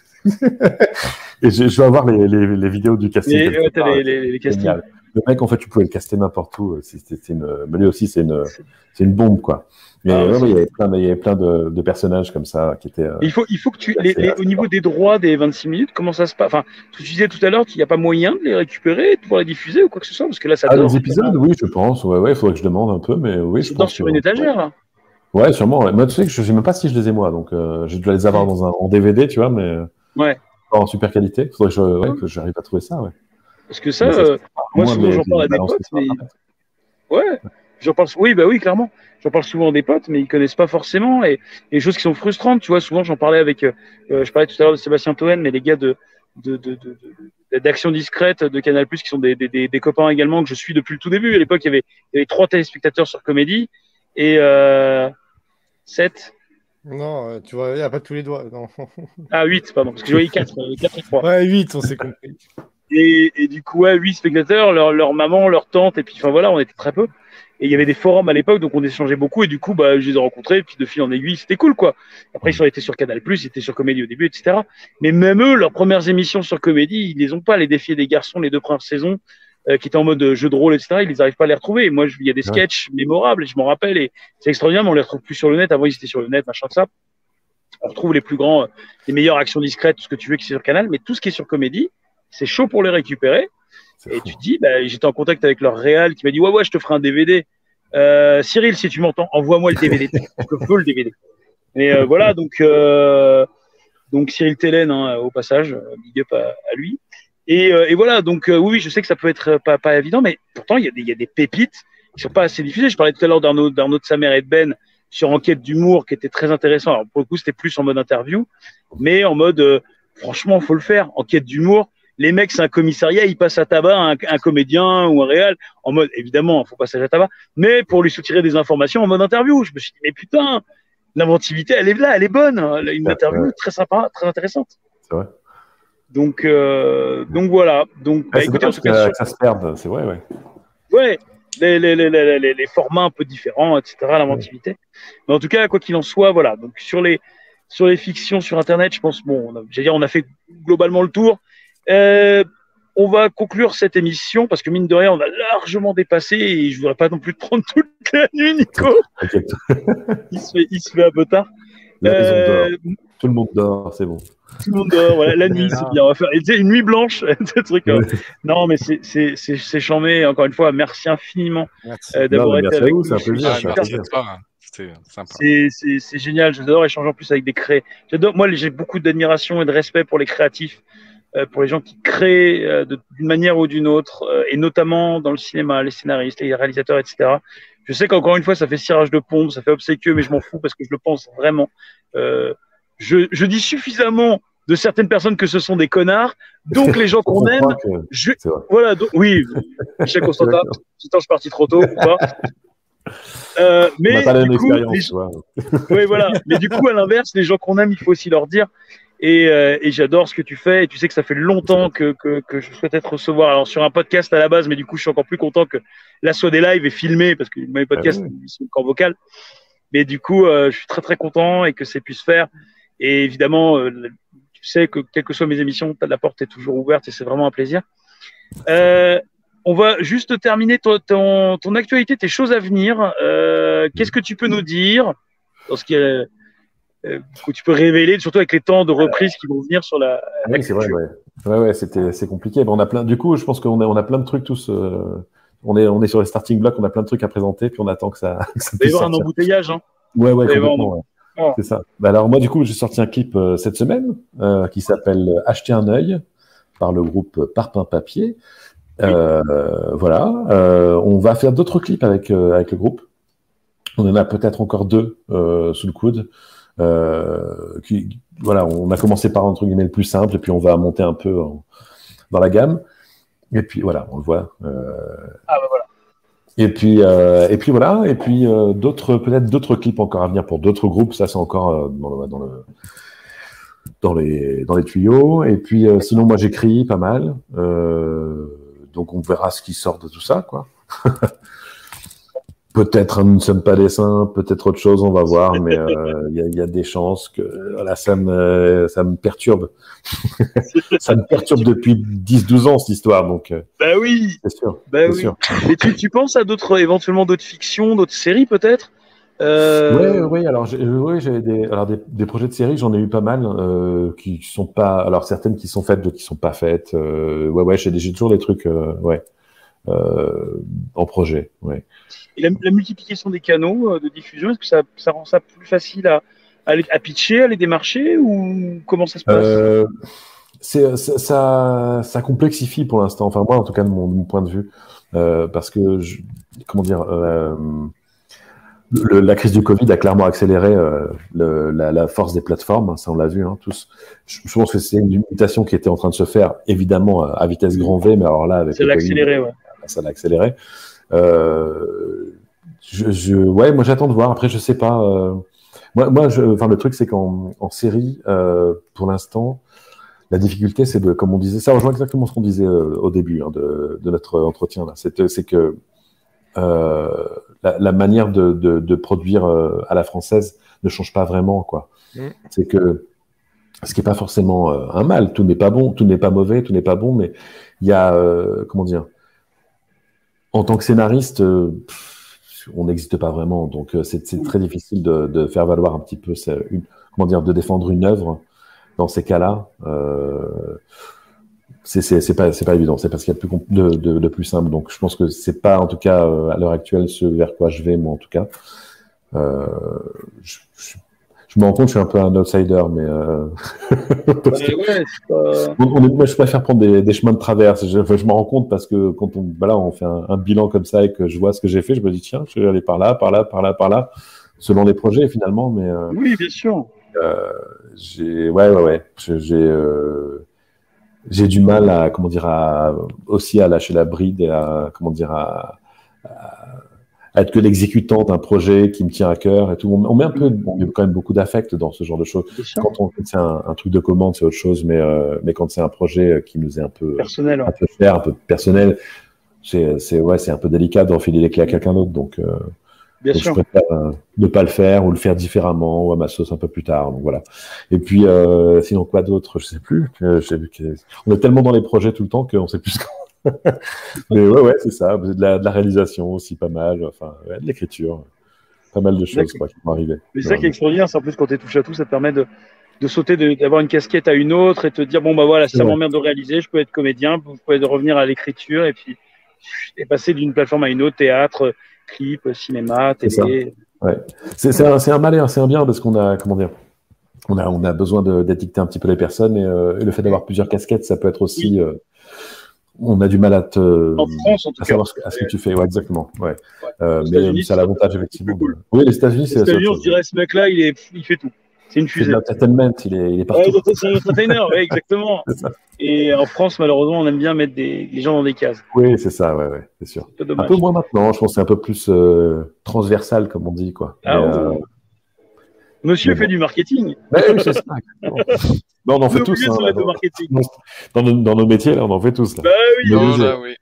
Et je, je vais avoir les, les, les vidéos du casting. Et, ouais, part, les, les, les castings. Génial. Le mec, en fait, tu pouvais le caster n'importe où. C'est, c'est, c'est une, mais lui aussi, c'est une, c'est une bombe, quoi. Mais ah, ouais, ouais, il y avait plein, il y avait plein de, de personnages comme ça qui étaient. Euh, il faut, il faut que tu, les, les, au niveau des droits des vingt-six minutes, comment ça se passe? Enfin, tu disais tout à l'heure qu'il n'y a pas moyen de les récupérer, de pouvoir les diffuser ou quoi que ce soit, parce que là, ça. Ah, les épisodes, oui, je pense. Ouais, ouais, il faudrait que je demande un peu, mais oui, je pense. Sur une étagère, là. Ouais, sûrement. Ouais. Moi, tu sais que je sais même pas si je les ai moi, donc euh, je dois les avoir dans un en D V D, tu vois, mais. Ouais. En super qualité. Il faudrait que, je, ouais, que j'arrive à trouver ça, ouais. Parce que ça, euh, moi, souvent, mais, j'en parle à des potes, mais. Ouais. J'en parle, oui, bah oui, clairement. J'en parle souvent à des potes, mais ils connaissent pas forcément. Et, et les choses qui sont frustrantes, tu vois, souvent, j'en parlais avec, euh, je parlais tout à l'heure de Sébastien Toen, mais les gars de, de, de, de, de d'Action Discrète, de Canal+, qui sont des, des, des, des copains également que je suis depuis le tout début. À l'époque, il y avait, il y avait trois téléspectateurs sur Comédie et euh, sept. Non, tu vois, il n'y a pas tous les doigts. Non. Ah, huit, pardon, parce que je voyais quatre, quatre et trois. Ouais, huit, on s'est compris. Et, et du coup, ouais, huit spectateurs, leur, leur maman, leur tante, et puis enfin voilà, on était très peu. Et il y avait des forums à l'époque, donc on échangeait beaucoup. Et du coup, bah, je les ai rencontrés, et puis de fil en aiguille, c'était cool, quoi. Après, ils ont été sur Canal+, ils étaient sur Comédie au début, et cetera. Mais même eux, leurs premières émissions sur Comédie, ils les ont pas, les défis des garçons, les deux premières saisons, euh, qui étaient en mode jeu de rôle, et cetera. Ils les arrivent pas à les retrouver. Et moi, je- il y a des sketchs mémorables, et je m'en rappelle, et c'est extraordinaire, mais on les retrouve plus sur le net. Avant, ils étaient sur le net, machin que ça. On retrouve les plus grands, euh, les meilleures actions discrètes, tout ce que tu veux qui est sur Canal, mais tout ce qui est sur Comédie, c'est chaud pour les récupérer. C'est Et fou. tu te dis, bah, j'étais en contact avec leur réal qui m'a dit, ouais, ouais, je te ferai un D V D. Euh, Cyril, si tu m'entends, envoie-moi le D V D. Je veux le D V D. Et euh, voilà, donc, euh, donc Cyril Tellen, hein, au passage, euh, big up à, à lui. Et, euh, et voilà, donc euh, oui, je sais que ça peut être euh, pas, pas évident, mais pourtant, il y, a des- il y a des pépites qui sont pas assez diffusées. Je parlais tout à l'heure d'Arnaud, d'Arnaud de Samer et de Ben sur Enquête d'humour qui était très intéressant. Alors, pour le coup, c'était plus en mode interview, mais en mode, euh, franchement, faut le faire. Enquête d'humour, les mecs, c'est un commissariat, ils passent à tabac un, un comédien ou un réal, en mode, évidemment, faut passer à tabac, mais pour lui soutirer des informations en mode interview. Je me suis dit, mais putain, l'inventivité, elle est là, elle est bonne. Une Ouais, interview ouais. très sympa, très intéressante. C'est vrai. Donc, euh, donc voilà. Donc, bah, Ouais, c'est écoutez, en dommage tout que, cas, sur- que ça se perde. C'est vrai, ouais. ouais, les, les, les, les, les, les formats un peu différents, et cetera, l'inventivité. Mais en tout cas, quoi qu'il en soit, voilà. Donc, sur les, sur les fictions sur Internet, je pense, bon, on a, j'allais dire, on a fait globalement le tour. Euh, on va conclure cette émission parce que mine de rien, on a largement dépassé et je voudrais pas non plus te prendre toute la nuit, Nico. T'inquiète. Il se fait, il se fait un peu tard. La maison dort. Euh, Tout le monde dort, c'est bon. tout le monde dort, voilà, la nuit, c'est bien. On va faire et tu sais, une nuit blanche, ce truc. Ouais. Non, mais c'est c'est c'est c'est chambé. Encore une fois, merci infiniment Merci. euh, d'avoir Non, mais été merci à avec vous, nous. c'est un Je suis plaisir, Ah, c'est un super merci plaisir. à toi. hein. C'était sympa. C'est, c'est, c'est génial. J'adore échanger en plus avec des cré. J'adore. Moi, j'ai beaucoup d'admiration et de respect pour les créatifs, euh, pour les gens qui créent euh, de- d'une manière ou d'une autre, euh, et notamment dans le cinéma, les scénaristes, les réalisateurs, et cetera. Je sais qu'encore une fois, ça fait cirage de pompe, ça fait obséquieux, mais je m'en fous parce que je le pense vraiment. Euh, je, je dis suffisamment de certaines personnes que ce sont des connards, donc les gens qu'on On aime. croit que- Je, C'est vrai. voilà. Donc, oui, Michel Constantin. D'accord. Putain, je suis parti trop tôt ou pas. Euh, On mais n'a pas la même du coup, expérience, les- tu vois. oui, voilà. Mais du coup, à l'inverse, les gens qu'on aime, il faut aussi leur dire. Et, euh, et j'adore ce que tu fais. Et tu sais que ça fait longtemps que, que, que je souhaitais te recevoir. Alors, sur un podcast à la base, mais du coup, je suis encore plus content que là soit des lives et filmés parce que mes podcasts, Ah oui. ils sont qu'en vocal. Mais du coup, euh, je suis très, très content et que ça puisse faire. Et évidemment, euh, tu sais que quelles que soient mes émissions, la porte est toujours ouverte et c'est vraiment un plaisir. Euh, on va juste terminer ton, ton, ton actualité, tes choses à venir. Euh, qu'est-ce que tu peux nous dire dans ce qui est, euh, que tu peux révéler, surtout avec les temps de reprise qui vont venir sur la. la Oui, c'est vrai, culture. ouais. Ouais, ouais, c'était, c'est compliqué. Ben, on a plein, du coup, je pense qu'on a, on a plein de trucs tous. euh, on est, on est sur les starting blocks, on a plein de trucs à présenter, puis on attend que ça, que ça Il va y puisse avoir un sortir. embouteillage. Hein. Ouais, ouais, Il va y avoir complètement. Ouais. Oh. C'est ça. Ben, alors, moi, du coup, j'ai sorti un clip euh, cette semaine euh, qui s'appelle Acheter un œil par le groupe Parpaing Papier. Euh, voilà. Euh, on va faire d'autres clips avec, euh, avec le groupe. On en a peut-être encore deux euh, sous le coude. Euh, qui, voilà, on a commencé par entre guillemets le plus simple, et puis on va monter un peu en- dans la gamme. Et puis voilà, on le voit. Euh, Ah bah voilà. et puis euh, et puis voilà, et puis euh, d'autres peut-être d'autres clips encore à venir pour d'autres groupes. Ça c'est encore euh, dans, le, dans le dans les dans les tuyaux. Et puis euh, sinon moi j'écris pas mal. Euh, donc on verra ce qui sort de tout ça, quoi. Peut-être Nous ne sommes pas des saints, peut-être autre chose, on va voir, mais euh, il y, a, y a des chances que voilà, ça me ça me perturbe. Ça me perturbe depuis dix douze ans cette histoire, donc euh, Bah oui. c'est sûr. Bah c'est oui. sûr. Et tu, tu penses à d'autres, éventuellement d'autres fictions, d'autres séries peut-être euh... Oui, oui, alors j'ai oui, j'ai des, alors des, des projets de séries, j'en ai eu pas mal, euh, qui sont pas, alors certaines qui sont faites, d'autres qui sont pas faites. Euh, ouais, ouais, j'ai, j'ai toujours des trucs, euh, ouais, euh, en projet, ouais. Et la, la multiplication des canaux euh, de diffusion, est-ce que ça, ça rend ça plus facile à, à, les- à pitcher, à les démarcher, ou comment ça se passe Euh, c'est, c'est- ça, ça complexifie pour l'instant. Enfin moi, en tout cas, de mon, de mon point de vue, euh, parce que, je, comment dire, euh, le, la crise du Covid a clairement accéléré euh, le, la, la force des plateformes. Ça, on l'a vu, hein, tous. Je, je pense que c'est une mutation qui était en train de se faire, évidemment, à vitesse grand V, mais alors là, avec Ça le l'a Covid, accéléré, ouais. ça l'a accéléré. Euh, je, je, ouais, moi j'attends de voir. Après, je sais pas. Euh, moi, moi, je, enfin, le truc c'est qu'en en série, euh, pour l'instant, la difficulté, c'est de, comme on disait, ça rejoint exactement ce qu'on disait euh, au début hein, de, de notre entretien là. C'est, c'est que euh, la, la manière de, de, de produire euh, à la française ne change pas vraiment, quoi. Mm. C'est que ce qui n'est pas forcément euh, un mal. Tout n'est pas bon, tout n'est pas mauvais, tout n'est pas bon, mais il y a euh, comment dire. En tant que scénariste, euh, pff, on n'existe pas vraiment, donc euh, c'est, c'est très difficile de, de faire valoir un petit peu, une, comment dire, de défendre une œuvre. Dans ces cas-là, euh, c'est, c'est, c'est pas, c'est pas évident. C'est parce qu'il y a plus de, de, de plus simple. Donc, je pense que c'est pas, en tout cas, euh, à l'heure actuelle, ce vers quoi je vais, moi, en tout cas. Euh, je, je, je me rends compte, je suis un peu un outsider, mais euh... parce que ouais, pas... on, on est, moi, je préfère prendre des, des chemins de traverse. Je, je me rends compte parce que quand on, bah là, on fait un, un bilan comme ça et que je vois ce que j'ai fait, je me dis tiens, je vais aller par là, par là, par là, par là, selon les projets finalement. Mais euh... oui, bien sûr. Euh, j'ai ouais ouais ouais j'ai euh, j'ai du mal à comment dire à aussi à lâcher la bride et à comment dire à, à, à être que l'exécutant d'un projet qui me tient à cœur et tout. On, on met un peu on met quand même beaucoup d'affect dans ce genre de choses. Quand on quand c'est un, un truc de commande c'est autre chose, mais euh, mais quand c'est un projet qui nous est un peu personnel, ouais. un peu cher, un peu personnel, c'est c'est ouais c'est un peu délicat d'enfiler les clés à quelqu'un d'autre. Donc euh, Bien donc sûr. je préfère euh, ne pas le faire ou le faire différemment ou à ma sauce un peu plus tard. Donc voilà. Et puis euh, sinon quoi d'autre, je sais plus. Euh, j'ai vu que... On est tellement dans les projets tout le temps qu'on sait plus. Ce qu'on... Mais ouais ouais c'est ça. De la, de la réalisation aussi pas mal. Enfin ouais, de l'écriture, pas mal de choses quoi, qui vont arriver. Mais c'est ça qui est extraordinaire, c'est en plus quand tu es touche à tout, ça te permet de, de sauter, de, d'avoir une casquette à une autre et te dire bon bah voilà, si ça m'emmerde de réaliser, je peux être comédien, je peux être, revenir à l'écriture et puis et passer d'une plateforme à une autre, théâtre, clip, cinéma, télé. C'est, ouais. c'est, c'est, un, c'est un mal et un, c'est un bien parce qu'on a, comment dire, on a, on a besoin de, d'édicter un petit peu les personnes et, euh, et le fait d'avoir plusieurs casquettes, ça peut être aussi, oui. euh, on a du mal à te, en France, en tout à cas. savoir ce, à ce que tu fais, ouais, exactement, ouais. ouais. Euh, mais ça a l'avantage effectivement. Cool. De... Oui, les États-Unis, c'est. Les États-Unis, on se dirait ce mec-là, il est, il fait tout. C'est une fusée. C'est de l'entertainment, il est, il est partout. Ouais, c'est un entertainer, ouais, exactement. Et en France, malheureusement, on aime bien mettre des, des gens dans des cases. Oui, c'est ça, ouais, ouais, c'est sûr. C'est un peu moins maintenant, je pense que c'est un peu plus euh, transversal, comme on dit, quoi. Ah, mais, oh. euh... Monsieur fait bon. Du marketing. Mais oui, c'est ça. Non, on en fait tous. Hein, dans, marketing. Dans, nos, dans nos métiers, là, on en fait tous. Là. Bah oui, oh, là, oui.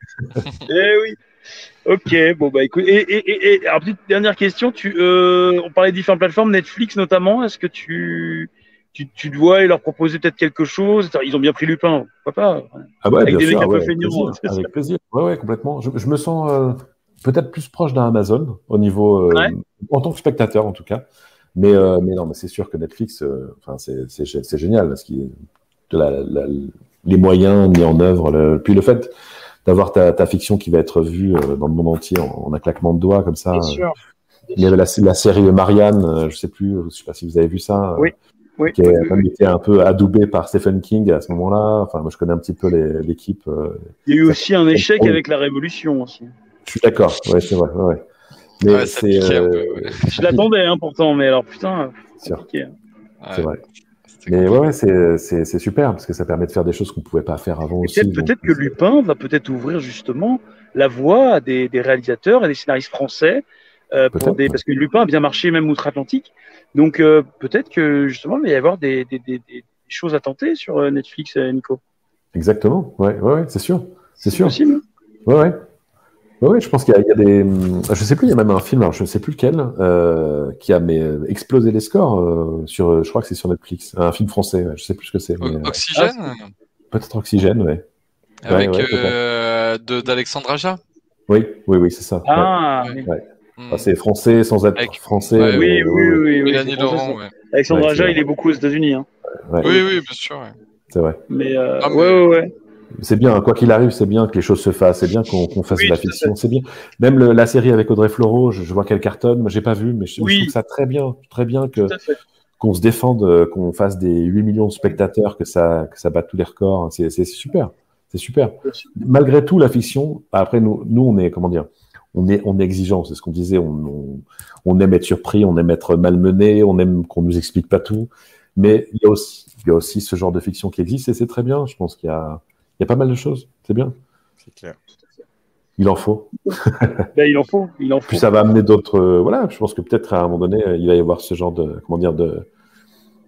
Eh oui. Ok, bon bah écoute, et, et, et, et alors, petite dernière question, tu, euh, on parlait de différentes plateformes, Netflix notamment, est-ce que tu, tu, tu te vois et leur proposer peut-être quelque chose? Ils ont bien pris Lupin, pourquoi pas? Ah ouais, avec bien des sûr, mecs un ouais, peu feignants. Avec plaisir, avec plaisir. Ouais, ouais, complètement. Je, je me sens euh, peut-être plus proche d'un Amazon au niveau, euh, ouais. en tant que spectateur en tout cas. Mais, euh, mais non, mais c'est sûr que Netflix, euh, enfin, c'est, c'est, c'est génial parce qu'il la, la, les moyens mis en œuvre, le, puis le fait d'avoir ta, ta fiction qui va être vue euh, dans le monde entier en, en un claquement de doigts comme ça. Bien sûr. Bien il y avait la, la série Marianne, euh, je sais plus, je sais pas si vous avez vu ça. Oui. Oui. Qui a même été un peu adoubé par Stephen King à ce moment-là. Enfin, moi, je connais un petit peu les, l'équipe. Euh, il y a eu aussi un échec avec La Révolution aussi. Je suis d'accord. Ouais, c'est vrai. Ouais. Mais ouais, c'est. Euh... Peu, ouais. Je l'attendais, hein, pourtant, mais alors putain. C'est sûr. Hein. C'est vrai. Mais ouais, ouais c'est, c'est, c'est super parce que ça permet de faire des choses qu'on ne pouvait pas faire avant et aussi. Peut-être, donc, peut-être que Lupin va peut-être ouvrir justement la voie à des, des réalisateurs et des scénaristes français. Euh, pour des... Parce que Lupin a bien marché même outre-Atlantique. Donc euh, peut-être que justement il va y avoir des, des, des, des choses à tenter sur Netflix, Nico. Exactement, ouais, ouais, ouais c'est sûr. C'est, c'est sûr. possible. Ouais, ouais. Ouais, ouais, je pense qu'il y a, il y a des. Je sais plus, il y a même un film, alors je ne sais plus lequel, euh, qui a mais, explosé les scores euh, sur. Je crois que c'est sur Netflix. Un film français, ouais, je ne sais plus ce que c'est. Mais... Oxygène ah, Peut-être Oxygène, ouais. Avec ouais, ouais, euh, de, d'Alexandre Aja. Oui, oui, oui, c'est ça. Ah, ouais. Ouais. Mmh. Ah, c'est français sans être Avec... français. Ouais, oui, oui, oui, oui, oui. Mélanie Laurent, ouais. Alexandre ouais, Aja, il est beaucoup aux États-Unis. Hein. Ouais. Oui, oui, bien sûr. Ouais. C'est vrai. Mais, euh, ah, mais... ouais, ouais, ouais. C'est bien, quoi qu'il arrive, c'est bien que les choses se fassent, c'est bien qu'on, qu'on fasse oui, de la fiction, c'est bien. Même le, la série avec Audrey Fleurot, je, je vois qu'elle cartonne, moi j'ai pas vu, mais je, oui. je trouve ça très bien, très bien que qu'on se défende, qu'on fasse des huit millions de spectateurs, que ça que ça batte tous les records, c'est, c'est super, c'est super. Malgré tout, la fiction, après nous, nous on est comment dire, on est on est exigeant, c'est ce qu'on disait, on, on, on aime être surpris, on aime être malmené, on aime qu'on nous explique pas tout, mais il y a aussi il y a aussi ce genre de fiction qui existe et c'est très bien. Je pense qu'il y a Il y a pas mal de choses, c'est bien. C'est clair. Il en faut. ben, il en faut, il en faut. Puis ça va amener d'autres. Euh, voilà, je pense que peut-être à un moment donné, il va y avoir ce genre de, comment dire, de,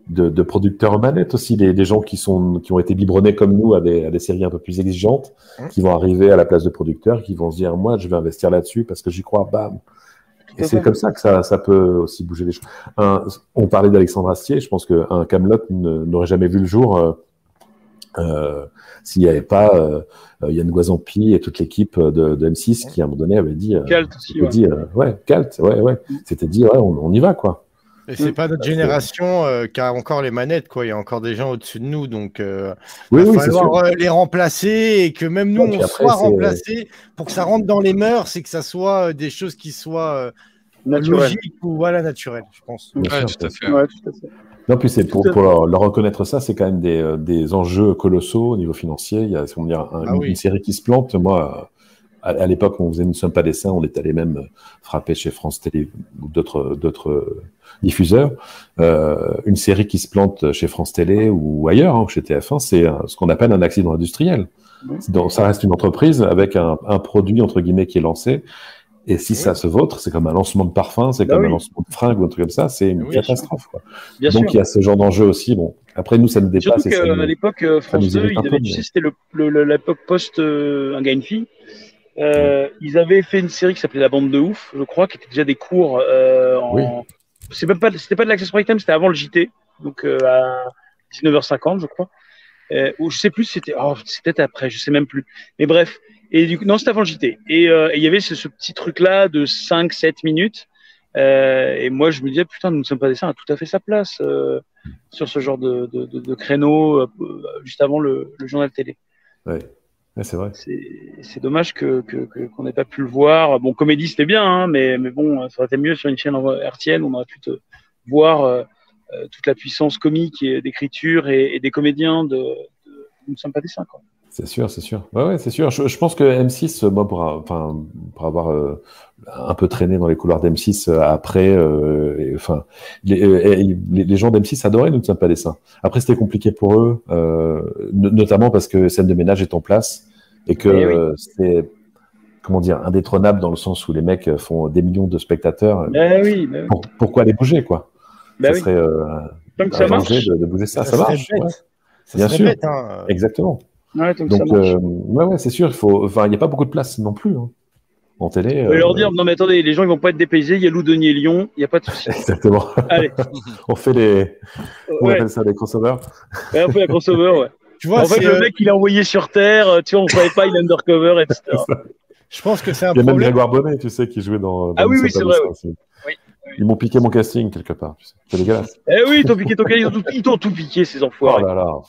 de, de producteurs aux manettes aussi, des, des gens qui sont qui ont été biberonnés comme nous à des, à des séries un peu plus exigeantes, Mmh. qui vont arriver à la place de producteurs, qui vont se dire moi je vais investir là-dessus parce que j'y crois, bam. Et c'est comme ça que ça, ça peut aussi bouger les choses. Un, on parlait d'Alexandre Astier, je pense qu'un Kaamelott ne- n'aurait jamais vu le jour euh, euh, s'il n'y avait pas euh, euh, Yann Guazampi et toute l'équipe de, de M six qui à un moment donné avait dit, euh, Calt aussi, s'était ouais. dit euh, ouais, Calt, ouais, ouais, c'était dit ouais, on, on y va quoi. Et c'est Mm. pas notre Parce que- génération euh, qui a encore les manettes, quoi. Il y a encore des gens au-dessus de nous, donc euh, Oui, va oui, c'est sûr. falloir euh, les remplacer et que même nous Ouais, puis on après, soit c'est- remplacés pour que ça rentre dans les mœurs et que ça soit euh, des choses qui soient euh, Naturel. logiques ou voilà naturelles, je pense. Bien Ouais, sûr, tout à bien fait. Ouais, tout à fait. Non, puis c'est pour, Tout à pour leur, leur reconnaître ça, c'est quand même des, euh, des enjeux colossaux au niveau financier. Il y a comment dire, un- Ah une, oui. une série qui se plante. Moi, à, à l'époque où on faisait Nous ne sommes pas des saints, on est allé même euh, frapper chez France Télé ou d'autres d'autres euh, diffuseurs. Euh, une série qui se plante chez France Télé ou ailleurs, hein, chez T F un, c'est euh, ce qu'on appelle un accident industriel. Donc, ça reste une entreprise avec un, un produit entre guillemets qui est lancé. Et si ça se vautre, c'est comme un lancement de parfum, c'est Bah comme oui. un lancement de fringue ou un truc comme ça, c'est une Oui, catastrophe. Quoi. Bien Donc sûr. il y a ce genre d'enjeu aussi. Bon, après nous ça nous dépasse. Surtout et ça qu'à nous- l'époque, euh, ça France nous deux, irrite ils un avaient, peu, tu mais- sais, c'était le, le- le- l'époque post euh, un gars, une fille. Euh, Ils avaient fait une série qui s'appelait La Bande de Ouf, je crois, qui était déjà des cours euh, en. Oui. C'est même pas, c'était pas de l'Access Prime Time, c'était avant le J T, donc euh, à dix-neuf heures cinquante, je crois. Euh, ou je sais plus, c'était, oh, c'était peut-être après, je sais même plus. Mais bref. Et du coup, non, c'était avant le J T. Et euh, et il y avait ce, ce petit truc-là de cinq sept minutes. Euh, et moi, je me disais, putain, Nous ne sommes pas des saints, a tout à fait sa place euh, sur ce genre de, de, de, de créneau, euh, juste avant le, le journal télé. Ouais. Ouais, c'est vrai. C'est, c'est dommage que, que, que- qu'on n'ait pas pu le voir. Bon, comédie, c'était bien, hein, mais, mais bon, ça aurait été mieux sur une chaîne R T L, on aurait pu te voir euh, euh, toute la puissance comique et d'écriture et, et des comédiens de, de Nous ne sommes pas des saints, quoi. C'est sûr, c'est sûr. Ouais, ouais, c'est sûr. Je, je pense que M six, euh, moi, pour, a- enfin, pour avoir euh, un peu traîné dans les couloirs d'M six euh, après, euh, et, enfin, les, euh, et les, les gens d'M six adoraient Nous ne sommes pas des saints. Après, c'était compliqué pour eux, euh, no- notamment parce que scène de ménage est en place et que Eh oui. euh, c'est, comment dire, indétrônable dans le sens où les mecs font des millions de spectateurs. Ben oui, ben oui. Pour- pourquoi les bouger, quoi? Ben Ça oui. serait euh, Tant que un ça marche. danger de, de bouger ça. Ça, serait marche. bête. ouais. Ça Bien serait sûr. bête, hein. Exactement. Ouais, tant que ça Donc, marche. euh, ouais, ouais, c'est sûr, il faut, enfin, il n'y a pas beaucoup de place non plus, hein, en télé. Vous pouvez euh, leur dire, non mais attendez, les gens ils vont pas être dépaysés, il y a Lou Denier Lyon, il n'y a pas de souci. Exactement. Allez, On fait les, on ouais, appelle ça des crossovers. ouais, on fait la crossover, ouais. Tu vois, En fait, c'est, le euh, mec il est envoyé sur Terre, euh, tu vois, on savait pas, il est undercover, et cetera. je pense que c'est un Il y a même problème. Grégoire Bonnet, tu sais, qui jouait dans. dans Ah oui, Nous oui, sommes c'est pas des vrai, saints aussi. Oui, Ils m'ont piqué mon casting quelque part. Tu sais. C'est dégueulasse. Eh oui, ils t'ont piqué ton cas, ils ont tout, ils t'ont tout piqué, ces Oh enfoirés. là là.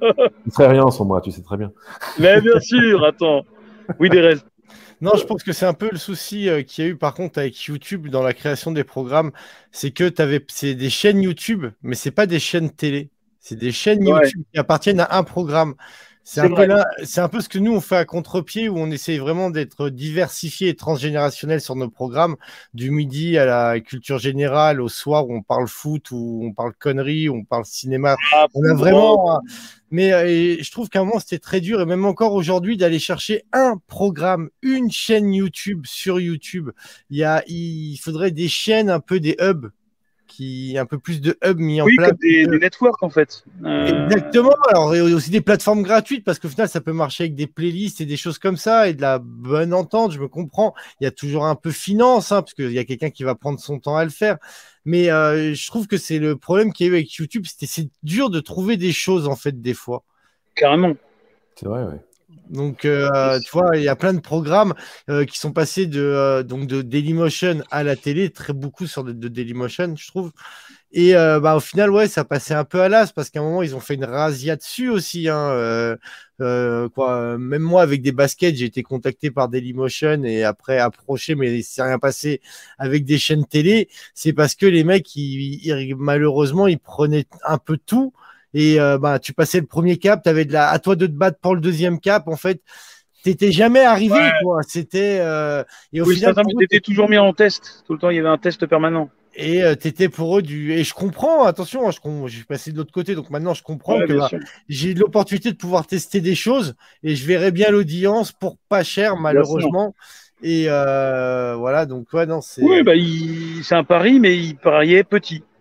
Il serait rien sans moi, tu sais très bien. Mais bien sûr, attends. Oui, des restes. Non, je pense que c'est un peu le souci euh, qu'il y a eu par contre avec YouTube dans la création des programmes, c'est que t'avais, c'est des chaînes YouTube, mais c'est pas des chaînes télé, c'est des chaînes Ouais. YouTube qui appartiennent à un programme. C'est C'est un peu vrai. là, c'est un peu ce que nous on fait à contre-pied où on essaye vraiment d'être diversifié et transgénérationnel sur nos programmes, du midi à la culture générale, au soir où on parle foot, où on parle conneries, où on parle cinéma. Ah, On a vraiment. euh, Mais euh, et je trouve qu'à un moment, c'était très dur, et même encore aujourd'hui, d'aller chercher un programme, une chaîne YouTube sur YouTube. Il, y a, il faudrait des chaînes, un peu des hubs, qui, un peu plus de hubs mis en Oui, place. comme des, des networks en fait. Euh, Exactement. Alors, et aussi des plateformes gratuites, parce qu'au final, ça peut marcher avec des playlists et des choses comme ça, et de la bonne entente, je me comprends. Il y a toujours un peu finance, hein, parce qu'il y a quelqu'un qui va prendre son temps à le faire. Mais euh, je trouve que c'est le problème qu'il y a eu avec YouTube, c'était c'est dur de trouver des choses, en fait, des fois. Carrément. C'est vrai, ouais. Donc, euh, tu vois, il y a plein de programmes euh, qui sont passés de, euh, donc de Dailymotion à la télé, très beaucoup sur de, de Dailymotion, je trouve. Et euh, bah, au final, ouais, ça passait un peu à l'as parce qu'à un moment, ils ont fait une razzia dessus aussi. Hein, euh, euh, quoi. Même moi, avec des baskets, j'ai été contacté par Dailymotion et après approché, mais c'est rien passé avec des chaînes télé. C'est parce que les mecs, ils, ils- malheureusement, ils prenaient un peu tout. Et euh, bah, tu passais le premier cap, tu avais de la... à toi de te battre pour le deuxième cap. En fait, t'étais jamais arrivé. Ouais. Quoi. C'était, euh... Et au Oui, final, c'est ça, mais t'étais toujours mis en test. Tout le temps, il y avait un test permanent. et euh, t'étais pour eux du. Et je comprends, attention, hein, je com... je suis passé de l'autre côté, donc maintenant je comprends Ouais, que bien bah, sûr. j'ai l'opportunité de pouvoir tester des choses et je verrai bien l'audience pour pas cher, malheureusement. Et euh, voilà, donc ouais, non, c'est. Oui, bah, il... c'est un pari, mais il pariait petit.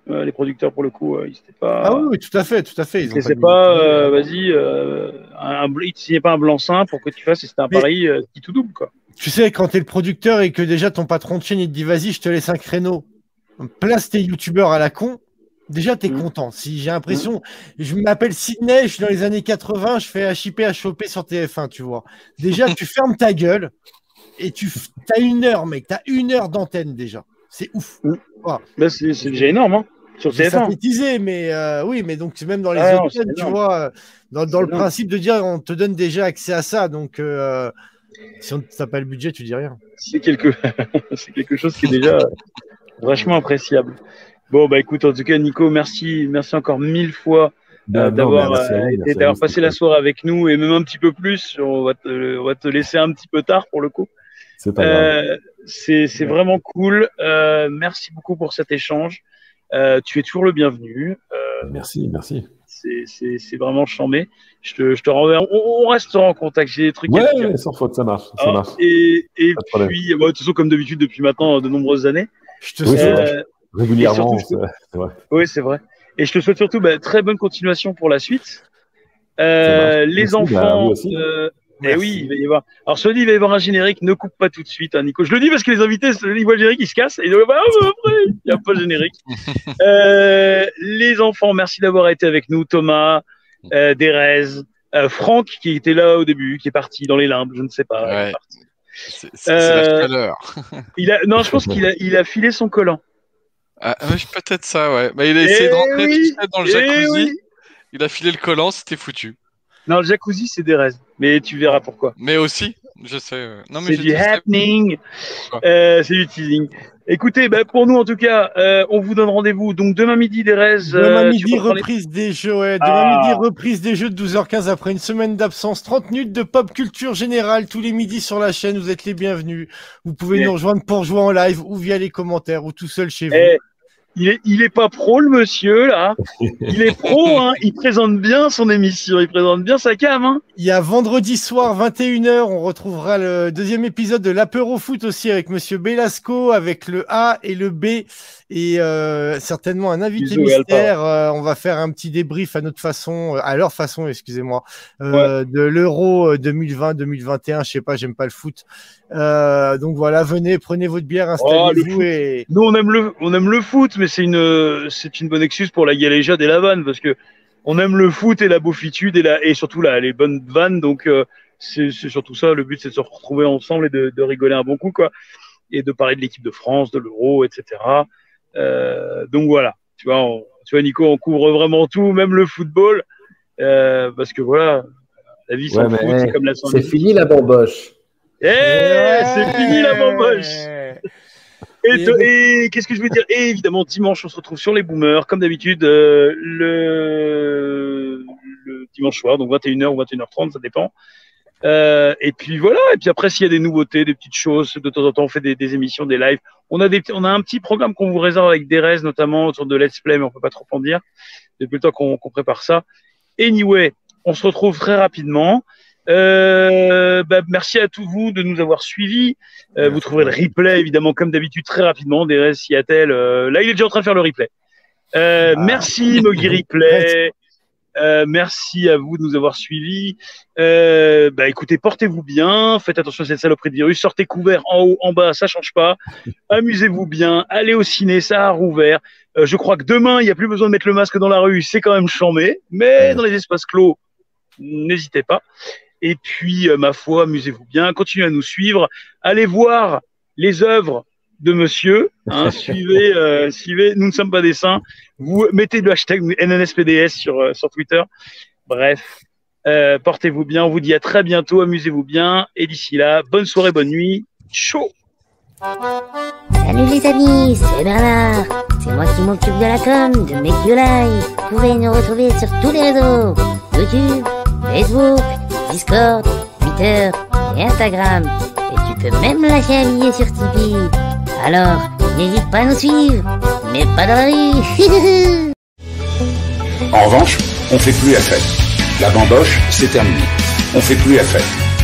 euh, les producteurs pour le coup. Euh, ils étaient pas. Ah oui, oui, tout à fait, tout à fait. Ils ne pas, euh, vas-y, euh, un, ils ne signaient pas un blanc-seing pour que tu fasses, et c'était un Mais... pari euh, qui tout double, quoi. Tu sais, quand t'es le producteur et que déjà ton patron de chaîne il te dit vas-y, je te laisse un créneau, place tes youtubeurs à la con, déjà t'es mmh. content. Si j'ai l'impression, mmh. je m'appelle Sydney, je suis dans les années quatre-vingts, je fais H I P H O P sur T F un, tu vois. Déjà, tu fermes ta gueule et tu as une heure, mec, t'as une heure d'antenne déjà. C'est ouf. Mmh. Voilà. Bah, c'est, c'est déjà énorme, hein. Sur T F un. Synthétisé, mais euh, oui, mais donc même dans les ah, autres chaînes, tu vois, dans, dans le énorme. Principe de dire on te donne déjà accès à ça, donc. Euh, Si on n'a pas le budget, tu dis rien. C'est quelque, c'est quelque chose qui est déjà vachement appréciable. Bon, bah écoute, en tout cas, Nico, merci, merci encore mille fois euh, d'avoir, non, euh, été, d'avoir passé la soirée avec nous et même un petit peu plus. On va te, on va te laisser un petit peu tard pour le coup. C'est pas grave. Euh, c'est, c'est vraiment cool. Euh, merci beaucoup pour cet échange. Euh, tu es toujours le bienvenu. Euh, merci, merci. C'est, c'est, c'est vraiment chambé. Je te, je te renverrai. On, on restera en contact. J'ai des trucs. Ouais, ouais, sans faute, ça marche. Ça ah, marche. Et, et puis, bah, de toute façon, comme d'habitude, depuis maintenant de nombreuses années. Je te oui, souhaite. Euh, régulièrement, surtout, c'est, c'est vrai. Oui, c'est vrai. Et je te souhaite surtout bah, très bonne continuation pour la suite. Euh, les merci, enfants. Bah, euh, et oui, il va y avoir. Alors, ce dit, il va y avoir un générique. Ne coupe pas tout de suite, hein, Nico. Je le dis parce que les invités, ils voient le générique, ils se cassent. Et ils disent, bah, après, il n'y a pas de générique. euh, les enfants, merci d'avoir été avec nous. Thomas, euh, Derez, euh, Franck, qui était là au début, qui est parti dans les limbes, je ne sais pas. Ouais. C'est, c'est, euh, c'est la chaleur. il a, non, je pense qu'il a, il a filé son collant. Ah, peut-être ça, ouais. Bah, il a essayé et de rentrer oui, dans le jacuzzi. Oui. Il a filé le collant, c'était foutu. Non, le jacuzzi, c'est Derez. Mais tu verras pourquoi. Mais aussi, je sais. Non, mais c'est du happening. Euh, c'est du teasing. Écoutez, bah, pour nous en tout cas, euh, on vous donne rendez-vous. Donc demain midi, Derez. Demain euh, midi, reprise les... des jeux. Ouais. Demain ah. midi, reprise des jeux de douze heures quinze après une semaine d'absence. trente minutes de pop culture générale tous les midis sur la chaîne. Vous êtes les bienvenus. Vous pouvez yeah. nous rejoindre pour jouer en live ou via les commentaires ou tout seul chez vous. Eh. Il est, il est pas pro, le monsieur, là. Il est pro, hein. Il présente bien son émission. Il présente bien sa cam, hein. Il y a vendredi soir, vingt et une heures, on retrouvera le deuxième épisode de l'apéro foot aussi avec monsieur Belasco, avec le A et le B. Et euh, certainement un invité Bisous, mystère. Euh, on va faire un petit débrief à notre façon, à leur façon, excusez-moi, euh, ouais. de l'Euro deux mille vingt deux mille vingt et un. Je sais pas, j'aime pas le foot. Euh, donc voilà, venez, prenez votre bière, installez-vous. Oh, et... Nous, on aime le, on aime le foot, mais c'est une, c'est une bonne excuse pour la galéjade et la vanne, parce que on aime le foot et la beaufitude et la, et surtout la, les bonnes vannes. Donc euh, c'est, c'est surtout ça. Le but, c'est de se retrouver ensemble et de, de rigoler un bon coup, quoi, et de parler de l'équipe de France, de l'Euro, et cetera. Euh, donc voilà, tu vois, on, tu vois, Nico, on couvre vraiment tout, même le football, euh, parce que voilà, la vie sans ouais, foot, c'est comme la santé. C'est fini la bamboche. Eh, ouais, c'est fini la bamboche. Et, te, et qu'est-ce que je veux dire? Et évidemment, dimanche, on se retrouve sur les Boomers, comme d'habitude, euh, le, le dimanche soir, donc vingt et une heures ou vingt et une heures trente, ça dépend. Euh, et puis voilà, et puis après, s'il y a des nouveautés, des petites choses, de temps en temps, on fait des, des émissions, des lives. On a, des, on a un petit programme qu'on vous réserve avec Derez, notamment autour de Let's Play, mais on peut pas trop en dire. Depuis le temps qu'on, qu'on prépare ça. Anyway, on se retrouve très rapidement. Euh, bah, merci à tous vous de nous avoir suivis. Euh, vous trouverez le replay, évidemment, comme d'habitude, très rapidement. Derez Seattle. Euh, là, il est déjà en train de faire le replay. Euh, ah. Merci, Mogi Replay. Euh, merci à vous de nous avoir suivis. Euh, bah, écoutez, portez-vous bien. Faites attention à cette saloperie de virus. Sortez couverts en haut, en bas, ça change pas. Amusez-vous bien. Allez au ciné, ça a rouvert. Euh, je crois que demain, il n'y a plus besoin de mettre le masque dans la rue. C'est quand même chambé. Mais dans les espaces clos, n'hésitez pas. Et puis, euh, ma foi, amusez-vous bien. Continuez à nous suivre. Allez voir les œuvres de monsieur. Hein, suivez, euh, suivez. Nous ne sommes pas des saints. Vous mettez le hashtag N N S P D S sur, euh, sur Twitter. Bref, euh, portez-vous bien. On vous dit à très bientôt. Amusez-vous bien. Et d'ici là, bonne soirée, bonne nuit. Ciao. Salut les amis, c'est Bernard. C'est moi qui m'occupe de la com, de Make You Live. Vous pouvez nous retrouver sur tous les réseaux. YouTube, Facebook, Discord, Twitter et Instagram. Et tu peux même lâcher un billet sur Tipeee. Alors, n'hésite pas à nous suivre, mais pas dans la rue. En revanche, on fait plus la fête. La bamboche, c'est terminé. On fait plus la fête.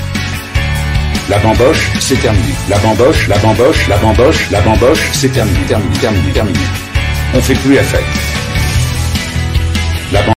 La bamboche, c'est terminé. La bamboche, la bamboche, la bamboche, la bamboche, c'est terminé, terminé, terminé, terminé. On fait plus la fête.